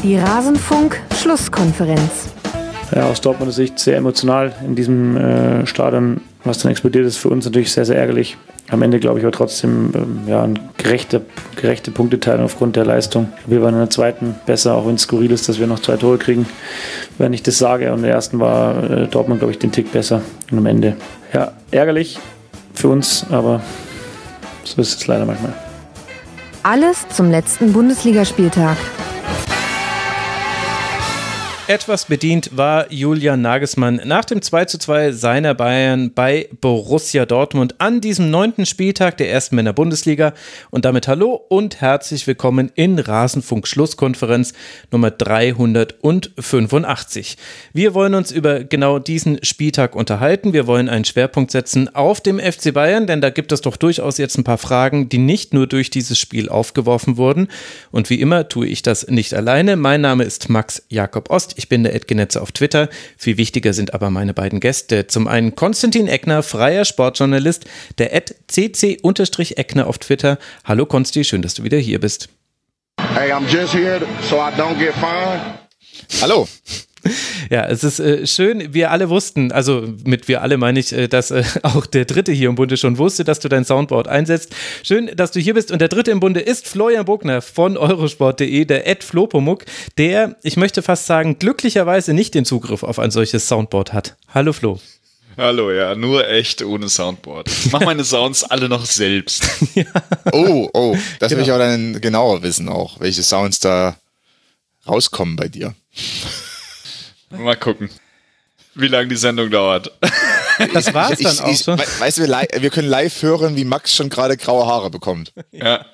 Die Rasenfunk-Schlusskonferenz. Ja, aus Dortmunder Sicht sehr emotional in diesem Stadion, was dann explodiert ist. Für uns natürlich sehr, sehr ärgerlich. Am Ende glaube ich aber trotzdem eine gerechte Punkteteilung aufgrund der Leistung. Wir waren in der zweiten besser, auch wenn es skurril ist, dass wir noch 2 Tore kriegen, wenn ich das sage. Und in der ersten war Dortmund, glaube ich, den Tick besser. Und am Ende, ja, ärgerlich für uns, aber so ist es leider manchmal. Alles zum letzten Bundesligaspieltag. Etwas bedient war Julian Nagelsmann nach dem 2:2 seiner Bayern bei Borussia Dortmund an diesem 9. Spieltag der ersten Männer-Bundesliga. Und damit hallo und herzlich willkommen in Rasenfunk-Schlusskonferenz Nummer 385. Wir wollen uns über genau diesen Spieltag unterhalten. Wir wollen einen Schwerpunkt setzen auf dem FC Bayern, denn da gibt es doch durchaus jetzt ein paar Fragen, die nicht nur durch dieses Spiel aufgeworfen wurden. Und wie immer tue ich das nicht alleine. Mein Name ist Max Jakob Ost. Ich bin der @Genetze auf Twitter. Viel wichtiger sind aber meine beiden Gäste. Zum einen Konstantin Eckner, freier Sportjournalist, der @cc_Eckner auf Twitter. Hallo Konsti, schön, dass du wieder hier bist. Hey, I'm just here so I don't get fined. Hallo. Ja, es ist schön, wir alle wussten, also mit wir alle meine ich, dass auch der Dritte hier im Bunde schon wusste, dass du dein Soundboard einsetzt. Schön, dass du hier bist und der Dritte im Bunde ist Florian Bogner von Eurosport.de, der @Flopomuk, der, ich möchte fast sagen, glücklicherweise nicht den Zugriff auf ein solches Soundboard hat. Hallo Flo. Hallo, ja, nur echt ohne Soundboard. Ich mache meine Sounds alle noch selbst. Ja. Oh, das will ich aber dann genauer wissen auch, welche Sounds da rauskommen bei dir. Mal gucken, wie lange die Sendung dauert. Das war's dann auch schon. Weißt du, wir können live hören, wie Max schon gerade graue Haare bekommt. Ja,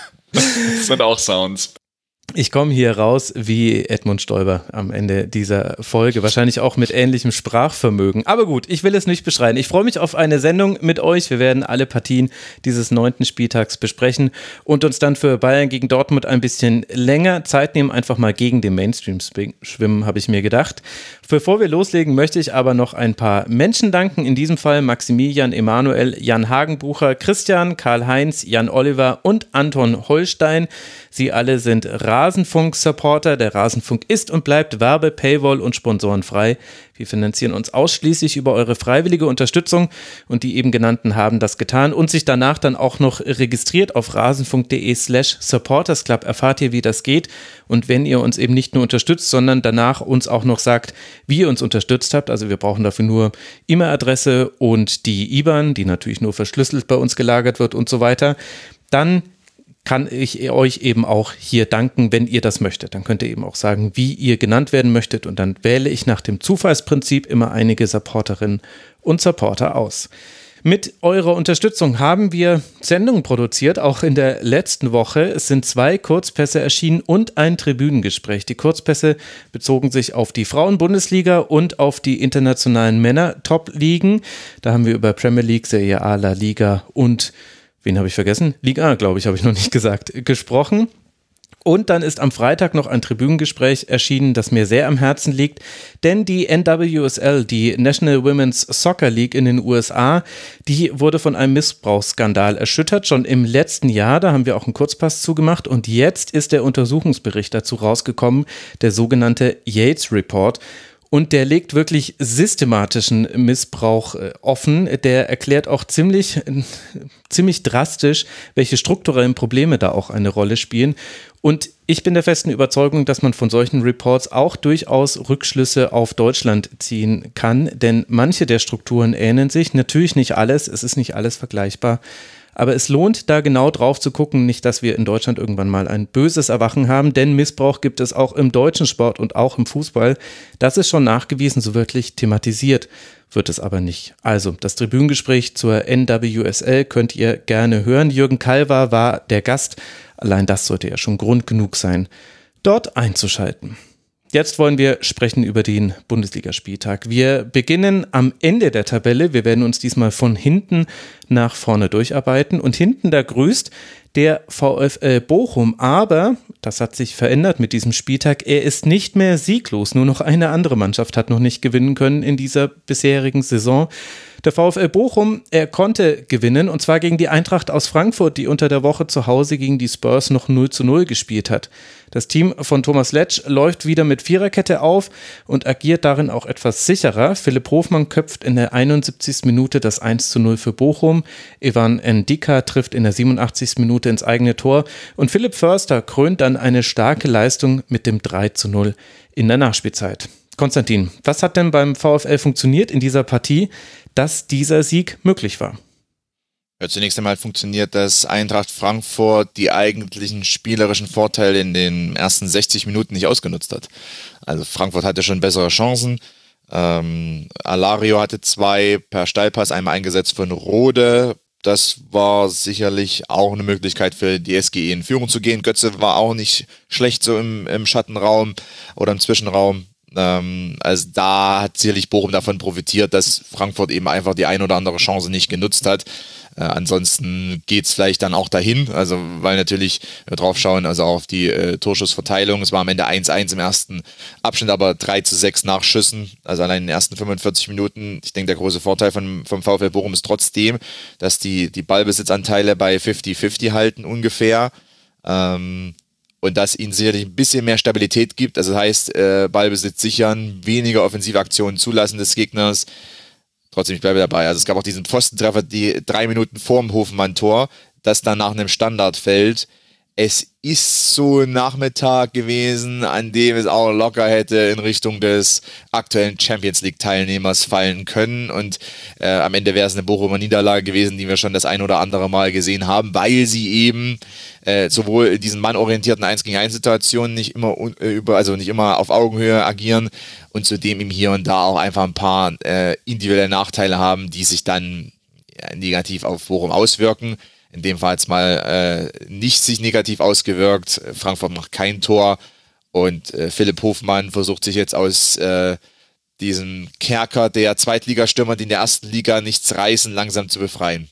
das sind auch Sounds. Ich komme hier raus wie Edmund Stoiber am Ende dieser Folge, wahrscheinlich auch mit ähnlichem Sprachvermögen. Aber gut, ich will es nicht beschreien. Ich freue mich auf eine Sendung mit euch. Wir werden alle Partien dieses 9. Spieltags besprechen und uns dann für Bayern gegen Dortmund ein bisschen länger Zeit nehmen, einfach mal gegen den Mainstream schwimmen, habe ich mir gedacht. Bevor wir loslegen, möchte ich aber noch ein paar Menschen danken. In diesem Fall Maximilian Emanuel, Jan Hagenbucher, Christian, Karl-Heinz, Jan Oliver und Anton Holstein. Sie alle sind Rasenfunk-Supporter. Der Rasenfunk ist und bleibt Werbe-, Paywall- und sponsorenfrei. Wir finanzieren uns ausschließlich über eure freiwillige Unterstützung und die eben genannten haben das getan und sich danach dann auch noch registriert auf rasenfunk.de/supportersclub. Erfahrt ihr, wie das geht, und wenn ihr uns eben nicht nur unterstützt, sondern danach uns auch noch sagt, wie ihr uns unterstützt habt, also wir brauchen dafür nur E-Mail-Adresse und die IBAN, die natürlich nur verschlüsselt bei uns gelagert wird und so weiter, dann kann ich euch eben auch hier danken, wenn ihr das möchtet. Dann könnt ihr eben auch sagen, wie ihr genannt werden möchtet, und dann wähle ich nach dem Zufallsprinzip immer einige Supporterinnen und Supporter aus. Mit eurer Unterstützung haben wir Sendungen produziert, auch in der letzten Woche. Es sind 2 Kurzpässe erschienen und ein Tribünengespräch. Die Kurzpässe bezogen sich auf die Frauen-Bundesliga und auf die internationalen Männer-Top-Ligen. Da haben wir über Premier League, Serie A, La Liga und wen habe ich vergessen? Liga A, glaube ich, habe ich noch nicht gesagt, gesprochen. Und dann ist am Freitag noch ein Tribünengespräch erschienen, das mir sehr am Herzen liegt, denn die NWSL, die National Women's Soccer League in den USA, die wurde von einem Missbrauchsskandal erschüttert, schon im letzten Jahr, da haben wir auch einen Kurzpass zugemacht, und jetzt ist der Untersuchungsbericht dazu rausgekommen, der sogenannte Yates Report. Und der legt wirklich systematischen Missbrauch offen. Der erklärt auch ziemlich drastisch, welche strukturellen Probleme da auch eine Rolle spielen. Und ich bin der festen Überzeugung, dass man von solchen Reports auch durchaus Rückschlüsse auf Deutschland ziehen kann. Denn manche der Strukturen ähneln sich. Natürlich nicht alles, es ist nicht alles vergleichbar. Aber es lohnt, da genau drauf zu gucken, nicht, dass wir in Deutschland irgendwann mal ein böses Erwachen haben, denn Missbrauch gibt es auch im deutschen Sport und auch im Fußball. Das ist schon nachgewiesen, so wirklich thematisiert wird es aber nicht. Also, das Tribünengespräch zur NWSL könnt ihr gerne hören. Jürgen Kalver war der Gast. Allein das sollte ja schon Grund genug sein, dort einzuschalten. Jetzt wollen wir sprechen über den Bundesligaspieltag. Wir beginnen am Ende der Tabelle. Wir werden uns diesmal von hinten nach vorne durcharbeiten. Und hinten da grüßt der VfL Bochum. Aber, das hat sich verändert mit diesem Spieltag, er ist nicht mehr sieglos. Nur noch eine andere Mannschaft hat noch nicht gewinnen können in dieser bisherigen Saison. Der VfL Bochum, er konnte gewinnen und zwar gegen die Eintracht aus Frankfurt, die unter der Woche zu Hause gegen die Spurs noch 0:0 gespielt hat. Das Team von Thomas Letsch läuft wieder mit Viererkette auf und agiert darin auch etwas sicherer. Philipp Hofmann köpft in der 71. Minute das 1:0 für Bochum. Ivan Ndika trifft in der 87. Minute ins eigene Tor und Philipp Förster krönt dann eine starke Leistung mit dem 3:0 in der Nachspielzeit. Konstantin, was hat denn beim VfL funktioniert in dieser Partie, dass dieser Sieg möglich war? Ja, zunächst einmal funktioniert, dass Eintracht Frankfurt die eigentlichen spielerischen Vorteile in den ersten 60 Minuten nicht ausgenutzt hat. Also Frankfurt hatte schon bessere Chancen. Alario hatte 2 per Steilpass, einmal eingesetzt von Rode. Das war sicherlich auch eine Möglichkeit für die SGE in Führung zu gehen. Götze war auch nicht schlecht so im Schattenraum oder im Zwischenraum. Also da hat sicherlich Bochum davon profitiert, dass Frankfurt eben einfach die ein oder andere Chance nicht genutzt hat. Ansonsten geht's vielleicht dann auch dahin, also weil natürlich wir drauf schauen, also auch auf die Torschussverteilung. Es war am Ende 1:1 im ersten Abschnitt, aber 3:6 nach Schüssen, also allein in den ersten 45 Minuten. Ich denke, der große Vorteil vom VfL Bochum ist trotzdem, dass die Ballbesitzanteile bei 50-50 halten ungefähr. Und dass ihnen sicherlich ein bisschen mehr Stabilität gibt. Also das heißt, Ballbesitz sichern, weniger offensive Aktionen zulassen des Gegners. Trotzdem, ich bleibe dabei. Also es gab auch diesen Pfostentreffer, die 3 Minuten vorm Hofmann-Tor, das dann nach einem Standard fällt. Es ist so ein Nachmittag gewesen, an dem es auch locker hätte in Richtung des aktuellen Champions-League-Teilnehmers fallen können. Und am Ende wäre es eine Bochumer Niederlage gewesen, die wir schon das ein oder andere Mal gesehen haben, weil sie eben sowohl in diesen mannorientierten 1-gegen-1-Situationen nicht immer nicht immer auf Augenhöhe agieren und zudem eben hier und da auch einfach ein paar individuelle Nachteile haben, die sich dann negativ auf Bochum auswirken. In dem Fall jetzt mal nicht sich negativ ausgewirkt. Frankfurt macht kein Tor und Philipp Hofmann versucht sich jetzt aus diesem Kerker der Zweitligastürmer, die in der ersten Liga nichts reißen, langsam zu befreien.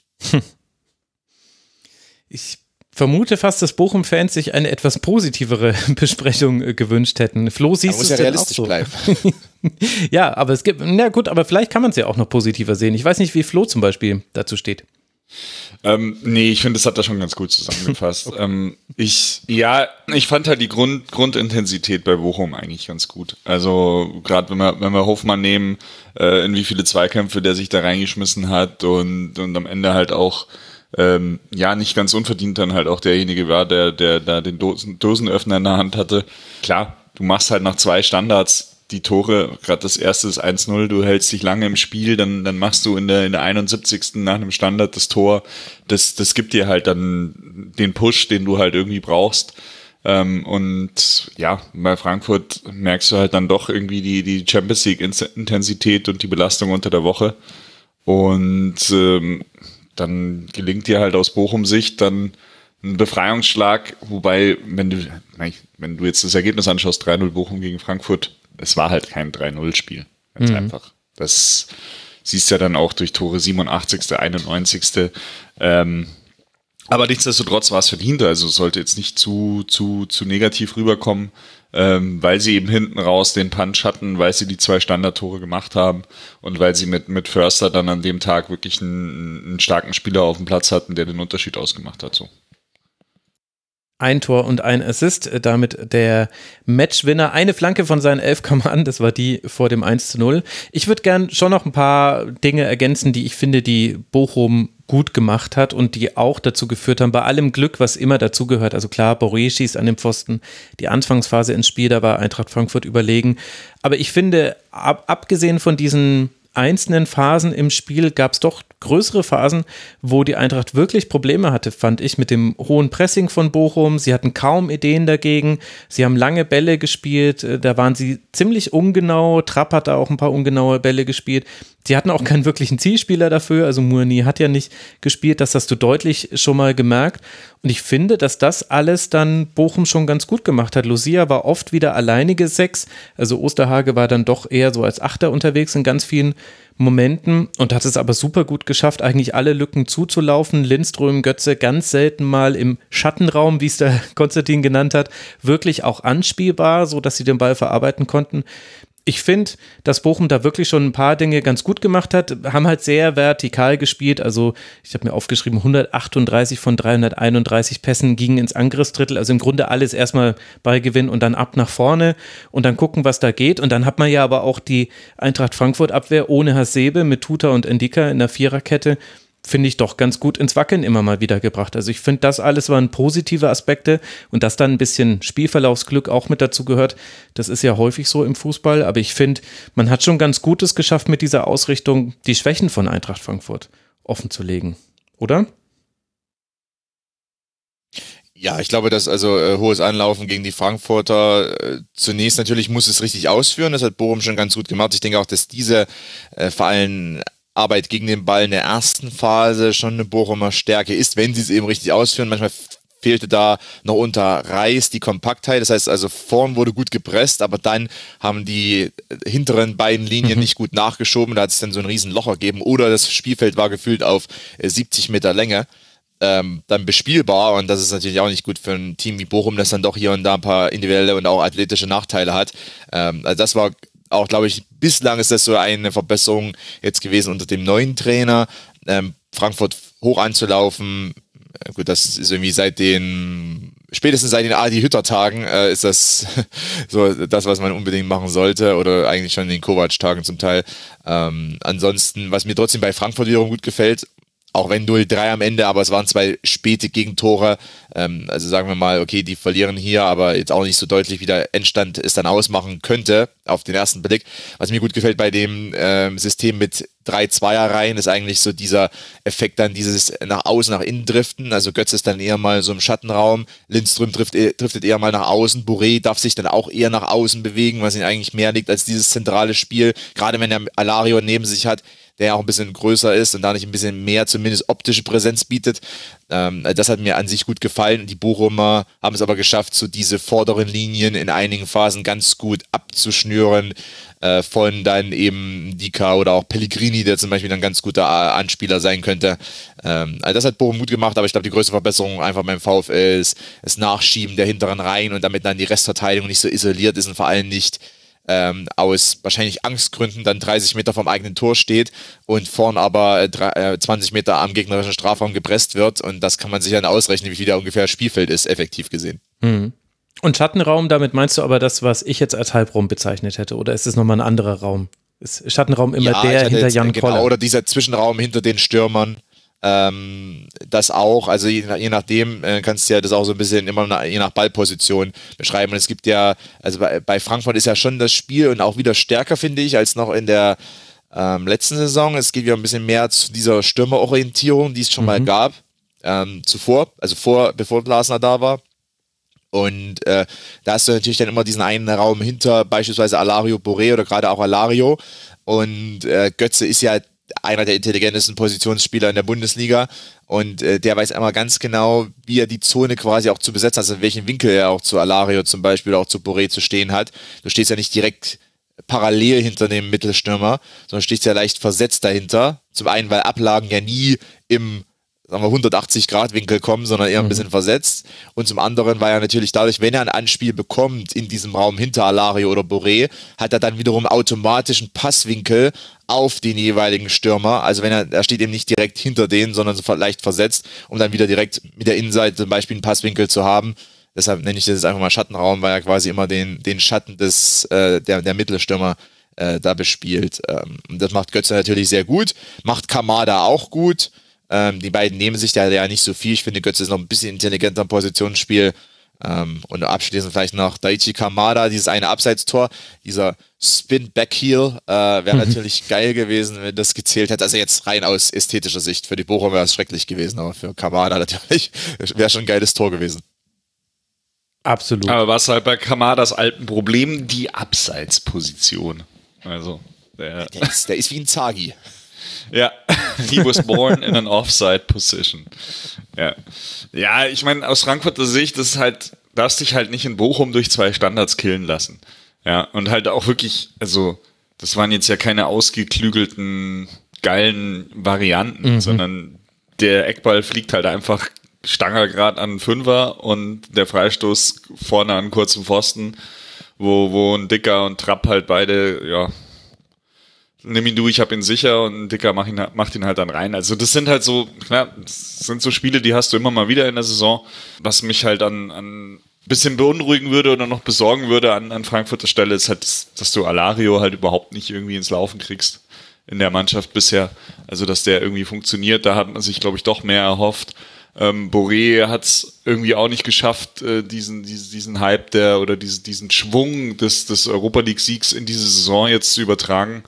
Ich vermute fast, dass Bochum-Fans sich eine etwas positivere Besprechung gewünscht hätten. Flo, siehst du es denn auch so? Bleiben. Ja, aber es gibt, na gut, aber vielleicht kann man es ja auch noch positiver sehen. Ich weiß nicht, wie Flo zum Beispiel dazu steht. Nee, ich finde, das hat er schon ganz gut zusammengefasst. Okay. Ich fand halt die Grundintensität bei Bochum eigentlich ganz gut. Also gerade wenn wir Hofmann nehmen, in wie viele Zweikämpfe der sich da reingeschmissen hat und am Ende halt auch nicht ganz unverdient dann halt auch derjenige war, der da den Dosenöffner in der Hand hatte. Klar, du machst halt nach 2 Standards die Tore, gerade das erste ist 1:0, du hältst dich lange im Spiel, dann machst du in der 71. nach einem Standard das Tor, das gibt dir halt dann den Push, den du halt irgendwie brauchst. Und ja, bei Frankfurt merkst du halt dann doch irgendwie die Champions League Intensität und die Belastung unter der Woche. Und dann gelingt dir halt aus Bochum Sicht dann ein Befreiungsschlag, wobei, wenn du jetzt das Ergebnis anschaust, 3:0 Bochum gegen Frankfurt, es war halt kein 3:0-Spiel. Ganz einfach. Das siehst du ja dann auch durch Tore 87., 91. Aber nichtsdestotrotz war es verdient, also es sollte jetzt nicht zu negativ rüberkommen, weil sie eben hinten raus den Punch hatten, weil sie die 2 Standardtore gemacht haben und weil sie mit Förster dann an dem Tag wirklich einen starken Spieler auf dem Platz hatten, der den Unterschied ausgemacht hat. So. 1 Tor und 1 Assist, damit der Matchwinner. Eine Flanke von seinen 11 kam an, das war die vor dem 1:0. Ich würde gern schon noch ein paar Dinge ergänzen, die ich finde, die Bochum gut gemacht hat und die auch dazu geführt haben, bei allem Glück, was immer dazugehört. Also klar, Boré schießt an den Pfosten, die Anfangsphase ins Spiel, da war Eintracht Frankfurt überlegen. Aber ich finde, abgesehen von diesen einzelnen Phasen im Spiel gab es doch größere Phasen, wo die Eintracht wirklich Probleme hatte, fand ich, mit dem hohen Pressing von Bochum. Sie hatten kaum Ideen dagegen. Sie haben lange Bälle gespielt. Da waren sie ziemlich ungenau. Trapp hat da auch ein paar ungenaue Bälle gespielt. Sie hatten auch keinen wirklichen Zielspieler dafür. Also Mourni hat ja nicht gespielt. Das hast du deutlich schon mal gemerkt. Und ich finde, dass das alles dann Bochum schon ganz gut gemacht hat. Lucia war oft wieder alleinige 6. Also Osterhage war dann doch eher so als Achter unterwegs in ganz vielen Momenten und hat es aber super gut geschafft, eigentlich alle Lücken zuzulaufen. Lindström, Götze ganz selten mal im Schattenraum, wie es der Konstantin genannt hat, wirklich auch anspielbar, so dass sie den Ball verarbeiten konnten. ich finde, dass Bochum da wirklich schon ein paar Dinge ganz gut gemacht hat, haben halt sehr vertikal gespielt, also ich habe mir aufgeschrieben, 138 von 331 Pässen gingen ins Angriffsdrittel, also im Grunde alles erstmal Ballgewinn und dann ab nach vorne und dann gucken, was da geht, und dann hat man ja aber auch die Eintracht Frankfurt Abwehr ohne Hasebe mit Tuta und Ndicka in der Viererkette, finde ich doch ganz gut ins Wackeln immer mal wieder gebracht. Also ich finde, das alles waren positive Aspekte, und dass dann ein bisschen Spielverlaufsglück auch mit dazu gehört, das ist ja häufig so im Fußball, aber ich finde, man hat schon ganz Gutes geschafft mit dieser Ausrichtung, die Schwächen von Eintracht Frankfurt offen zu legen, oder? Ja, ich glaube, dass hohes Anlaufen gegen die Frankfurter zunächst natürlich muss es richtig ausführen, das hat Bochum schon ganz gut gemacht. Ich denke auch, dass diese vor allem Arbeit gegen den Ball in der ersten Phase schon eine Bochumer Stärke ist, wenn sie es eben richtig ausführen. Manchmal fehlte da noch unter Reis die Kompaktheit, das heißt also vorn wurde gut gepresst, aber dann haben die hinteren beiden Linien nicht gut nachgeschoben, da hat es dann so ein Riesenloch ergeben, oder das Spielfeld war gefühlt auf 70 Meter Länge. Dann bespielbar, und das ist natürlich auch nicht gut für ein Team wie Bochum, das dann doch hier und da ein paar individuelle und auch athletische Nachteile hat. Also das war auch, glaube ich, bislang ist das so eine Verbesserung jetzt gewesen unter dem neuen Trainer. Frankfurt hoch anzulaufen, gut, das ist irgendwie spätestens seit den Adi-Hütter-Tagen ist das so das, was man unbedingt machen sollte, oder eigentlich schon in den Kovac-Tagen zum Teil. Ansonsten, was mir trotzdem bei Frankfurt wiederum gut gefällt, auch wenn 0-3 am Ende, aber es waren 2 späte Gegentore. Also sagen wir mal, okay, die verlieren hier, aber jetzt auch nicht so deutlich, wie der Endstand es dann ausmachen könnte, auf den ersten Blick. Was mir gut gefällt bei dem System mit 3 Zweierreihen, ist eigentlich so dieser Effekt dann, dieses nach außen, nach innen driften. Also Götze ist dann eher mal so im Schattenraum, Lindström driftet eher mal nach außen, Boré darf sich dann auch eher nach außen bewegen, was ihm eigentlich mehr liegt als dieses zentrale Spiel. Gerade wenn er Alario neben sich hat, der ja auch ein bisschen größer ist und da nicht ein bisschen mehr, zumindest optische Präsenz bietet. Das hat mir an sich gut gefallen. Die Bochumer haben es aber geschafft, so diese vorderen Linien in einigen Phasen ganz gut abzuschnüren, von dann eben Ndicka oder auch Pellegrini, der zum Beispiel ein ganz guter Anspieler sein könnte. Also das hat Bochum gut gemacht, aber ich glaube, die größte Verbesserung einfach beim VfL ist das Nachschieben der hinteren Reihen, und damit dann die Restverteidigung nicht so isoliert ist und vor allem nicht aus wahrscheinlich Angstgründen dann 30 Meter vom eigenen Tor steht und vorn aber 20 Meter am gegnerischen Strafraum gepresst wird, und das kann man sich dann ausrechnen, wie viel da ungefähr Spielfeld ist, effektiv gesehen. Mhm. Und Schattenraum, damit meinst du aber das, was ich jetzt als Halbraum bezeichnet hätte, oder ist es nochmal ein anderer Raum? Ist Schattenraum immer der hinter Jan Koller? Genau, oder dieser Zwischenraum hinter den Stürmern. Das auch, also je nachdem kannst du ja das auch so ein bisschen immer je nach Ballposition beschreiben. Und es gibt ja, also bei Frankfurt ist ja schon das Spiel und auch wieder stärker, finde ich, als noch in der letzten Saison. Es geht ja ein bisschen mehr zu dieser Stürmerorientierung, die es schon mal gab, bevor Glasner da war. Und da hast du natürlich dann immer diesen einen Raum hinter beispielsweise Alario, Boré oder gerade auch Alario. Und Götze ist ja einer der intelligentesten Positionsspieler in der Bundesliga, und der weiß einmal ganz genau, wie er die Zone quasi auch zu besetzen hat, also in welchen Winkel er auch zu Alario zum Beispiel oder auch zu Boré zu stehen hat. Du stehst ja nicht direkt parallel hinter dem Mittelstürmer, sondern stehst ja leicht versetzt dahinter. Zum einen, weil Ablagen ja nie im 180-Grad-Winkel kommen, sondern eher ein bisschen versetzt. Und zum anderen, weil er natürlich dadurch, wenn er ein Anspiel bekommt in diesem Raum hinter Alario oder Boré, hat er dann wiederum automatisch einen Passwinkel auf den jeweiligen Stürmer. Also wenn er steht eben nicht direkt hinter denen, sondern so leicht versetzt, um dann wieder direkt mit der Innenseite zum Beispiel einen Passwinkel zu haben. Deshalb nenne ich das jetzt einfach mal Schattenraum, weil er quasi immer den Schatten der Mittelstürmer da bespielt. Und das macht Götze natürlich sehr gut, macht Kamada auch gut. Die beiden nehmen sich da ja nicht so viel. Ich finde, Götze ist noch ein bisschen intelligenter im Positionsspiel. Und abschließend vielleicht noch Daichi Kamada, dieses eine Abseitstor, dieser Spin-Back-Heel, wäre natürlich geil gewesen, wenn das gezählt hätte. Also jetzt rein aus ästhetischer Sicht. Für die Bochum wäre es schrecklich gewesen, aber für Kamada natürlich wäre schon ein geiles Tor gewesen. Absolut. Aber was halt bei Kamadas alten Problem, die Abseitsposition. Also, der ist wie ein Zagi. Ja, he was born in an offside position. Ja, ich meine, aus Frankfurter Sicht, das ist halt, darfst dich halt nicht in Bochum durch 2 Standards killen lassen. Ja, und halt auch wirklich, also, das waren jetzt ja keine ausgeklügelten, geilen Varianten, sondern der Eckball fliegt halt einfach Stangergrad an den Fünfer und der Freistoß vorne an kurzen Pfosten. wo ein Dicker und Trapp halt beide, ja, nimm ihn du, ich hab ihn sicher, und ein Dicker macht ihn halt dann rein. Also das sind halt so, klar, das sind so Spiele, die hast du immer mal wieder in der Saison, was mich halt an bisschen beunruhigen würde oder noch besorgen würde an Frankfurter Stelle, ist halt, dass du Alario halt überhaupt nicht irgendwie ins Laufen kriegst in der Mannschaft bisher. Also, dass der irgendwie funktioniert, da hat man sich, glaube ich, doch mehr erhofft. Boré hat es irgendwie auch nicht geschafft, diesen Hype diesen Schwung des Europa League-Siegs in diese Saison jetzt zu übertragen.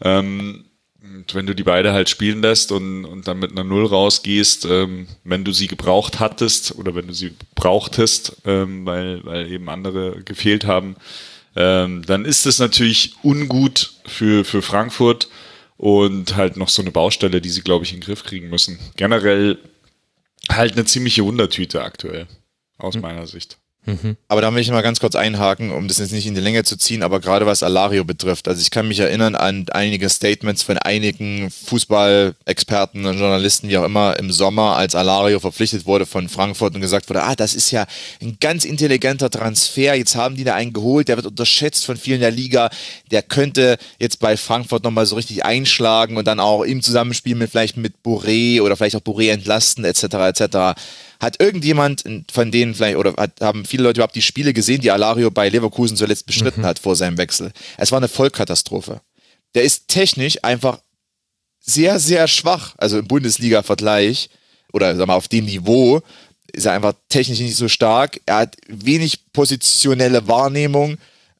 Und wenn du die beide halt spielen lässt und dann mit einer 0 rausgehst, wenn du sie gebraucht hattest oder wenn du sie brauchtest, weil eben andere gefehlt haben, dann ist es natürlich ungut für Frankfurt und halt noch so eine Baustelle, die sie, glaube ich, in den Griff kriegen müssen. Generell halt eine ziemliche Wundertüte aktuell, aus meiner Sicht. Aber da will ich mal ganz kurz einhaken, um das jetzt nicht in die Länge zu ziehen, aber gerade was Alario betrifft. Also ich kann mich erinnern an einige Statements von einigen Fußballexperten und Journalisten, wie auch immer, im Sommer, als Alario verpflichtet wurde von Frankfurt und gesagt wurde, das ist ja ein ganz intelligenter Transfer, jetzt haben die da einen geholt, der wird unterschätzt von vielen der Liga, der könnte jetzt bei Frankfurt nochmal so richtig einschlagen und dann auch im Zusammenspiel vielleicht mit Boré oder vielleicht auch Boré entlasten, etc. etc. Hat irgendjemand von denen vielleicht, oder haben viele Leute überhaupt die Spiele gesehen, die Alario bei Leverkusen zuletzt bestritten hat vor seinem Wechsel? Es war eine Vollkatastrophe. Der ist technisch einfach sehr, sehr schwach, also im Bundesliga-Vergleich, oder sag mal auf dem Niveau, ist er einfach technisch nicht so stark. Er hat wenig positionelle Wahrnehmung,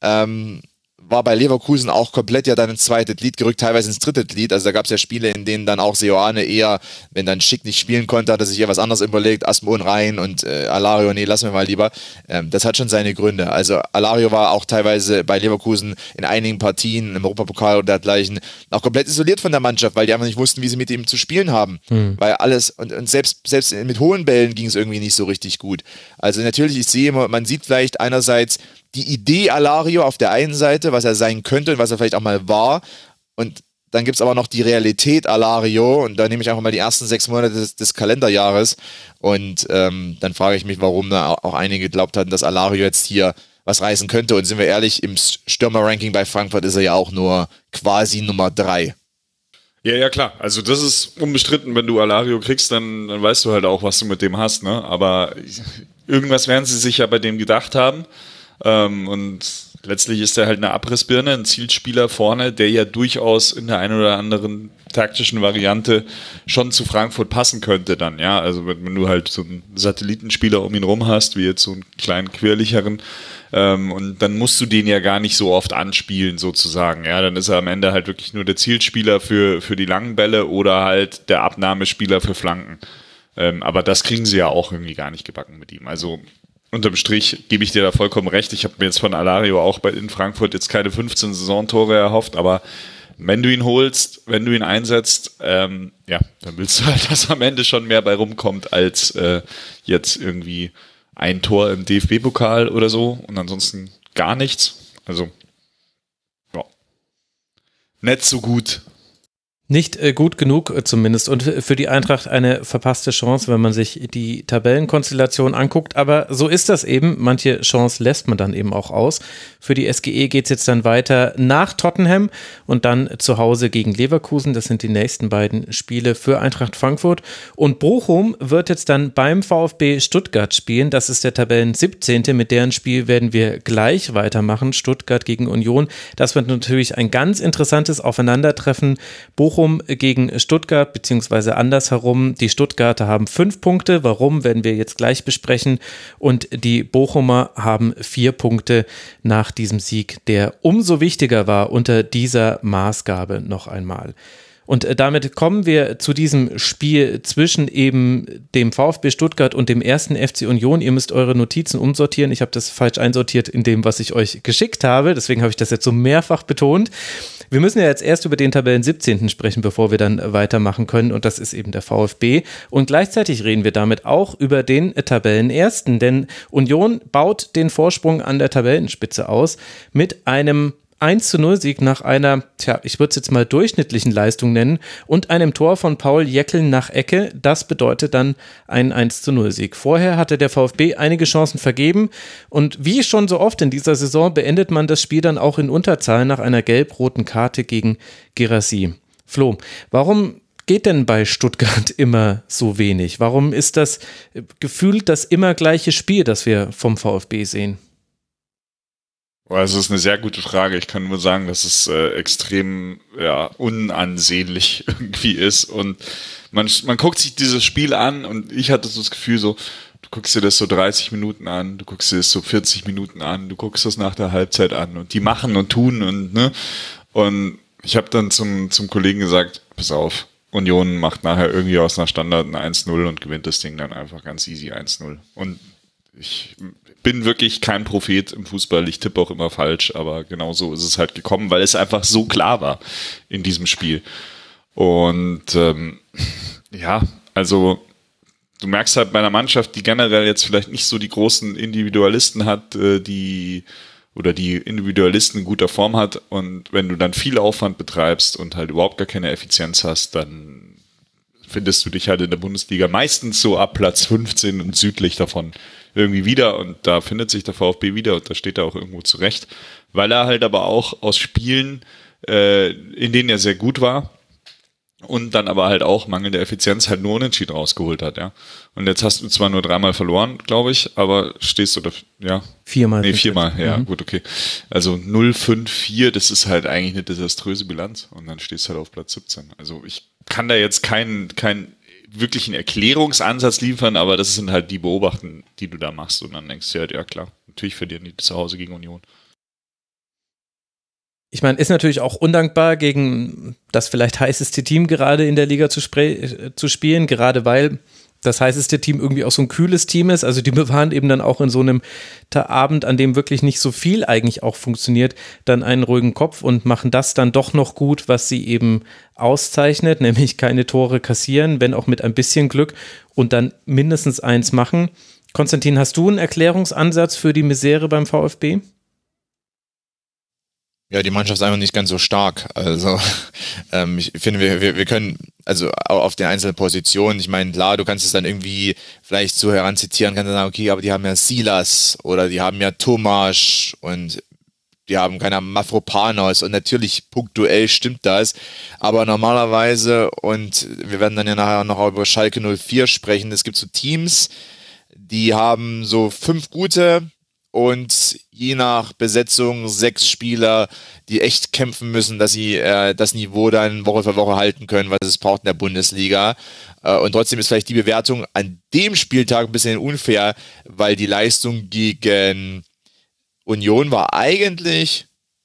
war bei Leverkusen auch komplett ja dann ins zweite Glied gerückt, teilweise ins dritte Glied. Also da gab es ja Spiele, in denen dann auch Seoane eher, wenn dann Schick nicht spielen konnte, hat er sich eher was anderes überlegt, Asmun rein und Alario, nee, lassen wir mal lieber. Das hat schon seine Gründe. Also Alario war auch teilweise bei Leverkusen in einigen Partien, im Europapokal oder dergleichen, auch komplett isoliert von der Mannschaft, weil die einfach nicht wussten, wie sie mit ihm zu spielen haben. Weil alles, und selbst mit hohen Bällen ging es irgendwie nicht so richtig gut. Also natürlich, ich sehe, man sieht vielleicht einerseits die Idee Alario auf der einen Seite, was er sein könnte und was er vielleicht auch mal war, und dann gibt es aber noch die Realität Alario, und da nehme ich einfach mal die ersten 6 Monate des Kalenderjahres, und dann frage ich mich, warum da auch einige geglaubt hatten, dass Alario jetzt hier was reißen könnte, und sind wir ehrlich, im Stürmer-Ranking bei Frankfurt ist er ja auch nur quasi Nummer 3. Ja, klar. Also das ist unbestritten, wenn du Alario kriegst, dann weißt du halt auch, was du mit dem hast, ne? Aber irgendwas werden sie sich ja bei dem gedacht haben. Und letztlich ist er halt eine Abrissbirne, ein Zielspieler vorne, der ja durchaus in der einen oder anderen taktischen Variante schon zu Frankfurt passen könnte dann, ja. Also wenn du halt so einen Satellitenspieler um ihn rum hast, wie jetzt so einen kleinen, quirlicheren, und dann musst du den ja gar nicht so oft anspielen sozusagen, ja. Dann ist er am Ende halt wirklich nur der Zielspieler für die langen Bälle oder halt der Abnahmespieler für Flanken. Aber das kriegen sie ja auch irgendwie gar nicht gebacken mit ihm. Also unterm Strich gebe ich dir da vollkommen recht. Ich habe mir jetzt von Alario auch in Frankfurt jetzt keine 15 Saisontore erhofft, aber wenn du ihn holst, wenn du ihn einsetzt, dann willst du halt, dass am Ende schon mehr bei rumkommt, als jetzt irgendwie ein Tor im DFB-Pokal oder so und ansonsten gar nichts. Also, ja, nicht so gut. Nicht gut genug zumindest, und für die Eintracht eine verpasste Chance, wenn man sich die Tabellenkonstellation anguckt, aber so ist das eben, manche Chance lässt man dann eben auch aus. Für die SGE geht es jetzt dann weiter nach Tottenham und dann zu Hause gegen Leverkusen, das sind die nächsten beiden Spiele für Eintracht Frankfurt, und Bochum wird jetzt dann beim VfB Stuttgart spielen, das ist der Tabellen 17., mit deren Spiel werden wir gleich weitermachen, Stuttgart gegen Union, das wird natürlich ein ganz interessantes Aufeinandertreffen, Bochum gegen Stuttgart, beziehungsweise andersherum. Die Stuttgarter haben 5 Punkte. Warum, werden wir jetzt gleich besprechen. Und die Bochumer haben 4 Punkte nach diesem Sieg, der umso wichtiger war unter dieser Maßgabe noch einmal. Und damit kommen wir zu diesem Spiel zwischen eben dem VfB Stuttgart und dem 1. FC Union. Ihr müsst eure Notizen umsortieren. Ich habe das falsch einsortiert in dem, was ich euch geschickt habe. Deswegen habe ich das jetzt so mehrfach betont. Wir müssen ja jetzt erst über den Tabellen 17. sprechen, bevor wir dann weitermachen können. Und das ist eben der VfB. Und gleichzeitig reden wir damit auch über den Tabellen 1. Denn Union baut den Vorsprung an der Tabellenspitze aus mit einem 1:0-Sieg nach einer, ich würde es jetzt mal durchschnittlichen Leistung nennen und einem Tor von Paul Jäckel nach Ecke. Das bedeutet dann einen 1:0-Sieg. Vorher hatte der VfB einige Chancen vergeben und wie schon so oft in dieser Saison beendet man das Spiel dann auch in Unterzahl nach einer gelb-roten Karte gegen Guirassy. Flo, warum geht denn bei Stuttgart immer so wenig? Warum ist das gefühlt das immer gleiche Spiel, das wir vom VfB sehen? Also das ist eine sehr gute Frage. Ich kann nur sagen, dass es extrem unansehnlich irgendwie ist und man guckt sich dieses Spiel an und ich hatte so das Gefühl so, du guckst dir das so 30 Minuten an, du guckst dir das so 40 Minuten an, du guckst das nach der Halbzeit an und die machen und tun und ich habe dann zum Kollegen gesagt, pass auf, Union macht nachher irgendwie aus einer Standard ein 1:0 und gewinnt das Ding dann einfach ganz easy 1:0 und ich bin wirklich kein Prophet im Fußball, ich tippe auch immer falsch, aber genau so ist es halt gekommen, weil es einfach so klar war in diesem Spiel. Und also du merkst halt bei einer Mannschaft, die generell jetzt vielleicht nicht so die großen Individualisten hat, die Individualisten in guter Form hat und wenn du dann viel Aufwand betreibst und halt überhaupt gar keine Effizienz hast, dann findest du dich halt in der Bundesliga meistens so ab Platz 15 und südlich davon irgendwie wieder und da findet sich der VfB wieder und da steht er auch irgendwo zurecht, weil er halt aber auch aus Spielen, in denen er sehr gut war und dann aber halt auch mangelnde Effizienz halt nur Unentschieden rausgeholt hat, ja. Und jetzt hast du zwar nur 3-mal verloren, glaube ich, aber stehst du da, ja? 4-mal. Nee, 4-mal, ja, gut, okay. Also 0-5-4, das ist halt eigentlich eine desaströse Bilanz und dann stehst du halt auf Platz 17. Also ich kann da jetzt keinen wirklichen Erklärungsansatz liefern, aber das sind halt die Beobachten, die du da machst und dann denkst du halt, ja klar, natürlich verlieren die zu Hause gegen Union. Ich meine, ist natürlich auch undankbar, gegen das vielleicht heißeste Team gerade in der Liga zu spielen, gerade weil das heißeste Team irgendwie auch so ein kühles Team ist. Also die bewahren eben dann auch in so einem Abend, an dem wirklich nicht so viel eigentlich auch funktioniert, dann einen ruhigen Kopf und machen das dann doch noch gut, was sie eben auszeichnet, nämlich keine Tore kassieren, wenn auch mit ein bisschen Glück und dann mindestens 1 machen. Konstantin, hast du einen Erklärungsansatz für die Misere beim VfB? Ja, die Mannschaft ist einfach nicht ganz so stark. Also ich finde, wir können, also auf den einzelnen Positionen, ich meine, klar, du kannst es dann irgendwie vielleicht so heranzitieren, kannst du sagen, okay, aber die haben ja Silas oder die haben ja Tomasz und die haben keiner Mafropanos und natürlich punktuell stimmt das, aber normalerweise, und wir werden dann ja nachher noch über Schalke 04 sprechen, es gibt so Teams, die haben so 5 gute und je nach Besetzung 6 Spieler, die echt kämpfen müssen, dass sie das Niveau dann Woche für Woche halten können, was es braucht in der Bundesliga. Und trotzdem ist vielleicht die Bewertung an dem Spieltag ein bisschen unfair, weil die Leistung gegen Union war eigentlich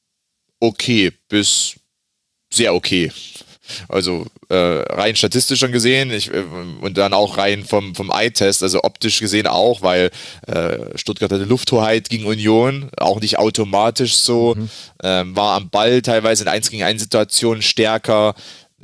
okay bis sehr okay. Also rein statistisch schon gesehen und dann auch rein vom Eye-Test, also optisch gesehen auch, weil Stuttgart hatte Lufthoheit gegen Union, auch nicht automatisch so, war am Ball teilweise in 1-gegen-1 Situationen stärker,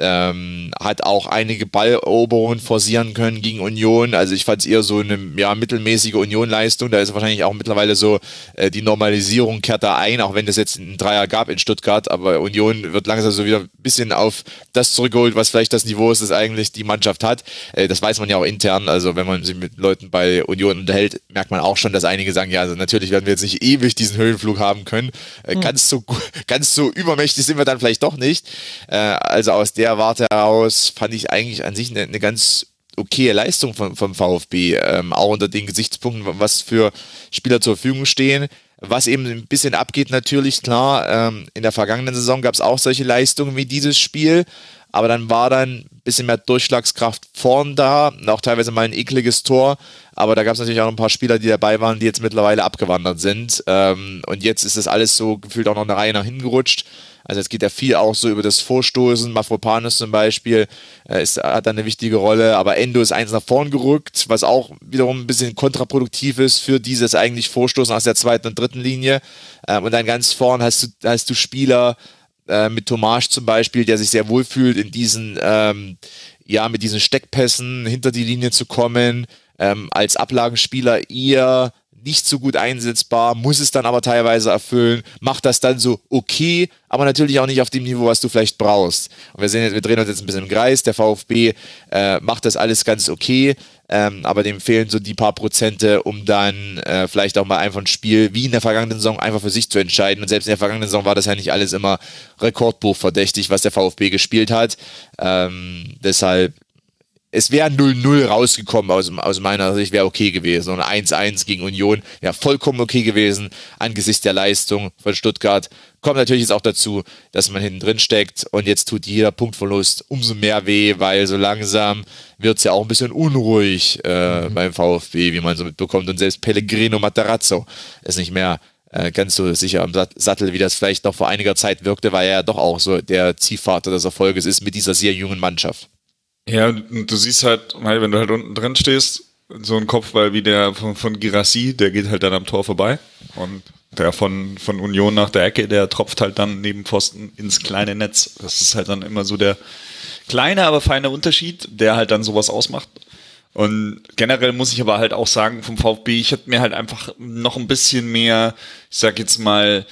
hat auch einige Balleroberungen forcieren können gegen Union, also ich fand es eher so eine mittelmäßige Union-Leistung, da ist wahrscheinlich auch mittlerweile so die Normalisierung kehrt da ein, auch wenn es jetzt einen Dreier gab in Stuttgart, aber Union wird langsam so wieder ein bisschen auf das zurückgeholt, was vielleicht das Niveau ist, das eigentlich die Mannschaft hat, das weiß man ja auch intern, also wenn man sich mit Leuten bei Union unterhält, merkt man auch schon, dass einige sagen, ja, also natürlich werden wir jetzt nicht ewig diesen Höhenflug haben können, ganz so übermächtig sind wir dann vielleicht doch nicht, also aus der Warte heraus fand ich eigentlich an sich eine ganz okaye Leistung vom VfB, auch unter den Gesichtspunkten, was für Spieler zur Verfügung stehen. Was eben ein bisschen abgeht natürlich, klar, in der vergangenen Saison gab es auch solche Leistungen wie dieses Spiel, aber dann war ein bisschen mehr Durchschlagskraft vorn da, auch teilweise mal ein ekliges Tor, aber da gab es natürlich auch noch ein paar Spieler, die dabei waren, die jetzt mittlerweile abgewandert sind und jetzt ist das alles so gefühlt auch noch eine Reihe nach hinten gerutscht. Also es geht ja viel auch so über das Vorstoßen, Mafropanos zum Beispiel hat da eine wichtige Rolle, aber Endo ist 1 nach vorn gerückt, was auch wiederum ein bisschen kontraproduktiv ist für dieses eigentlich Vorstoßen aus der 2. und 3. Linie und dann ganz vorn hast du Spieler mit Tomasz zum Beispiel, der sich sehr wohl fühlt in diesen mit diesen Steckpässen hinter die Linie zu kommen, als Ablagenspieler eher nicht so gut einsetzbar, muss es dann aber teilweise erfüllen, macht das dann so okay, aber natürlich auch nicht auf dem Niveau, was du vielleicht brauchst. Und wir drehen uns jetzt ein bisschen im Kreis, der VfB macht das alles ganz okay, aber dem fehlen so die paar Prozente, um dann vielleicht auch mal einfach ein Spiel wie in der vergangenen Saison einfach für sich zu entscheiden. Und selbst in der vergangenen Saison war das ja nicht alles immer rekordbuchverdächtig, was der VfB gespielt hat. Deshalb es wäre 0-0 rausgekommen aus meiner Sicht, wäre okay gewesen. Und 1-1 gegen Union wäre vollkommen okay gewesen angesichts der Leistung von Stuttgart. Kommt natürlich jetzt auch dazu, dass man hinten drin steckt und jetzt tut jeder Punktverlust umso mehr weh, weil so langsam wird es ja auch ein bisschen unruhig beim VfB, wie man so mitbekommt. Und selbst Pellegrino Matarazzo ist nicht mehr ganz so sicher am Sattel, wie das vielleicht noch vor einiger Zeit wirkte, weil er ja doch auch so der Ziehvater des Erfolges ist mit dieser sehr jungen Mannschaft. Ja, und du siehst halt, wenn du halt unten drin stehst, so ein Kopfball wie der von Guirassy, der geht halt dann am Tor vorbei. Und der von Union nach der Ecke, der tropft halt dann neben Pfosten ins kleine Netz. Das ist halt dann immer so der kleine, aber feine Unterschied, der halt dann sowas ausmacht. Und generell muss ich aber halt auch sagen, vom VfB, ich hätte mir halt einfach noch ein bisschen mehr, ich sag jetzt mal,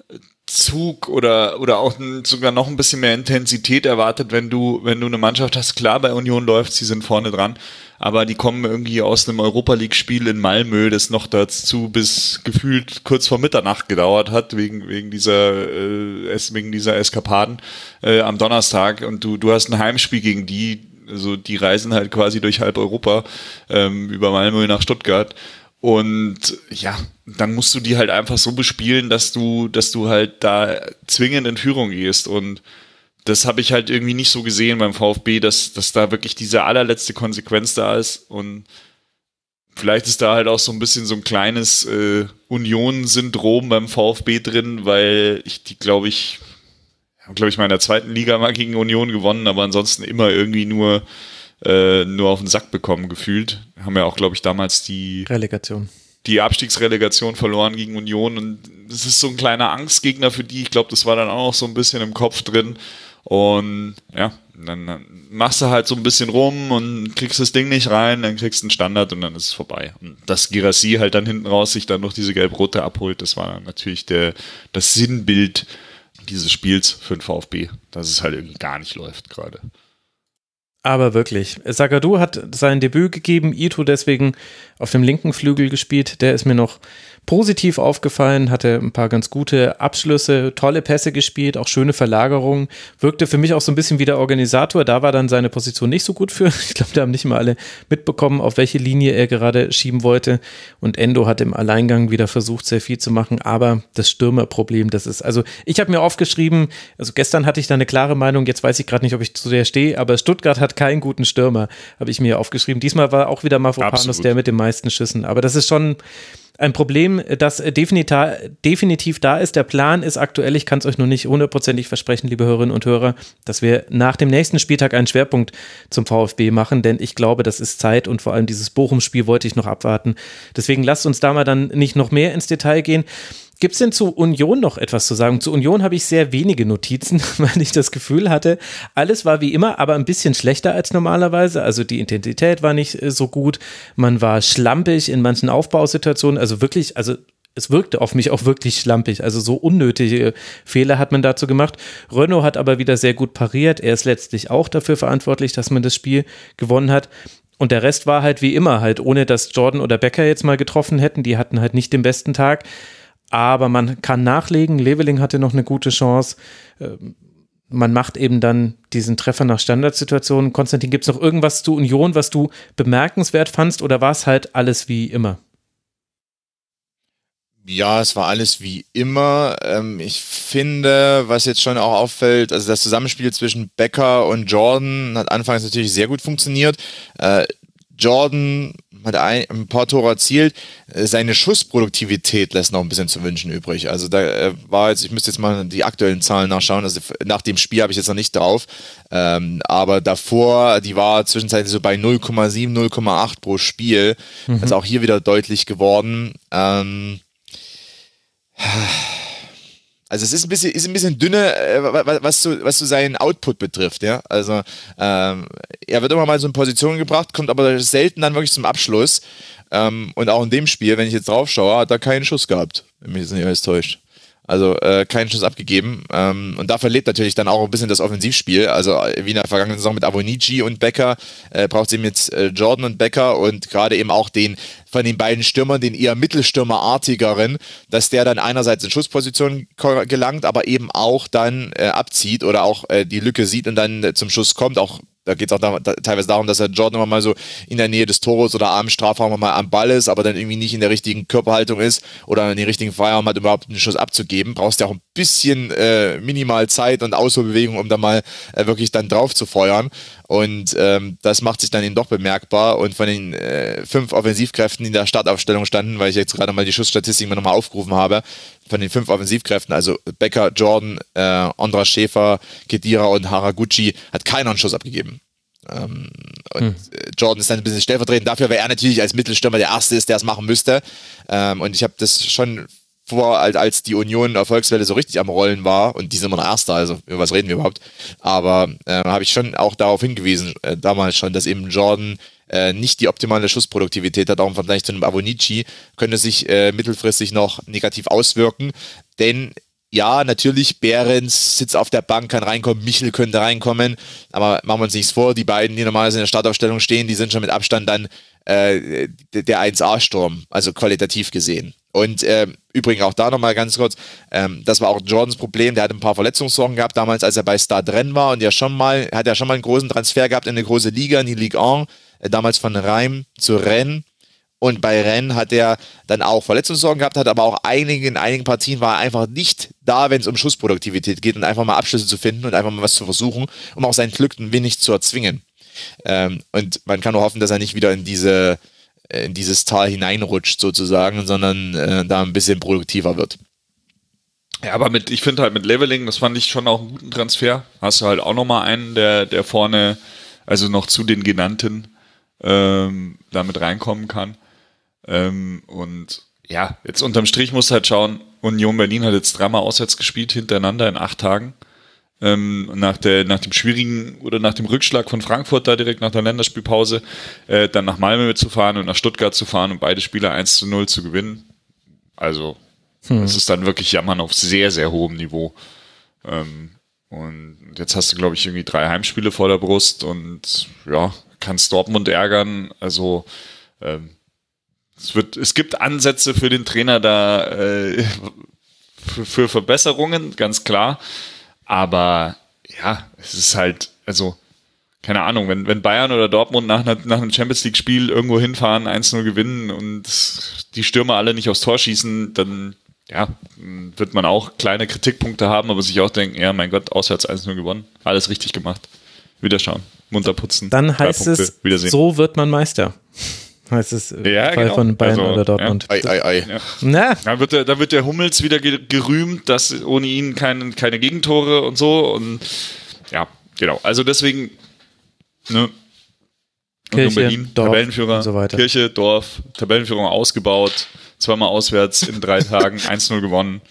Zug oder auch sogar noch ein bisschen mehr Intensität erwartet, wenn du eine Mannschaft hast. Klar, bei Union läuft, sie sind vorne dran, aber die kommen irgendwie aus einem Europa-League-Spiel in Malmö, das noch dazu bis gefühlt kurz vor Mitternacht gedauert hat, wegen dieser Eskapaden am Donnerstag, und du hast ein Heimspiel gegen die, also die reisen halt quasi durch halb Europa über Malmö nach Stuttgart. Und ja, dann musst du die halt einfach so bespielen, dass du halt da zwingend in Führung gehst. Und das habe ich halt irgendwie nicht so gesehen beim VfB, dass da wirklich diese allerletzte Konsequenz da ist. Und vielleicht ist da halt auch so ein bisschen so ein kleines Union-Syndrom beim VfB drin, weil ich glaube ich, mal in der zweiten Liga mal gegen Union gewonnen, aber ansonsten immer irgendwie nur auf den Sack bekommen gefühlt. Haben ja auch, glaube ich, damals die Abstiegsrelegation verloren gegen Union, und das ist so ein kleiner Angstgegner für die. Ich glaube, das war dann auch noch so ein bisschen im Kopf drin, und ja, dann machst du halt so ein bisschen rum und kriegst das Ding nicht rein, dann kriegst du einen Standard und dann ist es vorbei. Und dass Guirassy halt dann hinten raus sich dann noch diese Gelb-Rote abholt, das war natürlich das Sinnbild dieses Spiels für den VfB, dass es halt irgendwie gar nicht läuft gerade. Aber wirklich, Zagadou hat sein Debüt gegeben, Ito deswegen auf dem linken Flügel gespielt, der ist mir noch positiv aufgefallen, hatte ein paar ganz gute Abschlüsse, tolle Pässe gespielt, auch schöne Verlagerungen, wirkte für mich auch so ein bisschen wie der Organisator, da war dann seine Position nicht so gut für, ich glaube, da haben nicht mal alle mitbekommen, auf welche Linie er gerade schieben wollte, und Endo hat im Alleingang wieder versucht, sehr viel zu machen, aber das Stürmerproblem, das ist, also ich habe mir aufgeschrieben, also gestern hatte ich da eine klare Meinung, jetzt weiß ich gerade nicht, ob ich zu der stehe, aber Stuttgart hat keinen guten Stürmer, habe ich mir aufgeschrieben, diesmal war auch wieder Mavropanos der mit den meisten Schüssen, aber das ist schon ein Problem, das definitiv da ist. Der Plan ist aktuell, ich kann es euch noch nicht hundertprozentig versprechen, liebe Hörerinnen und Hörer, dass wir nach dem nächsten Spieltag einen Schwerpunkt zum VfB machen, denn ich glaube, das ist Zeit, und vor allem dieses Bochum-Spiel wollte ich noch abwarten. Deswegen lasst uns da mal dann nicht noch mehr ins Detail gehen. Gibt es denn zu Union noch etwas zu sagen? Zu Union habe ich sehr wenige Notizen, weil ich das Gefühl hatte, alles war wie immer, aber ein bisschen schlechter als normalerweise. Also die Intensität war nicht so gut, man war schlampig in manchen Aufbausituationen, also wirklich, also es wirkte auf mich auch wirklich schlampig, also so unnötige Fehler hat man dazu gemacht. Renaud hat aber wieder sehr gut pariert, er ist letztlich auch dafür verantwortlich, dass man das Spiel gewonnen hat. Und der Rest war halt wie immer, halt ohne dass Jordan oder Becker jetzt mal getroffen hätten, die hatten halt nicht den besten Tag. Aber man kann nachlegen, Leveling hatte noch eine gute Chance, man macht eben dann diesen Treffer nach Standardsituationen. Konstantin, gibt es noch irgendwas zu Union, was du bemerkenswert fandst, oder war es halt alles wie immer? Ja, es war alles wie immer. Ich finde, was jetzt schon auch auffällt, also das Zusammenspiel zwischen Becker und Jordan hat anfangs natürlich sehr gut funktioniert. Jordan hat ein paar Tore erzielt, seine Schussproduktivität lässt noch ein bisschen zu wünschen übrig. Also da war jetzt, ich müsste jetzt mal die aktuellen Zahlen nachschauen, also nach dem Spiel habe ich jetzt noch nicht drauf, aber davor, die war zwischenzeitlich so bei 0,7, 0,8 pro Spiel, also auch hier wieder deutlich geworden. Also es ist ein bisschen dünne, was so seinen Output betrifft, ja. Also er wird immer mal so in Positionen gebracht, kommt aber selten dann wirklich zum Abschluss. Und auch in dem Spiel, wenn ich jetzt drauf schaue, hat er keinen Schuss gehabt, wenn mich jetzt nicht alles täuscht. Also keinen Schuss abgegeben. Und da verliert natürlich dann auch ein bisschen das Offensivspiel. Also wie in der vergangenen Saison mit Avonici und Becker braucht es eben jetzt Jordan und Becker und gerade eben auch den von den beiden Stürmern, den eher Mittelstürmerartigeren, dass der dann einerseits in Schussposition gelangt, aber eben auch dann abzieht oder auch die Lücke sieht und dann zum Schuss kommt. Auch da geht es auch teilweise darum, dass Jordan immer mal so in der Nähe des Tores oder am Strafraum mal am Ball ist, aber dann irgendwie nicht in der richtigen Körperhaltung ist oder in den richtigen Freiraum hat, überhaupt einen Schuss abzugeben. Brauchst ja auch ein bisschen minimal Zeit und Ausholbewegung, um da mal wirklich dann drauf zu feuern. Und das macht sich dann eben doch bemerkbar. Und von den 5 Offensivkräften, die in der Startaufstellung standen, weil ich jetzt gerade mal die Schussstatistik mal nochmal aufgerufen habe, von den 5 Offensivkräften, also Becker, Jordan, Andras Schäfer, Khedira und Haraguchi, hat keiner einen Schuss abgegeben. Jordan ist dann ein bisschen stellvertretend dafür, weil er natürlich als Mittelstürmer der Erste ist, der es machen müsste. Und ich habe das schon vor, als die Union Erfolgswelle so richtig am Rollen war, und die sind immer noch Erster, also über was reden wir überhaupt, aber habe ich schon auch darauf hingewiesen, damals schon, dass eben Jordan nicht die optimale Schussproduktivität hat, auch im Vergleich zu einem Avonici, könnte sich mittelfristig noch negativ auswirken, denn ja, natürlich, Behrens sitzt auf der Bank, kann reinkommen, Michel könnte reinkommen, aber machen wir uns nichts vor, die beiden, die normalerweise in der Startaufstellung stehen, die sind schon mit Abstand dann der 1A-Sturm, also qualitativ gesehen. Und übrigens auch da nochmal ganz kurz, das war auch Jordans Problem, der hat ein paar Verletzungssorgen gehabt, damals als er bei Stade Rennes war, und hat ja schon mal einen großen Transfer gehabt in eine große Liga, in die Ligue 1, damals von Reims zu Rennes. Und bei Rennes hat er dann auch Verletzungssorgen gehabt, hat aber auch in einigen Partien war er einfach nicht da, wenn es um Schussproduktivität geht und einfach mal Abschlüsse zu finden und einfach mal was zu versuchen, um auch sein Glück ein wenig zu erzwingen. Und man kann nur hoffen, dass er nicht wieder in dieses Tal hineinrutscht sozusagen, sondern da ein bisschen produktiver wird. Ja, aber ich finde halt mit Leveling, das fand ich schon auch einen guten Transfer. Hast du halt auch nochmal einen, der vorne, also noch zu den genannten, damit reinkommen kann. Und ja, jetzt unterm Strich musst du halt schauen, Union Berlin hat jetzt 3-mal auswärts gespielt hintereinander in 8 Tagen. Nach dem schwierigen oder nach dem Rückschlag von Frankfurt da direkt nach der Länderspielpause, dann nach Malmö zu fahren und nach Stuttgart zu fahren und beide Spiele 1-0 zu gewinnen. Also, das ist dann wirklich Jammern auf sehr, sehr hohem Niveau. Und jetzt hast du, glaube ich, irgendwie 3 Heimspiele vor der Brust und ja, kannst Dortmund ärgern. Also, es gibt Ansätze für den Trainer da für Verbesserungen, ganz klar. Aber ja, es ist halt, also, keine Ahnung, wenn Bayern oder Dortmund nach einem Champions-League-Spiel irgendwo hinfahren, 1-0 gewinnen und die Stürmer alle nicht aufs Tor schießen, dann ja, wird man auch kleine Kritikpunkte haben, aber sich auch denken, ja, mein Gott, auswärts 1-0 gewonnen, alles richtig gemacht. Wieder schauen, munter putzen. Dann heißt es, so wird man Meister. Heißt es ja, Fall genau. von Bayern oder Dortmund. Ja. Ei. Ja. Na. Da wird der Hummels wieder gerühmt, dass ohne ihn keine Gegentore und so. Und ja, genau. Also deswegen, ne? Kirche, Berlin, Dorf, Tabellenführer, und so weiter. Kirche, Dorf, Tabellenführung ausgebaut, 2-mal auswärts in 3 Tagen, 1-0 gewonnen.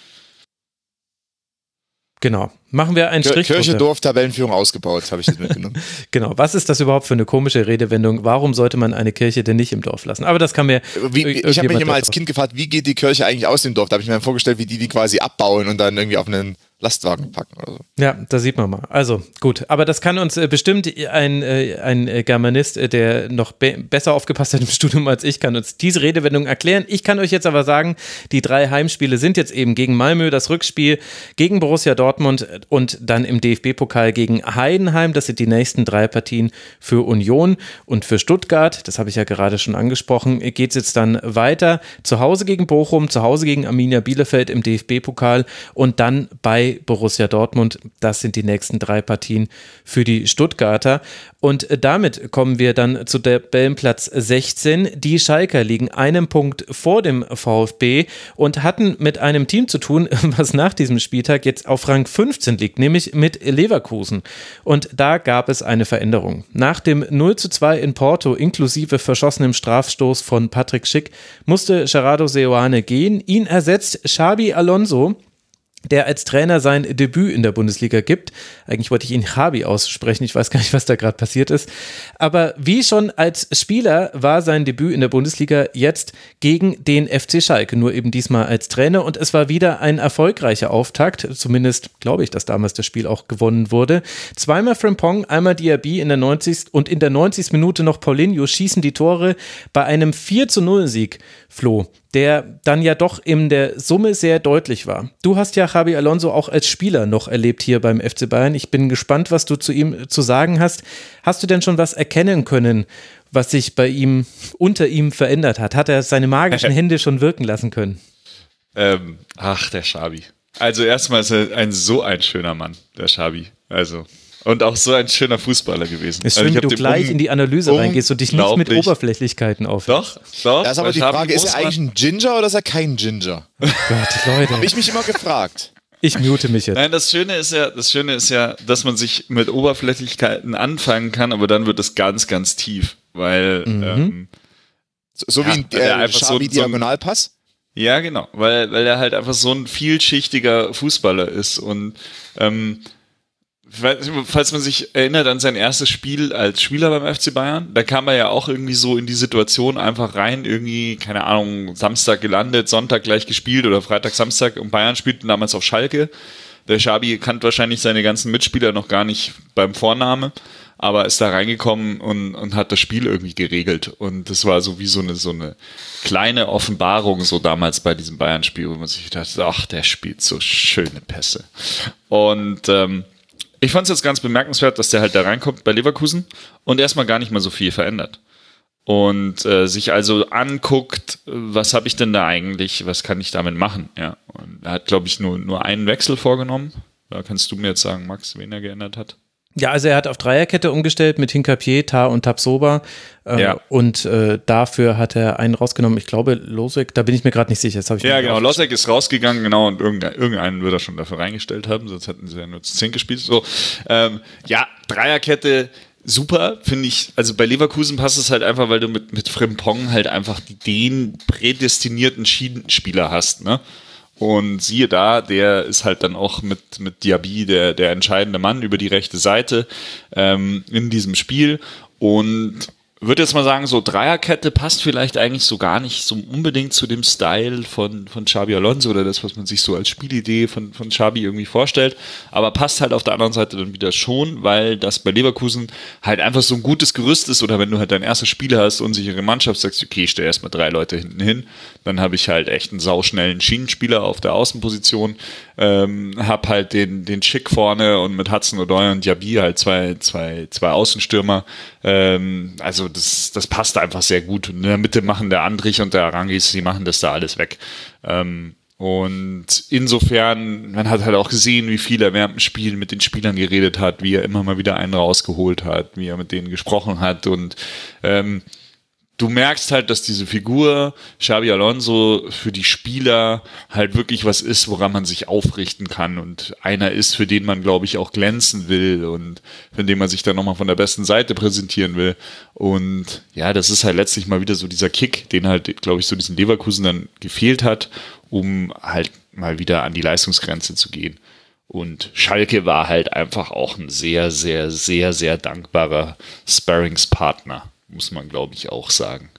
Genau. Machen wir einen Strich. Kirche, Dorf, Tabellenführung ausgebaut, habe ich jetzt mitgenommen. Genau. Was ist das überhaupt für eine komische Redewendung? Warum sollte man eine Kirche denn nicht im Dorf lassen? Aber das kann mir. Ich habe mich immer als Kind gefragt, wie geht die Kirche eigentlich aus dem Dorf? Da habe ich mir dann vorgestellt, wie die quasi abbauen und dann irgendwie auf einen Lastwagen packen oder so. Ja, da sieht man mal. Also gut, aber das kann uns bestimmt ein Germanist, der noch besser aufgepasst hat im Studium als ich, kann uns diese Redewendung erklären. Ich kann euch jetzt aber sagen, die 3 Heimspiele sind jetzt eben gegen Malmö, das Rückspiel gegen Borussia Dortmund und dann im DFB-Pokal gegen Heidenheim. Das sind die nächsten 3 Partien für Union und für Stuttgart. Das habe ich ja gerade schon angesprochen. Geht es jetzt dann weiter zu Hause gegen Bochum, zu Hause gegen Arminia Bielefeld im DFB-Pokal und dann bei Borussia Dortmund. Das sind die nächsten 3 Partien für die Stuttgarter. Und damit kommen wir dann zu Tabellenplatz 16. Die Schalker liegen 1 Punkt vor dem VfB und hatten mit einem Team zu tun, was nach diesem Spieltag jetzt auf Rang 15 liegt, nämlich mit Leverkusen. Und da gab es eine Veränderung. Nach dem 0:2 in Porto inklusive verschossenem Strafstoß von Patrick Schick musste Gerardo Seoane gehen. Ihn ersetzt Xabi Alonso. der als Trainer sein Debüt in der Bundesliga gibt. Eigentlich wollte ich ihn Xabi aussprechen, ich weiß gar nicht, was da gerade passiert ist. Aber wie schon als Spieler war sein Debüt in der Bundesliga jetzt gegen den FC Schalke, nur eben diesmal als Trainer, und es war wieder ein erfolgreicher Auftakt, zumindest glaube ich, dass damals das Spiel auch gewonnen wurde. Zweimal Frimpong, einmal Diaby in der 90. und in der 90. Minute noch Paulinho schießen die Tore bei einem 4-0-Sieg, Flo, der dann ja doch in der Summe sehr deutlich war. Du hast ja Xabi Alonso auch als Spieler noch erlebt hier beim FC Bayern. Ich bin gespannt, was du zu ihm zu sagen hast. Hast du denn schon was erkennen können, was sich bei ihm, unter ihm verändert hat? Hat er seine magischen Hände schon wirken lassen können? Der Xabi. Also erstmal ist er so ein schöner Mann, der Xabi. Also... Und auch so ein schöner Fußballer gewesen. Es ist schön, wie du gleich in die Analyse reingehst und dich nicht mit Oberflächlichkeiten aufhältst. Doch. Das ist aber die Frage, ist er eigentlich ein Ginger oder ist er kein Ginger? Oh Gott, Leute. Habe ich mich immer gefragt. Ich mute mich jetzt. Nein, das Schöne ist ja, dass man sich mit Oberflächlichkeiten anfangen kann, aber dann wird es ganz, ganz tief. Weil, so wie ein Xabi-Diagonalpass? Ja, genau. Weil er halt einfach so ein vielschichtiger Fußballer ist und, falls man sich erinnert an sein erstes Spiel als Spieler beim FC Bayern, da kam er ja auch irgendwie so in die Situation einfach rein, irgendwie, keine Ahnung, Samstag gelandet, Sonntag gleich gespielt oder Freitag, Samstag, und Bayern spielten damals auf Schalke. Der Xabi kannte wahrscheinlich seine ganzen Mitspieler noch gar nicht beim Vorname, aber ist da reingekommen und hat das Spiel irgendwie geregelt. Und das war so wie so eine kleine Offenbarung so damals bei diesem Bayern-Spiel, wo man sich dachte, ach, der spielt so schöne Pässe. Und ich fand es jetzt ganz bemerkenswert, dass der halt da reinkommt bei Leverkusen und erstmal gar nicht mal so viel verändert. Und sich also anguckt, was habe ich denn da eigentlich, was kann ich damit machen? Ja. Und er hat, glaube ich, nur einen Wechsel vorgenommen. Da kannst du mir jetzt sagen, Max, wen er geändert hat. Ja, also er hat auf Dreierkette umgestellt mit Hincapié, Tah und Tapsoba. Und dafür hat er einen rausgenommen, ich glaube Losek, da bin ich mir gerade nicht sicher. Das ich genau, Losek ist rausgegangen, genau, und irgendeinen wird er schon dafür reingestellt haben, sonst hätten sie ja nur zu 10 gespielt. So, Dreierkette, super, finde ich. Also bei Leverkusen passt es halt einfach, weil du mit Frimpong halt einfach den prädestinierten Schiedenspieler hast, ne? Und siehe da, der ist halt dann auch mit Diaby der entscheidende Mann über die rechte Seite in diesem Spiel. Und würde jetzt mal sagen, so Dreierkette passt vielleicht eigentlich so gar nicht so unbedingt zu dem Style von Xabi Alonso oder das, was man sich so als Spielidee von Xabi irgendwie vorstellt, aber passt halt auf der anderen Seite dann wieder schon, weil das bei Leverkusen halt einfach so ein gutes Gerüst ist, oder wenn du halt dein erstes Spiel hast, unsichere Mannschaft, sagst, okay, ich stelle erstmal 3 Leute hinten hin, dann habe ich halt echt einen sauschnellen Schienenspieler auf der Außenposition, hab halt den Schick vorne und mit Hudson-Odoi und Diaby halt zwei Außenstürmer, also das passt einfach sehr gut. In der Mitte machen der Andrich und der Arangis, die machen das da alles weg. Und insofern, man hat halt auch gesehen, wie viel er während dem Spiel mit den Spielern geredet hat, wie er immer mal wieder einen rausgeholt hat, wie er mit denen gesprochen hat, und du merkst halt, dass diese Figur Xabi Alonso für die Spieler halt wirklich was ist, woran man sich aufrichten kann, und einer ist, für den man, glaube ich, auch glänzen will und für den man sich dann nochmal von der besten Seite präsentieren will. Und ja, das ist halt letztlich mal wieder so dieser Kick, den halt, glaube ich, so diesen Leverkusen dann gefehlt hat, um halt mal wieder an die Leistungsgrenze zu gehen. Und Schalke war halt einfach auch ein sehr, sehr, sehr, sehr dankbarer Sparringspartner, muss man, glaube ich, auch sagen.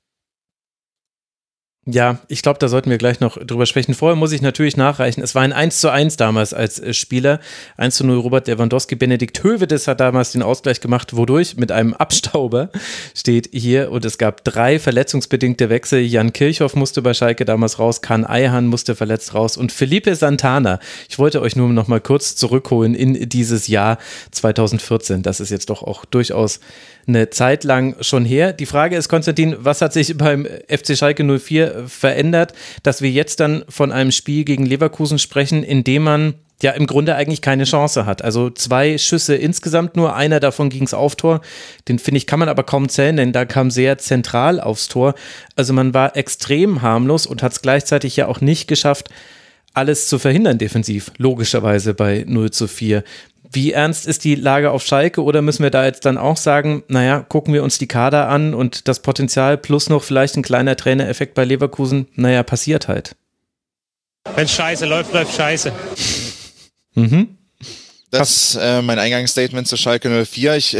Ja, ich glaube, da sollten wir gleich noch drüber sprechen. Vorher muss ich natürlich nachreichen. Es war ein 1:1 damals als Spieler. 1:0 Robert Lewandowski. Benedikt Höwedes hat damals den Ausgleich gemacht, wodurch mit einem Abstauber steht hier. Und es gab 3 verletzungsbedingte Wechsel. Jan Kirchhoff musste bei Schalke damals raus. Can Ayhan musste verletzt raus. Und Felipe Santana. Ich wollte euch nur noch mal kurz zurückholen in dieses Jahr 2014. Das ist jetzt doch auch durchaus eine Zeit lang schon her. Die Frage ist, Konstantin, was hat sich beim FC Schalke 04 verändert, dass wir jetzt dann von einem Spiel gegen Leverkusen sprechen, in dem man ja im Grunde eigentlich keine Chance hat. Also 2 Schüsse insgesamt, nur einer davon ging's auf Tor. Den, finde ich, kann man aber kaum zählen, denn da kam sehr zentral aufs Tor. Also man war extrem harmlos und hat es gleichzeitig ja auch nicht geschafft, alles zu verhindern defensiv, logischerweise bei 0:4. Wie ernst ist die Lage auf Schalke, oder müssen wir da jetzt dann auch sagen, naja, gucken wir uns die Kader an und das Potenzial plus noch vielleicht ein kleiner Trainereffekt bei Leverkusen, naja, passiert halt. Wenn scheiße läuft, läuft scheiße. Das ist mein Eingangsstatement zu Schalke 04. Ich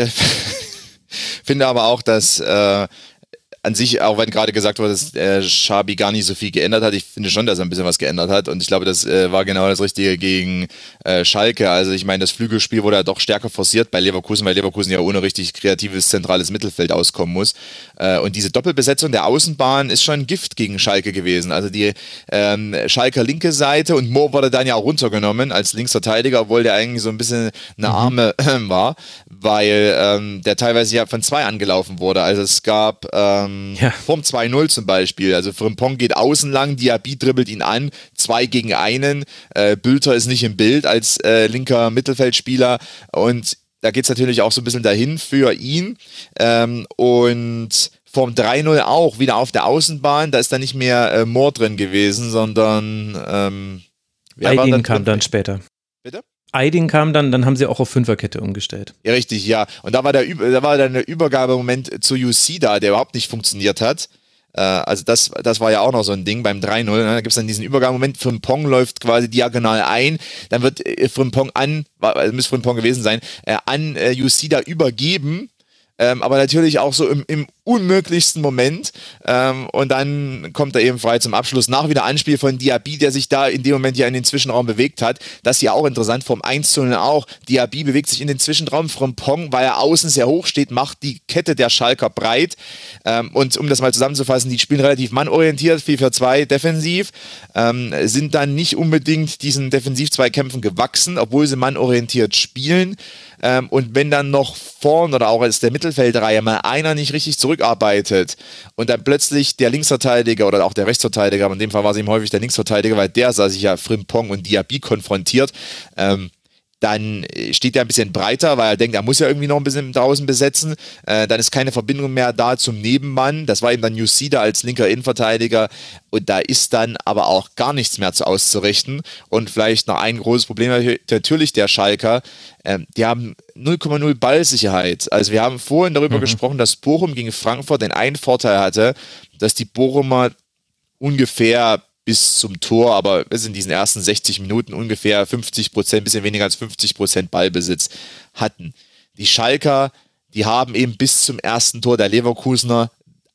finde aber auch, dass an sich, auch wenn gerade gesagt wurde, dass Xabi gar nicht so viel geändert hat, ich finde schon, dass er ein bisschen was geändert hat und ich glaube, das war genau das Richtige gegen Schalke. Also ich meine, das Flügelspiel wurde ja doch stärker forciert bei Leverkusen, weil Leverkusen ja ohne richtig kreatives zentrales Mittelfeld auskommen muss. Und diese Doppelbesetzung der Außenbahn ist schon Gift gegen Schalke gewesen. Also die Schalker linke Seite und Mohr wurde dann ja auch runtergenommen als Linksverteidiger, obwohl der eigentlich so ein bisschen eine Arme war, weil der teilweise ja von 2 angelaufen wurde. Also es gab vorm 2-0 zum Beispiel, also Frimpong geht außen lang, Diaby dribbelt ihn an, 2 gegen 1, Bülter ist nicht im Bild als linker Mittelfeldspieler und da geht es natürlich auch so ein bisschen dahin für ihn und vorm 3-0 auch wieder auf der Außenbahn, da ist dann nicht mehr Mohr drin gewesen, sondern Aydin kam dann später. Bitte? Aydin kam dann haben sie auch auf Fünferkette umgestellt. Ja, richtig, ja. Und da war dann der Übergabemoment zu Yoshida, der überhaupt nicht funktioniert hat. Also das war ja auch noch so ein Ding beim 3-0. Ne? Da gibt es dann diesen Übergabemoment, Frimpong läuft quasi diagonal ein, dann wird Frimpong müsste Frimpong gewesen sein, an Yoshida übergeben. Aber natürlich auch so im unmöglichsten Moment und dann kommt er eben frei zum Abschluss. Nach wieder Anspiel von Diaby, der sich da in dem Moment ja in den Zwischenraum bewegt hat. Das ist ja auch interessant, vom 1-0 auch. Diaby bewegt sich in den Zwischenraum, Frimpong, weil er außen sehr hoch steht, macht die Kette der Schalker breit und um das mal zusammenzufassen, die spielen relativ mannorientiert, 4-4-2 defensiv, sind dann nicht unbedingt diesen Defensiv-Zweikämpfen gewachsen, obwohl sie mannorientiert spielen. Und wenn dann noch vorn oder auch als der Mittelfeldreihe mal einer nicht richtig zurückarbeitet und dann plötzlich der Linksverteidiger oder auch der Rechtsverteidiger, aber in dem Fall war es eben häufig der Linksverteidiger, weil der sah sich ja Frimpong und Diaby konfrontiert, dann steht er ein bisschen breiter, weil er denkt, er muss ja irgendwie noch ein bisschen draußen besetzen. Dann ist keine Verbindung mehr da zum Nebenmann. Das war eben dann Yoshida als linker Innenverteidiger. Und da ist dann aber auch gar nichts mehr zu auszurichten. Und vielleicht noch ein großes Problem natürlich der Schalker. Die haben 0,0 Ballsicherheit. Also wir haben vorhin darüber gesprochen, dass Bochum gegen Frankfurt den einen Vorteil hatte, dass die Bochumer ungefähr bis zum Tor, aber bis in diesen ersten 60 Minuten ungefähr 50%, bisschen weniger als 50% Ballbesitz hatten. Die Schalker, die haben eben bis zum ersten Tor der Leverkusener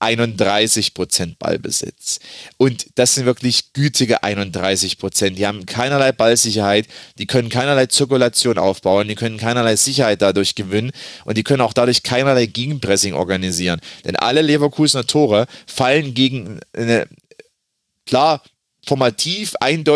31% Ballbesitz. Und das sind wirklich gütige 31%. Die haben keinerlei Ballsicherheit, die können keinerlei Zirkulation aufbauen, die können keinerlei Sicherheit dadurch gewinnen und die können auch dadurch keinerlei Gegenpressing organisieren. Denn alle Leverkusener Tore fallen gegen eine, klar, formativ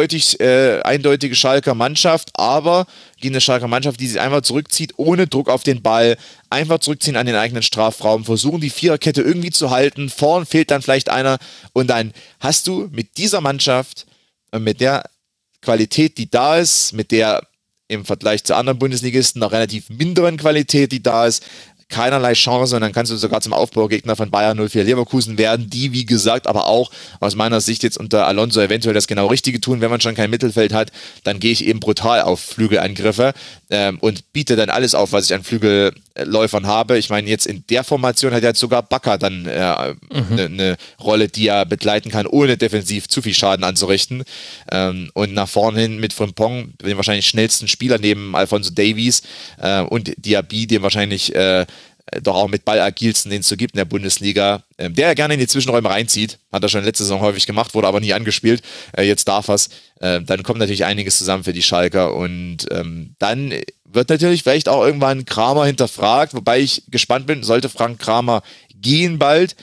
eindeutige Schalker Mannschaft, aber gegen eine Schalker Mannschaft, die sich einfach zurückzieht, ohne Druck auf den Ball, einfach zurückziehen an den eigenen Strafraum, versuchen die Viererkette irgendwie zu halten, vorn fehlt dann vielleicht einer und dann hast du mit dieser Mannschaft und mit der Qualität, die da ist, mit der im Vergleich zu anderen Bundesligisten noch relativ minderen Qualität, die da ist, keinerlei Chance und dann kannst du sogar zum Aufbaugegner von Bayern 04 Leverkusen werden, die, wie gesagt, aber auch aus meiner Sicht jetzt unter Alonso eventuell das genau Richtige tun. Wenn man schon kein Mittelfeld hat, dann gehe ich eben brutal auf Flügelangriffe und biete dann alles auf, was ich an Flügelläufern habe. Ich meine, jetzt in der Formation hat jetzt sogar Bakker dann eine Rolle, die er begleiten kann, ohne defensiv zu viel Schaden anzurichten. Und nach vorne hin mit Frimpong, den wahrscheinlich schnellsten Spieler neben Alphonso Davies und Diaby, dem wahrscheinlich doch auch mit Ballagilsten, den es so gibt in der Bundesliga, der ja gerne in die Zwischenräume reinzieht, hat er schon letzte Saison häufig gemacht, wurde aber nie angespielt, jetzt darf er's, dann kommt natürlich einiges zusammen für die Schalker und dann wird natürlich vielleicht auch irgendwann Kramer hinterfragt, wobei ich gespannt bin, sollte Frank Kramer gehen bald,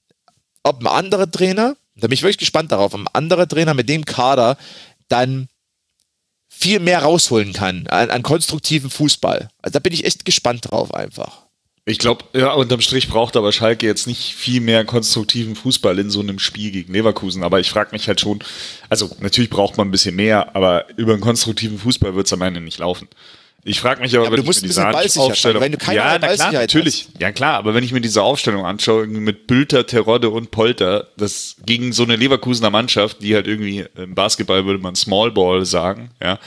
ob ein anderer Trainer, da bin ich wirklich gespannt darauf, ob ein anderer Trainer mit dem Kader dann viel mehr rausholen kann an konstruktiven Fußball. Also da bin ich echt gespannt drauf einfach. Ich glaube, ja, unterm Strich braucht aber Schalke jetzt nicht viel mehr konstruktiven Fußball in so einem Spiel gegen Leverkusen, aber ich frage mich halt schon, also natürlich braucht man ein bisschen mehr, aber über einen konstruktiven Fußball wird es am Ende nicht laufen. Ich frage mich aber, du musst ein bisschen Ballsicherheit haben, wenn du keine Ballsicherheit natürlich. Hast. Ja klar, aber wenn ich mir diese Aufstellung anschaue, mit Bülter, Terodde und Polter, das gegen so eine Leverkusener Mannschaft, die halt irgendwie im Basketball würde man Small Ball sagen, ja,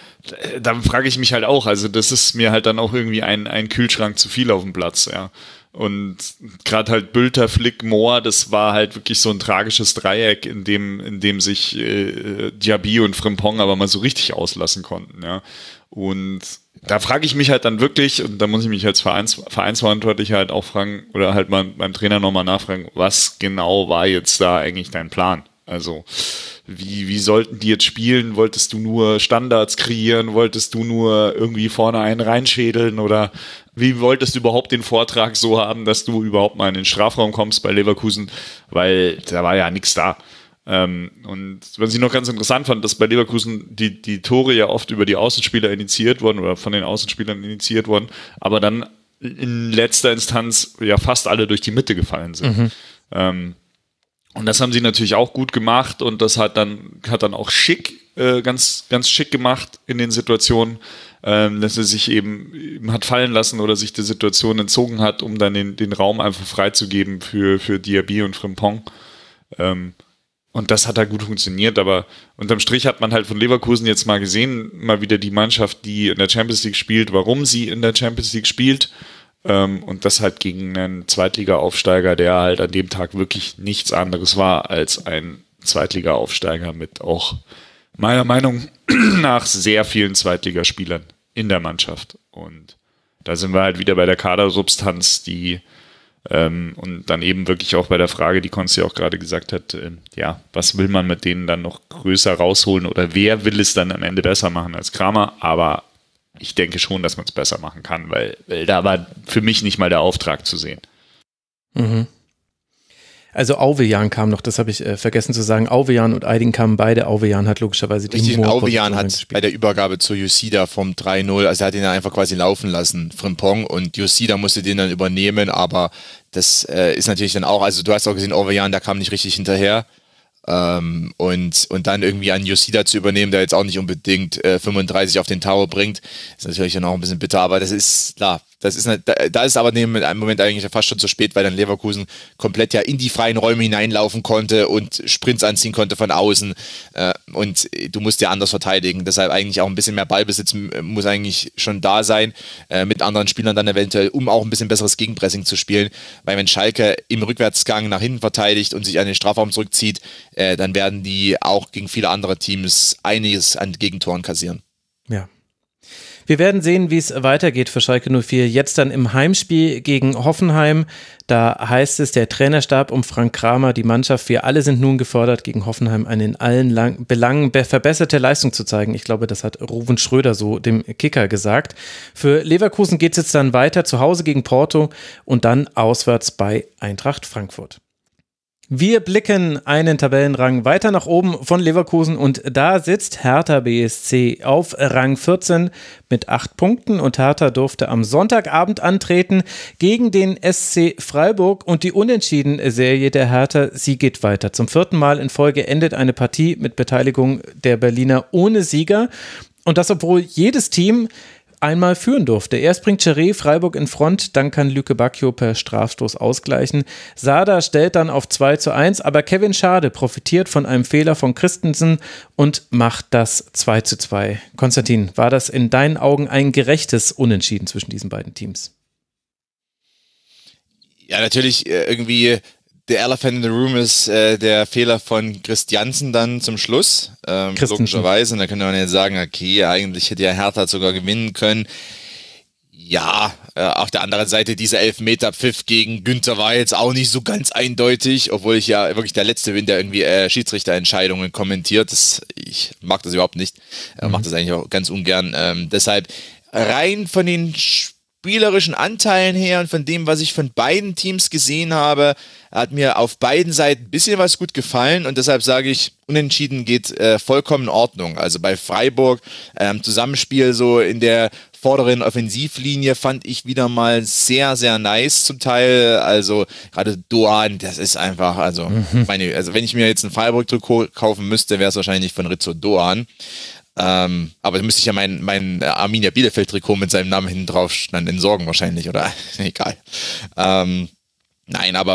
dann frage ich mich halt auch, also das ist mir halt dann auch irgendwie ein Kühlschrank zu viel auf dem Platz, ja. Und gerade halt Bülter, Flick, Mohr, das war halt wirklich so ein tragisches Dreieck, in dem sich Diaby und Frimpong aber mal so richtig auslassen konnten, ja. Und da frage ich mich halt dann wirklich, und da muss ich mich als Vereinsverantwortlicher halt auch fragen, oder halt mal beim Trainer nochmal nachfragen, was genau war jetzt da eigentlich dein Plan? Also wie sollten die jetzt spielen? Wolltest du nur Standards kreieren? Wolltest du nur irgendwie vorne einen reinschädeln? Oder wie wolltest du überhaupt den Vortrag so haben, dass du überhaupt mal in den Strafraum kommst bei Leverkusen? Weil da war ja nichts da. Und was ich noch ganz interessant fand, dass bei Leverkusen die Tore ja oft über die Außenspieler initiiert wurden oder von den Außenspielern initiiert wurden, aber dann in letzter Instanz ja fast alle durch die Mitte gefallen sind. Und das haben sie natürlich auch gut gemacht und das hat dann auch schick, ganz, ganz schick gemacht in den Situationen, dass er sich eben hat fallen lassen oder sich der Situation entzogen hat, um dann den Raum einfach freizugeben für Diaby und Frimpong. Und das hat halt gut funktioniert, aber unterm Strich hat man halt von Leverkusen jetzt mal gesehen, mal wieder die Mannschaft, die in der Champions League spielt, warum sie in der Champions League spielt. Und das halt gegen einen Zweitliga-Aufsteiger, der halt an dem Tag wirklich nichts anderes war als ein Zweitliga-Aufsteiger mit auch meiner Meinung nach sehr vielen Zweitligaspielern in der Mannschaft. Und da sind wir halt wieder bei der Kadersubstanz, die und dann eben wirklich auch bei der Frage, die Konsti auch gerade gesagt hat, ja, was will man mit denen dann noch größer rausholen oder wer will es dann am Ende besser machen als Kramer? Aber ich denke schon, dass man es besser machen kann, weil da war für mich nicht mal der Auftrag zu sehen. Mhm. Also Auvejan kam noch, das habe ich vergessen zu sagen. Auvejan und Aydin kamen beide. Auvejan hat logischerweise die Auvejan hat bei der Übergabe zu Yoshida vom 3-0, also er hat ihn dann einfach quasi laufen lassen, Frimpong, und Yoshida musste den dann übernehmen, aber das ist natürlich dann auch, also du hast auch gesehen, Auvejan, der kam nicht richtig hinterher. Und dann irgendwie an Yoshida zu übernehmen, der jetzt auch nicht unbedingt 35 auf den Tower bringt, ist natürlich dann auch ein bisschen bitter, aber das ist klar. Da ist aber in einem Moment eigentlich fast schon zu spät, weil dann Leverkusen komplett ja in die freien Räume hineinlaufen konnte und Sprints anziehen konnte von außen und du musst ja anders verteidigen. Deshalb eigentlich auch ein bisschen mehr Ballbesitz muss eigentlich schon da sein, mit anderen Spielern dann eventuell, um auch ein bisschen besseres Gegenpressing zu spielen, weil wenn Schalke im Rückwärtsgang nach hinten verteidigt und sich an den Strafraum zurückzieht, dann werden die auch gegen viele andere Teams einiges an Gegentoren kassieren. Ja. Wir werden sehen, wie es weitergeht für Schalke 04. Jetzt dann im Heimspiel gegen Hoffenheim. Da heißt es, der Trainerstab um Frank Kramer, die Mannschaft, wir alle sind nun gefordert, gegen Hoffenheim eine in allen Belangen verbesserte Leistung zu zeigen. Ich glaube, das hat Ruven Schröder so dem Kicker gesagt. Für Leverkusen geht es jetzt dann weiter, zu Hause gegen Porto und dann auswärts bei Eintracht Frankfurt. Wir blicken einen Tabellenrang weiter nach oben von Leverkusen und da sitzt Hertha BSC auf Rang 14 mit 8 Punkten und Hertha durfte am Sonntagabend antreten gegen den SC Freiburg und die Unentschieden-Serie der Hertha, sie geht weiter. Zum 4. Mal in Folge endet eine Partie mit Beteiligung der Berliner ohne Sieger und das, obwohl jedes Team einmal führen durfte. Erst bringt Cheré Freiburg in Front, dann kann Lüke Bacchio per Strafstoß ausgleichen. Sada stellt dann auf 2:1, aber Kevin Schade profitiert von einem Fehler von Christensen und macht das 2:2. Konstantin, war das in deinen Augen ein gerechtes Unentschieden zwischen diesen beiden Teams? Ja, natürlich irgendwie der Elephant in the Room ist der Fehler von Christiansen dann zum Schluss, logischerweise. Und da könnte man jetzt sagen, okay, eigentlich hätte ja Hertha sogar gewinnen können. Ja, auf der anderen Seite, dieser Elfmeter-Pfiff gegen Günther war jetzt auch nicht so ganz eindeutig, obwohl ich ja wirklich der Letzte bin, der irgendwie Schiedsrichterentscheidungen kommentiert. Ich mag das überhaupt nicht, mache das eigentlich auch ganz ungern. Deshalb rein von den spielerischen Anteilen her und von dem, was ich von beiden Teams gesehen habe, hat mir auf beiden Seiten ein bisschen was gut gefallen und deshalb sage ich, Unentschieden geht vollkommen in Ordnung. Also bei Freiburg Zusammenspiel so in der vorderen Offensivlinie fand ich wieder mal sehr, sehr nice zum Teil. Also gerade Doan, das ist einfach, also wenn ich mir jetzt ein Freiburg-Trikot kaufen müsste, wäre es wahrscheinlich von Rizzo Doan. Aber da müsste ich ja mein Arminia Bielefeld-Trikot mit seinem Namen hinten drauf dann entsorgen wahrscheinlich, oder? Egal. Nein, aber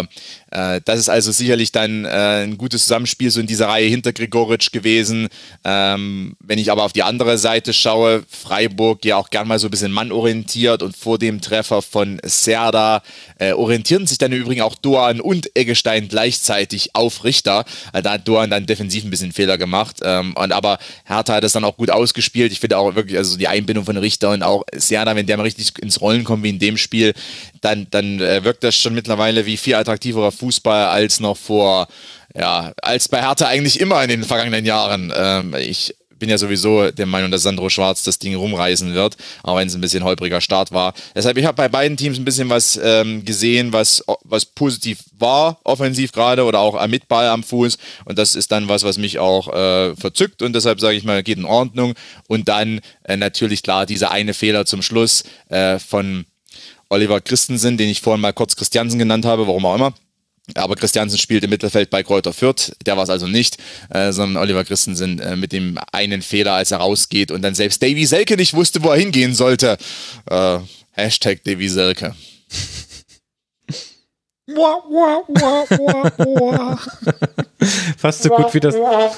Das ist also sicherlich dann ein gutes Zusammenspiel so in dieser Reihe hinter Gregoritsch gewesen. Wenn ich aber auf die andere Seite schaue, Freiburg ja auch gern mal so ein bisschen mannorientiert und vor dem Treffer von Serdar orientierten sich dann im Übrigen auch Doan und Eggestein gleichzeitig auf Richter. Da hat Doan dann defensiv ein bisschen Fehler gemacht. Aber Hertha hat das dann auch gut ausgespielt. Ich finde auch wirklich, also die Einbindung von Richter und auch Serdar, wenn der mal richtig ins Rollen kommt wie in dem Spiel, dann wirkt das schon mittlerweile wie viel attraktiverer Fußball als noch als bei Hertha eigentlich immer in den vergangenen Jahren. Ich bin ja sowieso der Meinung, dass Sandro Schwarz das Ding rumreißen wird, auch wenn es ein bisschen holpriger Start war. Deshalb, ich habe bei beiden Teams ein bisschen was gesehen, was positiv war, offensiv gerade oder auch mit Ball am Fuß, und das ist dann was mich auch verzückt, und deshalb sage ich mal, geht in Ordnung. Und dann natürlich klar dieser eine Fehler zum Schluss von Oliver Christensen, den ich vorhin mal kurz Christiansen genannt habe, warum auch immer. Aber Christiansen spielt im Mittelfeld bei Greuther Fürth, der war es also nicht, sondern Oliver Christensen mit dem einen Fehler, als er rausgeht und dann selbst Davy Selke nicht wusste, wo er hingehen sollte. Hashtag Davy Selke. Fast so gut wie das.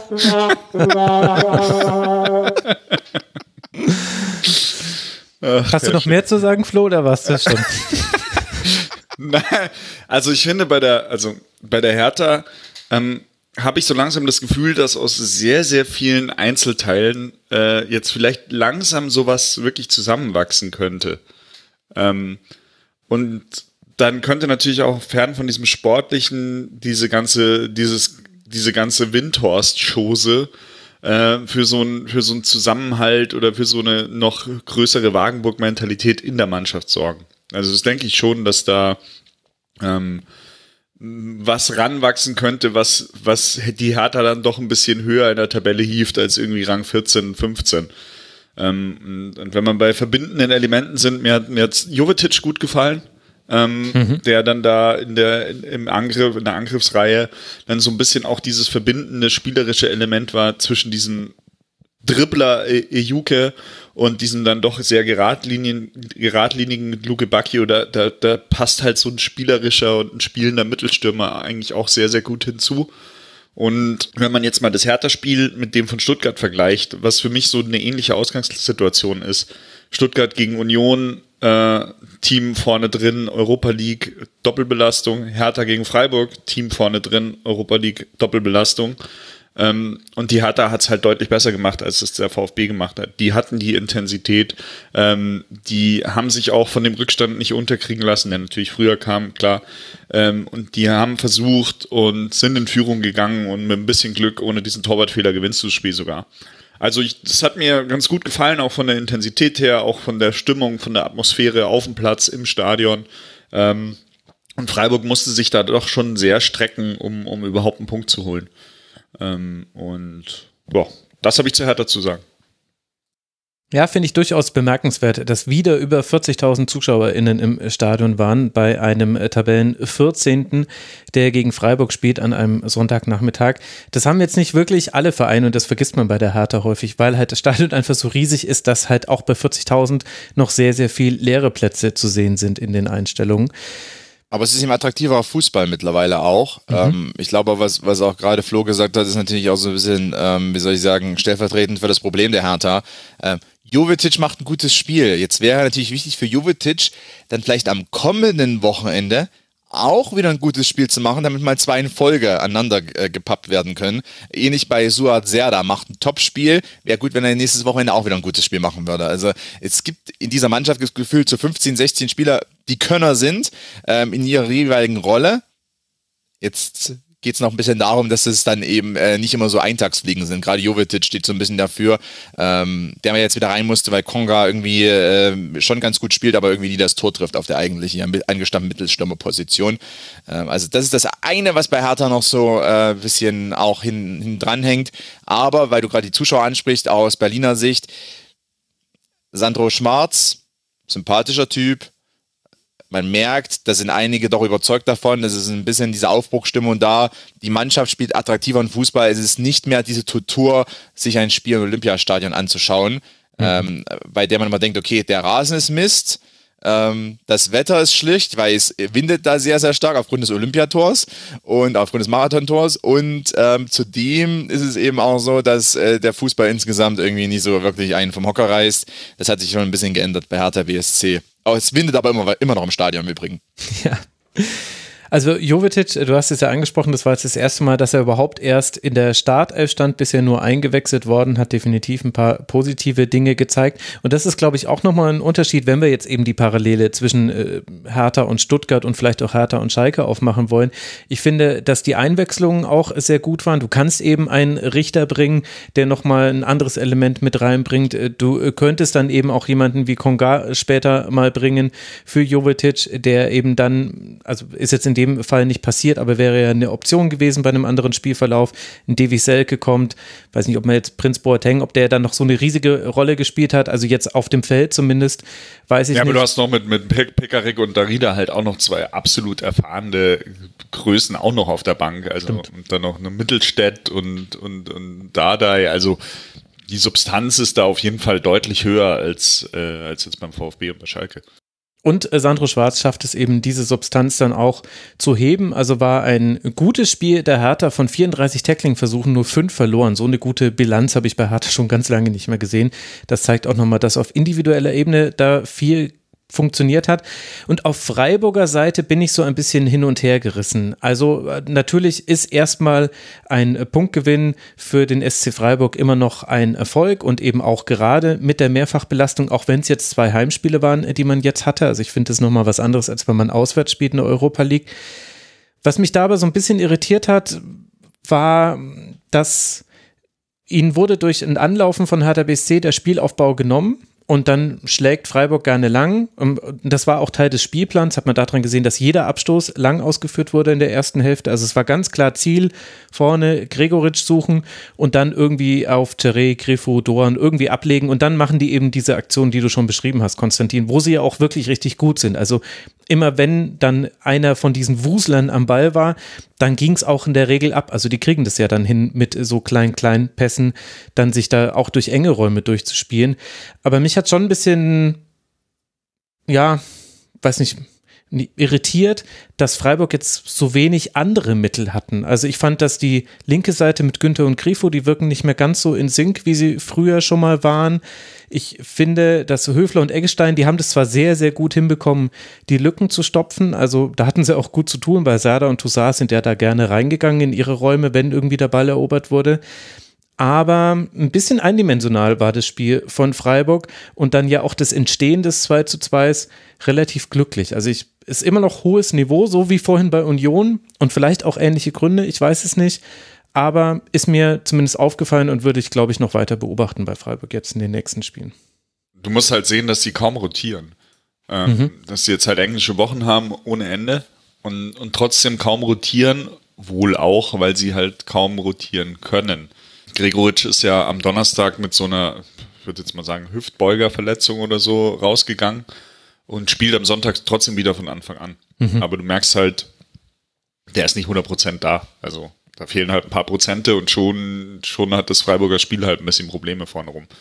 Hast du noch mehr zu sagen, Flo, oder war's das schon? Nein, also ich finde bei der Hertha habe ich so langsam das Gefühl, dass aus sehr, sehr vielen Einzelteilen jetzt vielleicht langsam sowas wirklich zusammenwachsen könnte. Und dann könnte natürlich auch fern von diesem Sportlichen diese ganze Windhorst-Chose für so einen Zusammenhalt oder für so eine noch größere Wagenburg-Mentalität in der Mannschaft sorgen. Also das denke ich schon, dass da was ranwachsen könnte, was die Hertha dann doch ein bisschen höher in der Tabelle hieft als irgendwie Rang 14, 15. Und wenn man bei verbindenden Elementen sind, mir hat Jovetic gut gefallen, der dann da in der Angriffsreihe dann so ein bisschen auch dieses verbindende spielerische Element war zwischen diesem Dribbler Ejuke und diesem dann doch sehr geradlinigen Luke Bacchio. Da passt halt so ein spielerischer und ein spielender Mittelstürmer eigentlich auch sehr, sehr gut hinzu. Und wenn man jetzt mal das Hertha-Spiel mit dem von Stuttgart vergleicht, was für mich so eine ähnliche Ausgangssituation ist, Stuttgart gegen Union, Team vorne drin, Europa League, Doppelbelastung, Hertha gegen Freiburg, Team vorne drin, Europa League, Doppelbelastung. Und die Hertha hat es halt deutlich besser gemacht, als es der VfB gemacht hat. Die hatten die Intensität, die haben sich auch von dem Rückstand nicht unterkriegen lassen, der natürlich früher kam, klar. Und die haben versucht und sind in Führung gegangen und mit ein bisschen Glück, ohne diesen Torwartfehler, gewinnst du das Spiel sogar. Also das hat mir ganz gut gefallen, auch von der Intensität her, auch von der Stimmung, von der Atmosphäre auf dem Platz, im Stadion. Und Freiburg musste sich da doch schon sehr strecken, um überhaupt einen Punkt zu holen. Und ja, das habe ich zu Hertha zu sagen. Ja, finde ich durchaus bemerkenswert, dass wieder über 40.000 ZuschauerInnen im Stadion waren bei einem Tabellen 14., der gegen Freiburg spielt an einem Sonntagnachmittag. Das haben jetzt nicht wirklich alle Vereine, und das vergisst man bei der Hertha häufig, weil halt das Stadion einfach so riesig ist, dass halt auch bei 40.000 noch sehr, sehr viel leere Plätze zu sehen sind in den Einstellungen. Aber es ist eben attraktiver Fußball mittlerweile auch. Ich glaube, was auch gerade Flo gesagt hat, ist natürlich auch so ein bisschen, stellvertretend für das Problem der Hertha. Jovetic macht ein gutes Spiel. Jetzt wäre natürlich wichtig für Jovetic, dann vielleicht am kommenden Wochenende auch wieder ein gutes Spiel zu machen, damit mal 2 in Folge aneinander gepappt werden können. Ähnlich bei Suat Serdar, macht ein Top-Spiel. Wäre gut, wenn er nächstes Wochenende auch wieder ein gutes Spiel machen würde. Also es gibt in dieser Mannschaft das Gefühl, zu 15, 16 Spieler, die Könner sind, in ihrer jeweiligen Rolle. Jetzt geht es noch ein bisschen darum, dass es dann eben nicht immer so Eintagsfliegen sind. Gerade Jovetic steht so ein bisschen dafür, der jetzt wieder rein musste, weil Konga irgendwie schon ganz gut spielt, aber irgendwie nie das Tor trifft auf der eigentlichen angestammten Mittelstürmerposition. Also das ist das eine, was bei Hertha noch so ein bisschen auch hin dran hängt. Aber, weil du gerade die Zuschauer ansprichst, aus Berliner Sicht, Sandro Schwarz, sympathischer Typ. Man merkt, da sind einige doch überzeugt davon, es ist ein bisschen diese Aufbruchsstimmung da. Die Mannschaft spielt attraktiver in Fußball. Es ist nicht mehr diese Tortur, sich ein Spiel im Olympiastadion anzuschauen, bei der man immer denkt, okay, der Rasen ist Mist, Das Wetter ist schlicht, weil es windet da sehr, sehr stark aufgrund des Olympiators und aufgrund des Marathontors. Und zudem ist es eben auch so, dass der Fußball insgesamt irgendwie nicht so wirklich einen vom Hocker reißt. Das hat sich schon ein bisschen geändert bei Hertha BSC. Oh, es windet aber immer noch im Stadion im Übrigen. Ja. Also Jovetic, du hast es ja angesprochen, das war jetzt das erste Mal, dass er überhaupt erst in der Startelf stand, bisher nur eingewechselt worden, hat definitiv ein paar positive Dinge gezeigt und das ist, glaube ich, auch nochmal ein Unterschied, wenn wir jetzt eben die Parallele zwischen Hertha und Stuttgart und vielleicht auch Hertha und Schalke aufmachen wollen. Ich finde, dass die Einwechslungen auch sehr gut waren. Du kannst eben einen Richter bringen, der nochmal ein anderes Element mit reinbringt. Du könntest dann eben auch jemanden wie Konga später mal bringen für Jovetic, der eben dann, also ist jetzt in dem Fall nicht passiert, aber wäre ja eine Option gewesen bei einem anderen Spielverlauf. Ein Davy Selke kommt, weiß nicht, ob man jetzt Prince Boateng, ob der dann noch so eine riesige Rolle gespielt hat, also jetzt auf dem Feld zumindest, weiß ich nicht. Ja, aber du hast noch mit Pekarik und Darida halt auch noch zwei absolut erfahrene Größen auch noch auf der Bank, also und dann noch eine Mittelstädt und Dardai, also die Substanz ist da auf jeden Fall deutlich höher als jetzt beim VfB und bei Schalke. Und Sandro Schwarz schafft es eben, diese Substanz dann auch zu heben. Also war ein gutes Spiel der Hertha, von 34 Tackling-Versuchen nur 5 verloren. So eine gute Bilanz habe ich bei Hertha schon ganz lange nicht mehr gesehen. Das zeigt auch nochmal, dass auf individueller Ebene da viel funktioniert hat. Und auf Freiburger Seite bin ich so ein bisschen hin und her gerissen. Also natürlich ist erstmal ein Punktgewinn für den SC Freiburg immer noch ein Erfolg und eben auch gerade mit der Mehrfachbelastung, auch wenn es jetzt 2 Heimspiele waren, die man jetzt hatte. Also ich finde das nochmal was anderes, als wenn man auswärts spielt in der Europa League. Was mich dabei so ein bisschen irritiert hat, war, dass ihnen wurde durch ein Anlaufen von Hertha BSC der Spielaufbau genommen. Und dann schlägt Freiburg gerne lang. Und das war auch Teil des Spielplans. Hat man daran gesehen, dass jeder Abstoß lang ausgeführt wurde in der ersten Hälfte. Also es war ganz klar Ziel, vorne Gregoritsch suchen und dann irgendwie auf Tere, Grifo, Doan irgendwie ablegen. Und dann machen die eben diese Aktion, die du schon beschrieben hast, Konstantin, wo sie ja auch wirklich richtig gut sind. Also immer wenn dann einer von diesen Wuslern am Ball war, dann ging es auch in der Regel ab. Also die kriegen das ja dann hin, mit so kleinen Pässen dann sich da auch durch enge Räume durchzuspielen. Aber mich hat schon ein bisschen, ja, weiß nicht, irritiert, dass Freiburg jetzt so wenig andere Mittel hatten. Also ich fand, dass die linke Seite mit Günther und Grifo, die wirken nicht mehr ganz so in Sync, wie sie früher schon mal waren. Ich finde, dass Höfler und Eggestein, die haben das zwar sehr, sehr gut hinbekommen, die Lücken zu stopfen. Also da hatten sie auch gut zu tun, weil Serdar und Toussaint sind ja da gerne reingegangen in ihre Räume, wenn irgendwie der Ball erobert wurde. Aber ein bisschen eindimensional war das Spiel von Freiburg und dann ja auch das Entstehen des 2:2 relativ glücklich. Also ist immer noch hohes Niveau, so wie vorhin bei Union und vielleicht auch ähnliche Gründe, ich weiß es nicht, aber ist mir zumindest aufgefallen und würde ich, glaube ich, noch weiter beobachten bei Freiburg jetzt in den nächsten Spielen. Du musst halt sehen, dass die kaum rotieren. Dass sie jetzt halt englische Wochen haben ohne Ende und trotzdem kaum rotieren, wohl auch, weil sie halt kaum rotieren können. Gregoritsch ist ja am Donnerstag mit so einer, ich würde jetzt mal sagen, Hüftbeugerverletzung oder so rausgegangen und spielt am Sonntag trotzdem wieder von Anfang an. Aber du merkst halt, der ist nicht 100% da. Also da fehlen halt ein paar Prozente und schon hat das Freiburger Spiel halt ein bisschen Probleme vorne rum.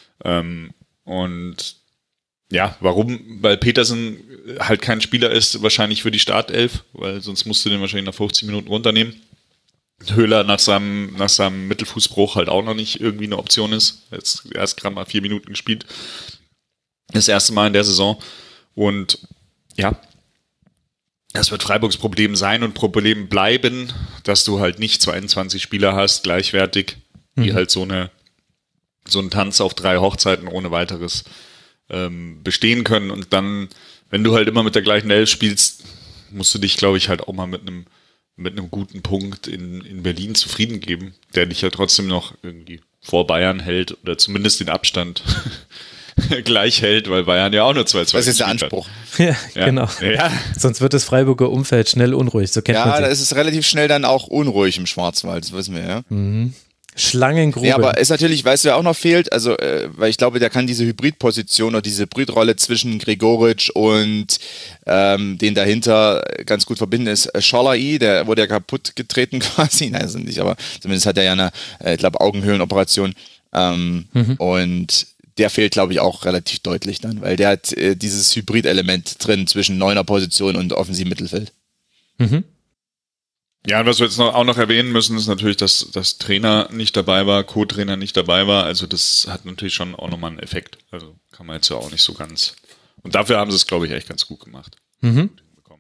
Und ja, warum? Weil Petersen halt kein Spieler ist, wahrscheinlich für die Startelf, weil sonst musst du den wahrscheinlich nach 50 Minuten runternehmen. Höhler nach seinem Mittelfußbruch halt auch noch nicht irgendwie eine Option ist. Jetzt erst gerade mal 4 Minuten gespielt. Das erste Mal in der Saison. Und ja, das wird Freiburgs Problem sein und Problem bleiben, dass du halt nicht 22 Spieler hast, gleichwertig, die halt so einen Tanz auf 3 Hochzeiten ohne weiteres bestehen können. Und dann, wenn du halt immer mit der gleichen Elf spielst, musst du dich, glaube ich, halt auch mal mit einem guten Punkt in Berlin zufrieden geben, der dich ja trotzdem noch irgendwie vor Bayern hält oder zumindest den Abstand gleich hält, weil Bayern ja auch nur 2-2 Das ist der Anspruch. Ja, genau. Ja. Sonst wird das Freiburger Umfeld schnell unruhig, so kennt man sich. Ja, da ist es relativ schnell dann auch unruhig im Schwarzwald, das wissen wir, ja. Schlangengrube. Ja, aber ist natürlich, weißt du, wer auch noch fehlt, also, weil ich glaube, der kann diese Hybridposition oder diese Hybridrolle zwischen Gregoritsch und den dahinter ganz gut verbinden, ist Scholai, der wurde ja kaputt getreten quasi, nein, also nicht, aber zumindest hat er ja eine, ich glaube, Augenhöhlenoperation und der fehlt, glaube ich, auch relativ deutlich dann, weil der hat dieses Hybrid-Element drin zwischen Neuner-Position und offensivem Mittelfeld. Mhm. Ja, und was wir jetzt auch noch erwähnen müssen, ist natürlich, dass das Trainer nicht dabei war, Co-Trainer nicht dabei war. Also das hat natürlich schon auch nochmal einen Effekt. Also kann man jetzt ja auch nicht so ganz. Und dafür haben sie es, glaube ich, echt ganz gut gemacht. Mhm.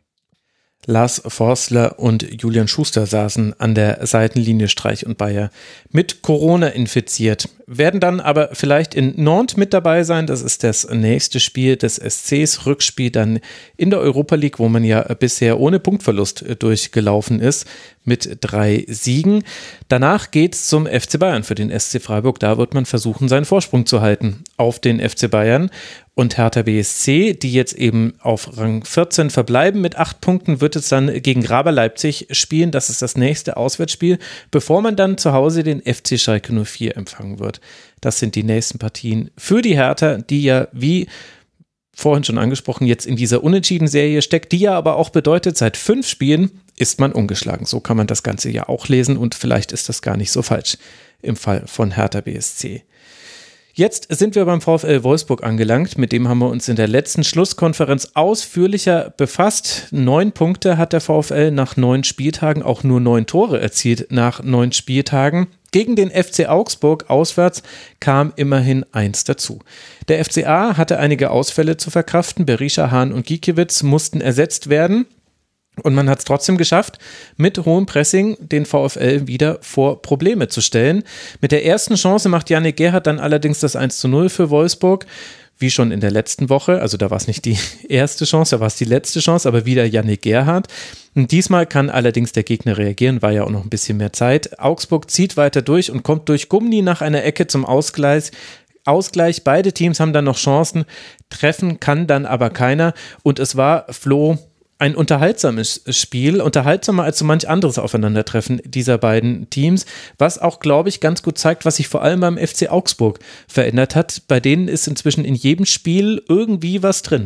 Lars Forstler und Julian Schuster saßen an der Seitenlinie, Streich und Bayer mit Corona infiziert, werden dann aber vielleicht in Nantes mit dabei sein. Das ist das nächste Spiel des SCs, Rückspiel dann in der Europa League, wo man ja bisher ohne Punktverlust durchgelaufen ist mit 3 Siegen. Danach geht's zum FC Bayern für den SC Freiburg. Da wird man versuchen, seinen Vorsprung zu halten auf den FC Bayern. Und Hertha BSC, die jetzt eben auf Rang 14 verbleiben mit 8 Punkten, wird es dann gegen Raber Leipzig spielen. Das ist das nächste Auswärtsspiel, bevor man dann zu Hause den FC Schalke 04 empfangen wird. Das sind die nächsten Partien für die Hertha, die ja, wie vorhin schon angesprochen, jetzt in dieser Unentschieden-Serie steckt, die ja aber auch bedeutet, seit 5 Spielen ist man ungeschlagen. So kann man das Ganze ja auch lesen und vielleicht ist das gar nicht so falsch im Fall von Hertha BSC. Jetzt sind wir beim VfL Wolfsburg angelangt, mit dem haben wir uns in der letzten Schlusskonferenz ausführlicher befasst. 9 Punkte hat der VfL nach 9 Spieltagen, auch nur 9 Tore erzielt nach 9 Spieltagen. Gegen den FC Augsburg auswärts kam immerhin 1 dazu. Der FCA hatte einige Ausfälle zu verkraften, Berisha, Hahn und Gikiewicz mussten ersetzt werden. Und man hat es trotzdem geschafft, mit hohem Pressing den VfL wieder vor Probleme zu stellen. Mit der ersten Chance macht Yannick Gerhardt dann allerdings das 1:0 für Wolfsburg, wie schon in der letzten Woche. Also da war es nicht die erste Chance, da war es die letzte Chance, aber wieder Yannick Gerhardt. Und diesmal kann allerdings der Gegner reagieren, war ja auch noch ein bisschen mehr Zeit. Augsburg zieht weiter durch und kommt durch Gumni nach einer Ecke zum Ausgleich. Beide Teams haben dann noch Chancen, treffen kann dann aber keiner. Und es war, Flo, ein unterhaltsames Spiel, unterhaltsamer als so manch anderes Aufeinandertreffen dieser beiden Teams, was auch, glaube ich, ganz gut zeigt, was sich vor allem beim FC Augsburg verändert hat. Bei denen ist inzwischen in jedem Spiel irgendwie was drin.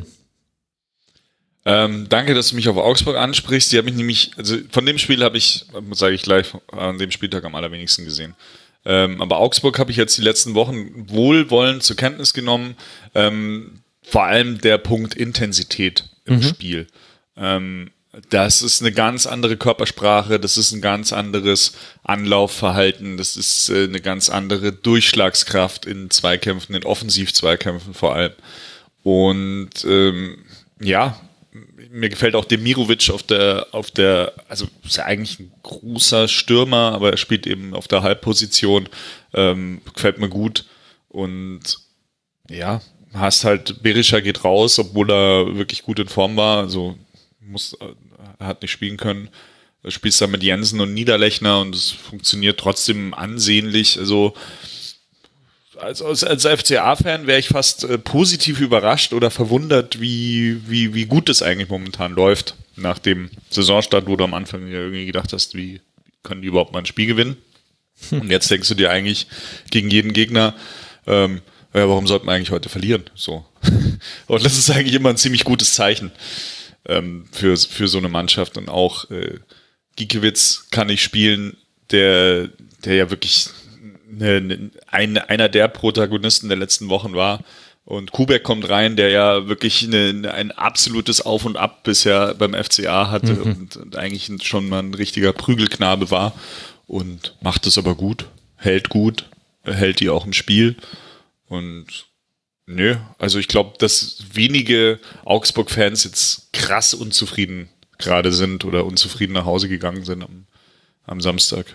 Danke, dass du mich auf Augsburg ansprichst. Die habe ich nämlich, also von dem Spiel habe ich, sage ich gleich, an dem Spieltag am allerwenigsten gesehen. Aber Augsburg habe ich jetzt die letzten Wochen wohlwollend zur Kenntnis genommen. Vor allem der Punkt Intensität im Spiel. Das ist eine ganz andere Körpersprache, das ist ein ganz anderes Anlaufverhalten, das ist eine ganz andere Durchschlagskraft in Zweikämpfen, in Offensiv-Zweikämpfen vor allem. Und ja, mir gefällt auch Demirovic auf der, also ist ja eigentlich ein großer Stürmer, aber er spielt eben auf der Halbposition, gefällt mir gut. Und ja, hast halt, Berisha geht raus, obwohl er wirklich gut in Form war, also hat nicht spielen können. Du spielst da mit Jensen und Niederlechner und es funktioniert trotzdem ansehnlich. Also als FCA-Fan wäre ich fast positiv überrascht oder verwundert, wie gut das eigentlich momentan läuft. Nach dem Saisonstart, wo du am Anfang ja irgendwie gedacht hast, wie können die überhaupt mal ein Spiel gewinnen? Und jetzt denkst du dir eigentlich gegen jeden Gegner, ja, warum sollten wir eigentlich heute verlieren? So. Und das ist eigentlich immer ein ziemlich gutes Zeichen für so eine Mannschaft. Und auch Gikiewicz kann nicht spielen, der ja wirklich einer der Protagonisten der letzten Wochen war. Und Kubek kommt rein, der ja wirklich ein absolutes Auf und Ab bisher beim FCA hatte und eigentlich schon mal ein richtiger Prügelknabe war und macht es aber gut, hält die auch im Spiel. Und nö, also ich glaube, dass wenige Augsburg-Fans jetzt krass unzufrieden gerade sind oder unzufrieden nach Hause gegangen sind am Samstag.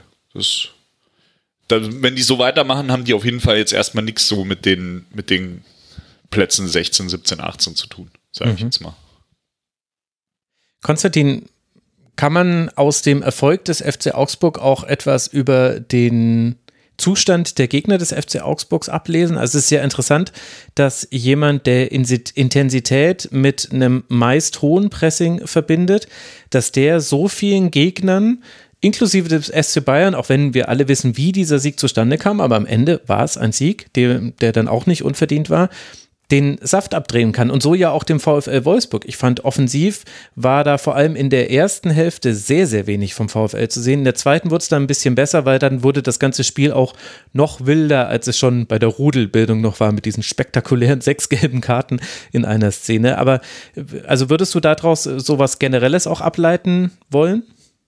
Wenn die so weitermachen, haben die auf jeden Fall jetzt erstmal nichts so mit den Plätzen 16, 17, 18 zu tun, sage ich jetzt mal. Konstantin, kann man aus dem Erfolg des FC Augsburg auch etwas über den Zustand der Gegner des FC Augsburgs ablesen? Also es ist ja interessant, dass jemand, der Intensität mit einem meist hohen Pressing verbindet, dass der so vielen Gegnern inklusive des SC Bayern, auch wenn wir alle wissen, wie dieser Sieg zustande kam, aber am Ende war es ein Sieg, der dann auch nicht unverdient war, den Saft abdrehen kann und so ja auch dem VfL Wolfsburg. Ich fand, offensiv war da vor allem in der ersten Hälfte sehr, sehr wenig vom VfL zu sehen. In der zweiten wurde es dann ein bisschen besser, weil dann wurde das ganze Spiel auch noch wilder, als es schon bei der Rudelbildung noch war mit diesen spektakulären 6 gelben Karten in einer Szene. Aber also würdest du daraus sowas Generelles auch ableiten wollen?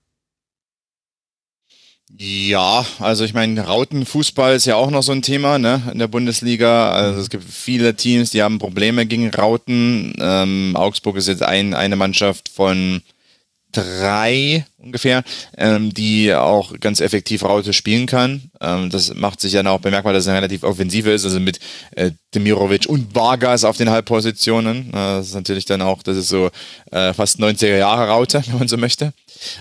Ja, also ich meine, Rautenfußball ist ja auch noch so ein Thema, ne, in der Bundesliga. Also es gibt viele Teams, die haben Probleme gegen Rauten. Augsburg ist jetzt eine Mannschaft von 3 ungefähr, die auch ganz effektiv Raute spielen kann. Das macht sich ja auch bemerkbar, dass es eine relativ offensive ist, also mit Demirovic und Vargas auf den Halbpositionen. Das ist natürlich dann auch, das ist so fast 90er Jahre Raute, wenn man so möchte.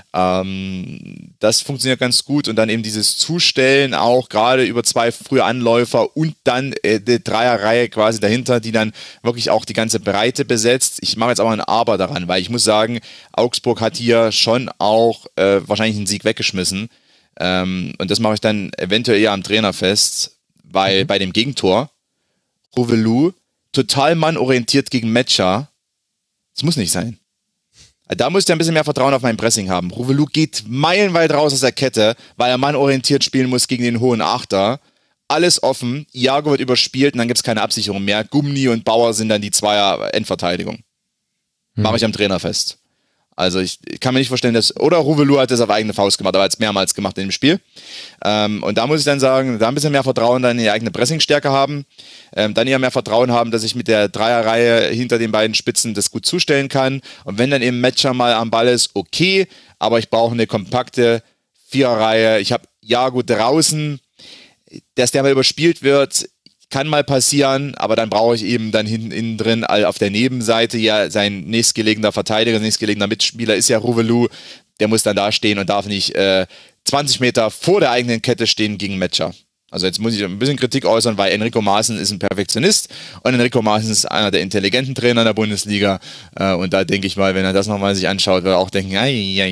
Das funktioniert ganz gut und dann eben dieses Zustellen auch gerade über 2 frühe Anläufer und dann die Dreierreihe quasi dahinter, die dann wirklich auch die ganze Breite besetzt. Ich mache jetzt aber ein Aber daran, weil ich muss sagen, Augsburg hat hier schon auch wahrscheinlich einen Sieg weggeschmissen und das mache ich dann eventuell eher am Trainer fest, weil bei dem Gegentor Rovelu total mannorientiert gegen Metscher, das muss nicht sein. Da muss ich ein bisschen mehr Vertrauen auf mein Pressing haben. Rovelu geht meilenweit raus aus der Kette, weil er mannorientiert spielen muss gegen den hohen Achter. Alles offen, Iago wird überspielt und dann gibt es keine Absicherung mehr. Gumni und Bauer sind dann die Zweier-Endverteidigung. Mache ich am Trainer fest. Also ich kann mir nicht vorstellen, dass, oder Rovelu hat das auf eigene Faust gemacht, aber hat es mehrmals gemacht in dem Spiel. Und da muss ich dann sagen, da ein bisschen mehr Vertrauen dann in die eigene Pressingstärke haben, dann eher mehr Vertrauen haben, dass ich mit der Dreierreihe hinter den beiden Spitzen das gut zustellen kann. Und wenn dann eben Metscher mal am Ball ist, okay, aber ich brauche eine kompakte Viererreihe. Ich habe Iago draußen, dass der mal überspielt wird, kann mal passieren, aber dann brauche ich eben dann innen drin auf der Nebenseite ja sein nächstgelegener Verteidiger, nächstgelegener Mitspieler ist ja Rovelu, der muss dann da stehen und darf nicht 20 Meter vor der eigenen Kette stehen gegen Metscher. Also jetzt muss ich ein bisschen Kritik äußern, weil Enrico Maaßen ist ein Perfektionist und Enrico Maaßen ist einer der intelligenten Trainer in der Bundesliga und da denke ich mal, wenn er das nochmal sich anschaut, wird er auch denken,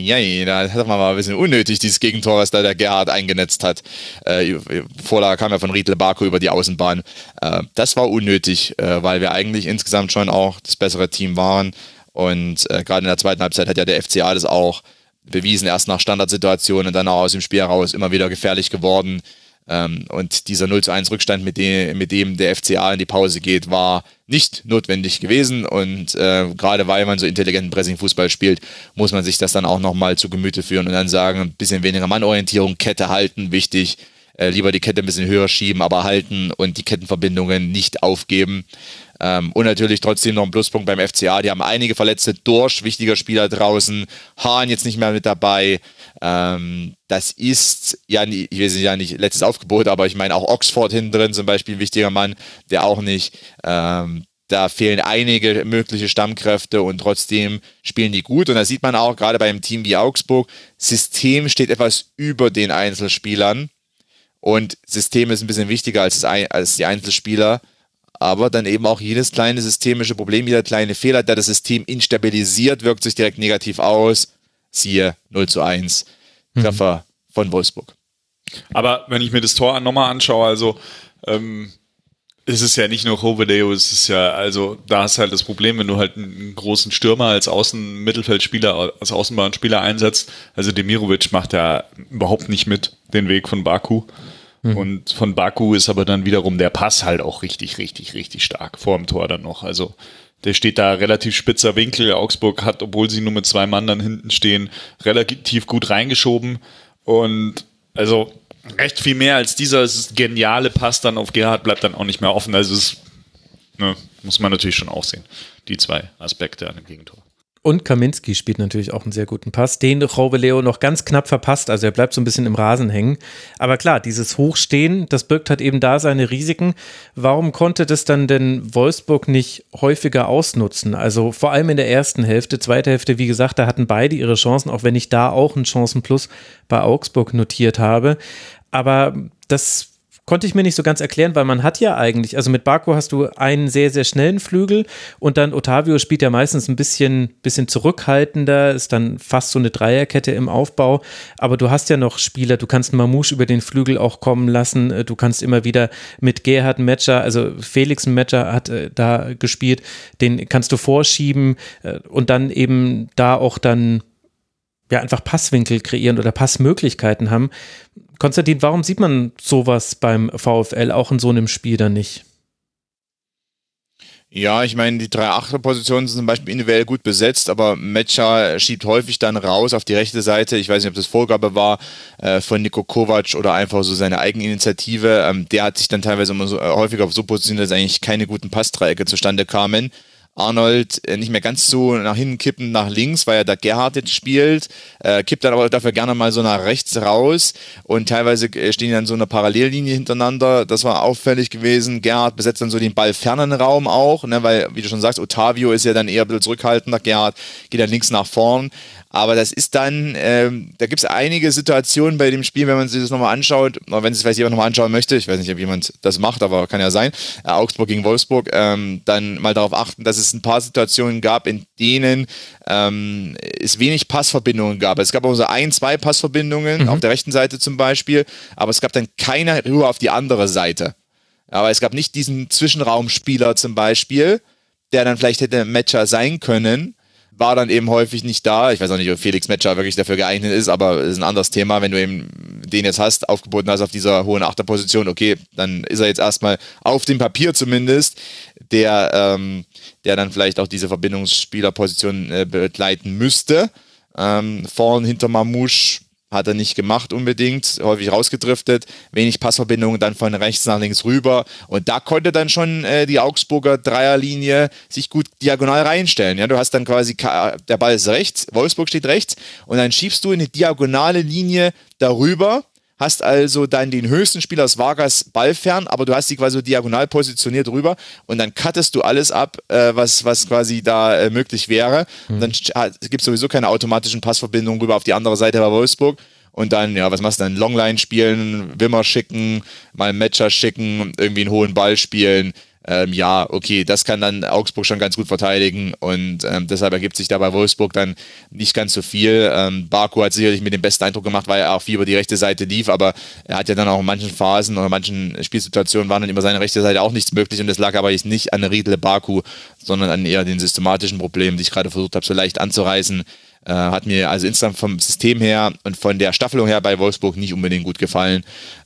da hat man mal ein bisschen unnötig dieses Gegentor, was da der Gerhard eingenetzt hat. Vorlage kam ja von Riedle Baku über die Außenbahn. Das war unnötig, weil wir eigentlich insgesamt schon auch das bessere Team waren und gerade in der zweiten Halbzeit hat ja der FCA das auch bewiesen, erst nach Standardsituationen und dann auch aus dem Spiel heraus immer wieder gefährlich geworden. Und dieser 0:1 Rückstand, mit dem der FCA in die Pause geht, war nicht notwendig gewesen und gerade weil man so intelligenten Pressing-Fußball spielt, muss man sich das dann auch nochmal zu Gemüte führen und dann sagen, ein bisschen weniger Mannorientierung, Kette halten, wichtig, lieber die Kette ein bisschen höher schieben, aber halten und die Kettenverbindungen nicht aufgeben. Und natürlich trotzdem noch ein Pluspunkt beim FCA, die haben einige Verletzte durch, wichtiger Spieler draußen, Hahn jetzt nicht mehr mit dabei, das ist ja, ich weiß ja nicht letztes Aufgebot, aber ich meine auch Oxford hinten drin zum Beispiel, ein wichtiger Mann, der auch nicht, da fehlen einige mögliche Stammkräfte und trotzdem spielen die gut und da sieht man auch gerade bei einem Team wie Augsburg, System steht etwas über den Einzelspielern und System ist ein bisschen wichtiger als die Einzelspieler. Aber dann eben auch jedes kleine systemische Problem, jeder kleine Fehler, der das System instabilisiert, wirkt sich direkt negativ aus. Siehe 0:1, Treffer von Wolfsburg. Aber wenn ich mir das Tor nochmal anschaue, also es ist ja nicht nur Rovelu, es ist ja, also da hast du halt das Problem, wenn du halt einen großen Stürmer als Außenmittelfeldspieler, als Außenbahnspieler einsetzt. Also Demirovic macht ja überhaupt nicht mit den Weg von Baku. Und von Baku ist aber dann wiederum der Pass halt auch richtig, richtig, richtig stark vor dem Tor dann noch. Also der steht da relativ spitzer Winkel. Augsburg hat, obwohl sie nur mit 2 Mann dann hinten stehen, relativ gut reingeschoben. Und also recht viel mehr als dieser geniale Pass dann auf Gerhard bleibt dann auch nicht mehr offen. Also es muss man natürlich schon auch sehen, die 2 Aspekte an dem Gegentor. Und Kaminski spielt natürlich auch einen sehr guten Pass, den Rovelu noch ganz knapp verpasst, also er bleibt so ein bisschen im Rasen hängen. Aber klar, dieses Hochstehen, das birgt halt eben da seine Risiken. Warum konnte das dann denn Wolfsburg nicht häufiger ausnutzen? Also vor allem in der ersten Hälfte, zweite Hälfte, wie gesagt, da hatten beide ihre Chancen, auch wenn ich da auch einen Chancenplus bei Augsburg notiert habe. Aber das konnte ich mir nicht so ganz erklären, weil man hat ja eigentlich, also mit Baku hast du einen sehr, sehr schnellen Flügel und dann Otavio spielt ja meistens ein bisschen zurückhaltender, ist dann fast so eine Dreierkette im Aufbau, aber du hast ja noch Spieler, du kannst Mamouche über den Flügel auch kommen lassen, du kannst immer wieder mit Gerhard Metscher, also Felix Metscher hat da gespielt, den kannst du vorschieben und dann eben da auch dann ja einfach Passwinkel kreieren oder Passmöglichkeiten haben. Konstantin, warum sieht man sowas beim VfL auch in so einem Spiel dann nicht? Ja, ich meine, die 3-8er-Positionen sind zum Beispiel individuell gut besetzt, aber Metscher schiebt häufig dann raus auf die rechte Seite. Ich weiß nicht, ob das Vorgabe war von Niko Kovac oder einfach so seine Eigeninitiative. Der hat sich dann teilweise immer so, häufiger so positioniert, dass eigentlich keine guten Passdreiecke zustande kamen. Arnold nicht mehr ganz so nach hinten kippen, nach links, weil er da Gerhard jetzt spielt, kippt dann aber dafür gerne mal so nach rechts raus und teilweise stehen dann so eine Parallellinie hintereinander, das war auffällig gewesen. Gerhard besetzt dann so den ballfernen Raum auch, ne, weil, wie du schon sagst, Otavio ist ja dann eher ein bisschen zurückhaltender, Gerhard geht dann links nach vorn. Aber das ist dann, da gibt es einige Situationen bei dem Spiel, wenn man sich das nochmal anschaut, oder wenn es vielleicht jemand nochmal anschauen möchte, ich weiß nicht, ob jemand das macht, aber kann ja sein, Augsburg gegen Wolfsburg, dann mal darauf achten, dass es ein paar Situationen gab, in denen es wenig Passverbindungen gab. Es gab auch so 1-2 Passverbindungen, auf der rechten Seite zum Beispiel, aber es gab dann keine Ruhe auf die andere Seite. Aber es gab nicht diesen Zwischenraumspieler zum Beispiel, der dann vielleicht hätte Metscher sein können, war dann eben häufig nicht da. Ich weiß auch nicht, ob Felix Metscher wirklich dafür geeignet ist, aber das ist ein anderes Thema. Wenn du eben den jetzt hast, aufgeboten hast auf dieser hohen Achterposition, okay, dann ist er jetzt erstmal auf dem Papier zumindest, der dann vielleicht auch diese Verbindungsspielerposition begleiten müsste. Vorn hinter Mamouche hat er nicht gemacht unbedingt, häufig rausgedriftet, wenig Passverbindungen dann von rechts nach links rüber und da konnte dann schon die Augsburger Dreierlinie sich gut diagonal reinstellen. Ja, du hast dann quasi, der Ball ist rechts, Wolfsburg steht rechts und dann schiebst du eine diagonale Linie darüber, hast also dann den höchsten Spieler aus Vargas ballfern, aber du hast sie quasi diagonal positioniert rüber und dann cuttest du alles ab, was quasi da möglich wäre. Und dann gibt es sowieso keine automatischen Passverbindungen rüber auf die andere Seite bei Wolfsburg. Und dann, ja, was machst du dann? Longline spielen, Wimmer schicken, mal einen Matcher schicken, irgendwie einen hohen Ball spielen. Ja, okay, das kann dann Augsburg schon ganz gut verteidigen und deshalb ergibt sich da bei Wolfsburg dann nicht ganz so viel. Baku hat sicherlich mit dem besten Eindruck gemacht, weil er auch viel über die rechte Seite lief, aber er hat ja dann auch in manchen Phasen oder manchen Spielsituationen waren dann über seine rechte Seite auch nichts möglich und das lag aber jetzt nicht an Riedle Baku, sondern an eher den systematischen Problemen, die ich gerade versucht habe, so leicht anzureißen. Hat mir also insgesamt vom System her und von der Staffelung her bei Wolfsburg nicht unbedingt gut gefallen.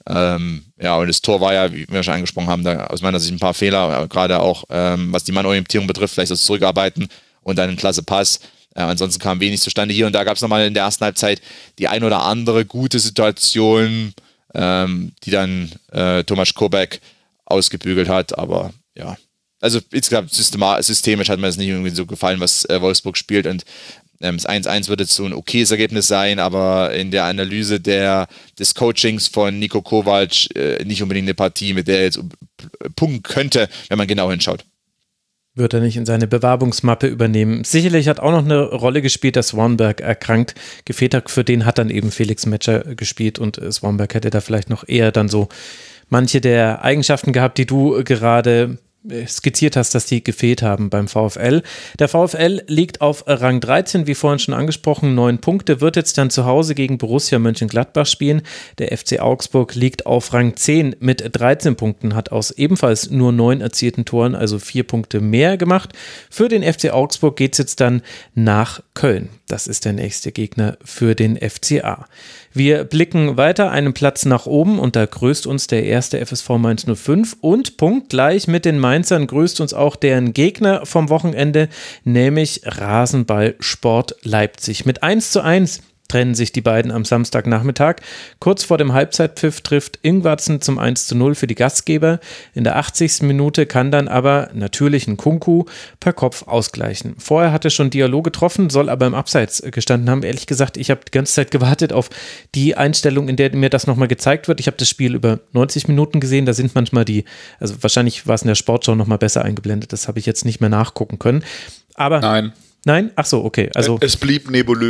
Ja, und das Tor war ja, wie wir schon angesprochen haben, da aus meiner Sicht ein paar Fehler, gerade auch was die Mannorientierung betrifft, vielleicht das Zurückarbeiten und dann ein klasse Pass. Ansonsten kam wenig zustande. Hier und da gab es nochmal in der ersten Halbzeit die ein oder andere gute Situation, die dann Tomasz Kobek ausgebügelt hat, aber ja. Also insgesamt systemisch hat mir das nicht irgendwie so gefallen, was Wolfsburg spielt und das 1-1 wird jetzt so ein okayes Ergebnis sein, aber in der Analyse des Coachings von Niko Kovac nicht unbedingt eine Partie, mit der er jetzt punkten könnte, wenn man genau hinschaut. Wird er nicht in seine Bewerbungsmappe übernehmen. Sicherlich hat auch noch eine Rolle gespielt, dass Swanberg erkrankt gefehlt hat. Für den hat dann eben Felix Metscher gespielt und Swanberg hätte da vielleicht noch eher dann so manche der Eigenschaften gehabt, die du gerade skizziert hast, dass die gefehlt haben beim VfL. Der VfL liegt auf Rang 13, wie vorhin schon angesprochen, 9 Punkte, wird jetzt dann zu Hause gegen Borussia Mönchengladbach spielen. Der FC Augsburg liegt auf Rang 10 mit 13 Punkten, hat aus ebenfalls nur 9 erzielten Toren, also 4 Punkte mehr gemacht. Für den FC Augsburg geht es jetzt dann nach Köln. Das ist der nächste Gegner für den FCA. Wir blicken weiter einen Platz nach oben und da grüßt uns der erste FSV Mainz 05 und punktgleich mit den Mainzern grüßt uns auch deren Gegner vom Wochenende, nämlich Rasenball Sport Leipzig. Mit 1:1 trennen sich die beiden am Samstagnachmittag. Kurz vor dem Halbzeitpfiff trifft Ingwarzen zum 1:0 für die Gastgeber. In der 80. Minute kann dann aber natürlich ein Nkunku per Kopf ausgleichen. Vorher hatte schon Diallo getroffen, soll aber im Abseits gestanden haben. Ehrlich gesagt, ich habe die ganze Zeit gewartet auf die Einstellung, in der mir das nochmal gezeigt wird. Ich habe das Spiel über 90 Minuten gesehen. Da sind manchmal also wahrscheinlich war es in der Sportschau nochmal besser eingeblendet. Das habe ich jetzt nicht mehr nachgucken können. Aber Nein? Ach so, okay. Also es blieb nebulös.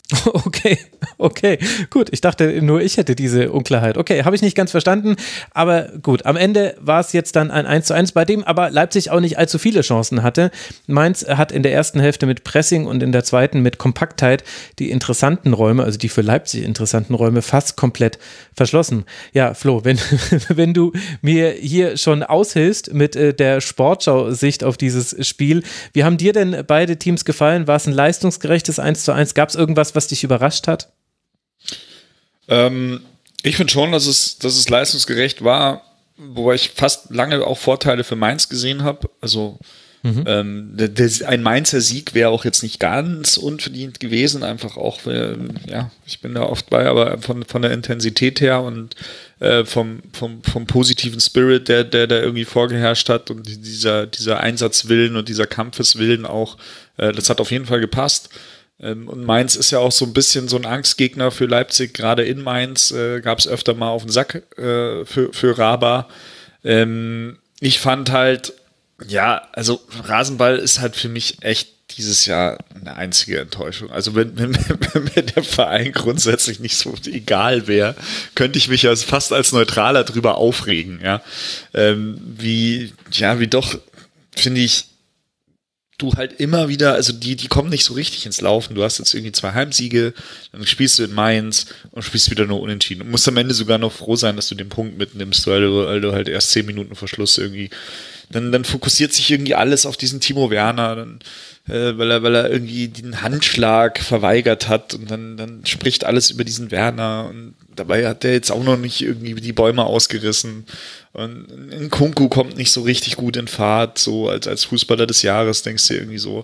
Okay, gut. Ich dachte, nur ich hätte diese Unklarheit. Okay, habe ich nicht ganz verstanden, aber gut. Am Ende war es jetzt dann ein 1:1, bei dem aber Leipzig auch nicht allzu viele Chancen hatte. Mainz hat in der ersten Hälfte mit Pressing und in der zweiten mit Kompaktheit die interessanten Räume, also die für Leipzig interessanten Räume, fast komplett verschlossen. Ja, Flo, wenn du mir hier schon aushilfst mit der Sportschau-Sicht auf dieses Spiel, wie haben dir denn beide Teams gefallen? War es ein leistungsgerechtes 1:1? Gab es irgendwas, was dich überrascht hat? Ich finde schon, dass es leistungsgerecht war, wobei ich fast lange auch Vorteile für Mainz gesehen habe. Also ein Mainzer Sieg wäre auch jetzt nicht ganz unverdient gewesen, einfach auch, ich bin da oft bei, aber von der Intensität her und vom positiven Spirit, der da irgendwie vorgeherrscht hat und dieser Einsatzwillen und dieser Kampfeswillen auch, das hat auf jeden Fall gepasst. Und Mainz ist ja auch so ein bisschen so ein Angstgegner für Leipzig, gerade in Mainz gab es öfter mal auf den Sack für Raba. Ich fand halt, also Rasenball ist halt für mich echt dieses Jahr eine einzige Enttäuschung. Also wenn mir der Verein grundsätzlich nicht so egal wäre, könnte ich mich ja fast als Neutraler drüber aufregen. Ja? Wie doch, finde ich, du halt immer wieder, also die kommen nicht so richtig ins Laufen. Du hast jetzt irgendwie 2 Heimsiege, dann spielst du in Mainz und spielst wieder nur unentschieden. Und musst am Ende sogar noch froh sein, dass du den Punkt mitnimmst, weil du halt erst 10 Minuten vor Schluss irgendwie, dann fokussiert sich irgendwie alles auf diesen Timo Werner, dann, weil er irgendwie den Handschlag verweigert hat und dann spricht alles über diesen Werner und dabei hat der jetzt auch noch nicht irgendwie die Bäume ausgerissen. Und Nkunku kommt nicht so richtig gut in Fahrt, so als Fußballer des Jahres denkst du irgendwie so,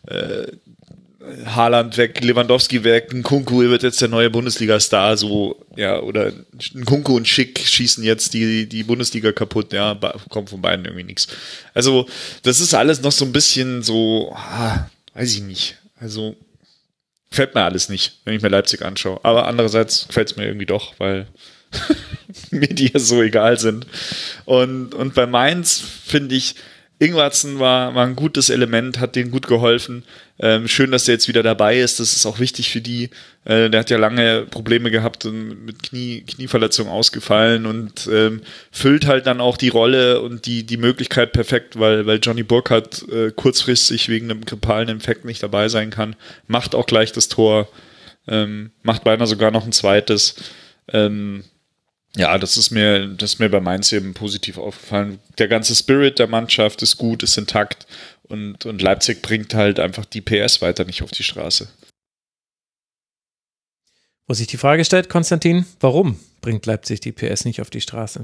Haaland weg, Lewandowski weg, Nkunku wird jetzt der neue Bundesliga-Star, so, ja, oder Nkunku und Schick schießen jetzt die Bundesliga kaputt, ja, kommt von beiden irgendwie nichts. Also, das ist alles noch so ein bisschen so, weiß ich nicht, also, gefällt mir alles nicht, wenn ich mir Leipzig anschaue, aber andererseits gefällt es mir irgendwie doch, weil mir die ja so egal sind. Und bei Mainz finde ich, Ingwertsen war ein gutes Element, hat denen gut geholfen. Schön, dass der jetzt wieder dabei ist, das ist auch wichtig für die. Der hat ja lange Probleme gehabt und mit Knieverletzung ausgefallen und füllt halt dann auch die Rolle und die Möglichkeit perfekt, weil Johnny Burkhardt kurzfristig wegen einem grippalen Infekt nicht dabei sein kann. Macht auch gleich das Tor, macht beinahe sogar noch ein zweites. Das ist mir bei Mainz eben positiv aufgefallen. Der ganze Spirit der Mannschaft ist gut, ist intakt und Leipzig bringt halt einfach die PS weiter nicht auf die Straße. Wo sich die Frage stellt, Konstantin, warum bringt Leipzig die PS nicht auf die Straße?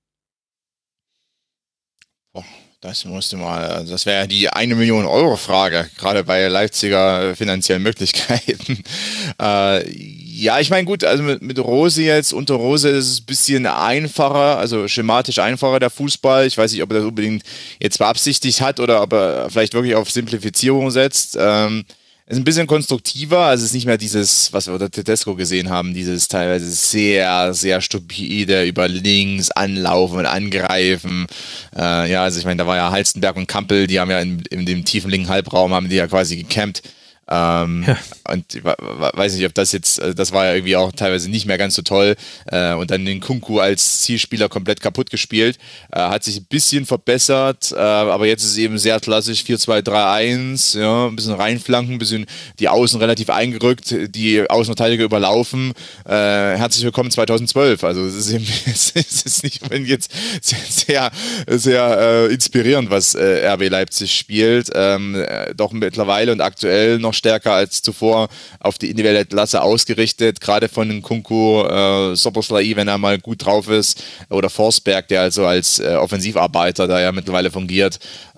Das wäre die 1 Million Euro Frage, gerade bei Leipziger finanziellen Möglichkeiten. Ich meine, gut, also mit Rose jetzt, unter Rose ist es ein bisschen einfacher, also schematisch einfacher der Fußball. Ich weiß nicht, ob er das unbedingt jetzt beabsichtigt hat oder ob er vielleicht wirklich auf Simplifizierung setzt. Ist ein bisschen konstruktiver, also es ist nicht mehr dieses, was wir unter Tedesco gesehen haben, dieses teilweise sehr, sehr stupide über links anlaufen und angreifen. Also ich meine, da war ja Halstenberg und Kampel, die haben ja in dem tiefen linken Halbraum, haben die ja quasi gecampt. Und ich weiß nicht, ob das jetzt, das war ja irgendwie auch teilweise nicht mehr ganz so toll. Und dann den Nkunku als Zielspieler komplett kaputt gespielt. Hat sich ein bisschen verbessert, aber jetzt ist es eben sehr klassisch 4-2-3-1, ja, ein bisschen reinflanken, ein bisschen die Außen relativ eingerückt, die Außenverteidiger überlaufen. Herzlich willkommen 2012. Also es ist nicht unbedingt jetzt sehr, sehr inspirierend, was RB Leipzig spielt. Doch mittlerweile und aktuell noch stärker als zuvor auf die individuelle Klasse ausgerichtet, gerade von Nkunku, Szoboszlai, wenn er mal gut drauf ist, oder Forsberg, der also als Offensivarbeiter da ja mittlerweile fungiert.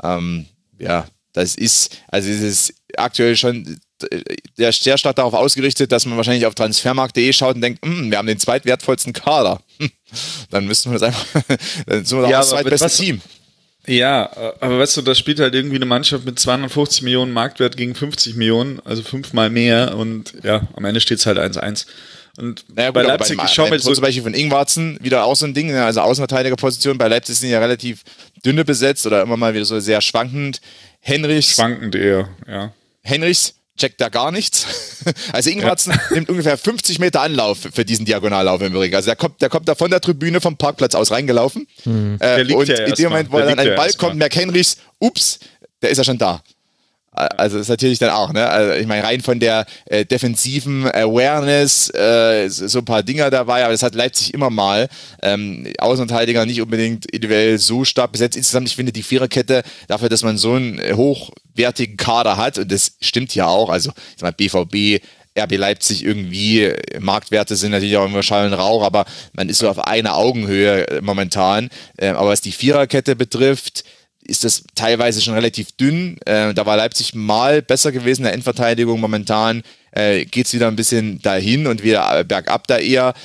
Es ist aktuell schon sehr stark darauf ausgerichtet, dass man wahrscheinlich auf transfermarkt.de schaut und denkt, wir haben den zweitwertvollsten Kader. Dann müssten wir das einfach, dann sind wir das zweitbeste Team. Ja, aber weißt du, da spielt halt irgendwie eine Mannschaft mit 250 Millionen Marktwert gegen 50 Millionen, also 5-mal mehr und ja, am Ende steht es halt 1-1. Und naja, gut, bei Leipzig, ich schaue mir so zum Beispiel von Ingwertsen wieder auch so ein Ding, also Außenverteidigerposition, bei Leipzig sind ja relativ dünne besetzt oder immer mal wieder so sehr schwankend. Schwankend eher, ja. Henrichs checkt da gar nichts. Also Ingvartsen nimmt ungefähr 50 Meter Anlauf für diesen Diagonallauf im Übrigen. Also der kommt da von der Tribüne vom Parkplatz aus reingelaufen. Und in dem Moment, wo er dann an den Ball kommt, merkt Henrichs, ups, der ist ja schon da. Also das ist natürlich dann auch, ne? Also ich meine, rein von der defensiven Awareness, so ein paar Dinger dabei, aber das hat Leipzig immer mal. Außenverteidiger nicht unbedingt individuell so stark besetzt. Insgesamt, ich finde die Viererkette, dafür, dass man so einen hochwertigen Kader hat, und das stimmt ja auch, also ich sag mal, BVB, RB Leipzig irgendwie, Marktwerte sind natürlich auch immer Schall und Rauch, aber man ist so auf einer Augenhöhe momentan. Aber was die Viererkette betrifft, ist das teilweise schon relativ dünn. Da war Leipzig mal besser gewesen in der Endverteidigung. Momentan geht es wieder ein bisschen dahin und wieder bergab da eher.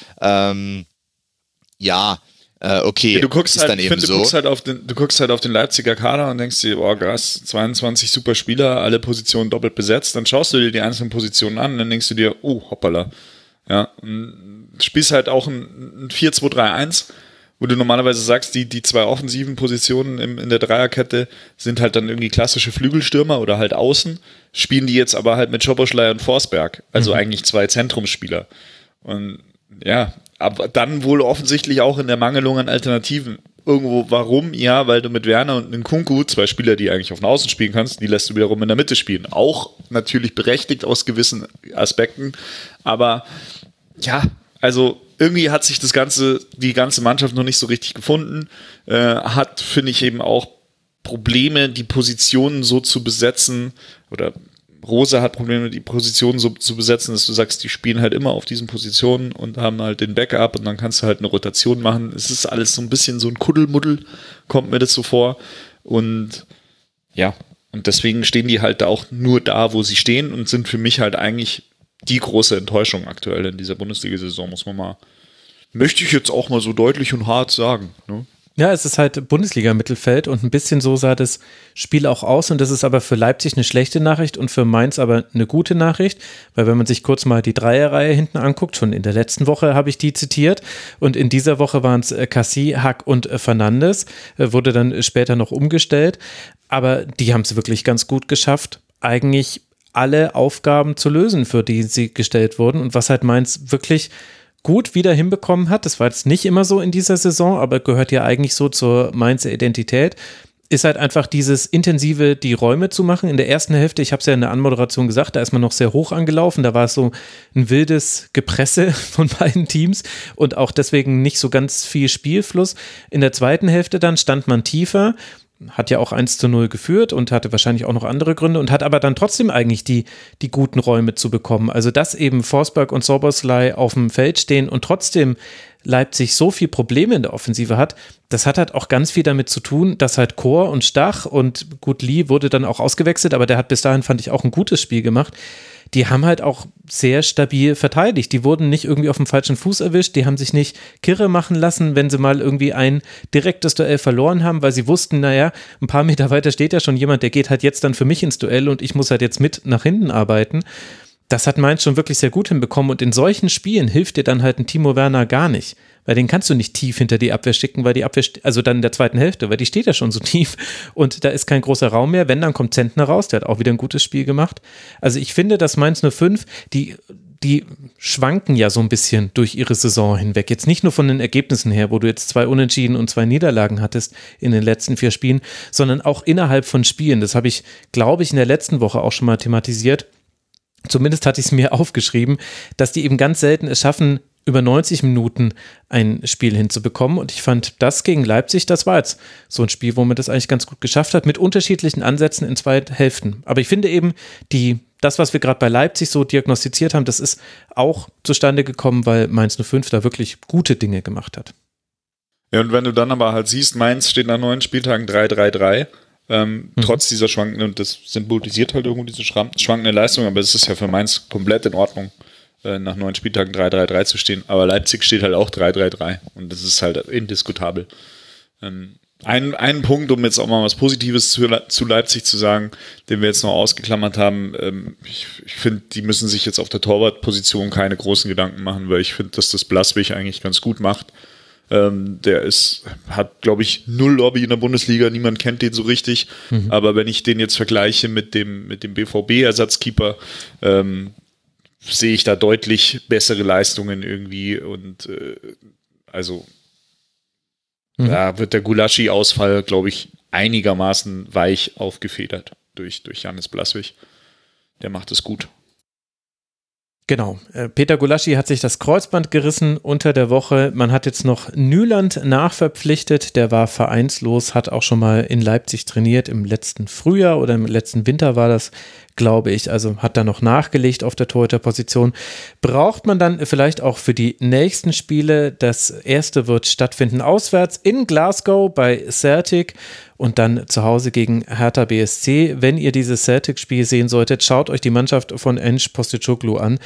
Okay, du guckst ist halt, dann eben so. Du guckst halt auf den Leipziger Kader und denkst dir, oh krass, 22 super Spieler, alle Positionen doppelt besetzt. Dann schaust du dir die einzelnen Positionen an und dann denkst du dir, oh, hoppala. Ja, und spielst halt auch ein 4-2-3-1, wo du normalerweise sagst, die zwei offensiven Positionen in der Dreierkette sind halt dann irgendwie klassische Flügelstürmer oder halt außen, spielen die jetzt aber halt mit Szoboszlai und Forsberg, also eigentlich zwei Zentrumsspieler. Und ja, aber dann wohl offensichtlich auch in der Mangelung an Alternativen. Irgendwo, warum? Ja, weil du mit Werner und Nkunku, zwei Spieler, die eigentlich auf den Außen spielen kannst, die lässt du wiederum in der Mitte spielen. Auch natürlich berechtigt aus gewissen Aspekten, aber ja, also irgendwie hat sich die ganze Mannschaft noch nicht so richtig gefunden, hat, finde ich, eben auch Probleme, die Positionen so zu besetzen, oder Rose hat Probleme, die Positionen so zu besetzen, dass du sagst, die spielen halt immer auf diesen Positionen und haben halt den Backup und dann kannst du halt eine Rotation machen. Es ist alles so ein bisschen so ein Kuddelmuddel, kommt mir das so vor. Und ja, und deswegen stehen die halt auch nur da, wo sie stehen und sind für mich halt eigentlich die große Enttäuschung aktuell in dieser Bundesliga-Saison, möchte ich jetzt auch mal so deutlich und hart sagen, ne? Ja, es ist halt Bundesliga-Mittelfeld und ein bisschen so sah das Spiel auch aus, und das ist aber für Leipzig eine schlechte Nachricht und für Mainz aber eine gute Nachricht, weil wenn man sich kurz mal die Dreierreihe hinten anguckt, schon in der letzten Woche habe ich die zitiert und in dieser Woche waren es Cassie, Hack und Fernandes, wurde dann später noch umgestellt, aber die haben es wirklich ganz gut geschafft, eigentlich alle Aufgaben zu lösen, für die sie gestellt wurden, und was halt Mainz wirklich gut wieder hinbekommen hat, das war jetzt nicht immer so in dieser Saison, aber gehört ja eigentlich so zur Mainzer Identität, ist halt einfach dieses intensive, die Räume zu machen. In der ersten Hälfte, ich habe es ja in der Anmoderation gesagt, da ist man noch sehr hoch angelaufen, da war es so ein wildes Gepresse von beiden Teams und auch deswegen nicht so ganz viel Spielfluss. In der zweiten Hälfte dann stand man tiefer, hat ja auch 1-0 geführt und hatte wahrscheinlich auch noch andere Gründe und hat aber dann trotzdem eigentlich die guten Räume zu bekommen. Also dass eben Forsberg und Szoboszlai auf dem Feld stehen und trotzdem Leipzig so viel Probleme in der Offensive hat, das hat halt auch ganz viel damit zu tun, dass halt Kor und Stach und gut, Lee wurde dann auch ausgewechselt, aber der hat bis dahin, fand ich, auch ein gutes Spiel gemacht. Die haben halt auch sehr stabil verteidigt. Die wurden nicht irgendwie auf dem falschen Fuß erwischt. Die haben sich nicht kirre machen lassen, wenn sie mal irgendwie ein direktes Duell verloren haben, weil sie wussten, naja, ein paar Meter weiter steht ja schon jemand, der geht halt jetzt dann für mich ins Duell und ich muss halt jetzt mit nach hinten arbeiten. Das hat Mainz schon wirklich sehr gut hinbekommen und in solchen Spielen hilft dir dann halt ein Timo Werner gar nicht, weil den kannst du nicht tief hinter die Abwehr schicken, weil die Abwehr, also dann in der zweiten Hälfte, weil die steht ja schon so tief und da ist kein großer Raum mehr. Wenn, dann kommt Zentner raus, der hat auch wieder ein gutes Spiel gemacht. Also ich finde, dass Mainz 05, die schwanken ja so ein bisschen durch ihre Saison hinweg. Jetzt nicht nur von den Ergebnissen her, wo du jetzt 2 Unentschieden und 2 Niederlagen hattest in den letzten 4 Spielen, sondern auch innerhalb von Spielen. Das habe ich, glaube ich, in der letzten Woche auch schon mal thematisiert. Zumindest hatte ich es mir aufgeschrieben, dass die eben ganz selten es schaffen, über 90 Minuten ein Spiel hinzubekommen. Und ich fand das gegen Leipzig, das war jetzt so ein Spiel, wo man das eigentlich ganz gut geschafft hat, mit unterschiedlichen Ansätzen in 2 Hälften. Aber ich finde eben, das, was wir gerade bei Leipzig so diagnostiziert haben, das ist auch zustande gekommen, weil Mainz 05 da wirklich gute Dinge gemacht hat. Ja, und wenn du dann aber halt siehst, Mainz steht nach 9 Spieltagen 3-3-3, trotz dieser schwankenden, und das symbolisiert halt irgendwo diese schwankende Leistung, aber es ist ja für Mainz komplett in Ordnung, nach 9 Spieltagen 3-3-3 zu stehen, aber Leipzig steht halt auch 3-3-3 und das ist halt indiskutabel. Ein Punkt, um jetzt auch mal was Positives zu Leipzig zu sagen, den wir jetzt noch ausgeklammert haben, ich finde, die müssen sich jetzt auf der Torwartposition keine großen Gedanken machen, weil ich finde, dass das Blaswig eigentlich ganz gut macht. Der hat, glaube ich, null Lobby in der Bundesliga, niemand kennt den so richtig. Aber wenn ich den jetzt vergleiche mit dem BVB-Ersatzkeeper, sehe ich da deutlich bessere Leistungen irgendwie und da wird der Gulaschi-Ausfall, glaube ich, einigermaßen weich aufgefedert durch Jannis Blaswig. Der macht es gut. Genau. Peter Gulaschi hat sich das Kreuzband gerissen unter der Woche. Man hat jetzt noch Nyland nachverpflichtet. Der war vereinslos, hat auch schon mal in Leipzig trainiert. Im letzten Frühjahr oder im letzten Winter war das, glaube ich. Also hat da noch nachgelegt auf der Torhüterposition. Braucht man dann vielleicht auch für die nächsten Spiele. Das erste wird stattfinden auswärts in Glasgow bei Celtic und dann zu Hause gegen Hertha BSC. Wenn ihr dieses Celtic-Spiel sehen solltet, schaut euch die Mannschaft von Ange Postecoglou an.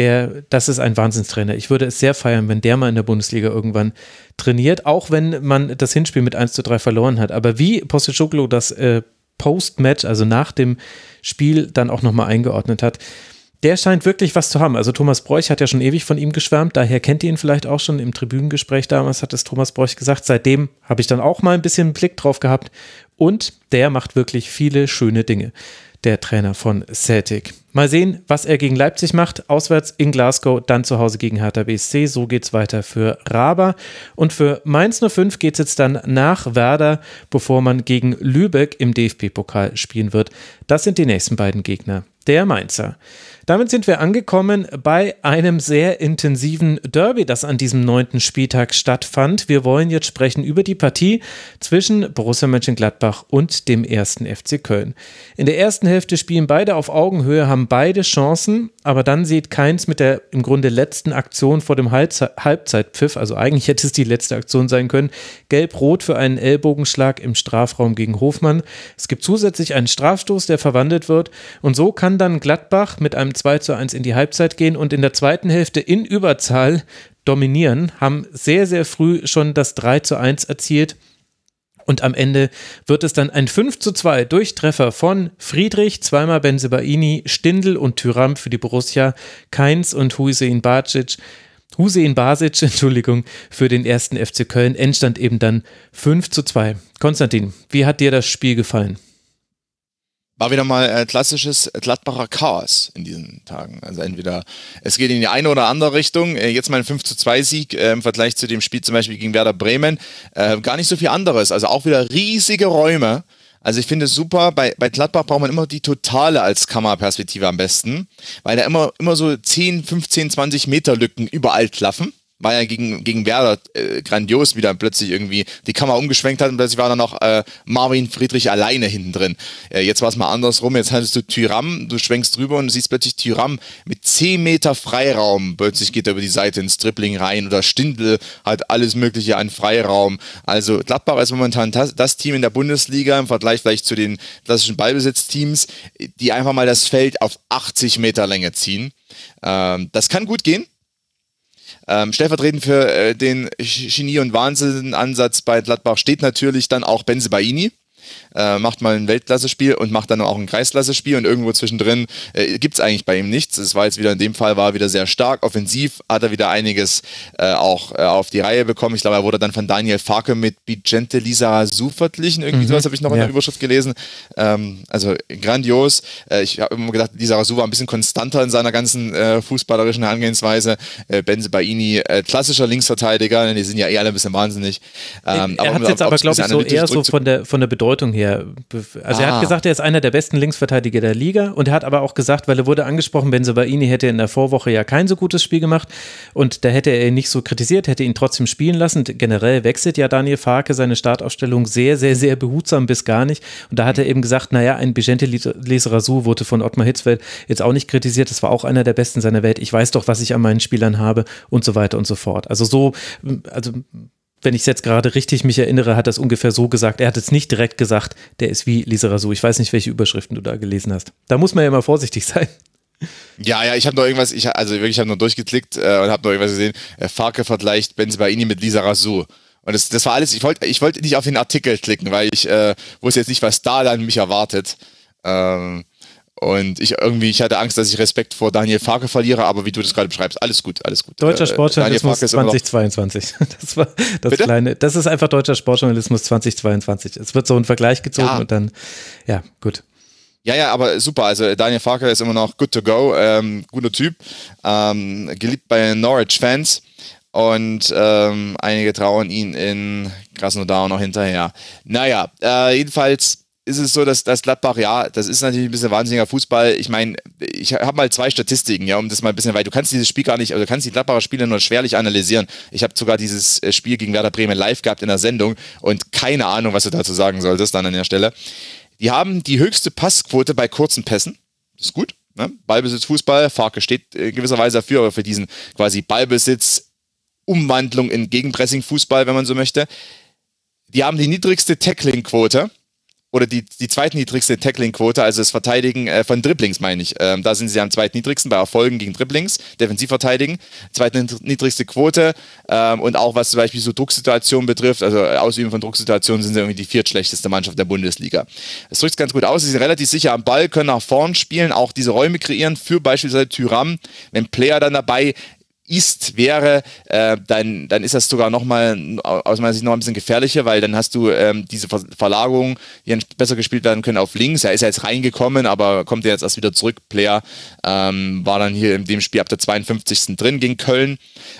Das ist ein Wahnsinnstrainer. Ich würde es sehr feiern, wenn der mal in der Bundesliga irgendwann trainiert, auch wenn man das Hinspiel mit 1:3 verloren hat. Aber wie Postecoglou das Post-Match, also nach dem Spiel, dann auch nochmal eingeordnet hat, der scheint wirklich was zu haben. Also Thomas Broich hat ja schon ewig von ihm geschwärmt, daher kennt ihr ihn vielleicht auch schon. Im Tribünengespräch damals hat es Thomas Broich gesagt. Seitdem habe ich dann auch mal ein bisschen einen Blick drauf gehabt und der macht wirklich viele schöne Dinge, der Trainer von Celtic. Mal sehen, was er gegen Leipzig macht. Auswärts in Glasgow, dann zu Hause gegen Hertha BSC. So geht's weiter für Raber. Und für Mainz 05 geht's jetzt dann nach Werder, bevor man gegen Lübeck im DFB-Pokal spielen wird. Das sind die nächsten beiden Gegner der Mainzer. Damit sind wir angekommen bei einem sehr intensiven Derby, das an diesem 9. Spieltag stattfand. Wir wollen jetzt sprechen über die Partie zwischen Borussia Mönchengladbach und dem 1. FC Köln. In der ersten Hälfte spielen beide auf Augenhöhe, haben beide Chancen, aber dann sieht Kainz mit der im Grunde letzten Aktion vor dem Halbzeitpfiff, also eigentlich hätte es die letzte Aktion sein können, gelb-rot für einen Ellbogenschlag im Strafraum gegen Hofmann. Es gibt zusätzlich einen Strafstoß, der verwandelt wird und so kann dann Gladbach mit einem 2:1 in die Halbzeit gehen und in der zweiten Hälfte in Überzahl dominieren, haben sehr, sehr früh schon das 3:1 erzielt. Und am Ende wird es dann ein 5:2 durch Treffer von Friedrich, zweimal Bensebaini, Stindl und Thuram für die Borussia, Kainz und Hüseyin Basic, für den 1. FC Köln. Endstand eben dann 5:2. Konstantin, wie hat dir das Spiel gefallen? War wieder mal klassisches Gladbacher Chaos in diesen Tagen. Also entweder es geht in die eine oder andere Richtung. Jetzt mal ein 5:2-Sieg im Vergleich zu dem Spiel zum Beispiel gegen Werder Bremen. Gar nicht so viel anderes. Also auch wieder riesige Räume. Also ich finde es super. Bei Gladbach braucht man immer die Totale als Kameraperspektive am besten, weil da immer so 10, 15, 20 Meter Lücken überall klaffen. War ja gegen Werder grandios, wie dann plötzlich irgendwie die Kamera umgeschwenkt hat und plötzlich war dann noch Marvin Friedrich alleine hinten drin. Jetzt war es mal andersrum, jetzt hattest du Thuram, du schwenkst drüber und du siehst plötzlich Thuram mit 10 Meter Freiraum, plötzlich geht er über die Seite ins Dribbling rein oder Stindl hat alles mögliche an Freiraum. Also Gladbach ist momentan das Team in der Bundesliga im Vergleich vielleicht zu den klassischen Ballbesitzteams, die einfach mal das Feld auf 80 Meter Länge ziehen. Das kann gut gehen. Stellvertretend für den Genie- und Wahnsinn-Ansatz bei Gladbach steht natürlich dann auch Bensebaini. Macht mal ein Weltklasse-Spiel und macht dann auch ein Kreisklasse-Spiel und irgendwo zwischendrin gibt es eigentlich bei ihm nichts. Es war jetzt wieder in dem Fall, war er wieder sehr stark. Offensiv hat er wieder einiges auch auf die Reihe bekommen. Ich glaube, er wurde dann von Daniel Farke mit Vicente Lizarazu verglichen. Irgendwie sowas habe ich noch in der Überschrift gelesen. Also grandios. Ich habe immer gedacht, Lizarazu war ein bisschen konstanter in seiner ganzen fußballerischen Herangehensweise. Bensebaini, klassischer Linksverteidiger. Die sind ja alle ein bisschen wahnsinnig. Er hat es jetzt aber, glaube ich, so eher so von der Bedeutung her. Also er hat gesagt, er ist einer der besten Linksverteidiger der Liga und er hat aber auch gesagt, weil er wurde angesprochen, Bensebaini hätte in der Vorwoche ja kein so gutes Spiel gemacht und da hätte er ihn nicht so kritisiert, hätte ihn trotzdem spielen lassen. Generell wechselt ja Daniel Farke seine Startaufstellung sehr, sehr, sehr behutsam bis gar nicht und da hat er eben gesagt, naja, ein Vicente Lizarazu wurde von Ottmar Hitzfeld jetzt auch nicht kritisiert, das war auch einer der Besten seiner Welt, ich weiß doch, was ich an meinen Spielern habe und so weiter und so fort. Also wenn ich es jetzt gerade richtig mich erinnere, hat er es ungefähr so gesagt. Er hat jetzt nicht direkt gesagt, der ist wie Lizarazu. Ich weiß nicht, welche Überschriften du da gelesen hast. Da muss man ja immer vorsichtig sein. Ja, ich habe noch irgendwas, ich habe nur durchgeklickt und habe noch irgendwas gesehen. Farke vergleicht Bensebaini mit Lizarazu. Und das war alles, ich wollte nicht auf den Artikel klicken, weil ich wusste jetzt nicht, was da dann mich erwartet. Und ich hatte Angst, dass ich Respekt vor Daniel Farke verliere, aber wie du das gerade beschreibst, alles gut. Deutscher Sportjournalismus 2022. Das war das Bitte? Kleine. Das ist einfach deutscher Sportjournalismus 2022. Es wird so ein Vergleich gezogen und dann, ja, gut. Ja, aber super. Also Daniel Farke ist immer noch good to go. Guter Typ. Geliebt bei Norwich-Fans. Und einige trauern ihn in Krasnodar noch hinterher. Naja, jedenfalls ist es so, dass Gladbach, ja, das ist natürlich ein bisschen wahnsinniger Fußball. Ich meine, ich habe mal 2 Statistiken, ja, um das mal ein bisschen, weil du kannst dieses Spiel gar nicht, also du kannst die Gladbacher Spiele nur schwerlich analysieren. Ich habe sogar dieses Spiel gegen Werder Bremen live gehabt in der Sendung und keine Ahnung, was du dazu sagen solltest dann an der Stelle. Die haben die höchste Passquote bei kurzen Pässen. Das ist gut, ne? Ballbesitz, Fußball, Farke steht in gewisser Weise dafür, aber für diesen quasi Ballbesitz, Umwandlung in Gegenpressing-Fußball, wenn man so möchte. Die haben die niedrigste Tackling-Quote oder die zweitniedrigste Tackling-Quote, also das Verteidigen von Dribblings, meine ich. Da sind sie am zweitniedrigsten bei Erfolgen gegen Dribblings, defensiv verteidigen. Zweitniedrigste Quote und auch was zum Beispiel so Drucksituationen betrifft, also Ausüben von Drucksituationen sind sie irgendwie die 4. Mannschaft der Bundesliga. Es drückt ganz gut aus, sie sind relativ sicher am Ball, können nach vorn spielen, auch diese Räume kreieren für beispielsweise Thuram. Wenn Player dann dabei wäre, dann ist das sogar nochmal aus meiner Sicht noch ein bisschen gefährlicher, weil dann hast du diese Verlagerung, die besser gespielt werden können auf links. Er ist ja jetzt reingekommen, aber kommt ja jetzt erst wieder zurück. Player war dann hier in dem Spiel ab der 52. drin gegen Köln.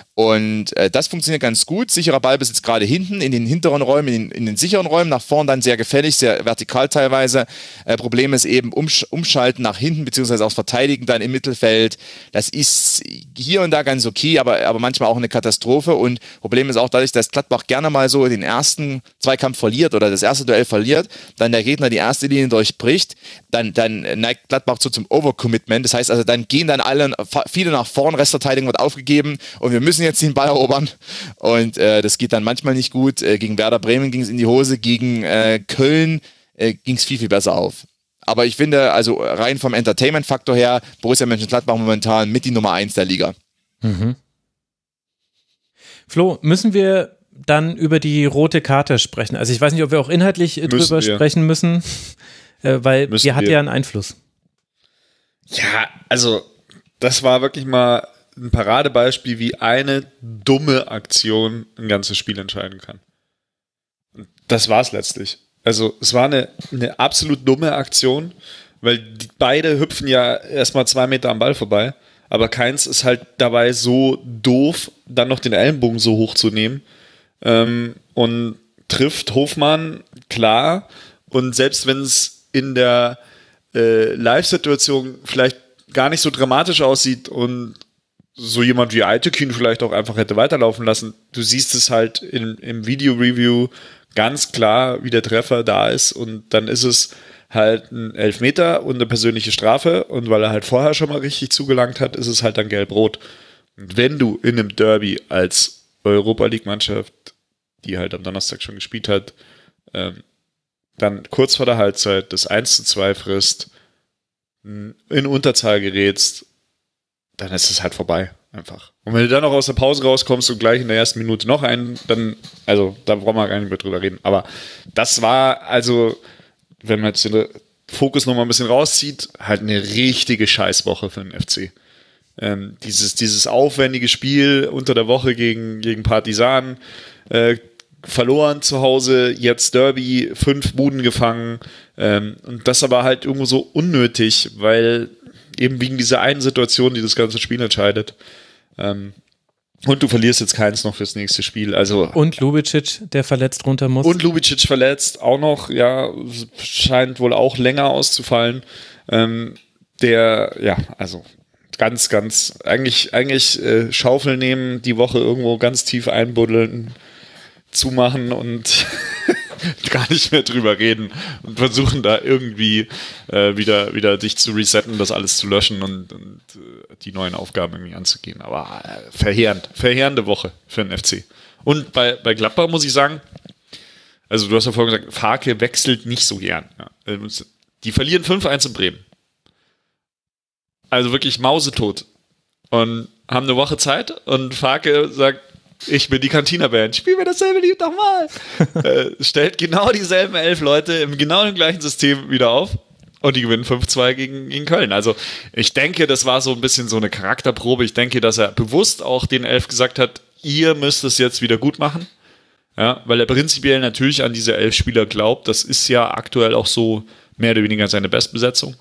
Und das funktioniert ganz gut. Sicherer Ballbesitz gerade hinten, in den hinteren Räumen, in den sicheren Räumen, nach vorn dann sehr gefällig, sehr vertikal teilweise. Problem ist eben umschalten nach hinten, beziehungsweise auch Verteidigen dann im Mittelfeld. Das ist hier und da ganz okay, aber manchmal auch eine Katastrophe. Und Problem ist auch dadurch, dass Gladbach gerne mal so den ersten Zweikampf verliert oder das erste Duell verliert, dann der Gegner die erste Linie durchbricht, dann neigt Gladbach so zum Overcommitment. Das heißt also, dann gehen dann viele nach vorn, Restverteidigung wird aufgegeben und wir müssen jetzt den Ball erobern und das geht dann manchmal nicht gut. Gegen Werder Bremen ging es in die Hose, gegen Köln ging es viel, viel besser auf. Aber ich finde, also rein vom Entertainment-Faktor her, Borussia Mönchengladbach momentan mit die Nummer 1 der Liga. Mhm. Flo, müssen wir dann über die rote Karte sprechen? Also ich weiß nicht, ob wir auch inhaltlich drüber sprechen müssen, weil die hat ja einen Einfluss. Ja, also das war wirklich mal ein Paradebeispiel, wie eine dumme Aktion ein ganzes Spiel entscheiden kann. Und das war es letztlich. Also es war eine absolut dumme Aktion, weil beide hüpfen ja erstmal 2 Meter am Ball vorbei, aber keins ist halt dabei so doof, dann noch den Ellenbogen so hoch zu nehmen und trifft Hofmann, klar, und selbst wenn es in der Live-Situation vielleicht gar nicht so dramatisch aussieht und so jemand wie Aytekin vielleicht auch einfach hätte weiterlaufen lassen. Du siehst es halt im Video-Review ganz klar, wie der Treffer da ist und dann ist es halt ein Elfmeter und eine persönliche Strafe und weil er halt vorher schon mal richtig zugelangt hat, ist es halt dann gelb-rot. Und wenn du in einem Derby als Europa-League-Mannschaft, die halt am Donnerstag schon gespielt hat, dann kurz vor der Halbzeit das 1:2 frisst, in Unterzahl gerätst, dann ist es halt vorbei, einfach. Und wenn du dann noch aus der Pause rauskommst und gleich in der ersten Minute noch einen, dann, also da brauchen wir gar nicht mehr drüber reden. Aber das war, also, wenn man jetzt den Fokus noch mal ein bisschen rauszieht, halt eine richtige Scheißwoche für den FC. Dieses aufwendige Spiel unter der Woche gegen Partizan, verloren zu Hause, jetzt Derby, 5 Buden gefangen und das aber halt irgendwo so unnötig, weil eben wegen dieser einen Situation, die das ganze Spiel entscheidet. Und du verlierst jetzt keins noch fürs nächste Spiel. Also und Lubicic, der verletzt runter muss. Und Lubicic verletzt, auch noch, ja, scheint wohl auch länger auszufallen. Also ganz, eigentlich Schaufel nehmen, die Woche irgendwo ganz tief einbuddeln, zumachen und gar nicht mehr drüber reden und versuchen da irgendwie wieder dich zu resetten, das alles zu löschen und die neuen Aufgaben irgendwie anzugehen. Aber verheerende Woche für den FC. Und bei Gladbach muss ich sagen, also du hast ja vorhin gesagt, Farke wechselt nicht so gern. Ja. Die verlieren 5-1 in Bremen. Also wirklich mausetot. Und haben eine Woche Zeit und Farke sagt, ich bin die Cantina-Band, spiel mir dasselbe Lied nochmal. Stellt genau dieselben 11 Leute im genau dem gleichen System wieder auf und die gewinnen 5-2 gegen Köln. Also ich denke, das war so ein bisschen so eine Charakterprobe. Ich denke, dass er bewusst auch den Elf gesagt hat, ihr müsst es jetzt wieder gut machen. Ja, weil er prinzipiell natürlich an diese 11 Spieler glaubt. Das ist ja aktuell auch so mehr oder weniger seine Bestbesetzung.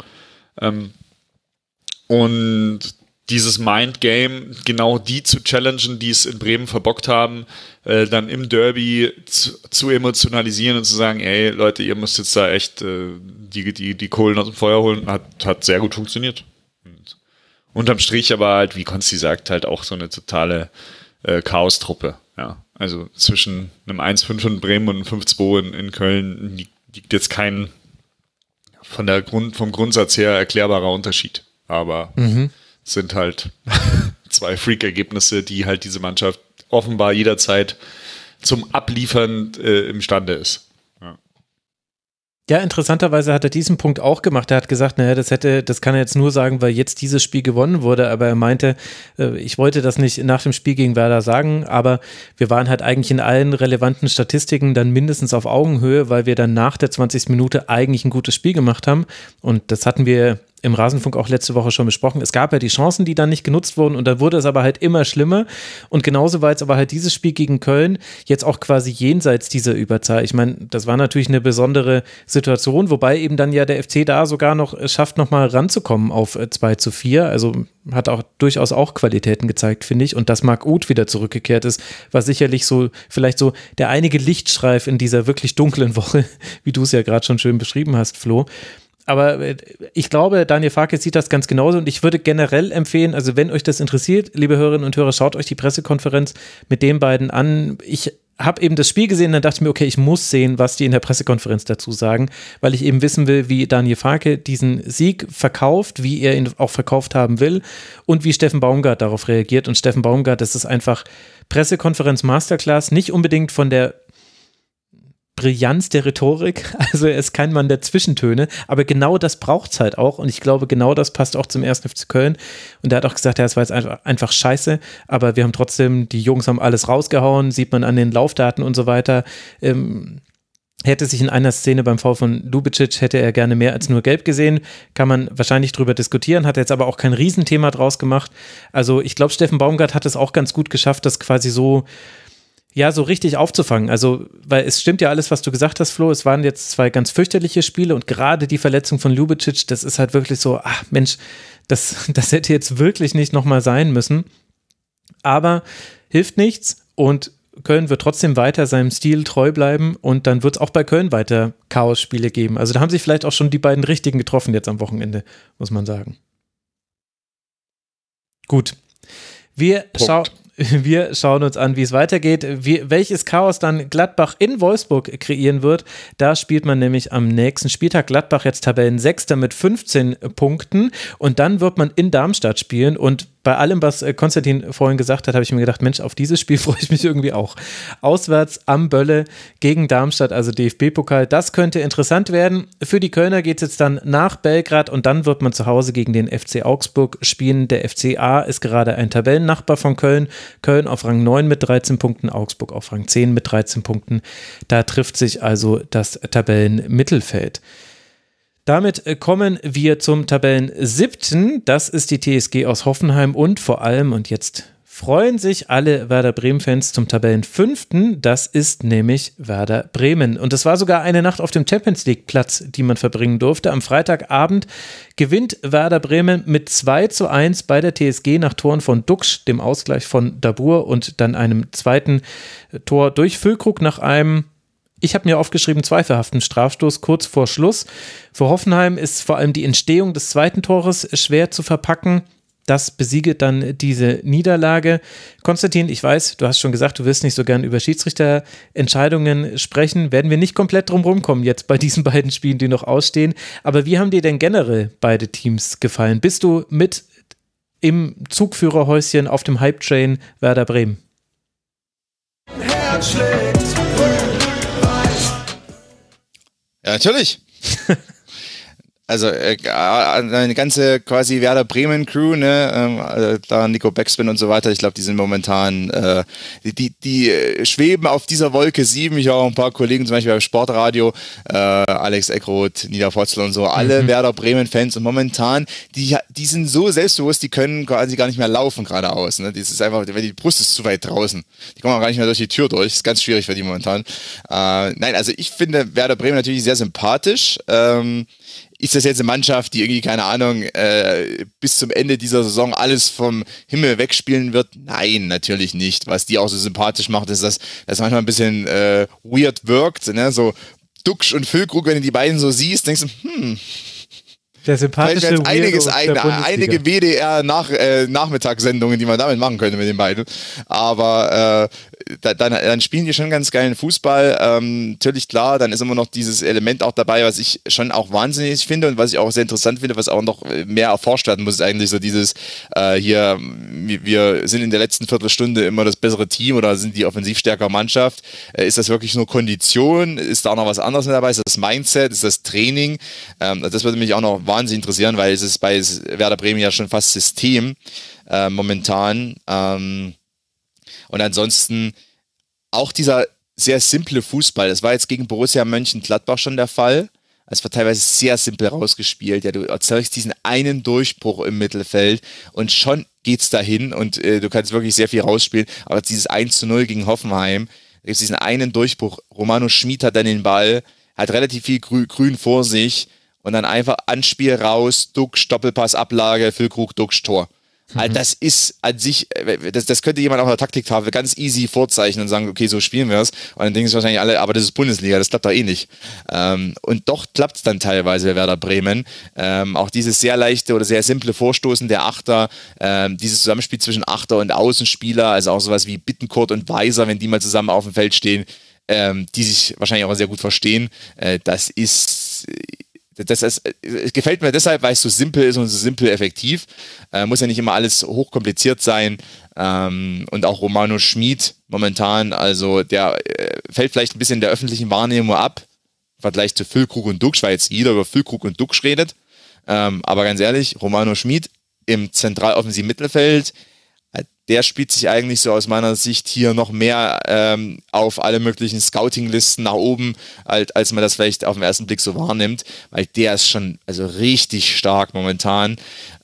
Und dieses Mindgame, genau die zu challengen, die es in Bremen verbockt haben, dann im Derby zu emotionalisieren und zu sagen, ey Leute, ihr müsst jetzt da echt die Kohlen aus dem Feuer holen, hat sehr gut funktioniert. Und unterm Strich aber halt, wie Konsti sagt, halt auch so eine totale Chaos-Truppe. Ja. Also zwischen einem 1-5 in Bremen und einem 5-2 in Köln liegt jetzt kein vom Grundsatz her erklärbarer Unterschied. Aber sind halt 2 Freak-Ergebnisse, die halt diese Mannschaft offenbar jederzeit zum Abliefern imstande ist. Ja, interessanterweise hat er diesen Punkt auch gemacht. Er hat gesagt, naja, das kann er jetzt nur sagen, weil jetzt dieses Spiel gewonnen wurde, aber er meinte, ich wollte das nicht nach dem Spiel gegen Werder sagen, aber wir waren halt eigentlich in allen relevanten Statistiken dann mindestens auf Augenhöhe, weil wir dann nach der 20. Minute eigentlich ein gutes Spiel gemacht haben und das hatten wir im Rasenfunk auch letzte Woche schon besprochen. Es gab ja die Chancen, die dann nicht genutzt wurden und dann wurde es aber halt immer schlimmer und genauso war jetzt aber halt dieses Spiel gegen Köln jetzt auch quasi jenseits dieser Überzahl. Ich meine, das war natürlich eine besondere Situation, wobei eben dann ja der FC da sogar noch es schafft, nochmal ranzukommen auf 2-4, also hat auch durchaus auch Qualitäten gezeigt, finde ich, und dass Marc Uth wieder zurückgekehrt ist, war sicherlich so, vielleicht so der einige Lichtstreif in dieser wirklich dunklen Woche, wie du es ja gerade schon schön beschrieben hast, Flo. Aber ich glaube, Daniel Farke sieht das ganz genauso und ich würde generell empfehlen, also wenn euch das interessiert, liebe Hörerinnen und Hörer, schaut euch die Pressekonferenz mit den beiden an. Ich habe eben das Spiel gesehen, dann dachte ich mir, okay, ich muss sehen, was die in der Pressekonferenz dazu sagen, weil ich eben wissen will, wie Daniel Farke diesen Sieg verkauft, wie er ihn auch verkauft haben will und wie Steffen Baumgart darauf reagiert. Und Steffen Baumgart, das ist einfach Pressekonferenz Masterclass, nicht unbedingt von der Brillanz der Rhetorik, also er ist kein Mann der Zwischentöne, aber genau das braucht es halt auch und ich glaube, genau das passt auch zum 1. FC Köln und er hat auch gesagt, ja, es war jetzt einfach scheiße, aber wir haben trotzdem, die Jungs haben alles rausgehauen, sieht man an den Laufdaten und so weiter. Hätte sich in einer Szene beim Foul von Lubicic, hätte er gerne mehr als nur gelb gesehen, kann man wahrscheinlich drüber diskutieren, hat jetzt aber auch kein Riesenthema draus gemacht. Also ich glaube, Steffen Baumgart hat es auch ganz gut geschafft, das quasi so richtig aufzufangen. Also, weil es stimmt ja alles, was du gesagt hast, Flo, es waren jetzt 2 ganz fürchterliche Spiele und gerade die Verletzung von Lubicic, das ist halt wirklich so, ach Mensch, das hätte jetzt wirklich nicht nochmal sein müssen. Aber hilft nichts und Köln wird trotzdem weiter seinem Stil treu bleiben und dann wird es auch bei Köln weiter Chaos-Spiele geben. Also da haben sich vielleicht auch schon die beiden Richtigen getroffen jetzt am Wochenende, muss man sagen. Gut. Wir schauen uns an, wie es weitergeht. Welches Chaos dann Gladbach in Wolfsburg kreieren wird, da spielt man nämlich am nächsten Spieltag. Gladbach jetzt Tabellensechster mit 15 Punkten und dann wird man in Darmstadt spielen und bei allem, was Konstantin vorhin gesagt hat, habe ich mir gedacht, Mensch, auf dieses Spiel freue ich mich irgendwie auch. Auswärts am Bölle gegen Darmstadt, also DFB-Pokal, das könnte interessant werden. Für die Kölner geht es jetzt dann nach Belgrad und dann wird man zu Hause gegen den FC Augsburg spielen. Der FCA ist gerade ein Tabellennachbar von Köln. Köln auf Rang 9 mit 13 Punkten, Augsburg auf Rang 10 mit 13 Punkten. Da trifft sich also das Tabellenmittelfeld. Damit kommen wir zum Tabellen-7. Das ist die TSG aus Hoffenheim und vor allem, und jetzt freuen sich alle Werder Bremen-Fans zum Tabellen-5. Das ist nämlich Werder Bremen. Und das war sogar eine Nacht auf dem Champions-League-Platz, die man verbringen durfte. Am Freitagabend gewinnt Werder Bremen mit 2:1 bei der TSG nach Toren von Duksch, dem Ausgleich von Dabur und dann einem zweiten Tor durch Füllkrug nach einem, ich habe mir aufgeschrieben, zweifelhaften Strafstoß kurz vor Schluss. Für Hoffenheim ist vor allem die Entstehung des zweiten Tores schwer zu verpacken. Das besiegelt dann diese Niederlage. Konstantin, ich weiß, du hast schon gesagt, du wirst nicht so gern über Schiedsrichterentscheidungen sprechen. Werden wir nicht komplett drum rumkommen jetzt bei diesen beiden Spielen, die noch ausstehen. Aber wie haben dir denn generell beide Teams gefallen? Bist du mit im Zugführerhäuschen auf dem Hype-Train Werder Bremen? Herz schlägt grün-weiß. Ja, natürlich. Also eine ganze quasi Werder Bremen Crew, ne, da Nico Backspin und so weiter, ich glaube, die sind momentan, die schweben auf dieser Wolke 7. Ich habe auch ein paar Kollegen, zum Beispiel beim Sportradio, Alex Eckroth, Nida Fotzl und so, alle Werder Bremen Fans, und momentan, die sind so selbstbewusst, die können quasi gar nicht mehr laufen geradeaus, ne, das ist einfach, wenn die Brust ist zu weit draußen, die kommen auch gar nicht mehr durch die Tür durch, das ist ganz schwierig für die momentan. Nein, also ich finde Werder Bremen natürlich sehr sympathisch, ist das jetzt eine Mannschaft, die irgendwie, keine Ahnung, bis zum Ende dieser Saison alles vom Himmel wegspielen wird? Nein, natürlich nicht. Was die auch so sympathisch macht, ist, dass das manchmal ein bisschen weird wirkt. Ne? So Duxch und Füllkrug, wenn du die beiden so siehst, denkst du, der sympathische einige WDR-Nachmittagssendungen, die man damit machen könnte mit den beiden. Aber dann spielen die schon ganz geilen Fußball. Natürlich, klar, dann ist immer noch dieses Element auch dabei, was ich schon auch wahnsinnig finde und was ich auch sehr interessant finde, was auch noch mehr erforscht werden muss, ist eigentlich so dieses hier, wir sind in der letzten Viertelstunde immer das bessere Team oder sind die offensiv stärkere Mannschaft. Ist das wirklich nur Kondition? Ist da auch noch was anderes mit dabei? Ist das Mindset? Ist das Training? Das würde mich auch noch wahnsinnig interessieren, weil es ist bei Werder Bremen ja schon fast System momentan. Und ansonsten auch dieser sehr simple Fußball. Das war jetzt gegen Borussia Mönchengladbach schon der Fall. Es war teilweise sehr simpel rausgespielt. Ja, du erzeugst diesen einen Durchbruch im Mittelfeld und schon geht's dahin und du kannst wirklich sehr viel rausspielen. Aber dieses 1:0 gegen Hoffenheim, da gibt es diesen einen Durchbruch. Romano Schmid hat dann den Ball, hat relativ viel Grün vor sich und dann einfach Anspiel raus, Duxch, Doppelpass, Ablage, Füllkrug, Duxch, Tor. Also das ist an sich, das könnte jemand auf der Taktiktafel ganz easy vorzeichnen und sagen, okay, so spielen wir es. Und dann denken sich wahrscheinlich alle, aber das ist Bundesliga, das klappt doch eh nicht. Und doch klappt es dann teilweise bei Werder Bremen. Auch dieses sehr leichte oder sehr simple Vorstoßen der Achter, dieses Zusammenspiel zwischen Achter und Außenspieler, also auch sowas wie Bittencourt und Weiser, wenn die mal zusammen auf dem Feld stehen, die sich wahrscheinlich auch sehr gut verstehen. Das gefällt mir deshalb, weil es so simpel ist und so simpel effektiv. Muss ja nicht immer alles hochkompliziert sein. Und auch Romano Schmid momentan, also der fällt vielleicht ein bisschen in der öffentlichen Wahrnehmung ab, im Vergleich zu Füllkrug und Duxch, weil jetzt jeder über Füllkrug und Duxch redet. Aber ganz ehrlich, Romano Schmid im zentraloffensiven Mittelfeld, der spielt sich eigentlich so aus meiner Sicht hier noch mehr auf alle möglichen Scouting-Listen nach oben, als man das vielleicht auf den ersten Blick so wahrnimmt, weil der ist schon also richtig stark momentan.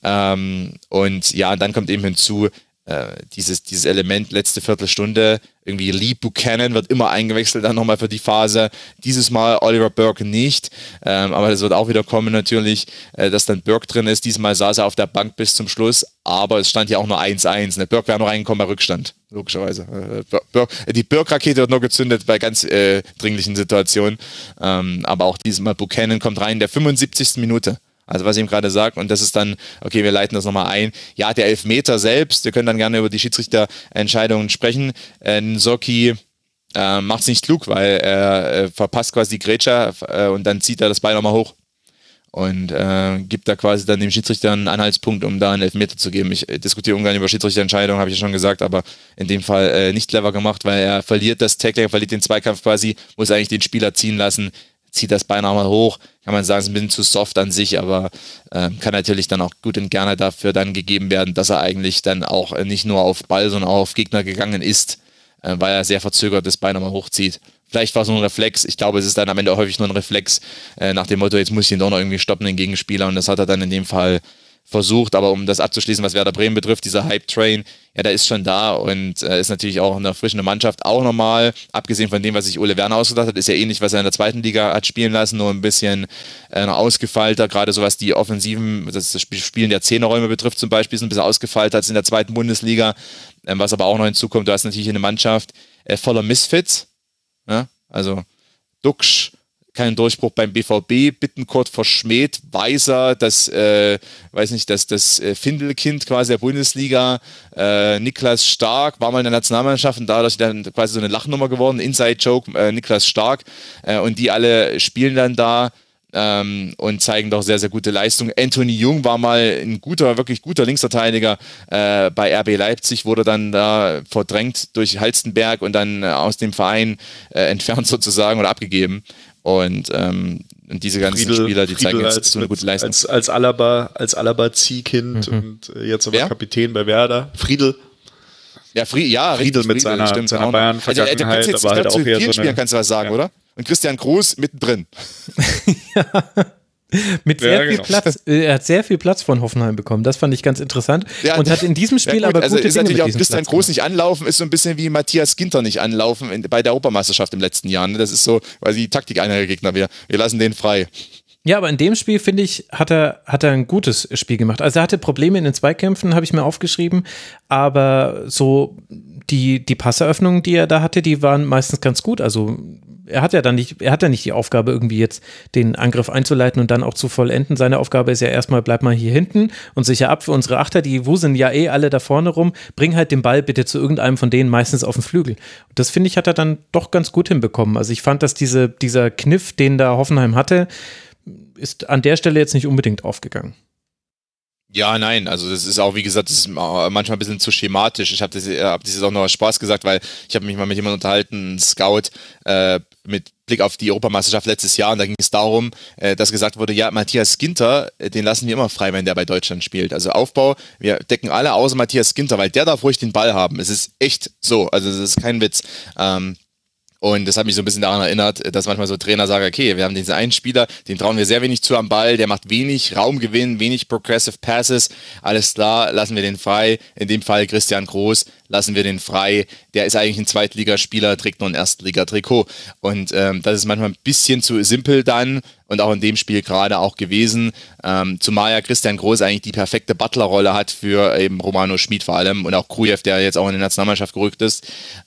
Und ja, dann kommt eben hinzu, dieses Element letzte Viertelstunde, irgendwie Lee Buchanan wird immer eingewechselt dann nochmal für die Phase, dieses Mal Oliver Burke nicht, aber das wird auch wieder kommen natürlich, dass dann Burke drin ist, diesmal saß er auf der Bank bis zum Schluss, aber es stand ja auch nur 1:1, ne? Burke wäre noch reingekommen bei Rückstand, logischerweise. Die Burke-Rakete wird nur gezündet bei ganz dringlichen Situationen, aber auch diesmal Buchanan kommt rein in der 75. Minute. Also was ich ihm gerade sagt, und das ist dann, okay, wir leiten das nochmal ein. Ja, der Elfmeter selbst, wir können dann gerne über die Schiedsrichterentscheidungen sprechen. Nsocki macht es nicht klug, weil er verpasst quasi die Grätsche und dann zieht er das Bein nochmal hoch und gibt da quasi dann dem Schiedsrichter einen Anhaltspunkt, um da einen Elfmeter zu geben. Ich diskutiere ungern über Schiedsrichterentscheidungen, habe ich ja schon gesagt, aber in dem Fall nicht clever gemacht, weil er verliert das Tackling, er verliert den Zweikampf quasi, muss eigentlich den Spieler ziehen lassen, zieht das Bein nochmal hoch, kann man sagen, ist ein bisschen zu soft an sich, aber kann natürlich dann auch gut und gerne dafür dann gegeben werden, dass er eigentlich dann auch nicht nur auf Ball, sondern auch auf Gegner gegangen ist, weil er sehr verzögert das Bein nochmal hochzieht. Vielleicht war es nur ein Reflex, ich glaube, es ist dann am Ende häufig nur ein Reflex, nach dem Motto, jetzt muss ich ihn doch noch irgendwie stoppen, den Gegenspieler, und das hat er dann in dem Fall versucht, aber um das abzuschließen, was Werder Bremen betrifft, dieser Hype-Train, ja, der ist schon da und ist natürlich auch eine erfrischende Mannschaft, auch nochmal, abgesehen von dem, was sich Ole Werner ausgedacht hat, ist ja ähnlich, was er in der zweiten Liga hat spielen lassen, nur ein bisschen noch ausgefeilter, gerade so was die Offensiven, das Spielen der Zehnerräume betrifft zum Beispiel, ist ein bisschen ausgefeilter als in der zweiten Bundesliga, was aber auch noch hinzukommt, du hast natürlich eine Mannschaft voller Misfits, ja? Also Duxch, kein Durchbruch beim BVB, Bittencourt verschmäht, Weiser, das Findelkind quasi der Bundesliga, Niklas Stark war mal in der Nationalmannschaft und dadurch dann quasi so eine Lachnummer geworden, Inside-Joke, Niklas Stark, und die alle spielen dann da und zeigen doch sehr, sehr gute Leistung. Anthony Jung war mal ein wirklich guter Linksverteidiger bei RB Leipzig, wurde dann da verdrängt durch Halstenberg und dann aus dem Verein entfernt sozusagen oder abgegeben, Und diese ganzen Spieler, die zeigen jetzt so eine gute Leistung. Als Alaba Ziehkind und jetzt aber Kapitän bei Werder. Friedel. Ja, Friedel mit seiner Bayern-Vergangenheit. Also, aber halt auch eher so Spielern kannst du was sagen, oder? Und Christian Groß mittendrin. Mit sehr viel Platz. Er hat sehr viel Platz von Hoffenheim bekommen. Das fand ich ganz interessant. Ja, und hat in diesem Spiel aber gute ist Dinge natürlich mit auch Christian Groß nicht anlaufen, ist so ein bisschen wie Matthias Ginter nicht anlaufen bei der Europameisterschaft im letzten Jahr. Das ist so, weil die Taktik einer der Gegner, wir lassen den frei. Ja, aber in dem Spiel, finde ich, hat er ein gutes Spiel gemacht. Also er hatte Probleme in den Zweikämpfen, habe ich mir aufgeschrieben, aber so die Passeröffnungen, die er da hatte, die waren meistens ganz gut. Also er hat ja nicht die Aufgabe, irgendwie jetzt den Angriff einzuleiten und dann auch zu vollenden. Seine Aufgabe ist ja erstmal, bleib mal hier hinten und sicher ab für unsere Achter, die wuseln ja alle da vorne rum, bring halt den Ball bitte zu irgendeinem von denen, meistens auf den Flügel. Und das, finde ich, hat er dann doch ganz gut hinbekommen. Also ich fand, dass dieser Kniff, den da Hoffenheim hatte, ist an der Stelle jetzt nicht unbedingt aufgegangen. Ja, nein, also das ist auch, wie gesagt, das ist manchmal ein bisschen zu schematisch. Ich habe das jetzt auch noch aus Spaß gesagt, weil ich habe mich mal mit jemandem unterhalten, ein Scout, mit Blick auf die Europameisterschaft letztes Jahr, und da ging es darum, dass gesagt wurde, ja, Matthias Ginter, den lassen wir immer frei, wenn der bei Deutschland spielt. Also Aufbau, wir decken alle außer Matthias Ginter, weil der darf ruhig den Ball haben. Es ist echt so, also es ist kein Witz. Und das hat mich so ein bisschen daran erinnert, dass manchmal so Trainer sagen, okay, wir haben diesen einen Spieler, dem trauen wir sehr wenig zu am Ball, der macht wenig Raumgewinn, wenig Progressive Passes, alles klar, lassen wir den frei. In dem Fall Christian Groß, lassen wir den frei. Der ist eigentlich ein Zweitligaspieler, trägt nur ein Erstligatrikot. Und das ist manchmal ein bisschen zu simpel dann und auch in dem Spiel gerade auch gewesen. Zumal ja Christian Groß eigentlich die perfekte Butler-Rolle hat für eben Romano Schmid vor allem und auch Krujew, der jetzt auch in die Nationalmannschaft gerückt ist.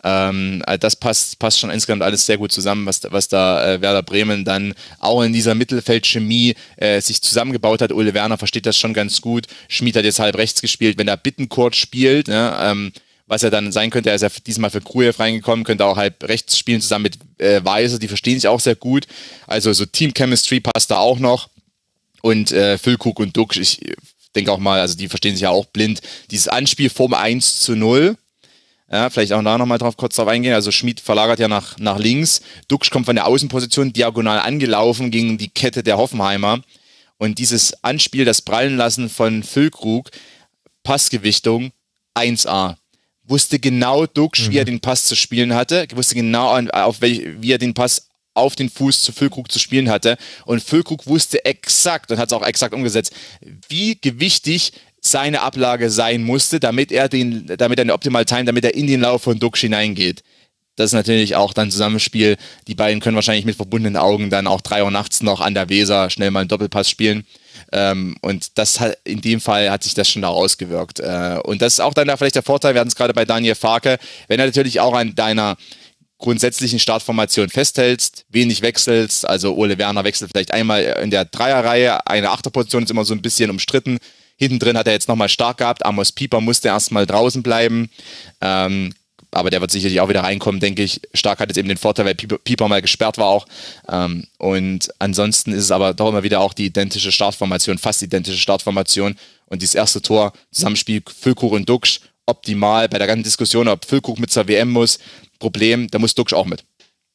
Das passt schon insgesamt alles sehr gut zusammen, was da Werder Bremen dann auch in dieser Mittelfeldchemie sich zusammengebaut hat. Ole Werner versteht das schon ganz gut. Schmid hat jetzt halb rechts gespielt. Wenn der Bittencourt spielt, was er dann sein könnte, er ist ja diesmal für Krujew reingekommen, könnte auch halb rechts spielen, zusammen mit Weise, die verstehen sich auch sehr gut. Also so Team-Chemistry passt da auch noch. Und Füllkrug und Duxch, ich denke auch mal, also die verstehen sich ja auch blind. Dieses Anspiel vom 1:0, ja, vielleicht auch da nochmal kurz drauf eingehen. Also Schmid verlagert ja nach links. Duxch kommt von der Außenposition diagonal angelaufen gegen die Kette der Hoffenheimer. Und dieses Anspiel, das Prallenlassen von Füllkrug, Passgewichtung 1A. Wusste genau Duxch, wie er den Pass zu spielen hatte, wusste genau, wie er den Pass auf den Fuß zu Füllkrug zu spielen hatte. Und Füllkrug wusste exakt und hat es auch exakt umgesetzt, wie gewichtig seine Ablage sein musste, damit er eine Optimal Time, damit er in den Lauf von Duxch hineingeht. Das ist natürlich auch dann Zusammenspiel. Die beiden können wahrscheinlich mit verbundenen Augen dann auch 3 Uhr nachts noch an der Weser schnell mal einen Doppelpass spielen. Und das in dem Fall hat sich das schon da ausgewirkt. Und das ist auch dann da vielleicht der Vorteil, wir hatten es gerade bei Daniel Farke, wenn er natürlich auch an deiner grundsätzlichen Startformation festhältst, wenig wechselst, also Ole Werner wechselt vielleicht einmal in der Dreierreihe, eine Achterposition ist immer so ein bisschen umstritten. Hinten drin hat er jetzt nochmal stark gehabt, Amos Pieper musste erstmal draußen bleiben. Aber der wird sicherlich auch wieder reinkommen, denke ich. Stark hat jetzt eben den Vorteil, weil Pieper mal gesperrt war auch. Und ansonsten ist es aber doch immer wieder auch die identische Startformation, fast identische Startformation. Und dieses erste Tor, Zusammenspiel Füllkrug und Duxch, optimal. Bei der ganzen Diskussion, ob Füllkrug mit zur WM muss, Problem, da muss Duxch auch mit.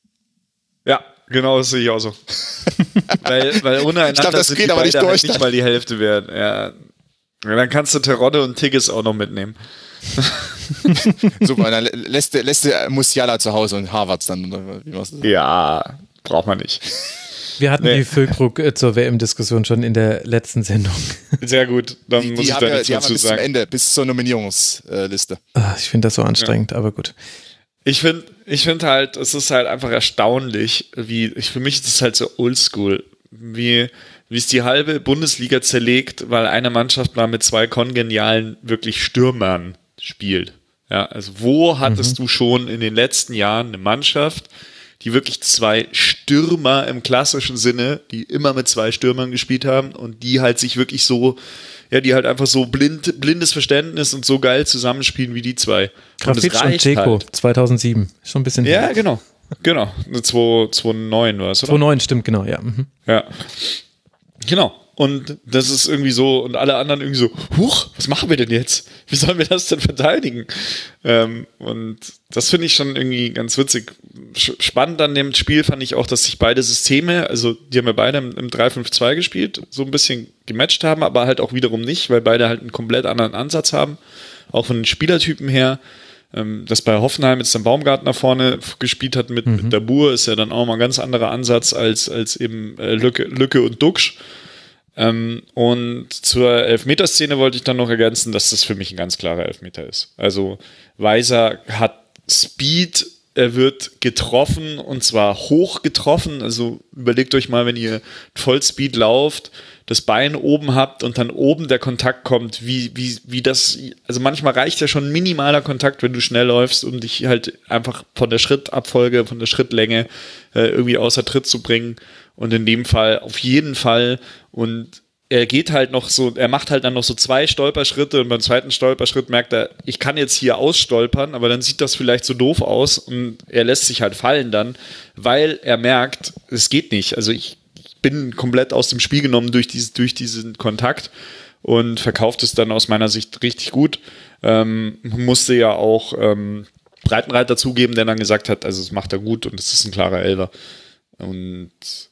Ja, genau, das sehe ich auch so. weil ohne ich glaube, das geht aber nicht durch. Nicht mal die Hälfte werden. Ja. Dann kannst du Terodde und Tigges auch noch mitnehmen. Super, dann lässt Musiala zu Hause und Havertz dann. Wie machst du das? Ja, braucht man nicht. Wir hatten die Füllkrug zur WM-Diskussion schon in der letzten Sendung. Sehr gut, dann muss ich da nichts dazu bis sagen. Zum Ende, bis zur Nominierungsliste. Ich finde das so anstrengend, aber gut. Ich finde halt, es ist halt einfach erstaunlich, für mich ist es halt so oldschool, wie es die halbe Bundesliga zerlegt, weil eine Mannschaft mal mit 2 kongenialen wirklich Stürmern spielt. Ja, also wo hattest du schon in den letzten Jahren eine Mannschaft, die wirklich 2 Stürmer im klassischen Sinne, die immer mit 2 Stürmern gespielt haben und die halt sich wirklich so, ja, die halt einfach so blindes Verständnis und so geil zusammenspielen wie die 2. Grafitsch und Dzeko, halt. 2007. Schon ein bisschen. Ja, genau. 2009 war es, oder? 2009, stimmt, genau, ja. Mhm. Ja. Genau. Und das ist irgendwie so, und alle anderen irgendwie so, huch, was machen wir denn jetzt? Wie sollen wir das denn verteidigen? Und das finde ich schon irgendwie ganz witzig. spannend an dem Spiel fand ich auch, dass sich beide Systeme, also die haben ja beide im 3-5-2 gespielt, so ein bisschen gematcht haben, aber halt auch wiederum nicht, weil beide halt einen komplett anderen Ansatz haben, auch von den Spielertypen her. Dass bei Hoffenheim jetzt der Baumgartner vorne gespielt hat mit Dabur, ist ja dann auch mal ein ganz anderer Ansatz als eben Lücke und Duxch. Und zur Elfmeterszene wollte ich dann noch ergänzen, dass das für mich ein ganz klarer Elfmeter ist. Also Weiser hat Speed, er wird getroffen und zwar hoch getroffen. Also überlegt euch mal, wenn ihr Vollspeed lauft, das Bein oben habt und dann oben der Kontakt kommt, wie das, also manchmal reicht ja schon ein minimaler Kontakt, wenn du schnell läufst, um dich halt einfach von der Schrittabfolge, von der Schrittlänge irgendwie außer Tritt zu bringen. Und in dem Fall auf jeden Fall. Und er geht halt noch so, er macht halt dann noch so 2 Stolperschritte und beim zweiten Stolperschritt merkt er, ich kann jetzt hier ausstolpern, aber dann sieht das vielleicht so doof aus und er lässt sich halt fallen dann, weil er merkt, es geht nicht. Also ich bin komplett aus dem Spiel genommen durch diesen Kontakt und verkauft es dann aus meiner Sicht richtig gut. Musste ja auch Breitenreiter zugeben, der dann gesagt hat, also es macht er gut und es ist ein klarer Elfer. Und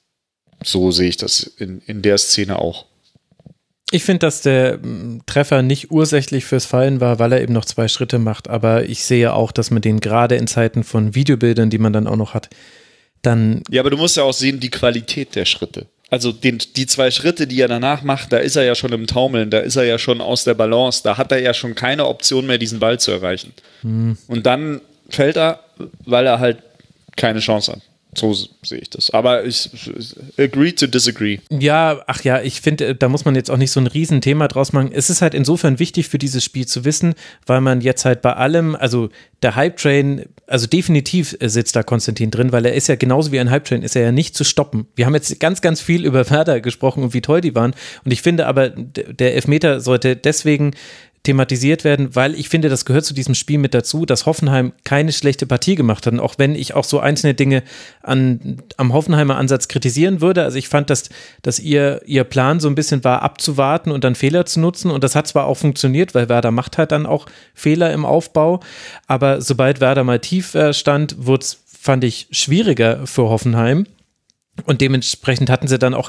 so sehe ich das in der Szene auch. Ich finde, dass der Treffer nicht ursächlich fürs Fallen war, weil er eben noch 2 Schritte macht, aber ich sehe auch, dass man den gerade in Zeiten von Videobildern, die man dann auch noch hat, dann... Ja, aber du musst ja auch sehen, die Qualität der Schritte. Also die 2 Schritte, die er danach macht, da ist er ja schon im Taumeln, da ist er ja schon aus der Balance, da hat er ja schon keine Option mehr, diesen Ball zu erreichen. Und dann fällt er, weil er halt keine Chance hat. So sehe ich das. Aber ich agree to disagree. Ja, ach ja, ich finde, da muss man jetzt auch nicht so ein Riesenthema draus machen. Es ist halt insofern wichtig für dieses Spiel zu wissen, weil man jetzt halt bei allem, also der Hype-Train, also definitiv sitzt da Konstantin drin, weil er ist ja genauso wie ein Hype-Train, ist er ja nicht zu stoppen. Wir haben jetzt ganz, ganz viel über Werder gesprochen und wie toll die waren. Und ich finde aber, der Elfmeter sollte deswegen thematisiert werden, weil ich finde, das gehört zu diesem Spiel mit dazu, dass Hoffenheim keine schlechte Partie gemacht hat. Und auch wenn ich auch so einzelne Dinge am Hoffenheimer Ansatz kritisieren würde, also ich fand, dass ihr Plan so ein bisschen war, abzuwarten und dann Fehler zu nutzen. Und das hat zwar auch funktioniert, weil Werder macht halt dann auch Fehler im Aufbau, aber sobald Werder mal tief stand, wurde es, fand ich, schwieriger für Hoffenheim. Und dementsprechend hatten sie dann auch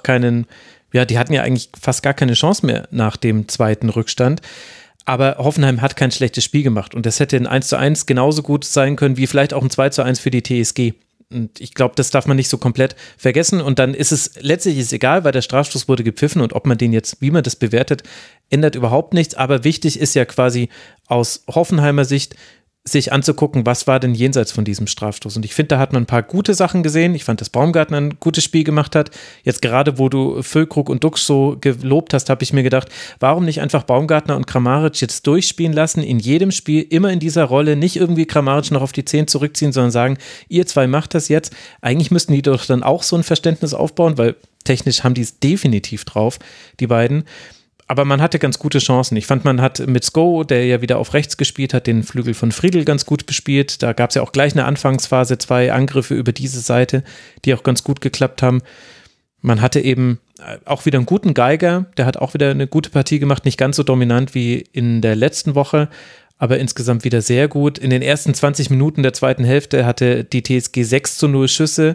die hatten ja eigentlich fast gar keine Chance mehr nach dem zweiten Rückstand. Aber Hoffenheim hat kein schlechtes Spiel gemacht und das hätte ein 1:1 genauso gut sein können wie vielleicht auch ein 2:1 für die TSG. Und ich glaube, das darf man nicht so komplett vergessen und dann ist es letztlich egal, weil der Strafstoß wurde gepfiffen und ob man den jetzt, wie man das bewertet, ändert überhaupt nichts. Aber wichtig ist ja quasi aus Hoffenheimer Sicht, sich anzugucken, was war denn jenseits von diesem Strafstoß. Und ich finde, da hat man ein paar gute Sachen gesehen. Ich fand, dass Baumgartner ein gutes Spiel gemacht hat. Jetzt gerade, wo du Füllkrug und Duxch so gelobt hast, habe ich mir gedacht, warum nicht einfach Baumgartner und Kramaric jetzt durchspielen lassen, in jedem Spiel, immer in dieser Rolle, nicht irgendwie Kramaric noch auf die 10 zurückziehen, sondern sagen, ihr 2 macht das jetzt. Eigentlich müssten die doch dann auch so ein Verständnis aufbauen, weil technisch haben die es definitiv drauf, die beiden. Aber man hatte ganz gute Chancen. Ich fand, man hat mit Sko, der ja wieder auf rechts gespielt hat, den Flügel von Friedl ganz gut bespielt. Da gab es ja auch gleich eine Anfangsphase, 2 Angriffe über diese Seite, die auch ganz gut geklappt haben. Man hatte eben auch wieder einen guten Geiger, der hat auch wieder eine gute Partie gemacht, nicht ganz so dominant wie in der letzten Woche, aber insgesamt wieder sehr gut. In den ersten 20 Minuten der zweiten Hälfte hatte die TSG 6:0 Schüsse,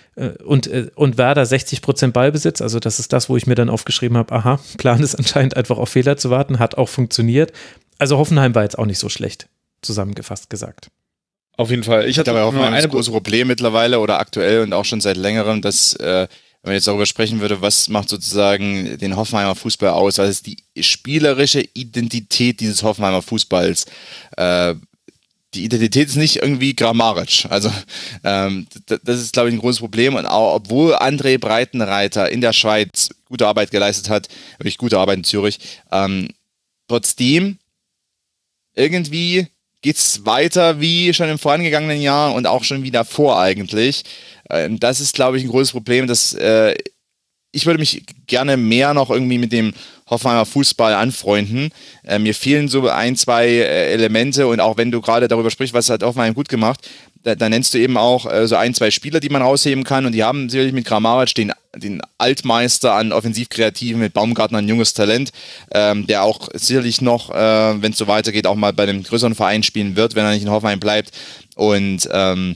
und Werder 60% Ballbesitz, also das ist das, wo ich mir dann aufgeschrieben habe, aha, Plan ist anscheinend einfach auf Fehler zu warten, hat auch funktioniert. Also Hoffenheim war jetzt auch nicht so schlecht, zusammengefasst gesagt. Auf jeden Fall. Ich hatte bei Hoffenheim ein großes Problem mittlerweile oder aktuell und auch schon seit längerem, dass, wenn man jetzt darüber sprechen würde, was macht sozusagen den Hoffenheimer Fußball aus, was ist die spielerische Identität dieses Hoffenheimer Fußballs, die Identität ist nicht irgendwie Kramaric. Also das ist, glaube ich, ein großes Problem. Und auch, obwohl André Breitenreiter in der Schweiz gute Arbeit geleistet hat, wirklich gute Arbeit in Zürich, trotzdem irgendwie geht es weiter wie schon im vorangegangenen Jahr und auch schon wie davor eigentlich. Das ist, glaube ich, ein großes Problem, dass ich würde mich gerne mehr noch irgendwie mit dem Hoffenheimer Fußball anfreunden. Mir fehlen so 1, 2 Elemente und auch wenn du gerade darüber sprichst, was hat Hoffenheim gut gemacht, da nennst du eben auch so 1, 2 Spieler, die man rausheben kann und die haben sicherlich mit Kramaric den Altmeister an Offensivkreativen, mit Baumgartner ein junges Talent, der auch sicherlich noch, wenn es so weitergeht, auch mal bei einem größeren Verein spielen wird, wenn er nicht in Hoffenheim bleibt und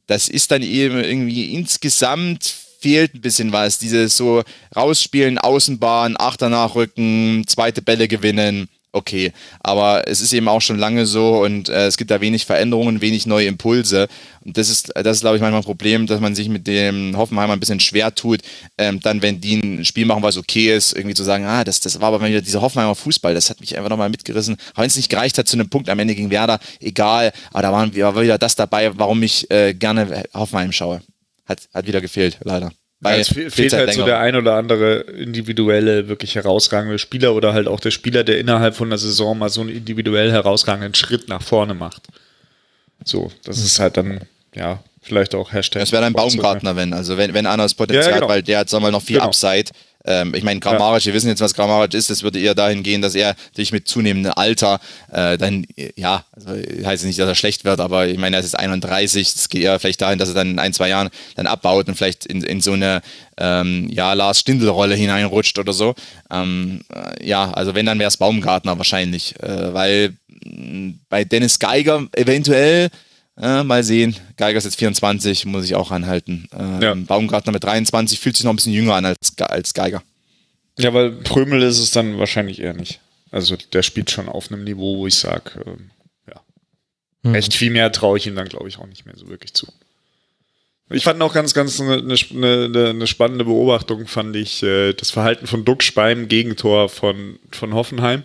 das ist dann eben irgendwie insgesamt fehlt ein bisschen was. Dieses so rausspielen, Außenbahn, Achter nachrücken, zweite Bälle gewinnen, okay. Aber es ist eben auch schon lange so und es gibt da wenig Veränderungen, wenig neue Impulse. Und das ist glaube ich, manchmal ein Problem, dass man sich mit dem Hoffenheimer ein bisschen schwer tut, dann, wenn die ein Spiel machen, was okay ist, irgendwie zu sagen, das war aber wieder dieser Hoffenheimer Fußball, das hat mich einfach nochmal mitgerissen. Auch wenn es nicht gereicht hat zu einem Punkt am Ende gegen Werder, egal, aber da war wieder das dabei, warum ich gerne Hoffenheim schaue. Hat wieder gefehlt, leider. Weil es fehlt halt so der ein oder andere individuelle, wirklich herausragende Spieler oder halt auch der Spieler, der innerhalb von der Saison mal so einen individuell herausragenden Schritt nach vorne macht. So, das ist halt dann, ja, vielleicht auch Hashtag. Das wäre dann Baumgartner, wenn einer das Potenzial hat, weil der hat, sagen wir mal, noch viel Upside. Ich meine, Kramaric, wir wissen jetzt, was Kramaric ist, das würde eher dahin gehen, dass er sich mit zunehmendem Alter dann, ja, also heißt nicht, dass er schlecht wird, aber ich meine, er ist jetzt 31, es geht eher vielleicht dahin, dass er dann in 1-2 Jahren dann abbaut und vielleicht in so eine Lars Stindl-Rolle hineinrutscht oder so. Also wenn, dann wäre es Baumgartner wahrscheinlich, weil bei Dennis Geiger eventuell mal sehen. Geiger ist jetzt 24, muss ich auch anhalten. Baumgartner mit 23 fühlt sich noch ein bisschen jünger an als Geiger. Ja, weil Prömel ist es dann wahrscheinlich eher nicht. Also der spielt schon auf einem Niveau, wo ich sage, recht viel mehr traue ich ihm dann, glaube ich, auch nicht mehr so wirklich zu. Ich fand auch ganz eine spannende Beobachtung, fand ich das Verhalten von Duxch beim Gegentor von Hoffenheim.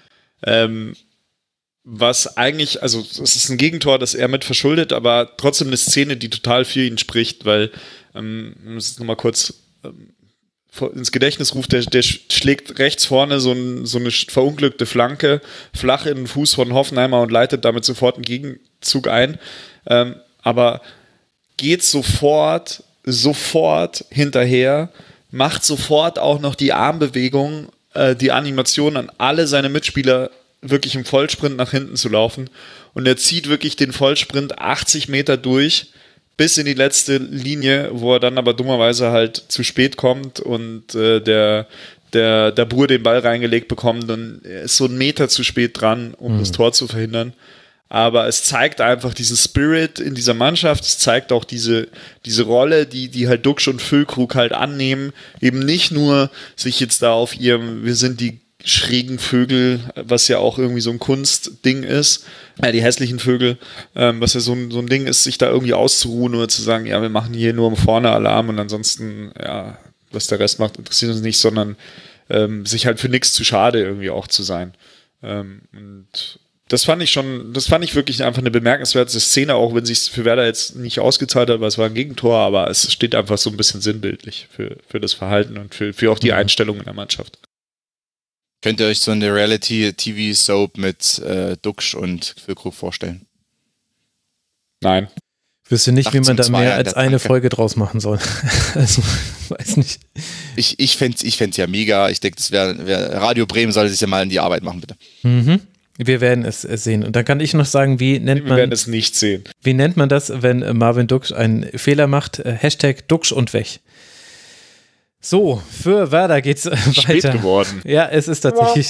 Was eigentlich, also es ist ein Gegentor, das er mit verschuldet, aber trotzdem eine Szene, die total für ihn spricht, weil, muss es nochmal kurz ins Gedächtnis ruft, der schlägt rechts vorne so eine verunglückte Flanke flach in den Fuß von Hoffenheimer und leitet damit sofort einen Gegenzug ein, aber geht sofort hinterher, macht sofort auch noch die Armbewegung, die Animation an alle seine Mitspieler wirklich im Vollsprint nach hinten zu laufen. Und er zieht wirklich den Vollsprint 80 Meter durch, bis in die letzte Linie, wo er dann aber dummerweise halt zu spät kommt und der Dabur den Ball reingelegt bekommt und er ist so einen Meter zu spät dran, um das Tor zu verhindern. Aber es zeigt einfach diesen Spirit in dieser Mannschaft, es zeigt auch diese Rolle, die halt Duxch und Füllkrug halt annehmen, eben nicht nur sich jetzt da auf ihrem, wir sind die schrägen Vögel, was ja auch irgendwie so ein Kunstding ist, die hässlichen Vögel, was ja so ein Ding ist, sich da irgendwie auszuruhen oder zu sagen, ja, wir machen hier nur vorne Alarm und ansonsten, ja, was der Rest macht, interessiert uns nicht, sondern sich halt für nichts zu schade irgendwie auch zu sein. Und das fand ich wirklich einfach eine bemerkenswerte Szene, auch wenn sich für Werder jetzt nicht ausgezahlt hat, weil es war ein Gegentor, aber es steht einfach so ein bisschen sinnbildlich für das Verhalten und für auch die Einstellung in der Mannschaft. Könnt ihr euch so eine Reality-TV-Soap mit Duxch und Füllkrug vorstellen? Nein. Ich wüsste nicht, wie man da mehr als eine Folge draus machen soll. Also, weiß nicht. Ich fänd's ja mega. Ich denke, das wäre Radio Bremen sollte sich ja mal in die Arbeit machen, bitte. Mhm. Wir werden es sehen. Und dann kann ich noch sagen, wir werden es nicht sehen. Wie nennt man das, wenn Marvin Duxch einen Fehler macht? Hashtag Duxch und weg. So, für Werder geht's weiter. Spät geworden. Ja, es ist tatsächlich.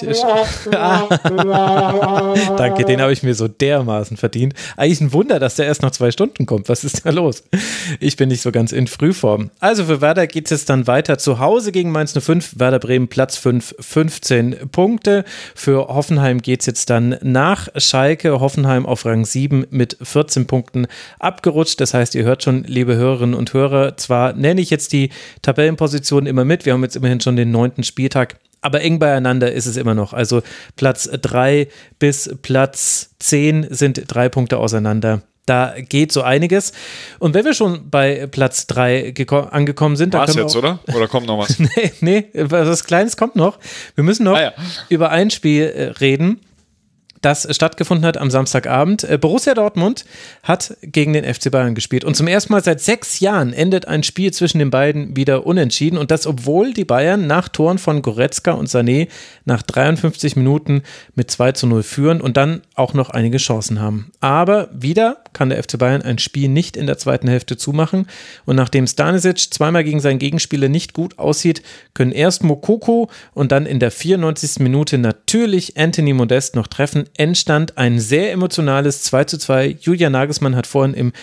Danke, den habe ich mir so dermaßen verdient. Eigentlich ein Wunder, dass der erst nach 2 Stunden kommt. Was ist da los? Ich bin nicht so ganz in Frühform. Also für Werder geht's jetzt dann weiter zu Hause gegen Mainz 05. Werder Bremen Platz 5, 15 Punkte. Für Hoffenheim geht's jetzt dann nach Schalke. Hoffenheim auf Rang 7 mit 14 Punkten abgerutscht. Das heißt, ihr hört schon, liebe Hörerinnen und Hörer, zwar nenne ich jetzt die Tabellenposition immer mit. Wir haben jetzt immerhin schon den 9. Spieltag, aber eng beieinander ist es immer noch. Also Platz 3 bis Platz 10 sind 3 Punkte auseinander. Da geht so einiges. Und wenn wir schon bei Platz 3 angekommen sind, war's jetzt, oder? Oder kommt noch was? nee, was Kleines kommt noch. Wir müssen noch über ein Spiel reden, das stattgefunden hat am Samstagabend. Borussia Dortmund hat gegen den FC Bayern gespielt. Und zum ersten Mal seit 6 Jahren endet ein Spiel zwischen den beiden wieder unentschieden. Und das, obwohl die Bayern nach Toren von Goretzka und Sané nach 53 Minuten mit 2:0 führen und dann auch noch einige Chancen haben. Aber wieder kann der FC Bayern ein Spiel nicht in der zweiten Hälfte zumachen. Und nachdem Stanisic zweimal gegen seinen Gegenspieler nicht gut aussieht, können erst Moukoko und dann in der 94. Minute natürlich Anthony Modest noch treffen. Endstand ein sehr emotionales 2:2. Julian Nagelsmann hat vorhin im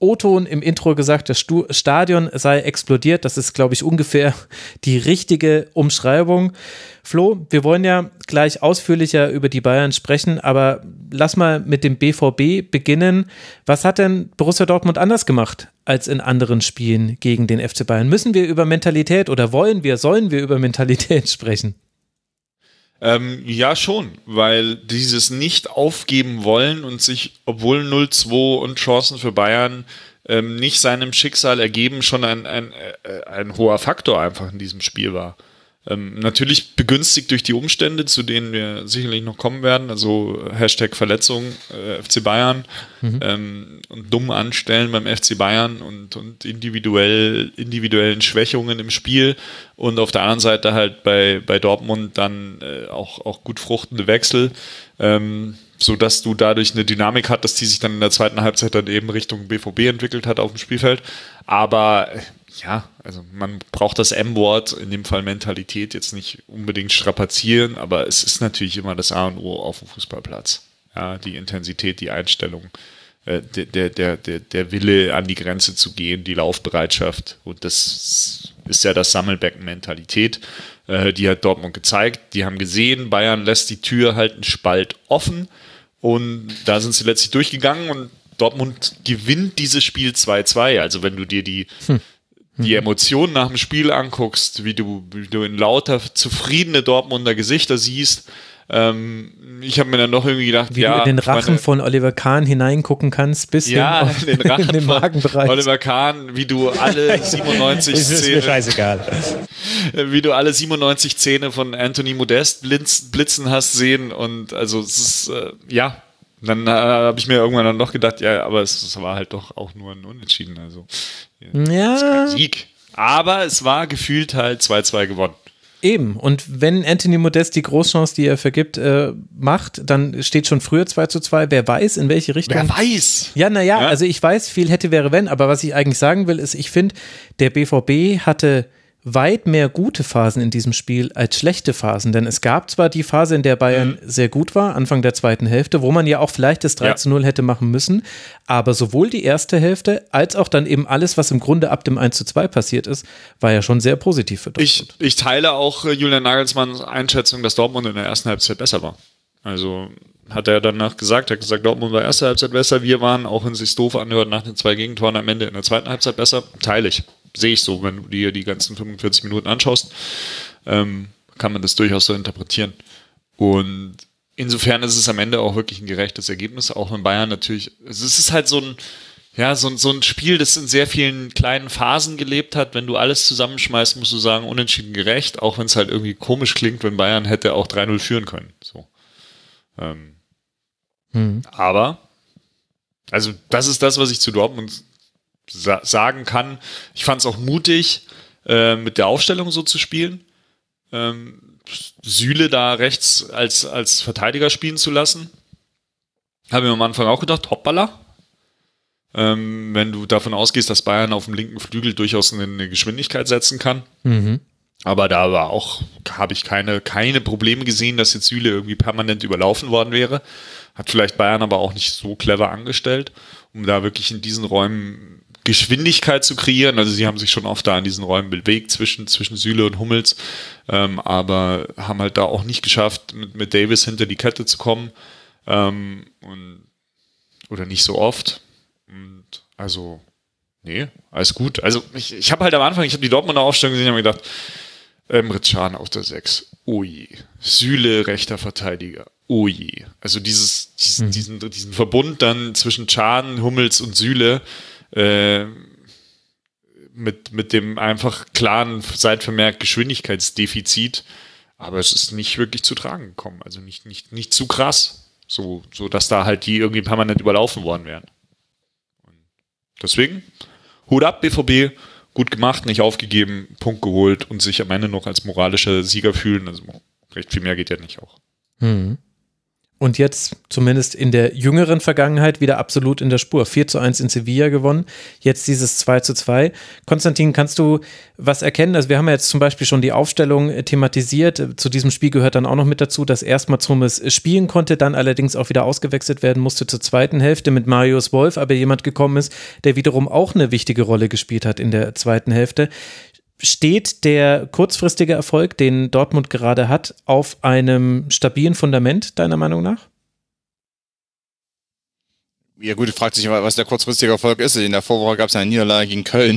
O-Ton im Intro gesagt, das Stadion sei explodiert. Das ist, glaube ich, ungefähr die richtige Umschreibung. Flo, wir wollen ja gleich ausführlicher über die Bayern sprechen, aber lass mal mit dem BVB beginnen. Was hat denn Borussia Dortmund anders gemacht als in anderen Spielen gegen den FC Bayern? Müssen wir über Mentalität oder sollen wir über Mentalität sprechen? Ja, schon, weil dieses nicht aufgeben wollen und sich, obwohl 0-2 und Chancen für Bayern nicht seinem Schicksal ergeben, schon ein hoher Faktor einfach in diesem Spiel war. Natürlich begünstigt durch die Umstände, zu denen wir sicherlich noch kommen werden, also #Verletzung FC Bayern und dumm anstellen beim FC Bayern und individuellen Schwächungen im Spiel und auf der anderen Seite halt bei Dortmund dann auch gut fruchtende Wechsel, sodass du dadurch eine Dynamik hattest, die sich dann in der zweiten Halbzeit dann eben Richtung BVB entwickelt hat auf dem Spielfeld, aber ja, also man braucht das M-Wort, in dem Fall Mentalität, jetzt nicht unbedingt strapazieren, aber es ist natürlich immer das A und O auf dem Fußballplatz. Ja, die Intensität, die Einstellung, der Wille an die Grenze zu gehen, die Laufbereitschaft und das ist ja das Sammelbecken Mentalität, die hat Dortmund gezeigt. Die haben gesehen, Bayern lässt die Tür halt einen Spalt offen und da sind sie letztlich durchgegangen und Dortmund gewinnt dieses Spiel 2-2. Also wenn du dir die Emotionen nach dem Spiel anguckst, wie du in lauter zufriedene Dortmunder Gesichter siehst, ich habe mir dann doch irgendwie gedacht, wie du in den Rachen von Oliver Kahn hineingucken kannst, bis in den Rachen in den Magenbereich. Oliver Kahn, wie du alle 97 ist mir scheißegal. Wie du alle 97 Szene von Anthony Modest blitzen hast sehen und also es ist dann habe ich mir irgendwann dann doch gedacht, ja, aber es war halt doch auch nur ein Unentschieden, also ja. ist kein Sieg. Aber es war gefühlt halt 2-2 gewonnen. Eben, und wenn Anthony Modest die Großchance, die er vergibt, macht, dann steht schon früher 2-2, wer weiß, in welche Richtung. Wer weiß? Ja, also ich weiß, viel hätte, wäre, wenn, aber was ich eigentlich sagen will, ist, ich finde, der BVB hatte weit mehr gute Phasen in diesem Spiel als schlechte Phasen, denn es gab zwar die Phase, in der Bayern sehr gut war, Anfang der zweiten Hälfte, wo man ja auch vielleicht das 3-0 hätte machen müssen, aber sowohl die erste Hälfte als auch dann eben alles, was im Grunde ab dem 1-2 passiert ist, war ja schon sehr positiv für Dortmund. Ich teile auch Julian Nagelsmanns Einschätzung, dass Dortmund in der ersten Halbzeit besser war. Also hat er danach gesagt, Dortmund war erste Halbzeit besser, wir waren, auch wenn es sich doof anhört, nach den 2 Gegentoren am Ende in der zweiten Halbzeit besser, teile ich. Sehe ich so, wenn du dir die ganzen 45 Minuten anschaust, kann man das durchaus so interpretieren. Und insofern ist es am Ende auch wirklich ein gerechtes Ergebnis, auch wenn Bayern natürlich, also es ist halt so ein Spiel, das in sehr vielen kleinen Phasen gelebt hat. Wenn du alles zusammenschmeißt, musst du sagen, unentschieden gerecht, auch wenn es halt irgendwie komisch klingt, wenn Bayern hätte auch 3-0 führen können. So. Aber, also das ist das, was ich zu Dortmund sagen kann. Ich fand es auch mutig, mit der Aufstellung so zu spielen. Süle da rechts als Verteidiger spielen zu lassen. Habe ich am Anfang auch gedacht, hoppala. Wenn du davon ausgehst, dass Bayern auf dem linken Flügel durchaus eine Geschwindigkeit setzen kann. Aber da war auch, habe ich keine Probleme gesehen, dass jetzt Süle irgendwie permanent überlaufen worden wäre. Hat vielleicht Bayern aber auch nicht so clever angestellt, um da wirklich in diesen Räumen Geschwindigkeit zu kreieren. Also sie haben sich schon oft da in diesen Räumen bewegt zwischen Süle und Hummels, aber haben halt da auch nicht geschafft, mit Davis hinter die Kette zu kommen oder nicht so oft. Und also, nee, alles gut. Also ich habe halt am Anfang, ich habe die Dortmunder Aufstellung gesehen und habe gedacht, Emre Can auf der 6, oh je. Süle, rechter Verteidiger, oh je. Also diesen Verbund dann zwischen Can, Hummels und Süle, mit dem einfach klaren Seitvermerk Geschwindigkeitsdefizit, aber es ist nicht wirklich zu tragen gekommen, also nicht zu krass, so dass da halt die irgendwie permanent überlaufen worden wären. Und deswegen, Hut ab, BVB, gut gemacht, nicht aufgegeben, Punkt geholt und sich am Ende noch als moralischer Sieger fühlen, also recht viel mehr geht ja nicht auch. Und jetzt zumindest in der jüngeren Vergangenheit wieder absolut in der Spur. 4:1 in Sevilla gewonnen, jetzt dieses 2:2. Konstantin, kannst du was erkennen? Also wir haben ja jetzt zum Beispiel schon die Aufstellung thematisiert. Zu diesem Spiel gehört dann auch noch mit dazu, dass erstmals Hummels spielen konnte, dann allerdings auch wieder ausgewechselt werden musste zur zweiten Hälfte mit Marius Wolf, aber jemand gekommen ist, der wiederum auch eine wichtige Rolle gespielt hat in der zweiten Hälfte. Steht der kurzfristige Erfolg, den Dortmund gerade hat, auf einem stabilen Fundament, deiner Meinung nach? Ja gut, fragt sich, was der kurzfristige Erfolg ist. In der Vorwoche gab es eine Niederlage gegen Köln.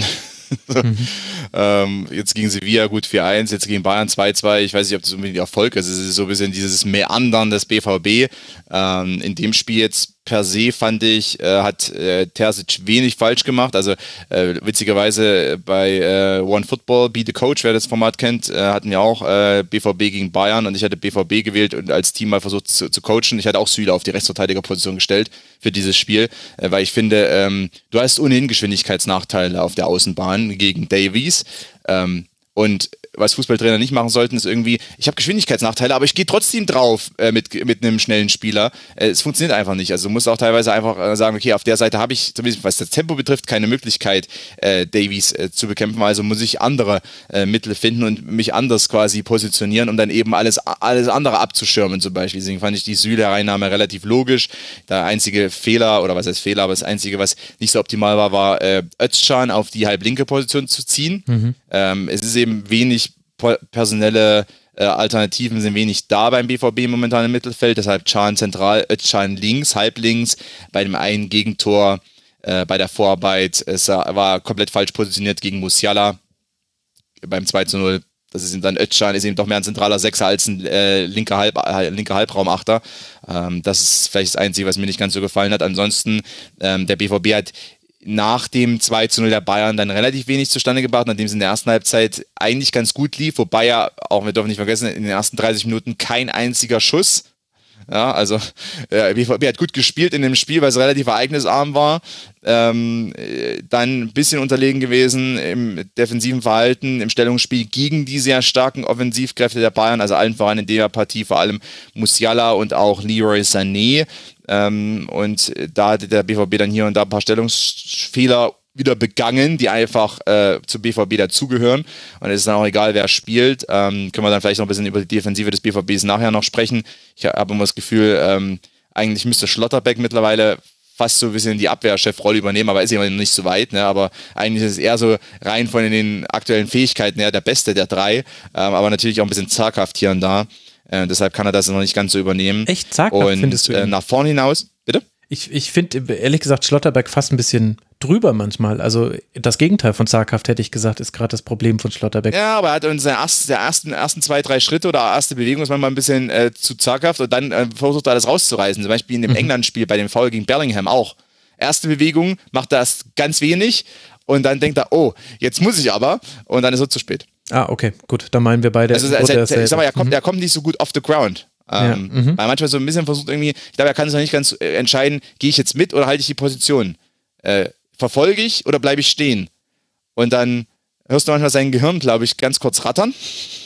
Jetzt gegen Sevilla gut 4:1, jetzt gegen Bayern 2:2. Ich weiß nicht, ob das unbedingt Erfolg ist. Es ist so ein bisschen dieses Meandern des BVB. In dem Spiel jetzt per se fand ich, hat Terzic wenig falsch gemacht. Also witzigerweise bei OneFootball, Be the Coach, wer das Format kennt, hatten wir auch BVB gegen Bayern und ich hatte BVB gewählt und als Team mal versucht zu coachen. Ich hatte auch Süle auf die Rechtsverteidigerposition gestellt für dieses Spiel, weil ich finde, du hast ohnehin Geschwindigkeitsnachteile auf der Außenbahn gegen Davies. Und was Fußballtrainer nicht machen sollten, ist irgendwie, ich habe Geschwindigkeitsnachteile, aber ich gehe trotzdem drauf mit einem schnellen Spieler. Es funktioniert einfach nicht. Also du musst auch teilweise einfach sagen, okay, auf der Seite habe ich, zumindest was das Tempo betrifft, keine Möglichkeit, Davies zu bekämpfen. Also muss ich andere Mittel finden und mich anders quasi positionieren, um dann eben alles andere abzuschirmen zum Beispiel. Deswegen fand ich die Süle-Reinnahme relativ logisch. Der einzige Fehler, oder was heißt Fehler, aber das einzige, was nicht so optimal war Özcan auf die halblinke Position zu ziehen. Es ist eben wenig personelle Alternativen sind wenig da beim BVB momentan im Mittelfeld, deshalb Can zentral, Özcan links, halblinks, bei dem einen Gegentor bei der Vorarbeit, es war komplett falsch positioniert gegen Musiala beim 2:0, das ist dann Özcan, ist eben doch mehr ein zentraler Sechser als ein linker Halbraumachter, das ist vielleicht das Einzige, was mir nicht ganz so gefallen hat, ansonsten der BVB hat nach dem 2:0 der Bayern dann relativ wenig zustande gebracht, nachdem es in der ersten Halbzeit eigentlich ganz gut lief, wobei ja, auch wir dürfen nicht vergessen, in den ersten 30 Minuten kein einziger Schuss. Ja, also BVB hat gut gespielt in dem Spiel, weil es relativ ereignisarm war. Dann ein bisschen unterlegen gewesen im defensiven Verhalten, im Stellungsspiel gegen die sehr starken Offensivkräfte der Bayern, also allen voran in der Partie vor allem Musiala und auch Leroy Sané. Und da hatte der BVB dann hier und da ein paar Stellungsfehler wieder begangen, die einfach zu BVB dazugehören. Und es ist dann auch egal, wer spielt. Können wir dann vielleicht noch ein bisschen über die Defensive des BVBs nachher noch sprechen. Ich habe immer das Gefühl, eigentlich müsste Schlotterbeck mittlerweile fast so ein bisschen die Abwehrchefrolle übernehmen, aber ist immer noch nicht so weit. Ne? Aber eigentlich ist es eher so rein von den aktuellen Fähigkeiten her der Beste der drei. Aber natürlich auch ein bisschen zaghaft hier und da. Deshalb kann er das noch nicht ganz so übernehmen. Echt zaghaft findest du ihn? Nach vorn hinaus, bitte? Ich finde, ehrlich gesagt, Schlotterbeck fast ein bisschen drüber manchmal. Also das Gegenteil von zaghaft, hätte ich gesagt, ist gerade das Problem von Schlotterbeck. Ja, aber er hat uns der ersten 2-3 Schritte oder erste Bewegung ist manchmal ein bisschen zu zaghaft und dann versucht er alles rauszureißen. Zum Beispiel in dem England-Spiel bei dem Foul gegen Bellingham auch. Erste Bewegung macht er erst ganz wenig und dann denkt er, oh, jetzt muss ich aber und dann ist er zu spät. Ah, okay, gut, dann meinen wir beide. Also ich sag mal, er kommt nicht so gut off the ground. Weil manchmal so ein bisschen versucht irgendwie, ich glaube, er kann sich noch nicht ganz entscheiden, gehe ich jetzt mit oder halte ich die Position? Verfolge ich oder bleibe ich stehen? Und dann hörst du manchmal sein Gehirn, glaube ich, ganz kurz rattern.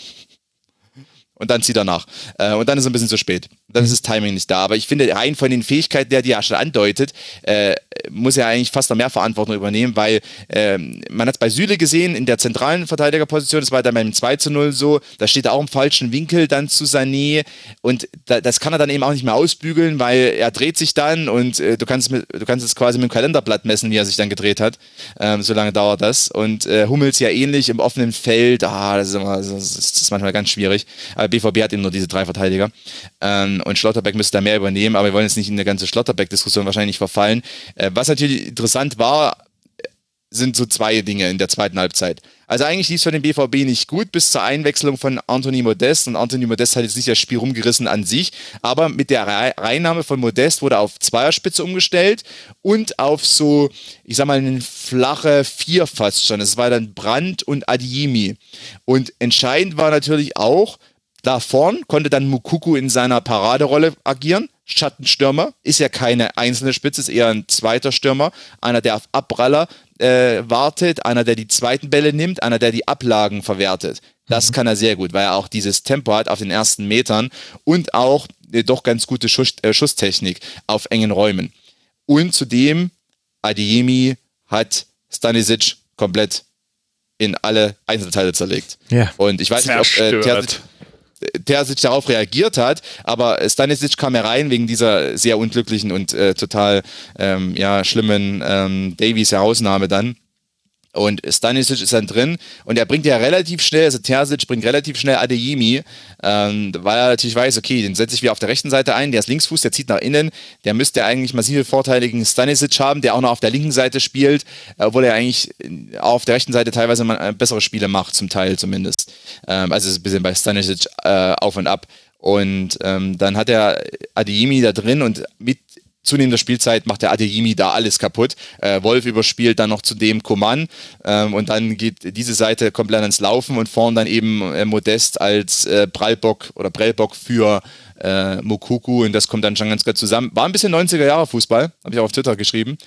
Und dann zieht er nach. Und dann ist es ein bisschen zu spät. Dann ist das Timing nicht da. Aber ich finde, rein von den Fähigkeiten, die er schon andeutet, muss er eigentlich fast noch mehr Verantwortung übernehmen, weil man hat es bei Süle gesehen, in der zentralen Verteidigerposition, das war dann beim 2:0 so, da steht er auch im falschen Winkel dann zu Sané und das kann er dann eben auch nicht mehr ausbügeln, weil er dreht sich dann und du kannst es quasi mit dem Kalenderblatt messen, wie er sich dann gedreht hat. So lange dauert das. Und Hummels ja ähnlich im offenen Feld, das ist manchmal ganz schwierig. Aber BVB hat eben nur diese drei Verteidiger. Und Schlotterbeck müsste da mehr übernehmen, aber wir wollen jetzt nicht in eine ganze Schlotterbeck-Diskussion wahrscheinlich verfallen. Was natürlich interessant war, sind so zwei Dinge in der zweiten Halbzeit. Also eigentlich lief es für den BVB nicht gut bis zur Einwechslung von Anthony Modest und Anthony Modest hat jetzt nicht das Spiel rumgerissen an sich, aber mit der Reinnahme von Modest wurde auf Zweierspitze umgestellt und auf so, ich sag mal, eine flache Vier fast schon. Es war dann Brandt und Adeyemi. Und entscheidend war natürlich auch, da vorn konnte dann Moukoko in seiner Paraderolle agieren. Schattenstürmer, ist ja keine einzelne Spitze, ist eher ein zweiter Stürmer. Einer, der auf Abpraller wartet, einer, der die zweiten Bälle nimmt, einer, der die Ablagen verwertet. Das kann er sehr gut, weil er auch dieses Tempo hat auf den ersten Metern und auch doch ganz gute Schusstechnik auf engen Räumen. Und zudem, Adeyemi hat Stanisic komplett in alle Einzelteile zerlegt. Ja. Und ich weiß nicht, ob Terzic darauf reagiert hat, aber Stanisic kam herein wegen dieser sehr unglücklichen und total schlimmen Davies-Herausnahme dann. Und Stanisic ist dann drin und er bringt ja relativ schnell, also Terzic bringt relativ schnell Adeyemi, weil er natürlich weiß, okay, den setze ich wieder auf der rechten Seite ein, der ist Linksfuß, der zieht nach innen, der müsste eigentlich massive Vorteile gegen Stanisic haben, der auch noch auf der linken Seite spielt, obwohl er eigentlich auch auf der rechten Seite teilweise bessere Spiele macht, zum Teil zumindest. Also es ist ein bisschen bei Stanisic auf und ab. Und dann hat er Adeyemi da drin und mit zunehmender Spielzeit macht der Adeyemi da alles kaputt. Wolf überspielt dann noch zudem Coman und dann geht diese Seite komplett ans Laufen und vorn dann eben Modest als Prellbock für Moukoko und das kommt dann schon ganz gut zusammen. War ein bisschen 90er-Jahre-Fußball, habe ich auch auf Twitter geschrieben,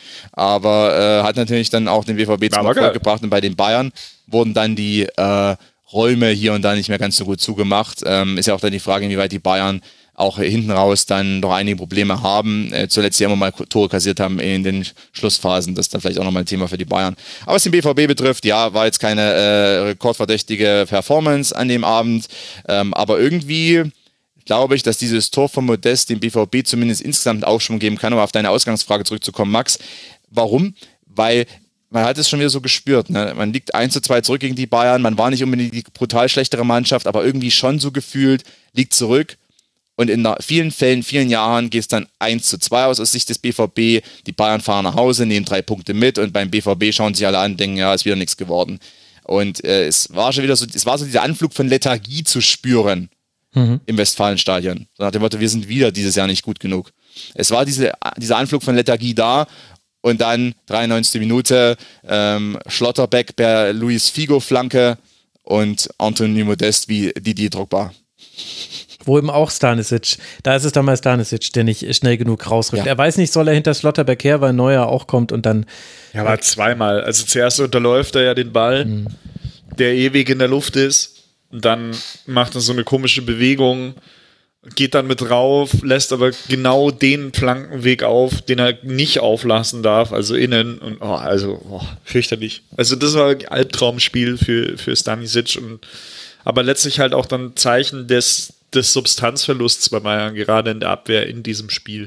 aber hat natürlich dann auch den BVB zum Erfolg gebracht und bei den Bayern wurden dann die Räume hier und da nicht mehr ganz so gut zugemacht. Ist ja auch dann die Frage, inwieweit die Bayern auch hinten raus dann noch einige Probleme haben. Zuletzt ja immer mal Tore kassiert haben in den Schlussphasen. Das ist dann vielleicht auch nochmal ein Thema für die Bayern. Aber was den BVB betrifft, ja, war jetzt keine rekordverdächtige Performance an dem Abend. Aber irgendwie glaube ich, dass dieses Tor von Modest dem BVB zumindest insgesamt Aufschwung geben kann. Um auf deine Ausgangsfrage zurückzukommen, Max. Warum? Weil man hat es schon wieder so gespürt. Ne? Man liegt 1:2 zurück gegen die Bayern. Man war nicht unbedingt die brutal schlechtere Mannschaft, aber irgendwie schon so gefühlt, liegt zurück. Und in vielen Fällen, vielen Jahren geht es dann 1:2 aus Sicht des BVB. Die Bayern fahren nach Hause, nehmen 3 Punkte mit und beim BVB schauen sich alle an und denken, ja, ist wieder nichts geworden. Und es war schon wieder so, es war so dieser Anflug von Lethargie zu spüren im Westfalenstadion. So nach dem Motto, wir sind wieder dieses Jahr nicht gut genug. Es war dieser Anflug von Lethargie da und dann 93. Minute Schlotterbeck per Luis Figo Flanke und Anthony Modest wie Didier Drogba. Wo eben auch Stanisic, da ist es dann mal Stanisic, der nicht schnell genug rausrückt. Ja. Er weiß nicht, soll er hinter Schlotterbeck her, weil Neuer auch kommt und dann... Ja, aber zweimal. Also zuerst unterläuft er ja den Ball, der ewig in der Luft ist und dann macht er so eine komische Bewegung, geht dann mit rauf, lässt aber genau den Flankenweg auf, den er nicht auflassen darf, also innen und fürchterlich. Also das war ein Albtraumspiel für Stanisic aber letztlich halt auch dann Zeichen des Substanzverlusts bei Bayern, gerade in der Abwehr in diesem Spiel.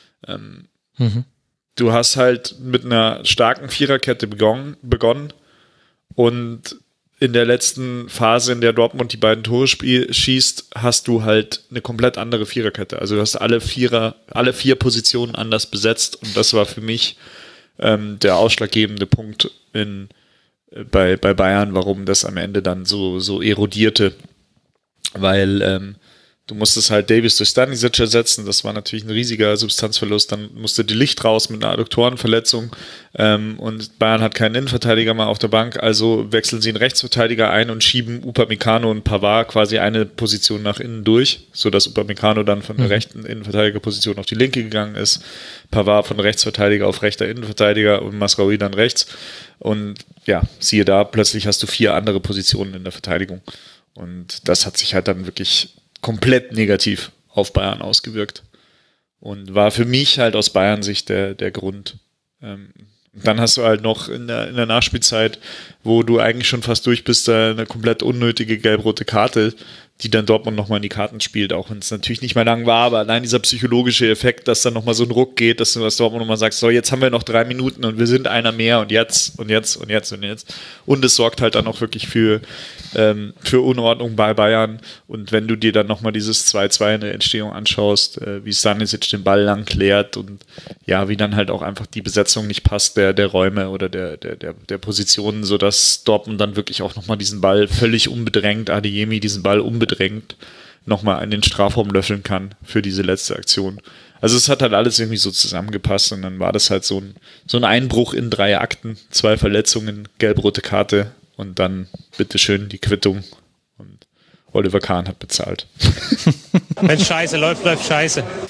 Du hast halt mit einer starken Viererkette begonnen und in der letzten Phase, in der Dortmund die beiden Tore schießt, hast du halt eine komplett andere Viererkette. Also du hast alle vier Positionen anders besetzt und das war für mich der ausschlaggebende Punkt bei Bayern, warum das am Ende dann so erodierte. Weil du musstest halt Davies durch Stanisic ersetzen, das war natürlich ein riesiger Substanzverlust, dann musste die Licht raus mit einer Adduktorenverletzung und Bayern hat keinen Innenverteidiger mehr auf der Bank, also wechseln sie einen Rechtsverteidiger ein und schieben Upamecano und Pavard quasi eine Position nach innen durch, sodass Upamecano dann von der rechten Innenverteidigerposition auf die linke gegangen ist, Pavard von Rechtsverteidiger auf rechter Innenverteidiger und Mazraoui dann rechts und ja, siehe da, plötzlich hast du 4 andere Positionen in der Verteidigung und das hat sich halt dann wirklich komplett negativ auf Bayern ausgewirkt und war für mich halt aus Bayern-Sicht der Grund. Dann hast du halt noch in der Nachspielzeit, wo du eigentlich schon fast durch bist, eine komplett unnötige gelb-rote Karte, die dann Dortmund nochmal in die Karten spielt, auch wenn es natürlich nicht mehr lang war, aber allein dieser psychologische Effekt, dass dann nochmal so ein Ruck geht, dass du als Dortmund nochmal sagst, so jetzt haben wir noch 3 Minuten und wir sind einer mehr und jetzt. Und es sorgt halt dann auch wirklich für Unordnung bei Bayern und wenn du dir dann nochmal dieses 2:2 in der Entstehung anschaust, wie Stanisic den Ball lang klärt und ja, wie dann halt auch einfach die Besetzung nicht passt, der Räume oder der Positionen, sodass Dortmund dann wirklich auch nochmal diesen Ball völlig unbedrängt, Adeyemi diesen Ball unbedrängt nochmal in den Strafraum löffeln kann für diese letzte Aktion. Also es hat halt alles irgendwie so zusammengepasst und dann war das halt so ein Einbruch in 3 Akten, 2 Verletzungen, gelb-rote Karte und dann bitteschön die Quittung und Oliver Kahn hat bezahlt. Wenn Scheiße läuft, läuft Scheiße.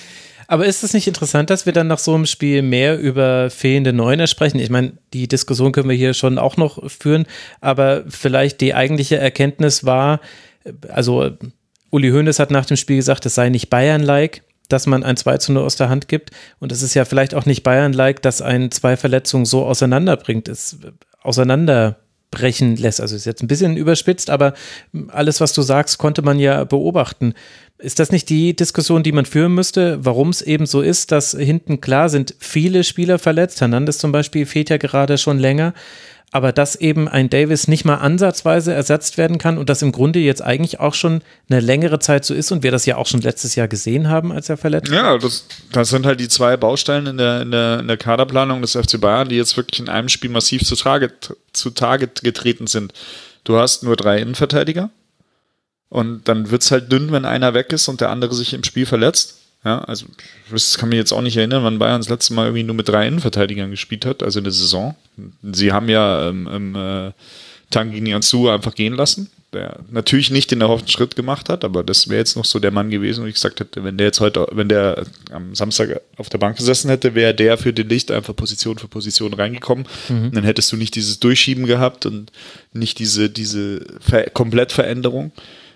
Aber ist es nicht interessant, dass wir dann nach so einem Spiel mehr über fehlende Neuner sprechen? Ich meine, die Diskussion können wir hier schon auch noch führen, aber vielleicht die eigentliche Erkenntnis war, also Uli Hoeneß hat nach dem Spiel gesagt, es sei nicht Bayern-like, dass man ein 2:0 aus der Hand gibt, und es ist ja vielleicht auch nicht Bayern-like, dass ein 2 Verletzungen so auseinanderbringt, es auseinanderbrechen lässt. Also ist jetzt ein bisschen überspitzt, aber alles, was du sagst, konnte man ja beobachten. Ist das nicht die Diskussion, die man führen müsste, warum es eben so ist, dass hinten klar sind viele Spieler verletzt, Hernandez zum Beispiel fehlt ja gerade schon länger, aber dass eben ein Davis nicht mal ansatzweise ersetzt werden kann und das im Grunde jetzt eigentlich auch schon eine längere Zeit so ist und wir das ja auch schon letztes Jahr gesehen haben, als er verletzt war? Ja, das sind halt die 2 Baustellen in der Kaderplanung des FC Bayern, die jetzt wirklich in einem Spiel massiv zutage getreten sind. Du hast nur 3 Innenverteidiger und dann wird es halt dünn, wenn einer weg ist und der andere sich im Spiel verletzt. Ja, also das kann mich jetzt auch nicht erinnern, wann Bayern das letzte Mal irgendwie nur mit 3 Innenverteidigern gespielt hat, also in der Saison. Sie haben ja Tanguy Nianzou einfach gehen lassen, der natürlich nicht den erhofften Schritt gemacht hat, aber das wäre jetzt noch so der Mann gewesen, wo ich gesagt hätte, wenn der am Samstag auf der Bank gesessen hätte, wäre der für den Licht einfach Position für Position reingekommen. Und dann hättest du nicht dieses Durchschieben gehabt und nicht diese Komplettveränderung.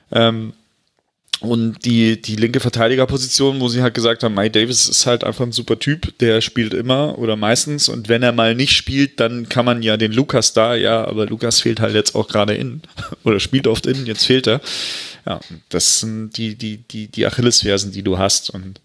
Und die linke Verteidigerposition, wo sie halt gesagt haben, Mike Davis ist halt einfach ein super Typ, der spielt immer oder meistens und wenn er mal nicht spielt, dann kann man ja den Lukas aber Lukas fehlt halt jetzt auch gerade innen oder spielt oft innen, jetzt fehlt er. Ja, das sind die Achillesfersen, die du hast und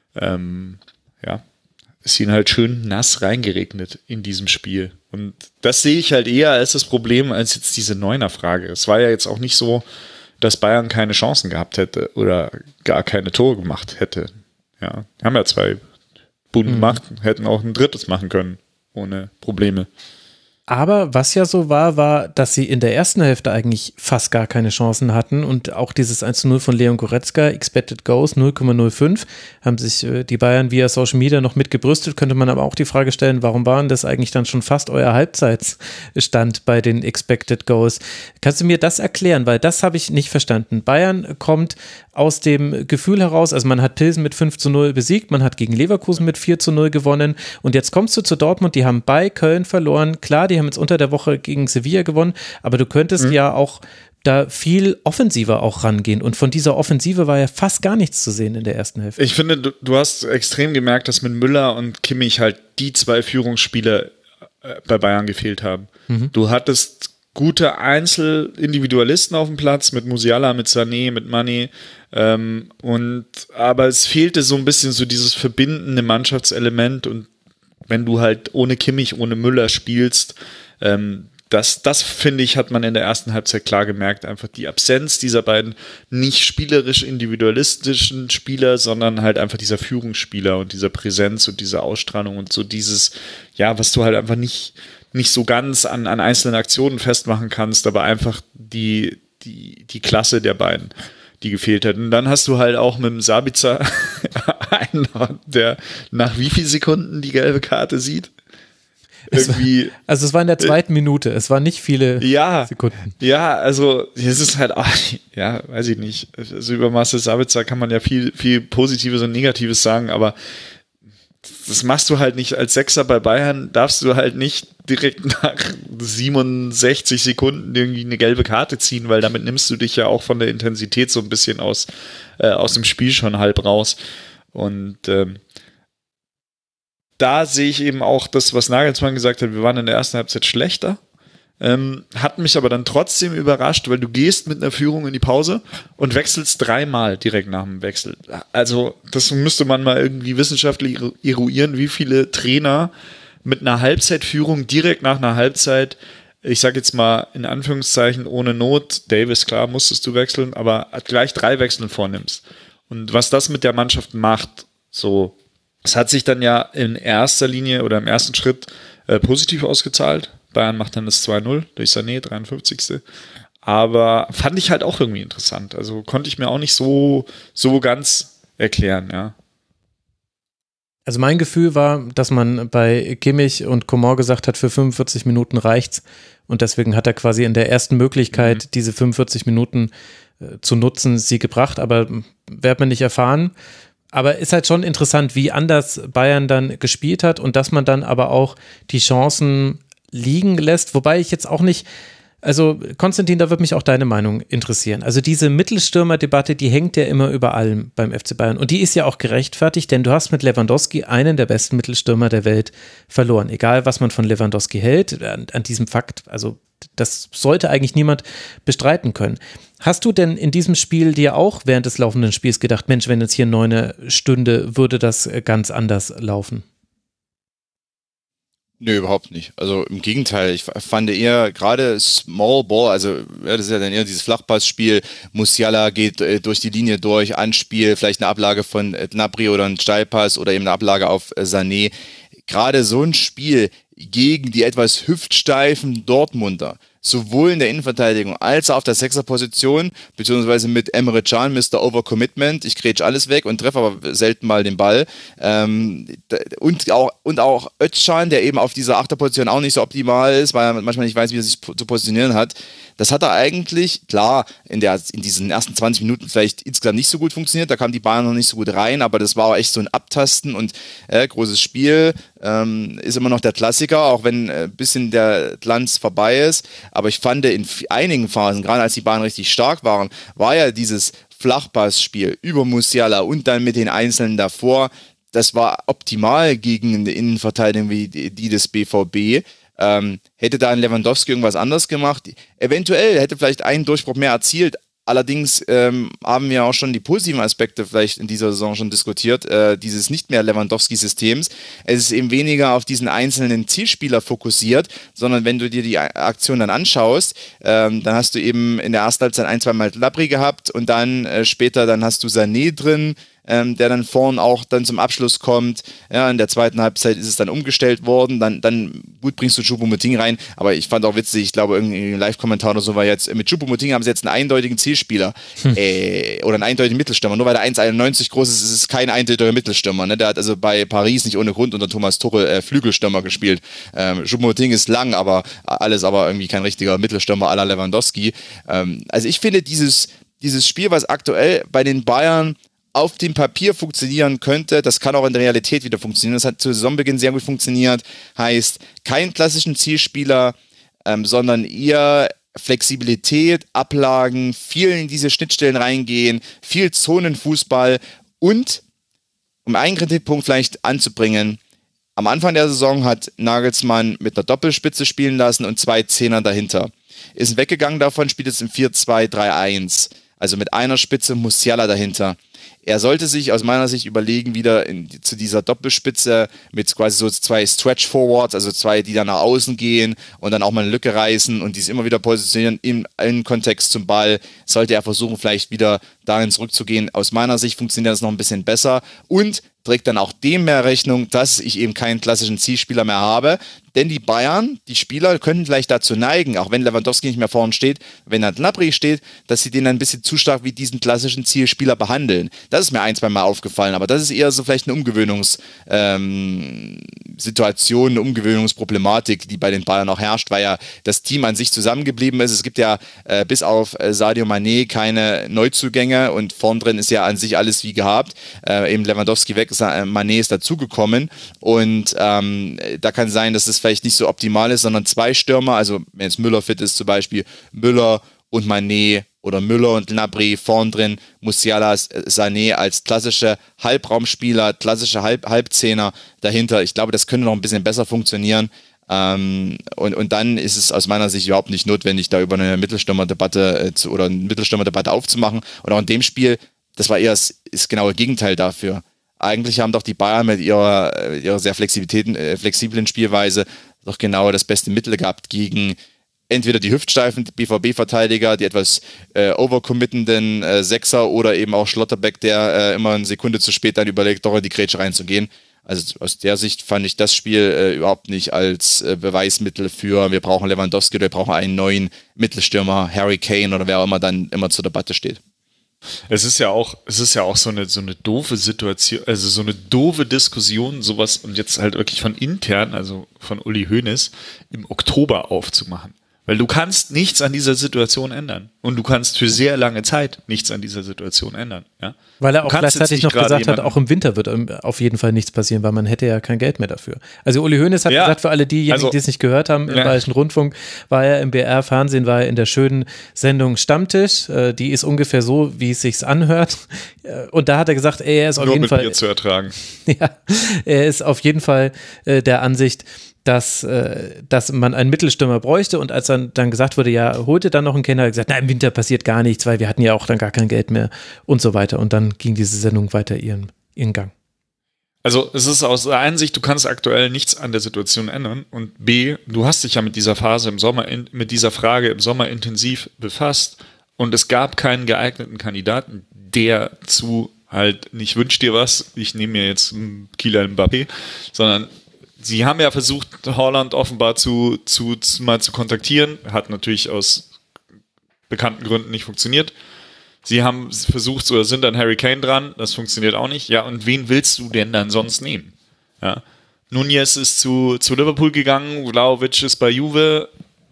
es sind halt schön nass reingeregnet in diesem Spiel und das sehe ich halt eher als das Problem, als jetzt diese Neuner-Frage. Es war ja jetzt auch nicht so, dass Bayern keine Chancen gehabt hätte oder gar keine Tore gemacht hätte. Ja, haben ja 2 Buden gemacht, hätten auch ein 3. machen können, ohne Probleme. Aber was ja so war, dass sie in der ersten Hälfte eigentlich fast gar keine Chancen hatten und auch dieses 1:0 von Leon Goretzka, Expected Goals 0,05, haben sich die Bayern via Social Media noch mit gebrüstet, könnte man aber auch die Frage stellen, warum waren das eigentlich dann schon fast euer Halbzeitstand bei den Expected Goals? Kannst du mir das erklären, weil das habe ich nicht verstanden. Bayern kommt aus dem Gefühl heraus, also man hat Pilsen mit 5:0 besiegt, man hat gegen Leverkusen mit 4:0 gewonnen und jetzt kommst du zu Dortmund, die haben bei Köln verloren, klar, die haben jetzt unter der Woche gegen Sevilla gewonnen, aber du könntest ja auch da viel offensiver auch rangehen und von dieser Offensive war ja fast gar nichts zu sehen in der ersten Hälfte. Ich finde, du hast extrem gemerkt, dass mit Müller und Kimmich halt die 2 Führungsspieler bei Bayern gefehlt haben. Du hattest gute Einzelindividualisten auf dem Platz mit Musiala, mit Sané, mit Mané aber es fehlte so ein bisschen so dieses verbindende Mannschaftselement und wenn du halt ohne Kimmich, ohne Müller spielst, das finde ich, hat man in der ersten Halbzeit klar gemerkt, einfach die Absenz dieser beiden nicht spielerisch individualistischen Spieler, sondern halt einfach dieser Führungsspieler und dieser Präsenz und dieser Ausstrahlung und so dieses, ja, was du halt einfach nicht so ganz an einzelnen Aktionen festmachen kannst, aber einfach die Klasse der beiden, die gefehlt hat. Und dann hast du halt auch mit dem Sabitzer einen, der nach wie vielen Sekunden die gelbe Karte sieht. Irgendwie. Also es war in der 2. Minute, es waren nicht viele Sekunden. Ja, also es ist halt, weiß ich nicht. Also über Marcel Sabitzer kann man ja viel, viel Positives und Negatives sagen, aber das machst du halt nicht als Sechser bei Bayern, darfst du halt nicht direkt nach 67 Sekunden irgendwie eine gelbe Karte ziehen, weil damit nimmst du dich ja auch von der Intensität so ein bisschen aus dem Spiel schon halb raus. Und da sehe ich eben auch das, was Nagelsmann gesagt hat, wir waren in der ersten Halbzeit schlechter. Hat mich aber dann trotzdem überrascht, weil du gehst mit einer Führung in die Pause und wechselst 3-mal direkt nach dem Wechsel. Also das müsste man mal irgendwie wissenschaftlich eruieren, wie viele Trainer mit einer Halbzeitführung direkt nach einer Halbzeit, ich sage jetzt mal in Anführungszeichen ohne Not, Davis, klar, musstest du wechseln, aber gleich 3 Wechseln vornimmst. Und was das mit der Mannschaft macht, so, es hat sich dann ja in erster Linie oder im ersten Schritt positiv ausgezahlt. Bayern macht dann das 2-0 durch Sané, 53. Aber fand ich halt auch irgendwie interessant. Also konnte ich mir auch nicht so ganz erklären, ja. Also mein Gefühl war, dass man bei Kimmich und Coman gesagt hat, für 45 Minuten reicht's. Und deswegen hat er quasi in der ersten Möglichkeit, diese 45 Minuten zu nutzen, sie gebracht. Aber wird man nicht erfahren. aber ist halt schon interessant, wie anders Bayern dann gespielt hat und dass man dann aber auch die Chancen liegen lässt, wobei ich jetzt auch nicht, also Konstantin, da würde mich auch deine Meinung interessieren. Also diese Mittelstürmer-Debatte, die hängt ja immer über allem beim FC Bayern und die ist ja auch gerechtfertigt, denn du hast mit Lewandowski einen der besten Mittelstürmer der Welt verloren. Egal, was man von Lewandowski hält, an diesem Fakt, also das sollte eigentlich niemand bestreiten können. Hast du denn in diesem Spiel dir auch während des laufenden Spiels gedacht, Mensch, wenn jetzt hier 9 stünde, würde das ganz anders laufen? Nö, überhaupt nicht. Also im Gegenteil, ich fand eher gerade Small Ball, also ja, das ist ja dann eher dieses Flachpassspiel, Musiala geht durch die Linie durch, Anspiel, vielleicht eine Ablage von Gnabry oder ein Steilpass oder eben eine Ablage auf Sané. Gerade so ein Spiel gegen die etwas hüftsteifen Dortmunder, sowohl in der Innenverteidigung als auch auf der Sechserposition, beziehungsweise mit Emre Can, Mr. Overcommitment, ich grätsch alles weg und treffe aber selten mal den Ball. Und auch Özcan, der eben auf dieser Achterposition auch nicht so optimal ist, weil er manchmal nicht weiß, wie er sich zu positionieren hat. Das hat er eigentlich, klar, in diesen ersten 20 Minuten vielleicht insgesamt nicht so gut funktioniert, da kamen die Bayern noch nicht so gut rein, aber das war auch echt so ein Abtasten und großes Spiel, ist immer noch der Klassiker, auch wenn ein bisschen der Glanz vorbei ist, aber ich fand in einigen Phasen, gerade als die Bayern richtig stark waren, war ja dieses Flachpassspiel über Musiala und dann mit den Einzelnen davor, das war optimal gegen eine Innenverteidigung wie die des BVB. Hätte da ein Lewandowski irgendwas anders gemacht, eventuell hätte vielleicht einen Durchbruch mehr erzielt. Allerdings haben wir auch schon die positiven Aspekte vielleicht in dieser Saison schon diskutiert, dieses nicht mehr Lewandowski-Systems. Es ist eben weniger auf diesen einzelnen Zielspieler fokussiert, sondern wenn du dir die Aktion dann anschaust, dann hast du eben in der ersten Halbzeit 1-2 Mal Gnabry gehabt und dann später dann hast du Sané drin, der dann vorn auch dann zum Abschluss kommt. Ja, in der zweiten Halbzeit ist es dann umgestellt worden. Dann gut, bringst du Choupo-Moting rein. Aber ich fand auch witzig, ich glaube, irgendwie ein Live-Kommentar oder so war jetzt, mit Choupo-Moting haben sie jetzt einen eindeutigen Zielspieler oder einen eindeutigen Mittelstürmer. Nur weil der 1,91 groß ist, ist es kein eindeutiger Mittelstürmer. Ne? Der hat also bei Paris nicht ohne Grund unter Thomas Tuchel Flügelstürmer gespielt. Choupo-Moting ist lang, aber alles aber irgendwie kein richtiger Mittelstürmer à la Lewandowski. Also ich finde dieses Spiel, was aktuell bei den Bayern auf dem Papier funktionieren könnte, das kann auch in der Realität wieder funktionieren. Das hat zu Saisonbeginn sehr gut funktioniert. Heißt, keinen klassischen Zielspieler, sondern eher Flexibilität, Ablagen, viel in diese Schnittstellen reingehen, viel Zonenfußball und, um einen Kritikpunkt vielleicht anzubringen, am Anfang der Saison hat Nagelsmann mit einer Doppelspitze spielen lassen und 2 Zehner dahinter. Ist weggegangen davon, spielt jetzt im 4-2-3-1. Also mit einer Spitze Musiala dahinter. Er sollte sich aus meiner Sicht überlegen, wieder zu dieser Doppelspitze mit quasi so 2 Stretch-Forwards, also 2, die dann nach außen gehen und dann auch mal eine Lücke reißen und dies immer wieder positionieren im Kontext zum Ball. Sollte er versuchen, vielleicht wieder dahin zurückzugehen. Aus meiner Sicht funktioniert das noch ein bisschen besser und trägt dann auch dem mehr Rechnung, dass ich eben keinen klassischen Zielspieler mehr habe. Denn die Bayern, die Spieler, könnten vielleicht dazu neigen, auch wenn Lewandowski nicht mehr vorne steht, wenn dann Gnabry steht, dass sie den ein bisschen zu stark wie diesen klassischen Zielspieler behandeln. Das ist mir 1-2 Mal aufgefallen, aber das ist eher so vielleicht eine Umgewöhnungssituation, eine Umgewöhnungsproblematik, die bei den Bayern auch herrscht, weil ja das Team an sich zusammengeblieben ist. Es gibt ja bis auf Sadio Mané keine Neuzugänge und vorn drin ist ja an sich alles wie gehabt. Eben Lewandowski weg, Mané ist dazugekommen und da kann sein, dass es vielleicht nicht so optimal ist, sondern 2 Stürmer, also wenn jetzt Müller fit ist zum Beispiel, Müller und Mané oder Müller und Gnabry vorn drin, Musiala, Sané als klassische Halbraumspieler, klassische Halbzehner dahinter. Ich glaube, das könnte noch ein bisschen besser funktionieren. Und dann ist es aus meiner Sicht überhaupt nicht notwendig, da über eine Mittelstürmerdebatte aufzumachen. Und auch in dem Spiel, das war eher das genaue Gegenteil dafür. Eigentlich haben doch die Bayern mit ihrer sehr flexiblen Spielweise doch genau das beste Mittel gehabt gegen entweder die hüftsteifen BVB-Verteidiger, die etwas overcommittenden Sechser oder eben auch Schlotterbeck, der immer eine Sekunde zu spät dann überlegt, doch in die Grätsche reinzugehen. Also aus der Sicht fand ich das Spiel überhaupt nicht als Beweismittel für, wir brauchen Lewandowski oder wir brauchen einen neuen Mittelstürmer, Harry Kane oder wer auch immer dann immer zur Debatte steht. Es ist ja auch so eine doofe Situation, also so eine doofe Diskussion, sowas und jetzt halt wirklich von intern, also von Uli Hoeneß, im Oktober aufzumachen. Weil du kannst nichts an dieser Situation ändern. Und du kannst für sehr lange Zeit nichts an dieser Situation ändern. Ja? Weil er auch gleichzeitig noch gesagt hat, auch im Winter wird auf jeden Fall nichts passieren, weil man hätte ja kein Geld mehr dafür. Also Uli Hoeneß hat gesagt, für alle diejenigen, die es nicht gehört haben, im Bayerischen Rundfunk war er im BR-Fernsehen, war er in der schönen Sendung Stammtisch. Die ist ungefähr so, wie es sich anhört. Und da hat er gesagt, er ist auf jeden Fall... Bier zu ertragen. Ja, er ist auf jeden Fall der Ansicht, dass man einen Mittelstürmer bräuchte, und als dann gesagt wurde, ja, holte dann noch einen Kenner, hat er gesagt, im Winter passiert gar nichts, weil wir hatten ja auch dann gar kein Geld mehr und so weiter, und dann ging diese Sendung weiter ihren Gang. Also es ist aus der einen Sicht, du kannst aktuell nichts an der Situation ändern, und B, du hast dich ja mit dieser Phase im Sommer, mit dieser Frage im Sommer intensiv befasst, und es gab keinen geeigneten Kandidaten, der zu halt, nicht wünsch dir was, ich nehme mir jetzt Kylian Mbappé, sondern sie haben ja versucht, Haaland offenbar mal zu kontaktieren. Hat natürlich aus bekannten Gründen nicht funktioniert. Sie haben versucht, oder sind an Harry Kane dran. Das funktioniert auch nicht. Ja, und wen willst du denn dann sonst nehmen? Ja. Nunez ist zu Liverpool gegangen. Vlahovic ist bei Juve.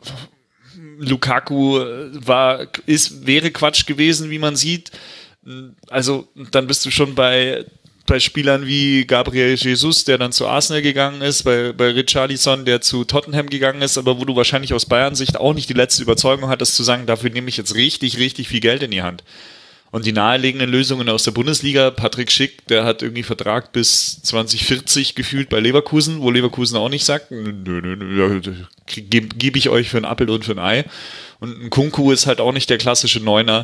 Lukaku wäre Quatsch gewesen, wie man sieht. Also, dann bist du schon bei Spielern wie Gabriel Jesus, der dann zu Arsenal gegangen ist, bei Richarlison, der zu Tottenham gegangen ist, aber wo du wahrscheinlich aus Bayern-Sicht auch nicht die letzte Überzeugung hattest, zu sagen, dafür nehme ich jetzt richtig, richtig viel Geld in die Hand. Und die naheliegenden Lösungen aus der Bundesliga, Patrick Schick, der hat irgendwie Vertrag bis 2040 gefühlt bei Leverkusen, wo Leverkusen auch nicht sagt, nö, gebe ich euch für einen Appel und für ein Ei. Und ein Kunku ist halt auch nicht der klassische Neuner,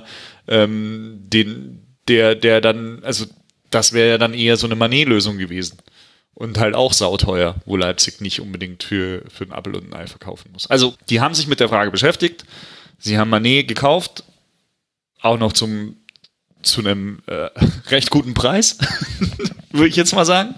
der dann, also das wäre ja dann eher so eine Mané-Lösung gewesen. Und halt auch sauteuer, wo Leipzig nicht unbedingt für einen Appel und ein Ei verkaufen muss. Also, die haben sich mit der Frage beschäftigt. Sie haben Mané gekauft. Auch noch zu einem recht guten Preis. Würde ich jetzt mal sagen.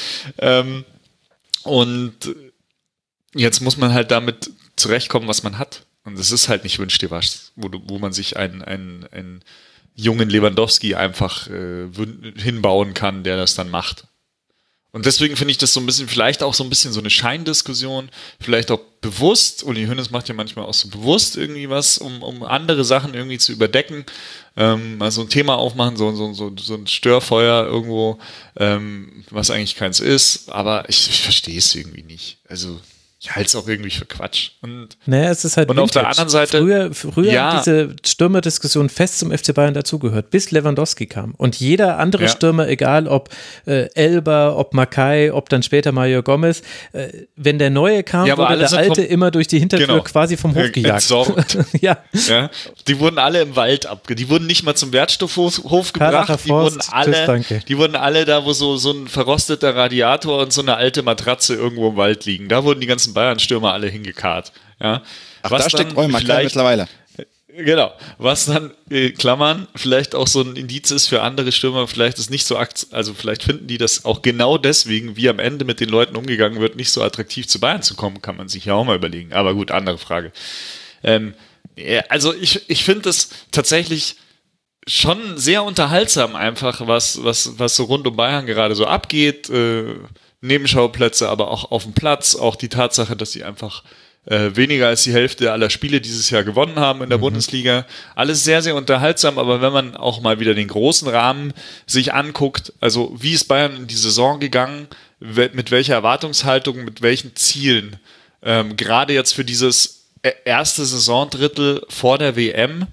Und jetzt muss man halt damit zurechtkommen, was man hat. Und es ist halt nicht wünsch dir was, wo man sich einen jungen Lewandowski einfach hinbauen kann, der das dann macht. Und deswegen finde ich das so ein bisschen, vielleicht auch so ein bisschen so eine Scheindiskussion, vielleicht auch bewusst, Uli Hoeneß macht ja manchmal auch so bewusst irgendwie was, um andere Sachen irgendwie zu überdecken, mal so ein Thema aufmachen, so ein Störfeuer irgendwo, was eigentlich keins ist, aber ich verstehe es irgendwie nicht. Also ich halte es auch irgendwie für Quatsch. Und es ist halt und auf der anderen Seite früher ja, diese Stürmerdiskussion fest zum FC Bayern dazugehört, bis Lewandowski kam. Und jeder andere Stürmer, egal ob Elber, ob Makai, ob dann später Mario Gomez, wenn der Neue kam, wurde der Alte immer durch die Hintertür quasi vom Hof gejagt. Ja. Die wurden alle im Wald die wurden nicht mal zum Wertstoffhof gebracht, die wurden alle da, wo so ein verrosteter Radiator und so eine alte Matratze irgendwo im Wald liegen. Da wurden die ganzen Bayern-Stürmer alle hingekarrt. Ja. Ach, da steckt Räumer mittlerweile. Genau. Was dann, Klammern, vielleicht auch so ein Indiz ist für andere Stürmer, vielleicht ist nicht so, also vielleicht finden die das auch genau deswegen, wie am Ende mit den Leuten umgegangen wird, nicht so attraktiv zu Bayern zu kommen, kann man sich ja auch mal überlegen. Aber gut, andere Frage. Also ich finde das tatsächlich schon sehr unterhaltsam einfach, was so rund um Bayern gerade so abgeht, Nebenschauplätze, aber auch auf dem Platz, auch die Tatsache, dass sie einfach weniger als die Hälfte aller Spiele dieses Jahr gewonnen haben in der Bundesliga. Alles sehr, sehr unterhaltsam, aber wenn man auch mal wieder den großen Rahmen sich anguckt, also wie ist Bayern in die Saison gegangen, mit welcher Erwartungshaltung, mit welchen Zielen, gerade jetzt für dieses erste Saisondrittel vor der WM,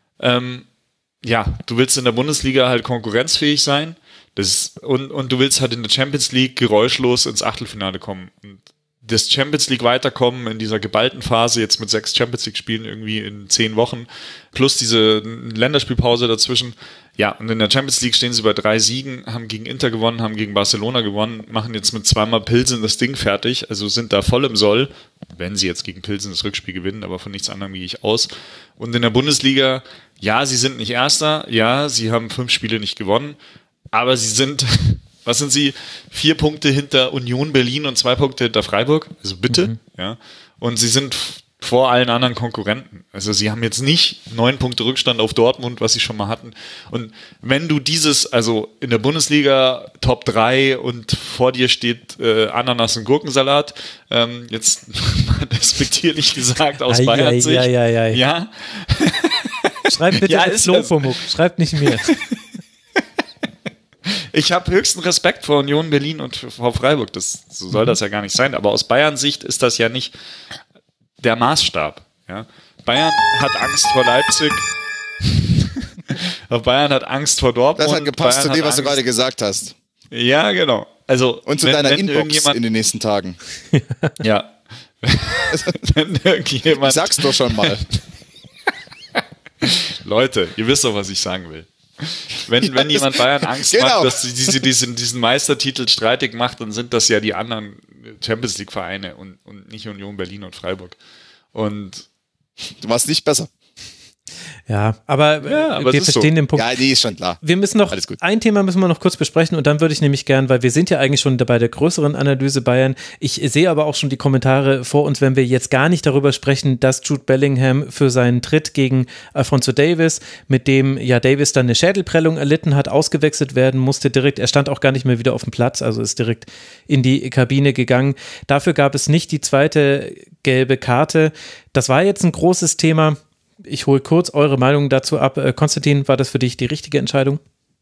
du willst in der Bundesliga halt konkurrenzfähig sein, und du willst halt in der Champions League geräuschlos ins Achtelfinale kommen. Und das Champions League weiterkommen in dieser geballten Phase, jetzt mit 6 Champions League Spielen irgendwie in 10 Wochen, plus diese Länderspielpause dazwischen. Ja, und in der Champions League stehen sie bei 3 Siegen, haben gegen Inter gewonnen, haben gegen Barcelona gewonnen, machen jetzt mit 2-mal Pilsen das Ding fertig, also sind da voll im Soll, wenn sie jetzt gegen Pilsen das Rückspiel gewinnen, aber von nichts anderem gehe ich aus. Und in der Bundesliga, ja, sie sind nicht Erster, ja, sie haben 5 Spiele nicht gewonnen, aber sie sind, was sind sie? 4 Punkte hinter Union Berlin und 2 Punkte hinter Freiburg. Also bitte. Ja. Und sie sind vor allen anderen Konkurrenten. Also sie haben jetzt nicht 9 Punkte Rückstand auf Dortmund, was sie schon mal hatten. Und wenn du also in der Bundesliga Top 3 und vor dir steht Ananas und Gurkensalat, jetzt respektierlich gesagt aus Bayern-Sicht. Ja. Schreib bitte Flopomuk, schreib nicht mir. Ich habe höchsten Respekt vor Union Berlin und vor Freiburg. So soll das ja gar nicht sein. Aber aus Bayern-Sicht ist das ja nicht der Maßstab. Ja? Bayern hat Angst vor Leipzig. Bayern hat Angst vor Dortmund. Das hat gepasst Bayern zu dem, was du gerade gesagt hast. Ja, genau. Also, und zu deiner Inbox in den nächsten Tagen. Ja. Wenn irgendjemand, ich sag's doch schon mal. Leute, ihr wisst doch, was ich sagen will. Wenn jemand Bayern Angst macht, dass sie diesen Meistertitel streitig macht, dann sind das ja die anderen Champions-League-Vereine und nicht Union Berlin und Freiburg. Und du warst nicht besser. Ja, aber wir verstehen den Punkt. Ja, die ist schon klar. Wir müssen noch, ein Thema müssen wir noch kurz besprechen und dann würde ich nämlich gern, weil wir sind ja eigentlich schon bei der größeren Analyse Bayern. Ich sehe aber auch schon die Kommentare vor uns, wenn wir jetzt gar nicht darüber sprechen, dass Jude Bellingham für seinen Tritt gegen Alphonso Davies, mit dem ja Davies dann eine Schädelprellung erlitten hat, ausgewechselt werden musste direkt. Er stand auch gar nicht mehr wieder auf dem Platz, also ist direkt in die Kabine gegangen. Dafür gab es nicht die zweite gelbe Karte. Das war jetzt ein großes Thema. Ich hole kurz eure Meinung dazu ab. Konstantin, war das für dich die richtige Entscheidung?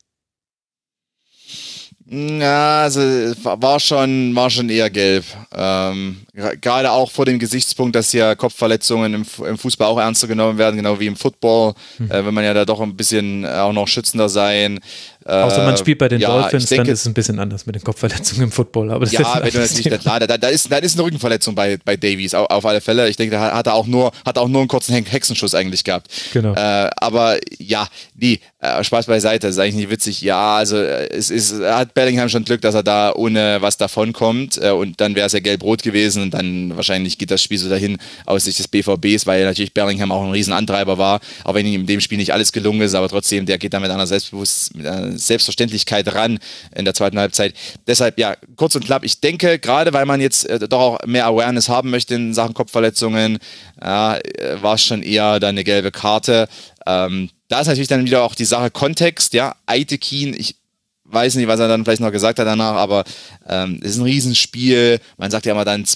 Ja, also war schon eher gelb. Gerade auch vor dem Gesichtspunkt, dass ja Kopfverletzungen im Fußball auch ernster genommen werden, genau wie im Football. Wenn man ja da doch ein bisschen auch noch schützender sein. Außer man spielt bei den Dolphins, dann ist es ein bisschen anders mit den Kopfverletzungen im Football. Aber das ja, wenn du natürlich, klar, da ist eine Rückenverletzung bei Davies, auf alle Fälle. Ich denke, da hat er auch nur einen kurzen Hexenschuss eigentlich gehabt. Genau. Aber ja, Spaß beiseite, das ist eigentlich nicht witzig. Ja, also hat Bellingham schon Glück, dass er da ohne was davon kommt. Und dann wäre es ja gelb-rot gewesen und dann wahrscheinlich geht das Spiel so dahin aus Sicht des BVBs, weil natürlich Bellingham auch ein Riesenantreiber war. Auch wenn ihm in dem Spiel nicht alles gelungen ist, aber trotzdem, der geht da mit einer Selbstverständlichkeit ran in der zweiten Halbzeit. Deshalb, ja, kurz und knapp, ich denke, gerade weil man jetzt doch auch mehr Awareness haben möchte in Sachen Kopfverletzungen, war es schon eher dann eine gelbe Karte. Da ist natürlich dann wieder auch die Sache Kontext, ja, Aytekin, ich weiß nicht, was er dann vielleicht noch gesagt hat danach, aber es ist ein Riesenspiel. Man sagt ja immer dann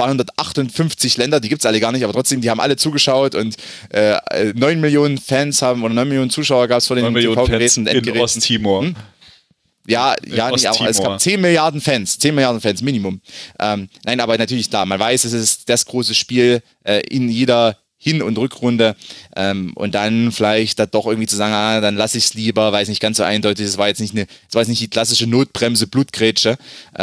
258 Länder, die gibt es alle gar nicht, aber trotzdem, die haben alle zugeschaut und 9 Millionen Fans haben oder 9 Millionen Zuschauer gab es vor den TV-Geräten. In Osttimor. Ja, nicht, aber es gab 10 Milliarden Fans Minimum. Nein, aber natürlich klar, man weiß, es ist das große Spiel in jeder Hin- und Rückrunde und dann vielleicht da doch irgendwie zu sagen, dann lasse ich es lieber, weil es nicht ganz so eindeutig ist, es war jetzt nicht die klassische Notbremse, Blutgrätsche.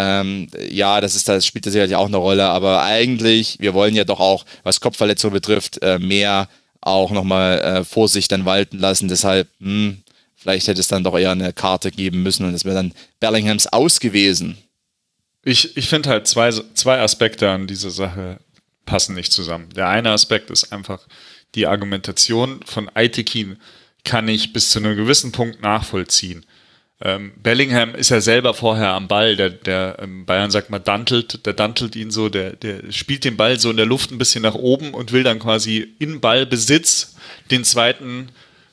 Das spielt sicherlich auch eine Rolle, aber eigentlich, wir wollen ja doch auch, was Kopfverletzungen betrifft, mehr auch nochmal Vorsicht dann walten lassen, deshalb, vielleicht hätte es dann doch eher eine Karte geben müssen und es wäre dann Bellinghams Aus gewesen. Ich finde halt zwei Aspekte an dieser Sache passen nicht zusammen. Der eine Aspekt ist einfach die Argumentation von Aytekin kann ich bis zu einem gewissen Punkt nachvollziehen. Bellingham ist ja selber vorher am Ball, der Bayern sagt mal der dantelt ihn so, der spielt den Ball so in der Luft ein bisschen nach oben und will dann quasi in Ballbesitz den zweiten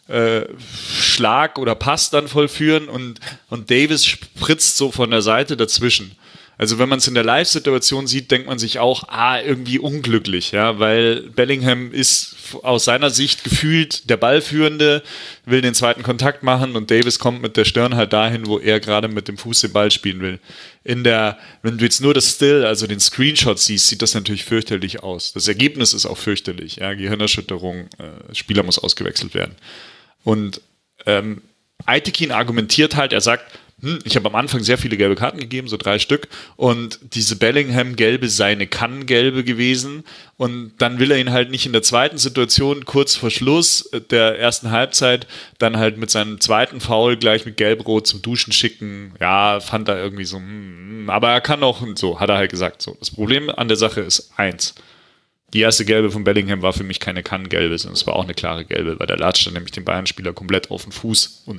Schlag oder Pass dann vollführen und Davies spritzt so von der Seite dazwischen. Also wenn man es in der Live-Situation sieht, denkt man sich auch, irgendwie unglücklich, ja, weil Bellingham ist aus seiner Sicht gefühlt der Ballführende, will den zweiten Kontakt machen und Davies kommt mit der Stirn halt dahin, wo er gerade mit dem Fuß den Ball spielen will. Wenn du jetzt nur das Still, also den Screenshot siehst, sieht das natürlich fürchterlich aus. Das Ergebnis ist auch fürchterlich, ja, Gehirnerschütterung, Spieler muss ausgewechselt werden. Und Aytekin argumentiert halt, er sagt, ich habe am Anfang sehr viele gelbe Karten gegeben, so 3 Stück, und diese Bellingham-Gelbe sei eine Kann-Gelbe gewesen und dann will er ihn halt nicht in der zweiten Situation, kurz vor Schluss der ersten Halbzeit, dann halt mit seinem zweiten Foul gleich mit Gelb-Rot zum Duschen schicken. Ja, fand er irgendwie so, aber er kann auch, so, hat er halt gesagt. So. Das Problem an der Sache ist 1. Die erste Gelbe von Bellingham war für mich keine Kann-Gelbe, sondern es war auch eine klare Gelbe, weil der latschte nämlich den Bayern-Spieler komplett auf den Fuß und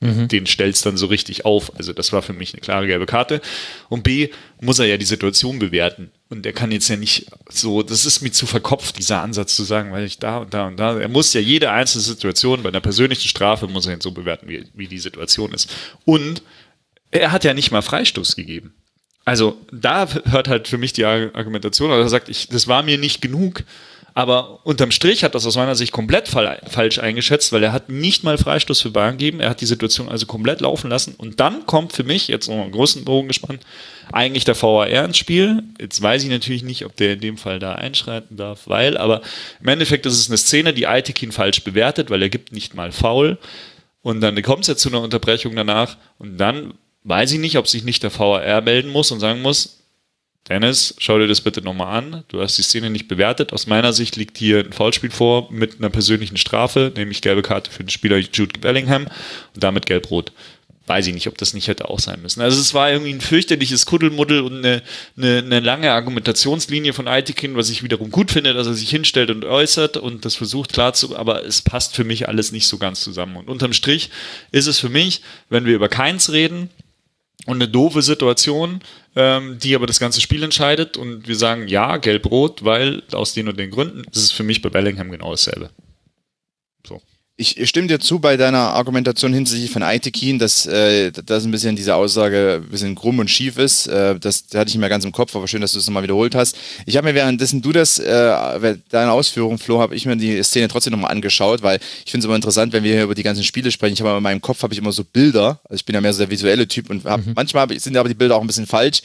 den stellst dann so richtig auf. Also das war für mich eine klare gelbe Karte. Und B, muss er ja die Situation bewerten. Und er kann jetzt ja nicht so, das ist mir zu verkopft, dieser Ansatz zu sagen, weil ich da und da und da. Er muss ja jede einzelne Situation bei einer persönlichen Strafe muss er jetzt so bewerten, wie die Situation ist. Und er hat ja nicht mal Freistoß gegeben. Also da hört halt für mich die Argumentation, also er sagt, das war mir nicht genug, aber unterm Strich hat das aus meiner Sicht komplett falsch eingeschätzt, weil er hat nicht mal Freistoß für Bayern gegeben, er hat die Situation also komplett laufen lassen und dann kommt für mich, jetzt noch einen großen Bogen gespannt, eigentlich der VAR ins Spiel. Jetzt weiß ich natürlich nicht, ob der in dem Fall da einschreiten darf, aber im Endeffekt ist es eine Szene, die Aytekin falsch bewertet, weil er gibt nicht mal Foul und dann kommt es jetzt zu einer Unterbrechung danach und dann weiß ich nicht, ob sich nicht der VAR melden muss und sagen muss, Dennis, schau dir das bitte nochmal an. Du hast die Szene nicht bewertet. Aus meiner Sicht liegt hier ein Foulspiel vor mit einer persönlichen Strafe, nämlich gelbe Karte für den Spieler Jude Bellingham und damit gelb-rot. Weiß ich nicht, ob das nicht hätte auch sein müssen. Also es war irgendwie ein fürchterliches Kuddelmuddel und eine lange Argumentationslinie von Aytekin, was ich wiederum gut finde, dass er sich hinstellt und äußert und das versucht klar zu, aber es passt für mich alles nicht so ganz zusammen. Und unterm Strich ist es für mich, wenn wir über keins reden, und eine doofe Situation, die aber das ganze Spiel entscheidet und wir sagen, ja, gelb-rot, weil aus den und den Gründen, das ist für mich bei Bellingham genau dasselbe. So. Ich stimme dir zu bei deiner Argumentation hinsichtlich von Aytekin, dass ein bisschen diese Aussage ein bisschen krumm und schief ist. Das hatte ich mir ganz im Kopf, aber schön, dass du es nochmal wiederholt hast. Ich habe mir währenddessen deine Ausführung, Flo, habe ich mir die Szene trotzdem nochmal angeschaut, weil ich finde es immer interessant, wenn wir hier über die ganzen Spiele sprechen. Ich habe in meinem Kopf immer so Bilder, also ich bin ja mehr so der visuelle Typ und manchmal sind aber die Bilder auch ein bisschen falsch.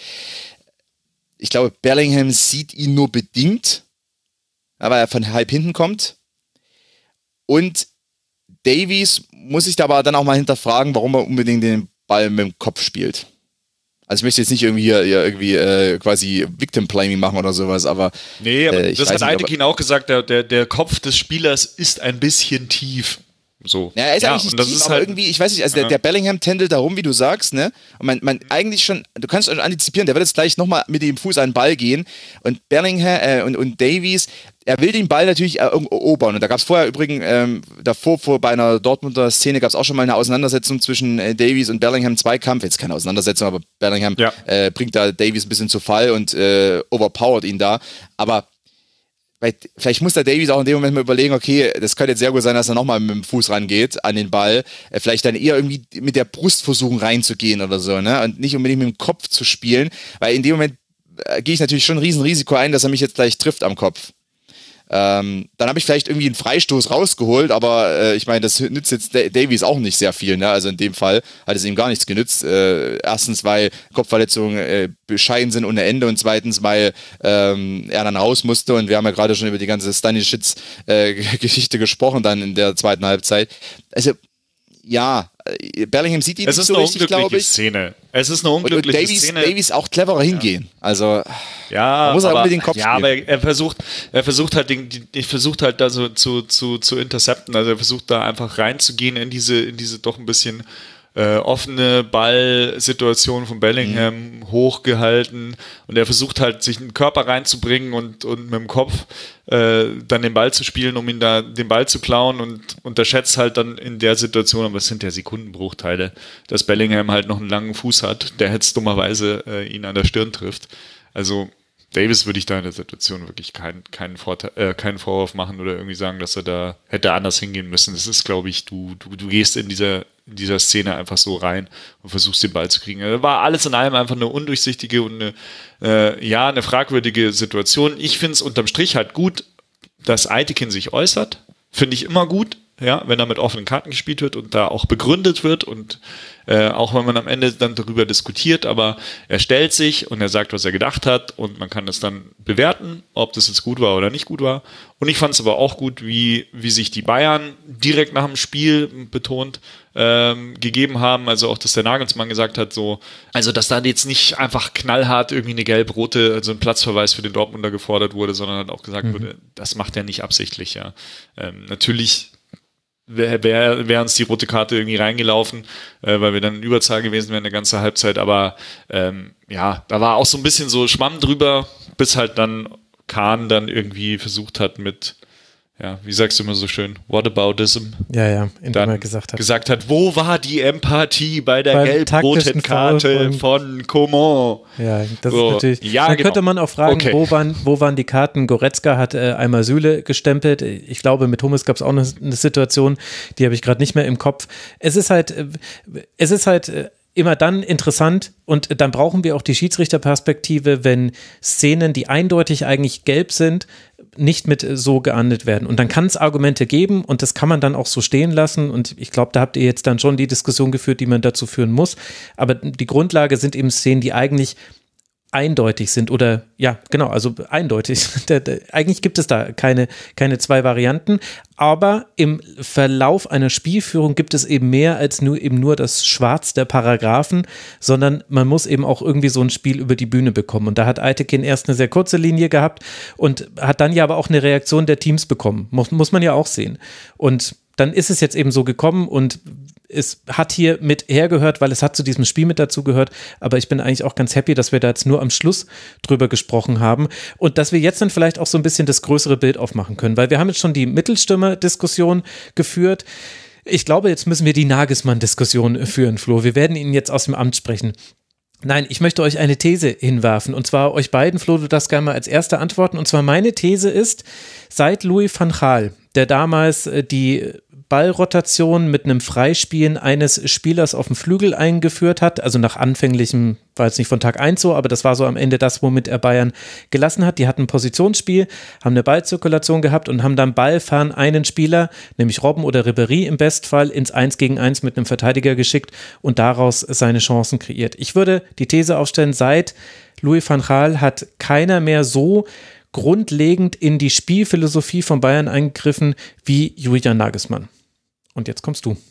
Ich glaube, Bellingham sieht ihn nur bedingt, weil er von halb hinten kommt und Davies muss sich da aber dann auch mal hinterfragen, warum er unbedingt den Ball mit dem Kopf spielt. Also ich möchte jetzt nicht irgendwie quasi Victim-Blaming machen oder sowas, aber nee, aber das hat Aytekin auch gesagt, der Kopf des Spielers ist ein bisschen tief. So. Ja, er ist eigentlich nicht tief, aber halt irgendwie, ich weiß nicht, also der Bellingham tändelt da rum, wie du sagst, ne? Und man eigentlich schon, du kannst schon antizipieren, der wird jetzt gleich nochmal mit dem Fuß an den Ball gehen und Bellingham und Davies, er will den Ball natürlich erobern. Und da gab es vorher übrigens, bei einer Dortmunder Szene gab es auch schon mal eine Auseinandersetzung zwischen Davies und Bellingham, Zweikampf. Jetzt keine Auseinandersetzung, aber Bellingham bringt da Davies ein bisschen zu Fall und overpowert ihn da. Aber vielleicht muss der Davies auch in dem Moment mal überlegen, okay, das könnte jetzt sehr gut sein, dass er nochmal mit dem Fuß rangeht an den Ball. Vielleicht dann eher irgendwie mit der Brust versuchen reinzugehen oder so, ne? Und nicht unbedingt mit dem Kopf zu spielen, weil in dem Moment gehe ich natürlich schon ein Riesenrisiko ein, dass er mich jetzt gleich trifft am Kopf. Dann habe ich vielleicht irgendwie einen Freistoß rausgeholt, aber ich meine, das nützt jetzt Davies auch nicht sehr viel, ne? Also in dem Fall hat es ihm gar nichts genützt. Erstens, weil Kopfverletzungen bescheiden sind ohne Ende und zweitens, weil er dann raus musste und wir haben ja gerade schon über die ganze Stanisic-Geschichte gesprochen dann in der zweiten Halbzeit. Also ja, Bellingham sieht ihn nicht so richtig, glaube ich. Es ist eine unglückliche Szene. Davies auch cleverer hingehen. Also ja, muss er unbedingt den Kopf spielen. Aber er versucht halt da so zu intercepten. Also er versucht da einfach reinzugehen in diese doch ein bisschen offene Ballsituation von Bellingham hochgehalten und er versucht halt sich den Körper reinzubringen und mit dem Kopf dann den Ball zu spielen, um ihn da den Ball zu klauen und unterschätzt halt dann in der Situation, aber es sind ja Sekundenbruchteile, dass Bellingham halt noch einen langen Fuß hat, der jetzt dummerweise ihn an der Stirn trifft. Also Davies würde ich da in der Situation wirklich keinen Vorwurf machen oder irgendwie sagen, dass er da hätte anders hingehen müssen. Das ist, glaube ich, du gehst in dieser Szene einfach so rein und versuchst den Ball zu kriegen. War alles in allem einfach eine undurchsichtige und eine fragwürdige Situation. Ich finde es unterm Strich halt gut, dass Aytekin sich äußert. Finde ich immer gut. Ja, wenn da mit offenen Karten gespielt wird und da auch begründet wird und auch wenn man am Ende dann darüber diskutiert, aber er stellt sich und er sagt, was er gedacht hat und man kann das dann bewerten, ob das jetzt gut war oder nicht gut war. Und ich fand es aber auch gut, wie sich die Bayern direkt nach dem Spiel betont gegeben haben, also auch, dass der Nagelsmann gesagt hat, so, also dass da jetzt nicht einfach knallhart irgendwie eine gelb-rote, also ein Platzverweis für den Dortmunder gefordert wurde, sondern halt auch gesagt wurde, das macht er nicht absichtlich, ja. Natürlich wäre uns die rote Karte irgendwie reingelaufen, weil wir dann in Überzahl gewesen wären, eine ganze Halbzeit, aber da war auch so ein bisschen so Schwamm drüber, bis halt dann Kahn dann irgendwie versucht hat mit ja, wie sagst du immer so schön, Whataboutism. Ja, indem dann er gesagt hat, wo war die Empathie bei der Beim gelb-roten taktischen Karte Foul von Coman? ja, das So, ist natürlich, ja, dann genau. könnte man auch fragen, Okay. wo waren die Karten? Goretzka hat einmal Süle gestempelt, ich glaube mit Hummels gab es auch eine Situation, die habe ich gerade nicht mehr im Kopf. Es ist halt immer dann interessant und dann brauchen wir auch die Schiedsrichterperspektive, wenn Szenen, die eindeutig eigentlich gelb sind, nicht mit so geahndet werden. Und dann kann es Argumente geben und das kann man dann auch so stehen lassen und ich glaube, da habt ihr jetzt dann schon die Diskussion geführt, die man dazu führen muss. Aber die Grundlage sind eben Szenen, die eigentlich eindeutig sind oder ja, genau, also eindeutig. Eigentlich gibt es da keine zwei Varianten, aber im Verlauf einer Spielführung gibt es eben mehr als nur das Schwarz der Paragraphen, sondern man muss eben auch irgendwie so ein Spiel über die Bühne bekommen. Und da hat Eitekin erst eine sehr kurze Linie gehabt und hat dann ja aber auch eine Reaktion der Teams bekommen. Muss man ja auch sehen. Und dann ist es jetzt eben so gekommen und es hat hier mit hergehört, weil es hat zu diesem Spiel mit dazu gehört, aber ich bin eigentlich auch ganz happy, dass wir da jetzt nur am Schluss drüber gesprochen haben und dass wir jetzt dann vielleicht auch so ein bisschen das größere Bild aufmachen können, weil wir haben jetzt schon die Mittelstürmer-Diskussion geführt. Ich glaube, jetzt müssen wir die Nagelsmann-Diskussion führen, Flo. Wir werden ihn jetzt aus dem Amt sprechen. Nein, ich möchte euch eine These hinwerfen und zwar euch beiden, Flo, du darfst gerne mal als Erster antworten und zwar meine These ist, seit Louis van Gaal, der damals die Ballrotation mit einem Freispielen eines Spielers auf dem Flügel eingeführt hat, also nach anfänglichem, war jetzt nicht von Tag 1 so, aber das war so am Ende das, womit er Bayern gelassen hat. Die hatten ein Positionsspiel, haben eine Ballzirkulation gehabt und haben dann ballfern einen Spieler, nämlich Robben oder Ribéry im Bestfall, ins 1-gegen-1 mit einem Verteidiger geschickt und daraus seine Chancen kreiert. Ich würde die These aufstellen, seit Louis van Gaal hat keiner mehr so grundlegend in die Spielphilosophie von Bayern eingegriffen wie Julian Nagelsmann. Und jetzt kommst du.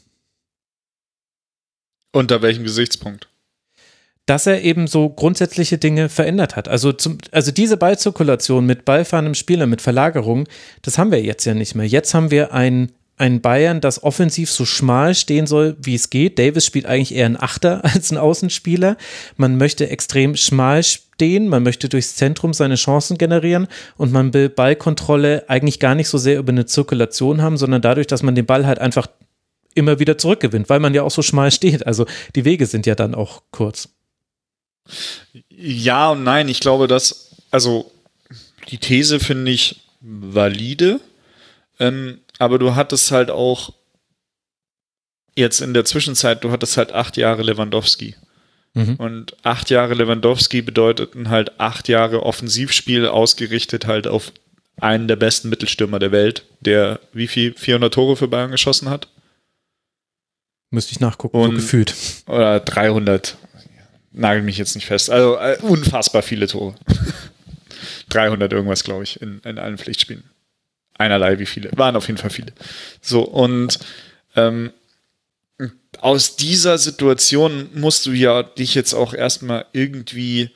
Unter welchem Gesichtspunkt? Dass er eben so grundsätzliche Dinge verändert hat. Also diese Ballzirkulation mit ballfahrendem Spieler, mit Verlagerung, das haben wir jetzt ja nicht mehr. Jetzt haben wir ein Bayern, das offensiv so schmal stehen soll, wie es geht. Davis spielt eigentlich eher ein Achter als ein Außenspieler. Man möchte extrem schmal stehen, man möchte durchs Zentrum seine Chancen generieren und man will Ballkontrolle eigentlich gar nicht so sehr über eine Zirkulation haben, sondern dadurch, dass man den Ball halt einfach immer wieder zurückgewinnt, weil man ja auch so schmal steht. Also die Wege sind ja dann auch kurz. Ja und nein, ich glaube, also die These finde ich valide, aber du hattest halt auch jetzt in der Zwischenzeit, du hattest halt 8 Jahre Lewandowski. Und 8 Jahre Lewandowski bedeuteten halt 8 Jahre Offensivspiel ausgerichtet halt auf einen der besten Mittelstürmer der Welt, der wie viel? 400 Tore für Bayern geschossen hat? Müsste ich nachgucken, so gefühlt. Oder 300. Nagel mich jetzt nicht fest. Also unfassbar viele Tore. 300 irgendwas, glaube ich, in allen Pflichtspielen. Einerlei wie viele. Waren auf jeden Fall viele. So, und aus dieser Situation musst du ja dich jetzt auch erstmal irgendwie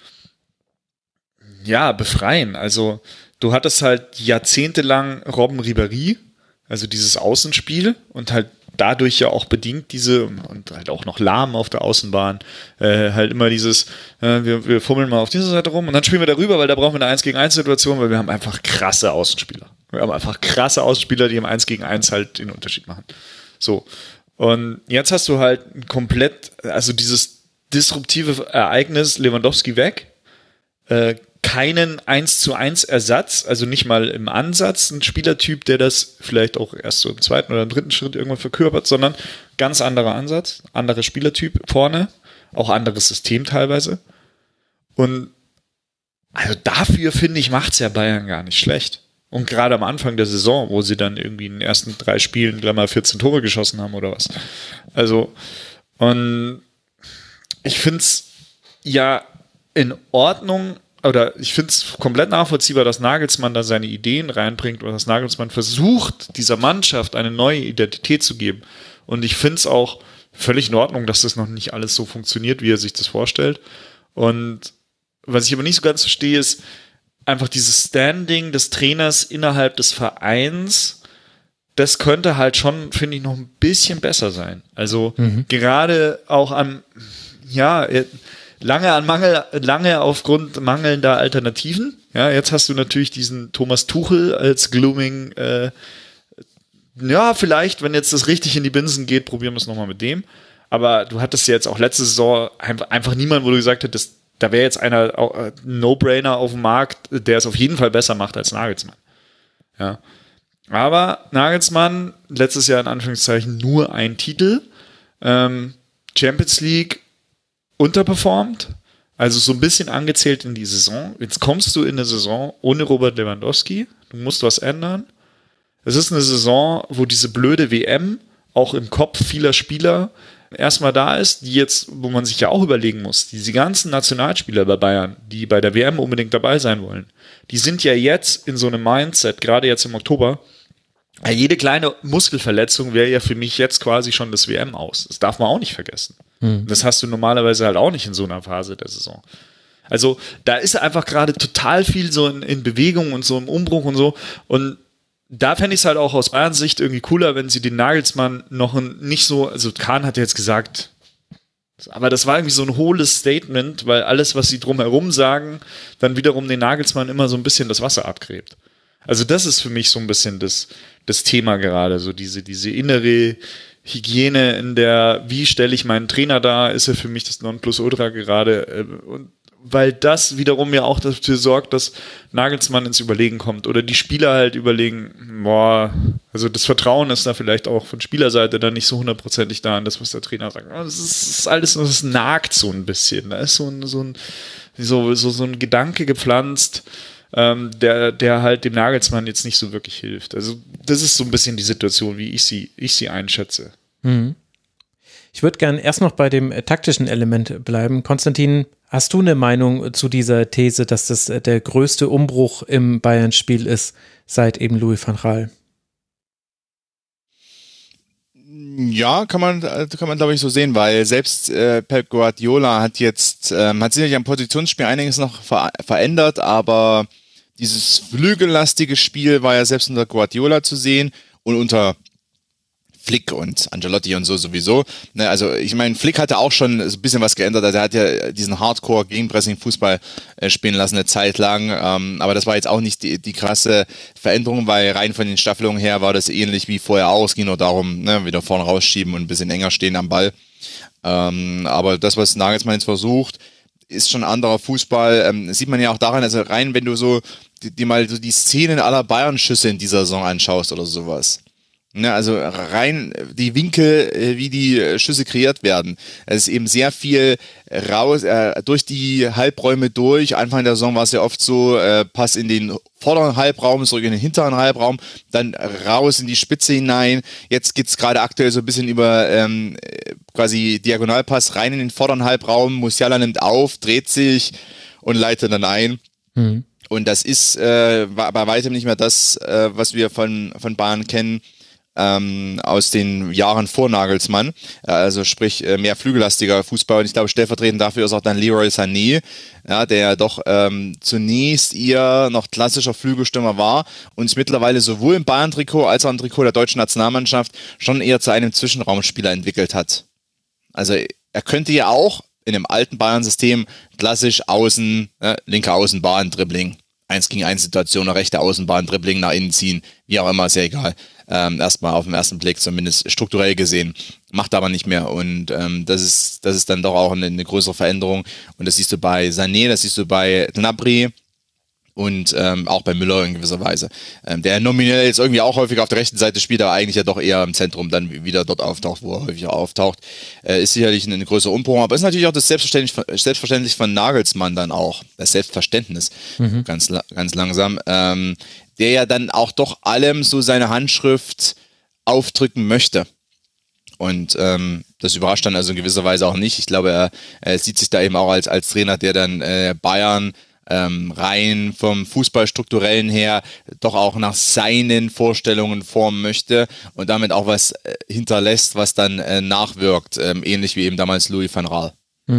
befreien. Also du hattest halt jahrzehntelang Robben Ribéry, also dieses Außenspiel und halt dadurch ja auch bedingt diese und halt auch noch Lahm auf der Außenbahn, halt immer dieses, wir fummeln mal auf dieser Seite rum und dann spielen wir darüber, weil da brauchen wir eine 1-gegen-1-Situation, weil wir haben einfach krasse Außenspieler. Wir haben einfach krasse Außenspieler, die im 1-gegen-1 halt den Unterschied machen. So. Und jetzt hast du halt also dieses disruptive Ereignis Lewandowski weg, keinen 1:1 Ersatz, also nicht mal im Ansatz ein Spielertyp, der das vielleicht auch erst so im 2. oder im 3. Schritt irgendwann verkörpert, sondern ganz anderer Ansatz, anderer Spielertyp vorne, auch anderes System teilweise. Und also dafür, finde ich, macht's ja Bayern gar nicht schlecht. Und gerade am Anfang der Saison, wo sie dann irgendwie in den ersten 3 Spielen gleich mal 14 Tore geschossen haben oder was. Also, und ich finde es ja in Ordnung, oder ich finde es komplett nachvollziehbar, dass Nagelsmann da seine Ideen reinbringt oder dass Nagelsmann versucht, dieser Mannschaft eine neue Identität zu geben. Und ich finde es auch völlig in Ordnung, dass das noch nicht alles so funktioniert, wie er sich das vorstellt. Und was ich aber nicht so ganz verstehe, ist einfach dieses Standing des Trainers innerhalb des Vereins. Das könnte halt schon, finde ich, noch ein bisschen besser sein. Also gerade auch lange aufgrund mangelnder Alternativen. Ja, jetzt hast du natürlich diesen Thomas Tuchel als Glooming ja, vielleicht, wenn jetzt das richtig in die Binsen geht, probieren wir es nochmal mit dem. Aber du hattest ja jetzt auch letzte Saison einfach niemanden, wo du gesagt hättest, da wäre jetzt einer No-Brainer auf dem Markt, der es auf jeden Fall besser macht als Nagelsmann. Ja. Aber Nagelsmann, letztes Jahr in Anführungszeichen nur ein Titel, Champions League unterperformt, also so ein bisschen angezählt in die Saison. Jetzt kommst du in eine Saison ohne Robert Lewandowski, du musst was ändern. Es ist eine Saison, wo diese blöde WM auch im Kopf vieler Spieler erstmal da ist, die jetzt, wo man sich ja auch überlegen muss, diese ganzen Nationalspieler bei Bayern, die bei der WM unbedingt dabei sein wollen, die sind ja jetzt in so einem Mindset, gerade jetzt im Oktober, jede kleine Muskelverletzung wäre ja für mich jetzt quasi schon das WM aus. Das darf man auch nicht vergessen. Das hast du normalerweise halt auch nicht in so einer Phase der Saison. Also da ist einfach gerade total viel so in Bewegung und so im Umbruch und so. Und da fände ich es halt auch aus Bayerns Sicht irgendwie cooler, wenn sie den Nagelsmann noch nicht so, also Kahn hat ja jetzt gesagt, aber das war irgendwie so ein hohles Statement, weil alles, was sie drumherum sagen, dann wiederum den Nagelsmann immer so ein bisschen das Wasser abgräbt. Also das ist für mich so ein bisschen das Thema gerade, so diese innere Hygiene in der, wie stelle ich meinen Trainer dar, ist ja für mich das Nonplusultra gerade, und weil das wiederum ja auch dafür sorgt, dass Nagelsmann ins Überlegen kommt oder die Spieler halt überlegen, also das Vertrauen ist da vielleicht auch von Spielerseite dann nicht so hundertprozentig da an das, was der Trainer sagt. Das ist alles, das nagt so ein bisschen. Da ist so ein Gedanke gepflanzt, der halt dem Nagelsmann jetzt nicht so wirklich hilft. Also das ist so ein bisschen die Situation, wie ich sie einschätze. Ich würde gerne erst noch bei dem taktischen Element bleiben. Konstantin, hast du eine Meinung zu dieser These, dass das der größte Umbruch im Bayern-Spiel ist, seit eben Louis van Gaal? Ja, kann man glaube ich so sehen, weil selbst Pep Guardiola hat sicherlich am Positionsspiel einiges noch verändert, aber dieses flügellastige Spiel war ja selbst unter Guardiola zu sehen und unter Flick und Ancelotti und so sowieso. Also ich meine, Flick hatte auch schon so ein bisschen was geändert. Also er hat ja diesen Hardcore-Gegenpressing-Fußball spielen lassen eine Zeit lang. Aber das war jetzt auch nicht die krasse Veränderung, weil rein von den Staffelungen her war das ähnlich wie vorher auch. Es ging nur darum, wieder vorne rausschieben und ein bisschen enger stehen am Ball. Aber das, was Nagelsmann jetzt versucht, ist schon anderer Fußball. Sieht man ja auch daran, also rein, wenn du so dir mal so die Szenen aller Bayern-Schüsse in dieser Saison anschaust oder sowas. Also rein die Winkel, wie die Schüsse kreiert werden. Es ist eben sehr viel raus, durch die Halbräume durch. Anfang der Saison war es ja oft so, Pass in den vorderen Halbraum, zurück in den hinteren Halbraum, dann raus in die Spitze hinein. Jetzt geht's gerade aktuell so ein bisschen über quasi Diagonalpass rein in den vorderen Halbraum. Musiala nimmt auf, dreht sich und leitet dann ein. Und das ist bei weitem nicht mehr das, was wir von Bayern kennen, aus den Jahren vor Nagelsmann, also sprich mehr flügellastiger Fußball, und ich glaube stellvertretend dafür ist auch dann Leroy Sané, ja, der doch zunächst eher noch klassischer Flügelstürmer war und sich mittlerweile sowohl im Bayern-Trikot als auch im Trikot der deutschen Nationalmannschaft schon eher zu einem Zwischenraumspieler entwickelt hat. Also er könnte ja auch in dem alten Bayern-System klassisch außen, linke Außenbahn, Dribbling, 1-gegen-1 Situation, eine rechte Außenbahn, Dribbling nach innen ziehen, wie auch immer, ist ja egal. Erstmal auf den ersten Blick zumindest strukturell gesehen, macht aber nicht mehr, und das ist dann doch auch eine größere Veränderung, und das siehst du bei Sané, das siehst du bei Gnabry und auch bei Müller in gewisser Weise, der nominell jetzt irgendwie auch häufig auf der rechten Seite spielt, aber eigentlich ja doch eher im Zentrum dann wieder dort auftaucht, wo er häufiger auftaucht, ist sicherlich ein größerer Umbruch, aber ist natürlich auch das Selbstverständlich von Nagelsmann dann auch, das Selbstverständnis, ganz langsam, der ja dann auch doch allem so seine Handschrift aufdrücken möchte. Und das überrascht dann also in gewisser Weise auch nicht. Ich glaube, er sieht sich da eben auch als Trainer, der dann Bayern rein vom Fußballstrukturellen her doch auch nach seinen Vorstellungen formen möchte und damit auch was hinterlässt, was dann nachwirkt, ähnlich wie eben damals Louis van Gaal.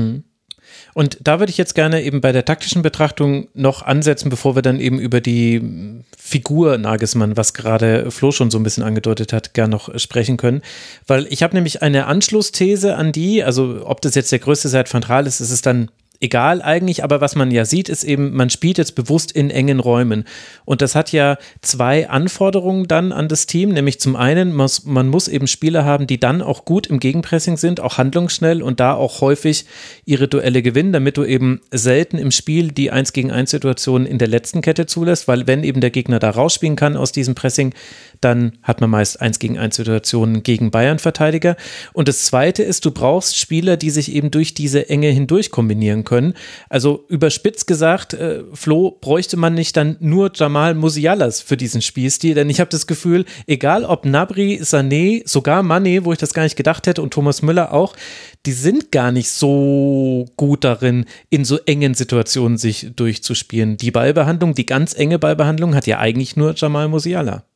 Und da würde ich jetzt gerne eben bei der taktischen Betrachtung noch ansetzen, bevor wir dann eben über die Figur Nagelsmann, was gerade Flo schon so ein bisschen angedeutet hat, gerne noch sprechen können. Weil ich habe nämlich eine Anschlussthese an die, also ob das jetzt der größte seit Van Gaal ist, ist es dann egal eigentlich, aber was man ja sieht, ist eben, man spielt jetzt bewusst in engen Räumen und das hat ja 2 Anforderungen dann an das Team, nämlich zum einen, man muss eben Spieler haben, die dann auch gut im Gegenpressing sind, auch handlungsschnell und da auch häufig ihre Duelle gewinnen, damit du eben selten im Spiel die 1-gegen-1-Situationen in der letzten Kette zulässt, weil wenn eben der Gegner da rausspielen kann aus diesem Pressing, dann hat man meist 1-gegen-1-Situationen gegen Bayern-Verteidiger. Und das Zweite ist, du brauchst Spieler, die sich eben durch diese Enge hindurch kombinieren können. Also überspitzt gesagt, Flo, bräuchte man nicht dann nur Jamal Musialas für diesen Spielstil, denn ich habe das Gefühl, egal ob Gnabry, Sané, sogar Mané, wo ich das gar nicht gedacht hätte und Thomas Müller auch, die sind gar nicht so gut darin, in so engen Situationen sich durchzuspielen. Die Ballbehandlung, die ganz enge Ballbehandlung hat ja eigentlich nur Jamal Musiala.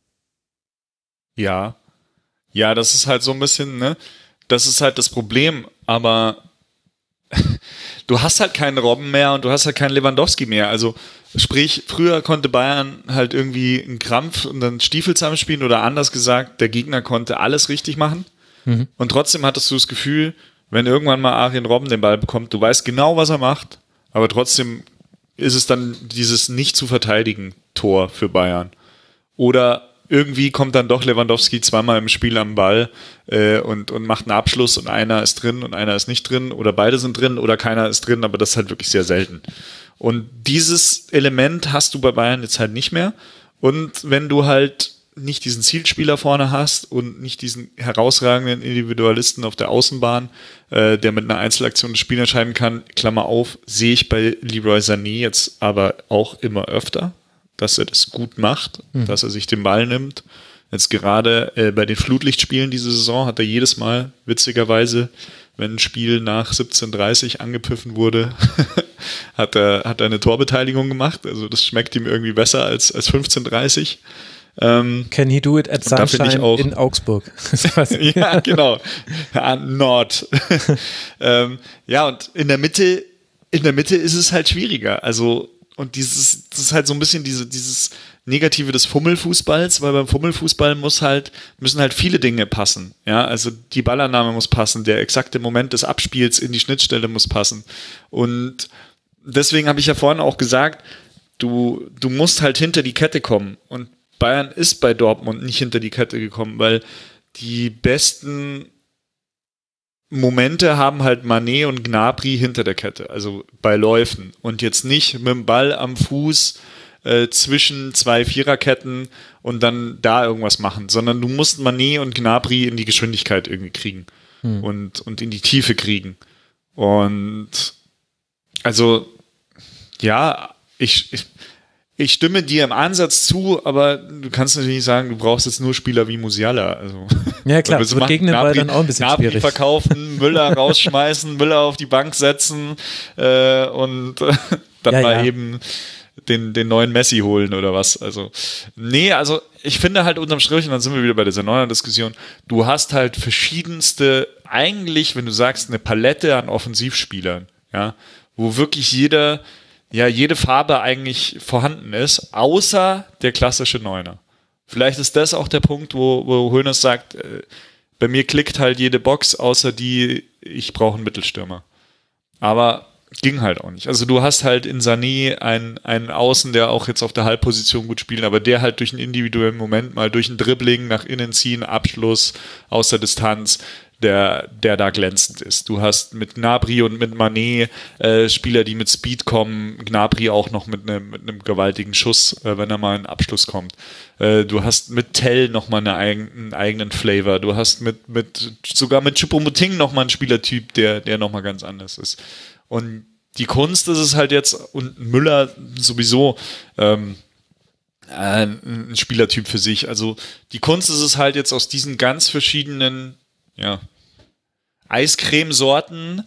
Ja, das ist halt so ein bisschen, ne? Das ist halt das Problem, aber du hast halt keinen Robben mehr und du hast halt keinen Lewandowski mehr. Also sprich, früher konnte Bayern halt irgendwie einen Krampf und dann Stiefel zusammenspielen oder anders gesagt, der Gegner konnte alles richtig machen und trotzdem hattest du das Gefühl, wenn irgendwann mal Arjen Robben den Ball bekommt, du weißt genau, was er macht, aber trotzdem ist es dann dieses nicht zu verteidigen Tor für Bayern. Oder irgendwie kommt dann doch Lewandowski zweimal im Spiel am Ball und macht einen Abschluss und einer ist drin und einer ist nicht drin oder beide sind drin oder keiner ist drin, aber das ist halt wirklich sehr selten. Und dieses Element hast du bei Bayern jetzt halt nicht mehr. Und wenn du halt nicht diesen Zielspieler vorne hast und nicht diesen herausragenden Individualisten auf der Außenbahn, der mit einer Einzelaktion das Spiel entscheiden kann, Klammer auf, sehe ich bei Leroy Sané jetzt aber auch immer öfter, dass er das gut macht, dass er sich den Ball nimmt. Jetzt gerade bei den Flutlichtspielen diese Saison hat er jedes Mal, witzigerweise, wenn ein Spiel nach 17:30 angepfiffen wurde, hat er eine Torbeteiligung gemacht. Also das schmeckt ihm irgendwie besser als 15:30. Can he do it at Sunshine auch, in Augsburg? Ja, genau. Nord. Ja, und in der Mitte ist es halt schwieriger. Also und das ist halt so ein bisschen dieses Negative des Fummelfußballs, weil beim Fummelfußball müssen halt viele Dinge passen. Ja, also die Ballannahme muss passen, der exakte Moment des Abspiels in die Schnittstelle muss passen. Und deswegen habe ich ja vorhin auch gesagt, du musst halt hinter die Kette kommen. Und Bayern ist bei Dortmund nicht hinter die Kette gekommen, weil die besten Momente haben halt Mané und Gnabry hinter der Kette, also bei Läufen und jetzt nicht mit dem Ball am Fuß zwischen 2 Viererketten und dann da irgendwas machen, sondern du musst Mané und Gnabry in die Geschwindigkeit irgendwie kriegen und in die Tiefe kriegen. Und also ja, ich stimme dir im Ansatz zu, aber du kannst natürlich nicht sagen, du brauchst jetzt nur Spieler wie Musiala. Also, ja klar, wird gegen den Ball dann auch ein bisschen Gnabry schwierig. Verkaufen, Müller rausschmeißen, Müller auf die Bank setzen und dann mal eben den neuen Messi holen oder was. Also nee, also ich finde halt unterm Strich, und dann sind wir wieder bei dieser neuen Diskussion, du hast halt verschiedenste, eigentlich, wenn du sagst, eine Palette an Offensivspielern, ja, wo wirklich jede Farbe eigentlich vorhanden ist, außer der klassische Neuner. Vielleicht ist das auch der Punkt, wo Hoeneß sagt, bei mir klickt halt jede Box, außer ich brauche einen Mittelstürmer. Aber ging halt auch nicht. Also du hast halt in Sané einen Außen, der auch jetzt auf der Halbposition gut spielt, aber der halt durch einen individuellen Moment mal durch ein Dribbling nach innen ziehen, Abschluss aus der Distanz, der da glänzend ist. Du hast mit Gnabry und mit Mané Spieler, die mit Speed kommen, Gnabry auch noch mit einem gewaltigen Schuss, wenn er mal in den Abschluss kommt. Du hast mit Tell nochmal einen eigenen Flavor. Du hast sogar mit Choupo-Moting nochmal einen Spielertyp, der nochmal ganz anders ist. Und die Kunst ist es halt jetzt, und Müller sowieso ein Spielertyp für sich. Also die Kunst ist es halt jetzt aus diesen ganz verschiedenen Eiscremesorten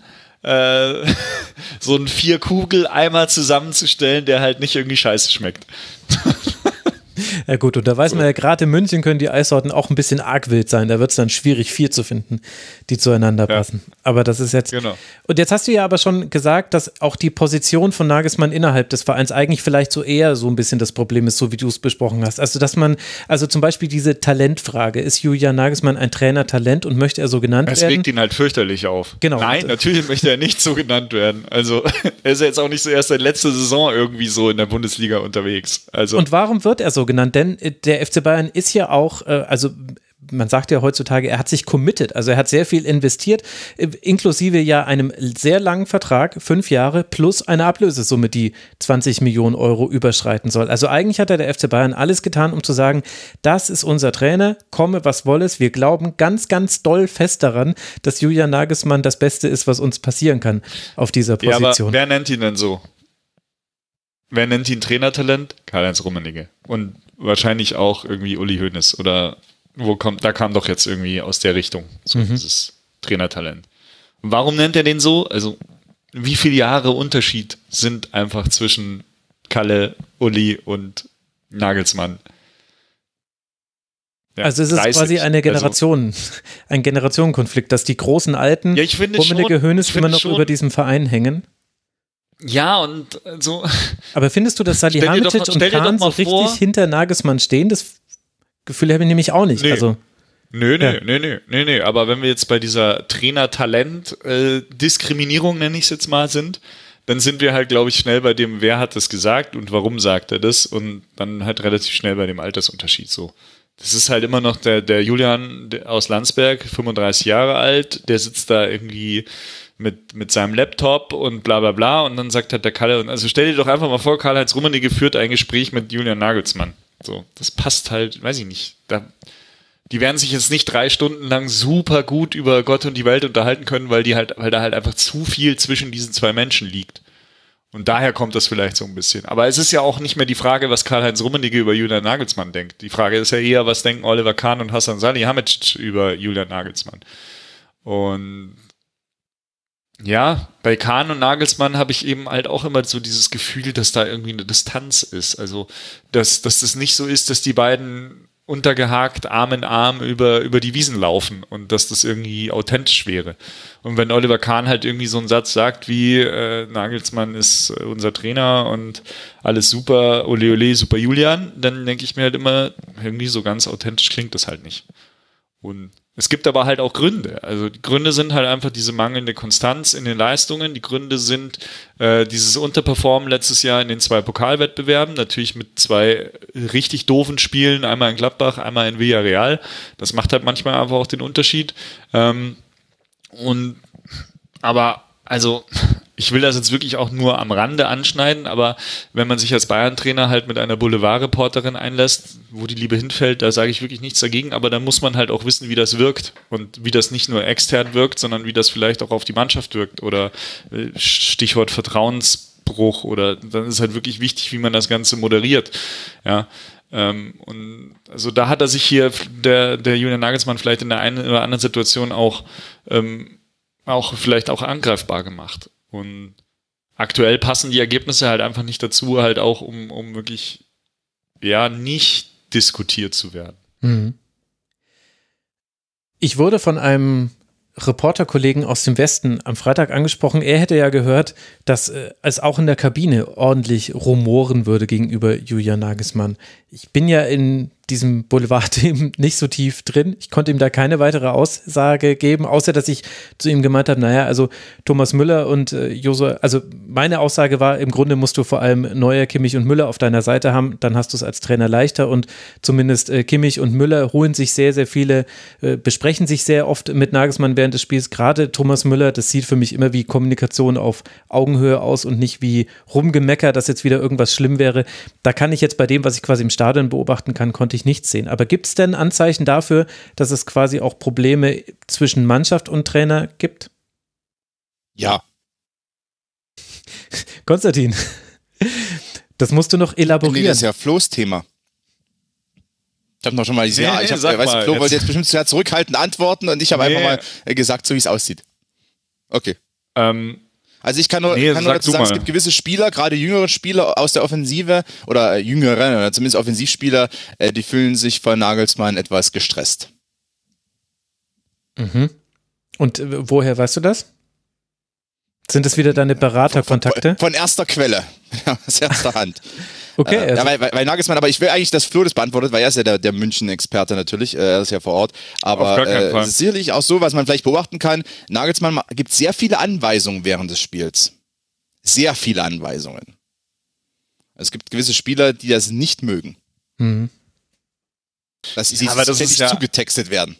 so einen 4-Kugel-Eimer zusammenzustellen, der halt nicht irgendwie scheiße schmeckt. Ja gut, und da weiß man ja, gerade in München können die Eissorten auch ein bisschen arg wild sein. Da wird es dann schwierig, 4 zu finden, die zueinander passen. Aber das ist jetzt... Genau. Und jetzt hast du ja aber schon gesagt, dass auch die Position von Nagelsmann innerhalb des Vereins eigentlich vielleicht so eher so ein bisschen das Problem ist, so wie du es besprochen hast. Also also zum Beispiel diese Talentfrage. Ist Julian Nagelsmann ein Trainer-Talent und möchte er so genannt werden? Es regt ihn halt fürchterlich auf. Genau. Nein, natürlich möchte er nicht so genannt werden. Also er ist ja jetzt auch nicht so erst seit letzter Saison irgendwie so in der Bundesliga unterwegs. Also. Und warum wird er so genannt? Denn der FC Bayern ist ja auch, man sagt ja heutzutage, er hat sich committed, also er hat sehr viel investiert, inklusive ja einem sehr langen Vertrag, 5 Jahre plus eine Ablösesumme, die 20 Millionen Euro überschreiten soll. Also eigentlich hat der FC Bayern alles getan, um zu sagen, das ist unser Trainer, komme was wolle es, wir glauben ganz, ganz doll fest daran, dass Julian Nagelsmann das Beste ist, was uns passieren kann auf dieser Position. Ja, aber wer nennt ihn denn so? Wer nennt ihn Trainertalent? Karl-Heinz Rummenigge. Und wahrscheinlich auch irgendwie Uli Hoeneß. Oder da kam doch jetzt irgendwie aus der Richtung so dieses Trainertalent. Und warum nennt er den so? Also, wie viele Jahre Unterschied sind einfach zwischen Kalle, Uli und Nagelsmann? Ja, also es ist 30. quasi ein Generationenkonflikt, dass die großen Alten, ja, ich finde Rummenigge, Hoeneß immer noch über diesem Verein hängen. Ja, und so. Aber findest du, dass Salihamidzic und Kahn so richtig hinter Nagelsmann stehen? Das Gefühl habe ich nämlich auch nicht. Nee. Also, Nee. Aber wenn wir jetzt bei dieser Trainer-Talent-Diskriminierung, nenne ich es jetzt mal, sind, dann sind wir halt, glaube ich, schnell bei dem, wer hat das gesagt und warum sagt er das, und dann halt relativ schnell bei dem Altersunterschied so. Das ist halt immer noch der Julian aus Landsberg, 35 Jahre alt, der sitzt da irgendwie mit seinem Laptop und bla bla bla, und dann sagt halt der Kalle, und also stell dir doch einfach mal vor, Karl-Heinz Rummenigge führt ein Gespräch mit Julian Nagelsmann. So, das passt halt, weiß ich nicht. Die werden sich jetzt nicht 3 Stunden lang super gut über Gott und die Welt unterhalten können, weil da halt einfach zu viel zwischen diesen 2 Menschen liegt. Und daher kommt das vielleicht so ein bisschen. Aber es ist ja auch nicht mehr die Frage, was Karl-Heinz Rummenigge über Julian Nagelsmann denkt. Die Frage ist ja eher, was denken Oliver Kahn und Hasan Salihamidzic über Julian Nagelsmann. Und ja, bei Kahn und Nagelsmann habe ich eben halt auch immer so dieses Gefühl, dass da irgendwie eine Distanz ist. Also, dass das nicht so ist, dass die beiden untergehakt Arm in Arm über die Wiesen laufen und dass das irgendwie authentisch wäre. Und wenn Oliver Kahn halt irgendwie so einen Satz sagt wie Nagelsmann ist unser Trainer und alles super, ole ole, super Julian, dann denke ich mir halt immer, irgendwie so ganz authentisch klingt das halt nicht. Und es gibt aber halt auch Gründe. Also die Gründe sind halt einfach diese mangelnde Konstanz in den Leistungen. Die Gründe sind dieses Unterperformen letztes Jahr in den 2 Pokalwettbewerben, natürlich mit 2 richtig doofen Spielen, einmal in Gladbach, einmal in Villarreal. Das macht halt manchmal einfach auch den Unterschied. Aber ich will das jetzt wirklich auch nur am Rande anschneiden, aber wenn man sich als Bayern-Trainer halt mit einer Boulevard-Reporterin einlässt, wo die Liebe hinfällt, da sage ich wirklich nichts dagegen, aber dann muss man halt auch wissen, wie das wirkt und wie das nicht nur extern wirkt, sondern wie das vielleicht auch auf die Mannschaft wirkt oder Stichwort Vertrauensbruch, oder dann ist halt wirklich wichtig, wie man das Ganze moderiert, ja. Und also da hat er sich hier, der Julian Nagelsmann, vielleicht in der einen oder anderen Situation auch vielleicht auch angreifbar gemacht. Und aktuell passen die Ergebnisse halt einfach nicht dazu, halt auch um wirklich nicht diskutiert zu werden. Mhm. Ich wurde von einem Reporterkollegen aus dem Westen am Freitag angesprochen. Er hätte ja gehört, dass es auch in der Kabine ordentlich rumoren würde gegenüber Julian Nagelsmann. Ich bin ja in diesem Boulevard-Themen nicht so tief drin. Ich konnte ihm da keine weitere Aussage geben, außer dass ich zu ihm gemeint habe, naja, also Thomas Müller und Josua, also meine Aussage war, im Grunde musst du vor allem Neuer, Kimmich und Müller auf deiner Seite haben, dann hast du es als Trainer leichter, und zumindest Kimmich und Müller holen sich sehr, sehr viele, besprechen sich sehr oft mit Nagelsmann während des Spiels, gerade Thomas Müller, das sieht für mich immer wie Kommunikation auf Augenhöhe aus und nicht wie Rumgemecker, dass jetzt wieder irgendwas schlimm wäre. Da kann ich jetzt bei dem, was ich quasi im Stadion beobachten kann, konnte ich nichts sehen. Aber gibt es denn Anzeichen dafür, dass es quasi auch Probleme zwischen Mannschaft und Trainer gibt? Ja. Konstantin, das musst du noch elaborieren. Nee, das ist ja Flo's Thema. Ich habe noch schon mal gesagt, Flo wollte jetzt bestimmt sehr zurückhaltend antworten und ich habe einfach mal gesagt, so wie es aussieht. Okay. Also ich kann nur dazu sagen, es gibt gewisse Spieler, gerade jüngere Spieler aus der Offensive oder zumindest Offensivspieler, die fühlen sich von Nagelsmann etwas gestresst. Mhm. Und woher weißt du das? Sind das wieder deine Beraterkontakte? Von erster Quelle, aus erster Hand. Okay. Also Weil Nagelsmann, aber ich will eigentlich, dass Flo das beantwortet, weil er ist ja der München-Experte natürlich, er ist ja vor Ort. Aber es ist sicherlich auch so, was man vielleicht beobachten kann, Nagelsmann gibt sehr viele Anweisungen während des Spiels. Sehr viele Anweisungen. Es gibt gewisse Spieler, die das nicht mögen. Mhm. Dass sie ständig zugetextet werden.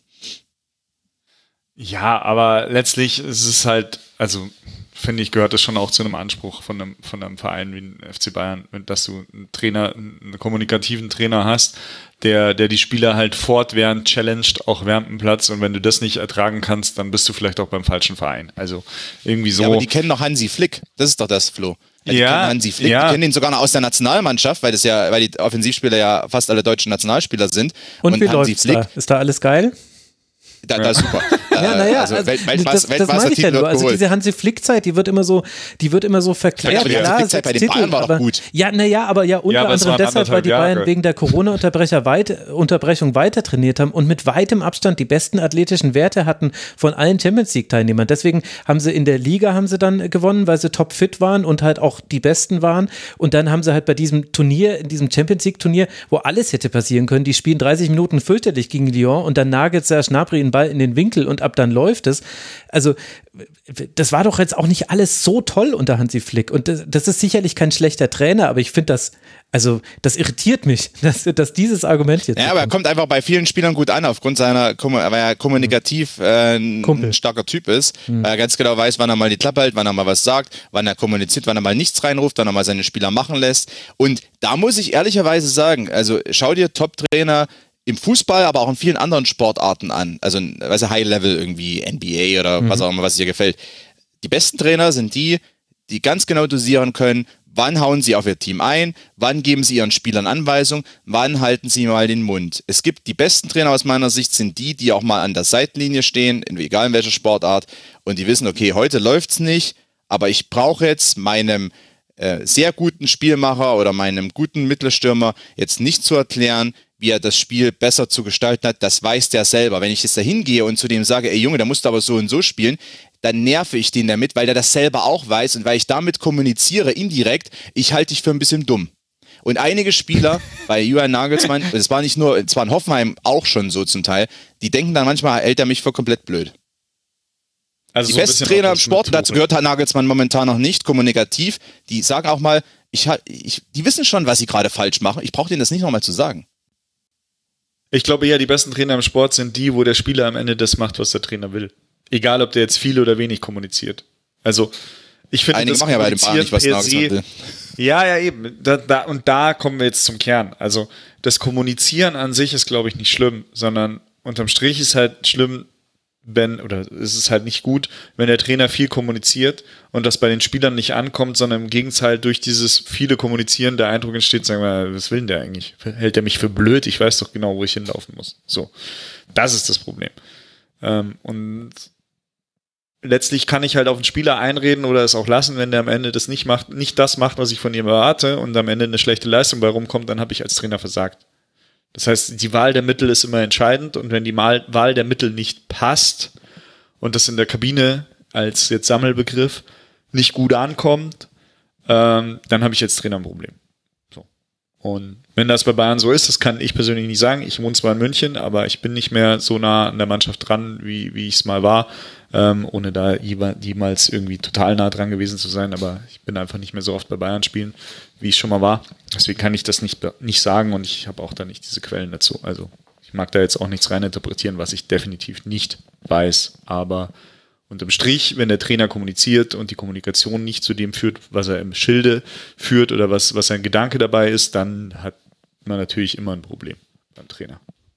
Ja, aber letztlich ist es halt, also finde ich, gehört es schon auch zu einem Anspruch von einem Verein wie dem FC Bayern, dass du einen kommunikativen Trainer hast, der die Spieler halt fortwährend challenged, auch während dem Platz, und wenn du das nicht ertragen kannst, dann bist du vielleicht auch beim falschen Verein. Also irgendwie so. Ja, aber die kennen doch Hansi Flick, das ist doch das, Flo. Die kennen Hansi Flick, die kennen ihn sogar noch aus der Nationalmannschaft, weil die Offensivspieler ja fast alle deutschen Nationalspieler sind. Und wie läuft's da? Ist da alles geil? Da ist super. Also das meine ich ja nur. Also diese Hansi-Flick-Zeit, die wird immer so verklärt. Ja, aber die Hansi-Flick-Zeit bei den Bayern war doch gut. Aber unter anderem deshalb, weil die Bayern wegen der Corona-Unterbrechung weiter trainiert haben und mit weitem Abstand die besten athletischen Werte hatten von allen Champions-League-Teilnehmern. Deswegen haben sie in der Liga dann gewonnen, weil sie topfit waren und halt auch die Besten waren. Und dann haben sie halt bei diesem Turnier, in diesem Champions-League-Turnier, wo alles hätte passieren können, die spielen 30 Minuten fürchterlich gegen Lyon und dann nagelt Serge Gnabry den Ball in den Winkel und ab dann läuft es. Also das war doch jetzt auch nicht alles so toll unter Hansi Flick, und das ist sicherlich kein schlechter Trainer, aber ich finde das irritiert mich, dass dieses Argument jetzt. Ja, aber er kommt einfach bei vielen Spielern gut an, aufgrund seiner, weil er kommunikativ ein starker Typ ist, weil er ganz genau weiß, wann er mal die Klappe hält, wann er mal was sagt, wann er kommuniziert, wann er mal nichts reinruft, wann er mal seine Spieler machen lässt. Und da muss ich ehrlicherweise sagen, also schau dir Top-Trainer im Fußball, aber auch in vielen anderen Sportarten an. Also, High-Level irgendwie, NBA oder was auch immer, was dir gefällt. Die besten Trainer sind die ganz genau dosieren können, wann hauen sie auf ihr Team ein, wann geben sie ihren Spielern Anweisungen, wann halten sie mal den Mund. Es gibt die besten Trainer aus meiner Sicht, sind die auch mal an der Seitenlinie stehen, egal in welcher Sportart, und die wissen, okay, heute läuft's nicht, aber ich brauche jetzt meinem sehr guten Spielmacher oder meinem guten Mittelstürmer jetzt nicht zu erklären, wie er das Spiel besser zu gestalten hat, das weiß der selber. Wenn ich jetzt da hingehe und zu dem sage, ey Junge, da musst du aber so und so spielen, dann nerve ich den damit, weil der das selber auch weiß und weil ich damit kommuniziere indirekt, ich halte dich für ein bisschen dumm. Und einige Spieler bei Julian Nagelsmann, es war in Hoffenheim auch schon so zum Teil, die denken dann manchmal, hält er mich für komplett blöd. Also die so besten Trainer im Sport, dazu gehört Nagelsmann momentan noch nicht, kommunikativ, die sagen auch mal, die wissen schon, was sie gerade falsch machen, ich brauche denen das nicht nochmal zu sagen. Ich glaube eher, die besten Trainer im Sport sind die, wo der Spieler am Ende das macht, was der Trainer will. Egal, ob der jetzt viel oder wenig kommuniziert. Also, ich finde, einige machen ja bei dem Bayern nicht, was Nagelsmann will. Ja, eben. Da kommen wir jetzt zum Kern. Also, das Kommunizieren an sich ist, glaube ich, nicht schlimm, sondern unterm Strich ist halt schlimm, ist es halt nicht gut, wenn der Trainer viel kommuniziert und das bei den Spielern nicht ankommt, sondern im Gegenteil durch dieses viele Kommunizieren der Eindruck entsteht, sagen wir, was will denn der eigentlich? Hält der mich für blöd? Ich weiß doch genau, wo ich hinlaufen muss. So, das ist das Problem. Und letztlich kann ich halt auf den Spieler einreden oder es auch lassen, wenn der am Ende das nicht das macht, was ich von ihm erwarte, und am Ende eine schlechte Leistung bei rumkommt, dann habe ich als Trainer versagt. Das heißt, die Wahl der Mittel ist immer entscheidend, und wenn die Wahl der Mittel nicht passt und das in der Kabine als jetzt Sammelbegriff nicht gut ankommt, dann habe ich als Trainer ein Problem. So. Und wenn das bei Bayern so ist, das kann ich persönlich nicht sagen. Ich wohne zwar in München, aber ich bin nicht mehr so nah an der Mannschaft dran, wie ich es mal war, ohne da jemals irgendwie total nah dran gewesen zu sein. Aber ich bin einfach nicht mehr so oft bei Bayern spielen, wie ich schon mal war. Deswegen kann ich das nicht sagen, und ich habe auch da nicht diese Quellen dazu. Also ich mag da jetzt auch nichts reininterpretieren, was ich definitiv nicht weiß. Aber unterm Strich, wenn der Trainer kommuniziert und die Kommunikation nicht zu dem führt, was er im Schilde führt oder was sein Gedanke dabei ist, dann hat man natürlich immer ein Problem beim Trainer.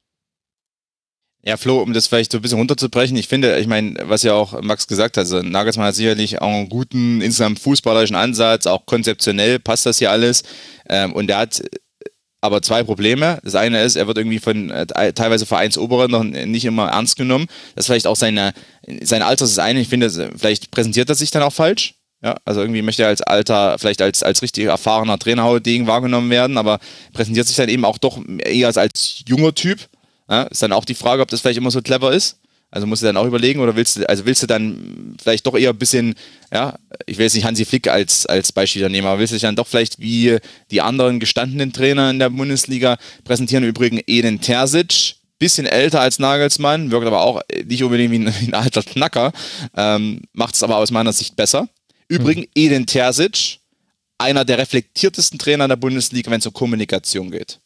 Ja, Flo, um das vielleicht so ein bisschen runterzubrechen, ich meine, was ja auch Max gesagt hat, also Nagelsmann hat sicherlich auch einen guten insgesamt fußballerischen Ansatz, auch konzeptionell passt das hier alles, und er hat aber zwei Probleme. Das eine ist, er wird irgendwie von teilweise Vereinsoberen noch nicht immer ernst genommen. Das ist vielleicht auch sein Alter ist das eine. Ich finde, vielleicht präsentiert er sich dann auch falsch. Ja, also irgendwie möchte er als alter, vielleicht als richtig erfahrener Trainerhaudegen wahrgenommen werden, aber präsentiert sich dann eben auch doch eher als junger Typ. Ja, ist dann auch die Frage, ob das vielleicht immer so clever ist. Also musst du dann auch überlegen, oder willst du dann vielleicht doch eher ein bisschen, ja, ich will jetzt nicht Hansi Flick als Beispiel nehmen, aber willst du dich dann doch vielleicht wie die anderen gestandenen Trainer in der Bundesliga präsentieren? Übrigens Edin Terzic, bisschen älter als Nagelsmann, wirkt aber auch nicht unbedingt wie ein alter Knacker, macht es aber aus meiner Sicht besser. Übrigens Edin Terzic, einer der reflektiertesten Trainer der Bundesliga, wenn es um Kommunikation geht.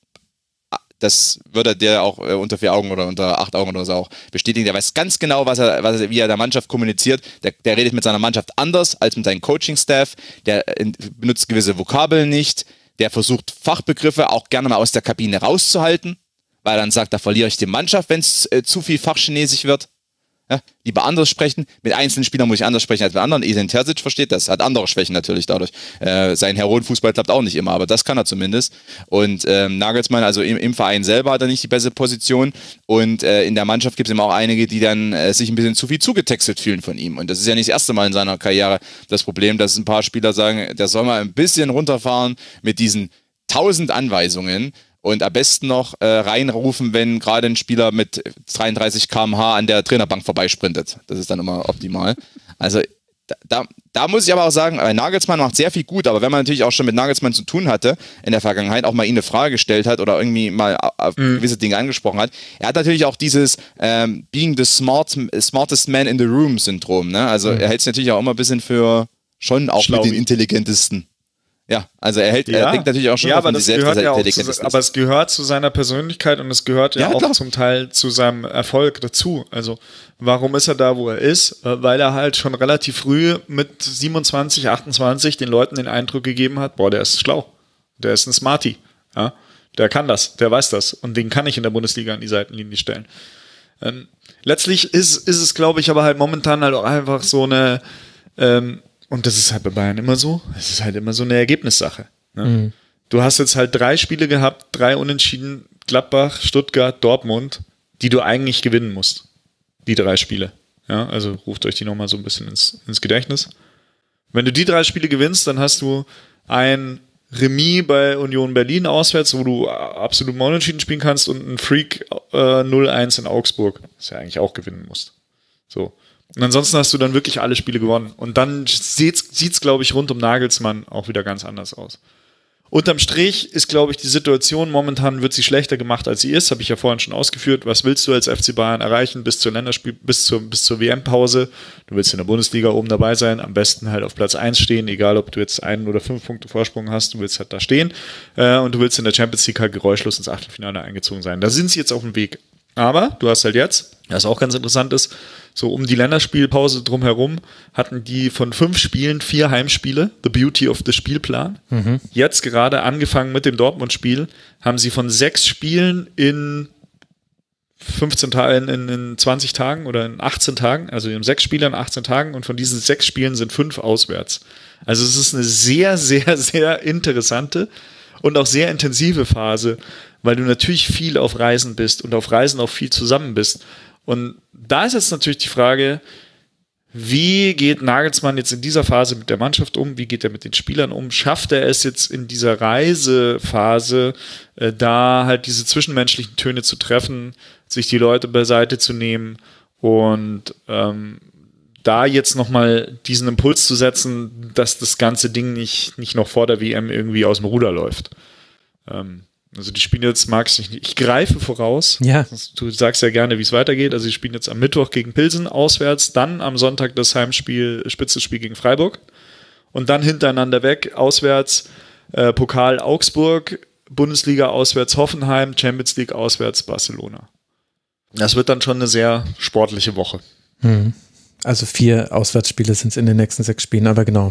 Das würde der auch unter 4 Augen oder unter 8 Augen oder so auch bestätigen. Der weiß ganz genau, wie er der Mannschaft kommuniziert. Der redet mit seiner Mannschaft anders als mit seinem Coaching-Staff. Der benutzt gewisse Vokabeln nicht. Der versucht Fachbegriffe auch gerne mal aus der Kabine rauszuhalten, weil er dann sagt, da verliere ich die Mannschaft, wenn es zu viel Fachchinesisch wird. Ja, lieber anders sprechen. Mit einzelnen Spielern muss ich anders sprechen als mit anderen. Edin Terzic versteht das. Hat andere Schwächen natürlich dadurch. Sein Heroenfußball klappt auch nicht immer, aber das kann er zumindest. Und Nagelsmann, also im Verein selber hat er nicht die beste Position. Und in der Mannschaft gibt es eben auch einige, die dann sich ein bisschen zu viel zugetextet fühlen von ihm. Und das ist ja nicht das erste Mal in seiner Karriere das Problem, dass ein paar Spieler sagen, der soll mal ein bisschen runterfahren mit diesen 1000 Anweisungen. Und am besten noch reinrufen, wenn gerade ein Spieler mit 33 km/h an der Trainerbank vorbeisprintet. Das ist dann immer optimal. Also da muss ich aber auch sagen, Nagelsmann macht sehr viel gut, aber wenn man natürlich auch schon mit Nagelsmann zu tun hatte in der Vergangenheit, auch mal ihn eine Frage gestellt hat oder irgendwie mal auf gewisse Dinge angesprochen hat, er hat natürlich auch dieses Being the smartest man in the room Syndrom. Ne? Also er hält es natürlich auch immer ein bisschen für schon auch mit den intelligentesten. Ja, also er denkt natürlich auch schon von sich selbst, dass er intelligent ist. Aber es gehört zu seiner Persönlichkeit und es gehört ja auch zum Teil zu seinem Erfolg dazu. Also warum ist er da, wo er ist? Weil er halt schon relativ früh mit 27, 28 den Leuten den Eindruck gegeben hat, boah, der ist schlau, der ist ein Smarty, ja? Der kann das, der weiß das und den kann ich in der Bundesliga an die Seitenlinie stellen. Letztlich ist es, glaube ich, aber halt momentan halt auch einfach so eine und das ist halt bei Bayern immer so. Es ist halt immer so eine Ergebnissache. Ne? Mhm. Du hast jetzt halt 3 Spiele gehabt, 3 Unentschieden, Gladbach, Stuttgart, Dortmund, die du eigentlich gewinnen musst. Die 3 Spiele. Ja, also ruft euch die nochmal so ein bisschen ins Gedächtnis. Wenn du die 3 Spiele gewinnst, dann hast du ein Remis bei Union Berlin auswärts, wo du absolut mal unentschieden spielen kannst und ein Freak 0-1 in Augsburg, das ja eigentlich auch gewinnen musst. So. Und ansonsten hast du dann wirklich alle Spiele gewonnen. Und dann sieht's, glaube ich, rund um Nagelsmann auch wieder ganz anders aus. Unterm Strich ist, glaube ich, die Situation, momentan wird sie schlechter gemacht, als sie ist, habe ich ja vorhin schon ausgeführt. Was willst du als FC Bayern erreichen bis zur bis zur WM-Pause? Du willst in der Bundesliga oben dabei sein, am besten halt auf Platz 1 stehen, egal ob du jetzt 1 oder 5 Punkte Vorsprung hast, du willst halt da stehen. Und du willst in der Champions League halt geräuschlos ins Achtelfinale eingezogen sein. Da sind sie jetzt auf dem Weg. Aber du hast halt jetzt, was auch ganz interessant ist, so um die Länderspielpause drumherum hatten die von 5 Spielen 4 Heimspiele, the beauty of the Spielplan. Mhm. Jetzt gerade angefangen mit dem Dortmund-Spiel, haben sie von 6 Spielen in 15 Tagen, in 20 Tagen oder in 18 Tagen, also in 6 Spiele in 18 Tagen und von diesen 6 Spielen sind 5 auswärts. Also es ist eine sehr, sehr, sehr interessante und auch sehr intensive Phase, weil du natürlich viel auf Reisen bist und auf Reisen auch viel zusammen bist. Und da ist jetzt natürlich die Frage, wie geht Nagelsmann jetzt in dieser Phase mit der Mannschaft um? Wie geht er mit den Spielern um? Schafft er es jetzt in dieser Reisephase, da halt diese zwischenmenschlichen Töne zu treffen, sich die Leute beiseite zu nehmen und da jetzt nochmal diesen Impuls zu setzen, dass das ganze Ding nicht noch vor der WM irgendwie aus dem Ruder läuft? Also die spielen jetzt, Max, ich greife voraus. Ja. Du sagst ja gerne, wie es weitergeht. Also die spielen jetzt am Mittwoch gegen Pilsen auswärts, dann am Sonntag das Heimspiel, Spitzenspiel gegen Freiburg und dann hintereinander weg, auswärts Pokal Augsburg, Bundesliga auswärts Hoffenheim, Champions League auswärts Barcelona. Das wird dann schon eine sehr sportliche Woche. Also 4 Auswärtsspiele sind es in den nächsten 6 Spielen, aber genau.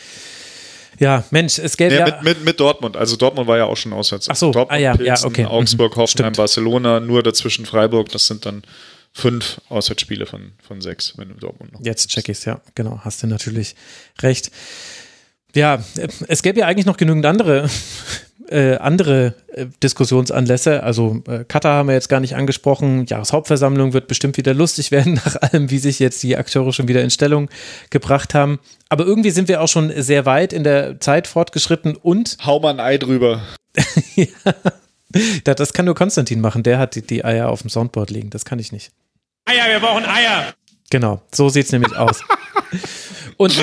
Ja, Mensch, es gäbe ja... Mit Dortmund, also Dortmund war ja auch schon auswärts. Ach so, Dortmund, Pilsen, okay. Augsburg, Hoffenheim, Barcelona, nur dazwischen Freiburg, das sind dann 5 Auswärtsspiele von 6, wenn du Dortmund noch... Jetzt check ich's, ja, genau, hast du natürlich recht. Ja, es gäbe ja eigentlich noch genügend andere andere Diskussionsanlässe. Also Katar haben wir jetzt gar nicht angesprochen. Jahreshauptversammlung wird bestimmt wieder lustig werden, nach allem, wie sich jetzt die Akteure schon wieder in Stellung gebracht haben. Aber irgendwie sind wir auch schon sehr weit in der Zeit fortgeschritten und hau mal ein Ei drüber. Ja, das kann nur Konstantin machen. Der hat die Eier auf dem Soundboard liegen. Das kann ich nicht. Eier, wir brauchen Eier. Genau, so sieht es nämlich aus. Und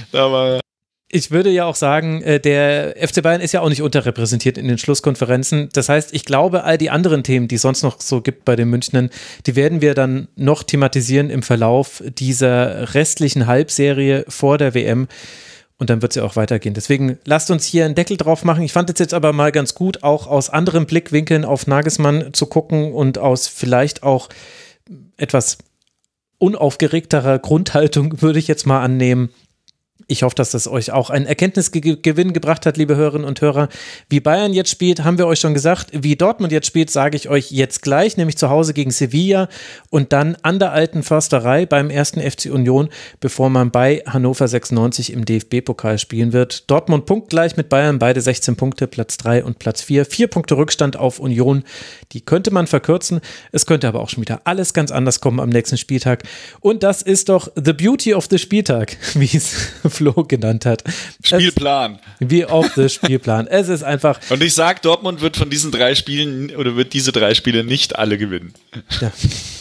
ich würde ja auch sagen, der FC Bayern ist ja auch nicht unterrepräsentiert in den Schlusskonferenzen. Das heißt, ich glaube, all die anderen Themen, die es sonst noch so gibt bei den Münchnern, die werden wir dann noch thematisieren im Verlauf dieser restlichen Halbserie vor der WM. Und dann wird es ja auch weitergehen. Deswegen lasst uns hier einen Deckel drauf machen. Ich fand es jetzt aber mal ganz gut, auch aus anderen Blickwinkeln auf Nagelsmann zu gucken und aus vielleicht auch etwas unaufgeregterer Grundhaltung, würde ich jetzt mal annehmen. Ich hoffe, dass das euch auch einen Erkenntnisgewinn gebracht hat, liebe Hörerinnen und Hörer. Wie Bayern jetzt spielt, haben wir euch schon gesagt. Wie Dortmund jetzt spielt, sage ich euch jetzt gleich, nämlich zu Hause gegen Sevilla und dann an der alten Försterei beim 1. FC Union, bevor man bei Hannover 96 im DFB-Pokal spielen wird. Dortmund punktgleich mit Bayern, beide 16 Punkte, Platz 3 und Platz 4. 4 Punkte Rückstand auf Union. Die könnte man verkürzen. Es könnte aber auch schon wieder alles ganz anders kommen am nächsten Spieltag. Und das ist doch the beauty of the Spieltag, wie es Flo genannt hat. Spielplan. Wie auch das Spielplan. Es ist einfach. Und ich sag, Dortmund wird von diesen 3 Spielen oder wird diese 3 Spiele nicht alle gewinnen. Ja.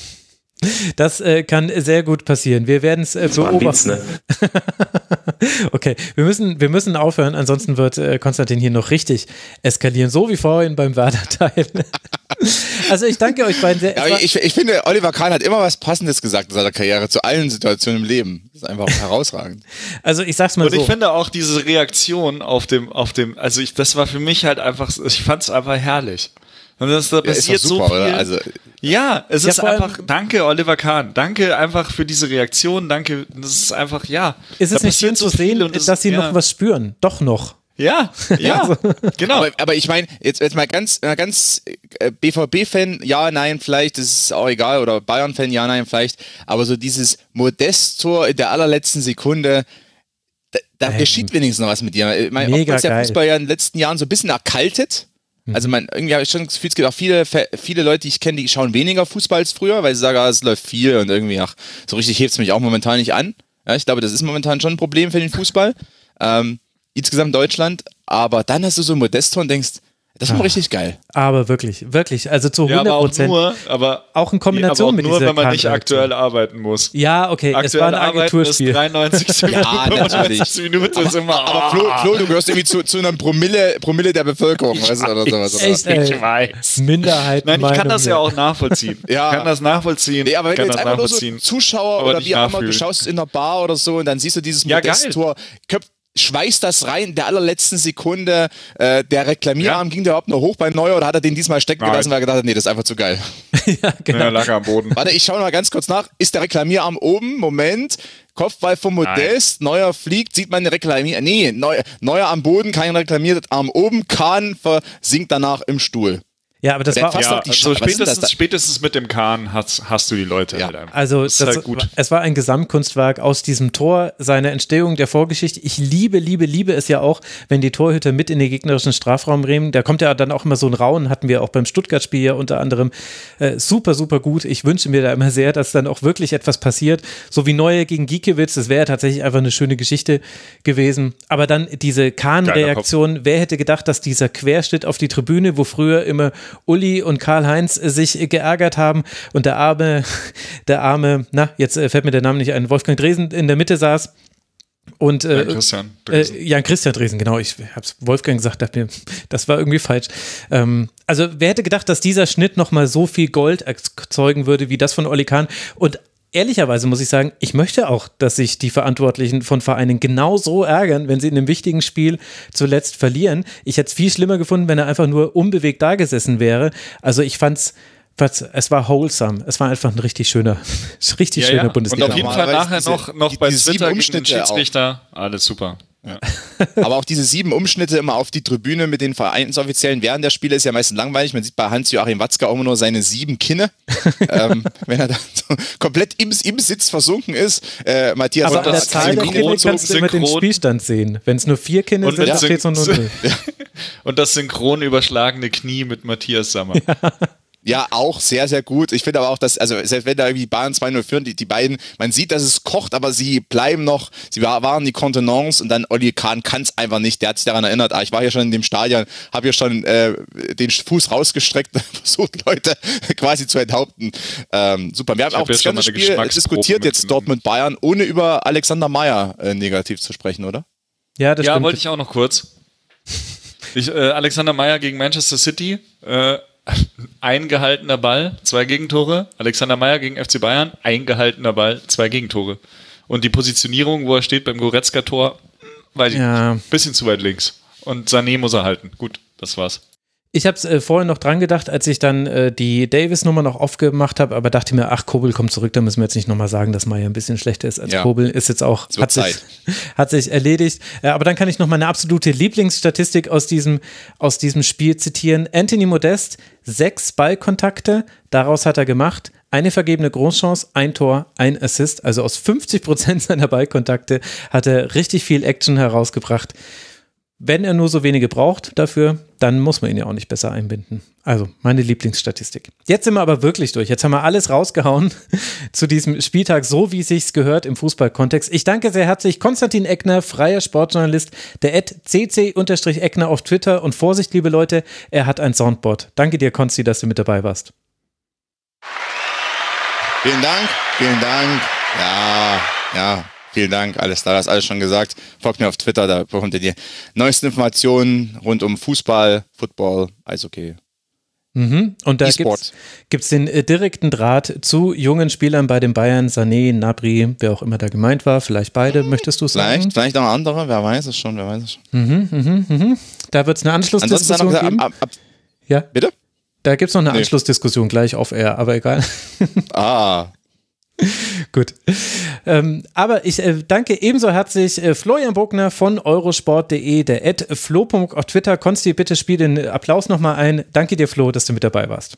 Das kann sehr gut passieren. Wir werden es beobachten. Witz, ne? Okay, wir müssen aufhören, ansonsten wird Konstantin hier noch richtig eskalieren, so wie vorhin beim Werder-Teil. Also ich danke euch beiden sehr. Ja, ich finde, Oliver Kahn hat immer was Passendes gesagt in seiner Karriere zu allen Situationen im Leben. Das ist einfach herausragend. Also ich sag's mal so. Und ich finde auch diese Reaktion auf dem, also das war für mich halt einfach, ich fand es einfach herrlich. Und da passiert super, so viel. oder? Also, ja, es ist einfach, danke Oliver Kahn, danke einfach für diese Reaktion, danke, das ist einfach, ja. Es ist nicht schön zu sehen, dass sie noch was spüren, doch noch. Ja, genau. Aber ich meine, jetzt mal ganz BVB-Fan, ja, nein, vielleicht, das ist auch egal, oder Bayern-Fan, ja, nein, vielleicht, aber so dieses Modest-Tor in der allerletzten Sekunde, da geschieht wenigstens noch was mit dir. Ich meine, obwohl der Fußball ja in den letzten Jahren so ein bisschen erkaltet. Also irgendwie habe ich schon das Gefühl, es gibt auch viele Leute, die ich kenne, die schauen weniger Fußball als früher, weil sie sagen, es läuft viel und irgendwie, so richtig hebt es mich auch momentan nicht an. Ja, ich glaube, das ist momentan schon ein Problem für den Fußball. Insgesamt Deutschland. Aber dann hast du so ein Modest-Tor und denkst, das ist mal richtig geil. Aber wirklich, also zu 100%. Aber auch in Kombination mit dieser nur, wenn man nicht aktuell arbeiten muss. Ja, okay, aktuell es war ein Agenturspiel. 93. Ja, natürlich. Minute ist immer. Aber Flo, du gehörst irgendwie zu einer Promille der Bevölkerung. Weißt du, oder sowas. Echt, ich weiß. Minderheiten. Nein, ich kann das ja auch nachvollziehen. Ja. Ich kann das nachvollziehen. Nee, aber wenn du jetzt einfach nur so Zuschauer oder wie auch immer, du schaust in der Bar oder so und dann siehst du dieses Modest-Tor, schweißt das rein in der allerletzten Sekunde. Der Reklamierarm ging der überhaupt noch hoch bei Neuer oder hat er den diesmal stecken gelassen, weil er gedacht hat, nee, das ist einfach zu geil. Ja, genau. Ja, lag am Boden. Warte, ich schaue mal ganz kurz nach. Ist der Reklamierarm oben? Moment. Kopfball vom Modest. Nein. Neuer fliegt, sieht man den Reklamierarm. Nee, Neuer am Boden, kein Reklamierarm oben. Kahn versinkt danach im Stuhl. Ja, aber das war auch so spätestens mit dem Kahn hast du die Leute halt einfach. Also halt gut. Es war ein Gesamtkunstwerk aus diesem Tor, seiner Entstehung, der Vorgeschichte. Ich liebe es ja auch, wenn die Torhüter mit in den gegnerischen Strafraum rennen. Da kommt ja dann auch immer so ein Raunen, hatten wir auch beim Stuttgart-Spiel ja unter anderem. Super, super gut. Ich wünsche mir da immer sehr, dass dann auch wirklich etwas passiert. So wie Neuer gegen Giekewitz, das wäre tatsächlich einfach eine schöne Geschichte gewesen. Aber dann diese Kahn-Reaktion, wer hätte gedacht, dass dieser Querschnitt auf die Tribüne, wo früher immer Uli und Karl-Heinz sich geärgert haben und der arme, jetzt fällt mir der Name nicht ein, Wolfgang Dresen in der Mitte saß und Christian Dresen. Christian Dresen, genau, ich habe es Wolfgang gesagt, dachte mir, das war irgendwie falsch. Also wer hätte gedacht, dass dieser Schnitt nochmal so viel Gold erzeugen würde, wie das von Oli Kahn, und ehrlicherweise muss ich sagen, ich möchte auch, dass sich die Verantwortlichen von Vereinen genau so ärgern, wenn sie in einem wichtigen Spiel zuletzt verlieren. Ich hätte es viel schlimmer gefunden, wenn er einfach nur unbewegt da gesessen wäre. Also ich fand's, es war wholesome. Es war einfach ein richtig schöner Bundesliga. Und auf jeden Fall nachher noch bei Twitter gegen den Schiedsrichter. Alles super. Ja. Aber auch diese 7 Umschnitte immer auf die Tribüne mit den Vereinsoffiziellen während der Spiele ist ja meistens langweilig. Man sieht bei Hans-Joachim Watzke auch immer nur seine 7 Kinne, wenn er dann so komplett im Sitz versunken ist. Matthias aber an der Zahl der Kinne kannst du immer den Spielstand sehen. Wenn es nur 4 Kinne sind, dann steht es nur 0. Und das synchron überschlagene Knie mit Matthias Sammer. Ja, auch sehr, sehr gut. Ich finde aber auch, dass, also selbst wenn da irgendwie Bayern 2-0 führen, die beiden, man sieht, dass es kocht, aber sie bleiben noch, sie waren die Kontenance und dann Oli Kahn kann es einfach nicht. Der hat sich daran erinnert, ich war hier schon in dem Stadion, habe hier schon den Fuß rausgestreckt und versucht, Leute quasi zu enthaupten. Super. Wir haben auch das ganze Spiel diskutiert jetzt Dortmund-Bayern, ohne über Alexander Meyer negativ zu sprechen, oder? Ja, das stimmt. Wollte ich auch noch kurz. Alexander Meyer gegen Manchester City, eingehaltener Ball, 2 Gegentore. Alexander Meyer gegen FC Bayern, eingehaltener Ball, 2 Gegentore. Und die Positionierung, wo er steht beim Goretzka-Tor, weiß ich nicht, bisschen zu weit links. Und Sané muss er halten. Gut, das war's. Ich habe es vorhin noch dran gedacht, als ich dann die Davis-Nummer noch aufgemacht habe, aber dachte mir, Kobel kommt zurück, da müssen wir jetzt nicht nochmal sagen, dass Meyer ein bisschen schlechter ist als Kobel. Ist jetzt auch, hat sich erledigt. Aber dann kann ich noch meine absolute Lieblingsstatistik aus diesem Spiel zitieren. Anthony Modest, 6 Ballkontakte, daraus hat er gemacht. Eine vergebene Großchance, 1 Tor, 1 Assist. Also aus 50% seiner Ballkontakte hat er richtig viel Action herausgebracht. Wenn er nur so wenige braucht dafür, dann muss man ihn ja auch nicht besser einbinden. Also meine Lieblingsstatistik. Jetzt sind wir aber wirklich durch. Jetzt haben wir alles rausgehauen zu diesem Spieltag, so wie es sich gehört im Fußballkontext. Ich danke sehr herzlich Konstantin Eckner, freier Sportjournalist, der @cc_Eckner auf Twitter. Und Vorsicht, liebe Leute, er hat ein Soundboard. Danke dir, Konsti, dass du mit dabei warst. Vielen Dank. Ja. Vielen Dank, alles da, das ist alles schon gesagt. Folgt mir auf Twitter, da bekommt ihr die neuesten Informationen rund um Fußball, Football, Eishockey. Und da gibt's den direkten Draht zu jungen Spielern bei den Bayern, Sané, Gnabry, wer auch immer da gemeint war, vielleicht beide, möchtest du sagen? Vielleicht noch andere, wer weiß es schon. Da wird es eine Anschlussdiskussion geben. Ja? Bitte? Da gibt es noch eine Anschlussdiskussion gleich auf Air, aber egal. Gut. Aber ich danke ebenso herzlich Florian Bogner von eurosport.de, der @flo. auf Twitter. Konsti, bitte spiel den Applaus nochmal ein. Danke dir, Flo, dass du mit dabei warst.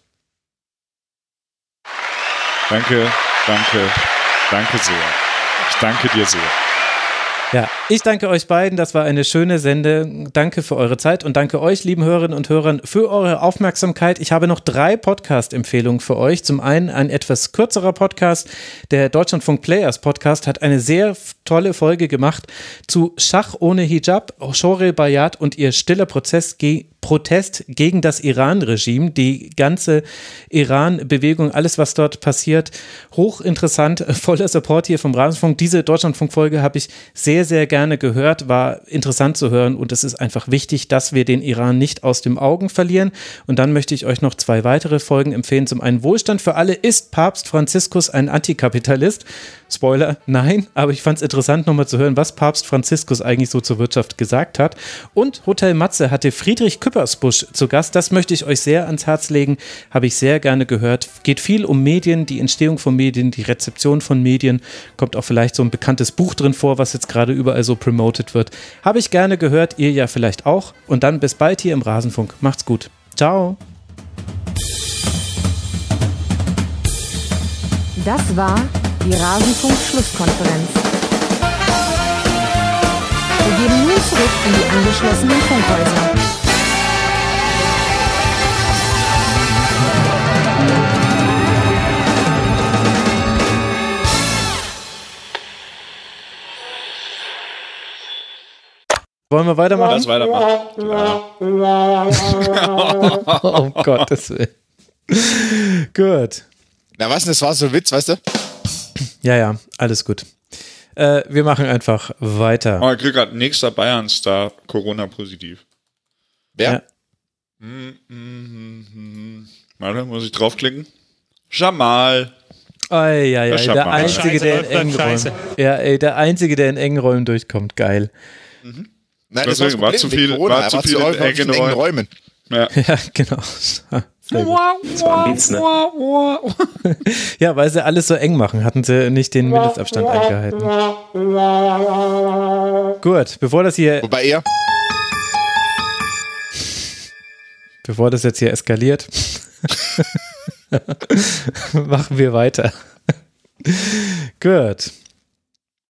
Danke sehr. Ich danke dir sehr. Ja, ich danke euch beiden, das war eine schöne Sendung. Danke für eure Zeit und danke euch, lieben Hörerinnen und Hörern, für eure Aufmerksamkeit. Ich habe noch 3 Podcast-Empfehlungen für euch. Zum einen ein etwas kürzerer Podcast, der Deutschlandfunk Players Podcast hat eine sehr tolle Folge gemacht zu Schach ohne Hijab, Shoreh Bayat und ihr stiller Protest gegen das Iran-Regime, die ganze Iran-Bewegung, alles, was dort passiert, hochinteressant, voller Support hier vom Rasenfunk. Diese Deutschlandfunk-Folge habe ich sehr, sehr gerne gehört, war interessant zu hören und es ist einfach wichtig, dass wir den Iran nicht aus den Augen verlieren. Und dann möchte ich euch noch 2 weitere Folgen empfehlen. Zum einen Wohlstand für alle, ist Papst Franziskus ein Antikapitalist? Spoiler, nein, aber ich fand es interessant, nochmal zu hören, was Papst Franziskus eigentlich so zur Wirtschaft gesagt hat. Und Hotel Matze hatte Friedrich Küppersbusch zu Gast. Das möchte ich euch sehr ans Herz legen, habe ich sehr gerne gehört. Geht viel um Medien, die Entstehung von Medien, die Rezeption von Medien. Kommt auch vielleicht so ein bekanntes Buch drin vor, was jetzt gerade überall so promoted wird. Habe ich gerne gehört, ihr ja vielleicht auch. Und dann bis bald hier im Rasenfunk. Macht's gut. Ciao. Das war die Rasenfunk-Schlusskonferenz. Wir gehen nun zurück in die angeschlossenen Funkhäuser. Wollen wir weitermachen? Lass weitermachen. Oh Gottes Willen. Gut. Na was, das war so ein Witz, weißt du? Ja, alles gut. Wir machen einfach weiter. Oh, ich krieg gerade nächster Bayern-Star Corona-positiv. Wer? Ja. Warte, muss ich draufklicken? Jamal. Ja, der Einzige, der in engen Räumen. Ja, der Einzige, der in engen Räumen durchkommt. Geil. Nein, das war zu viel in engen Räumen. Ja. Ja, genau. Das war ein Witz, ne? Ja, weil sie alles so eng machen, hatten sie nicht den Mindestabstand eingehalten. Gut, bevor das jetzt hier eskaliert, machen wir weiter. Gut.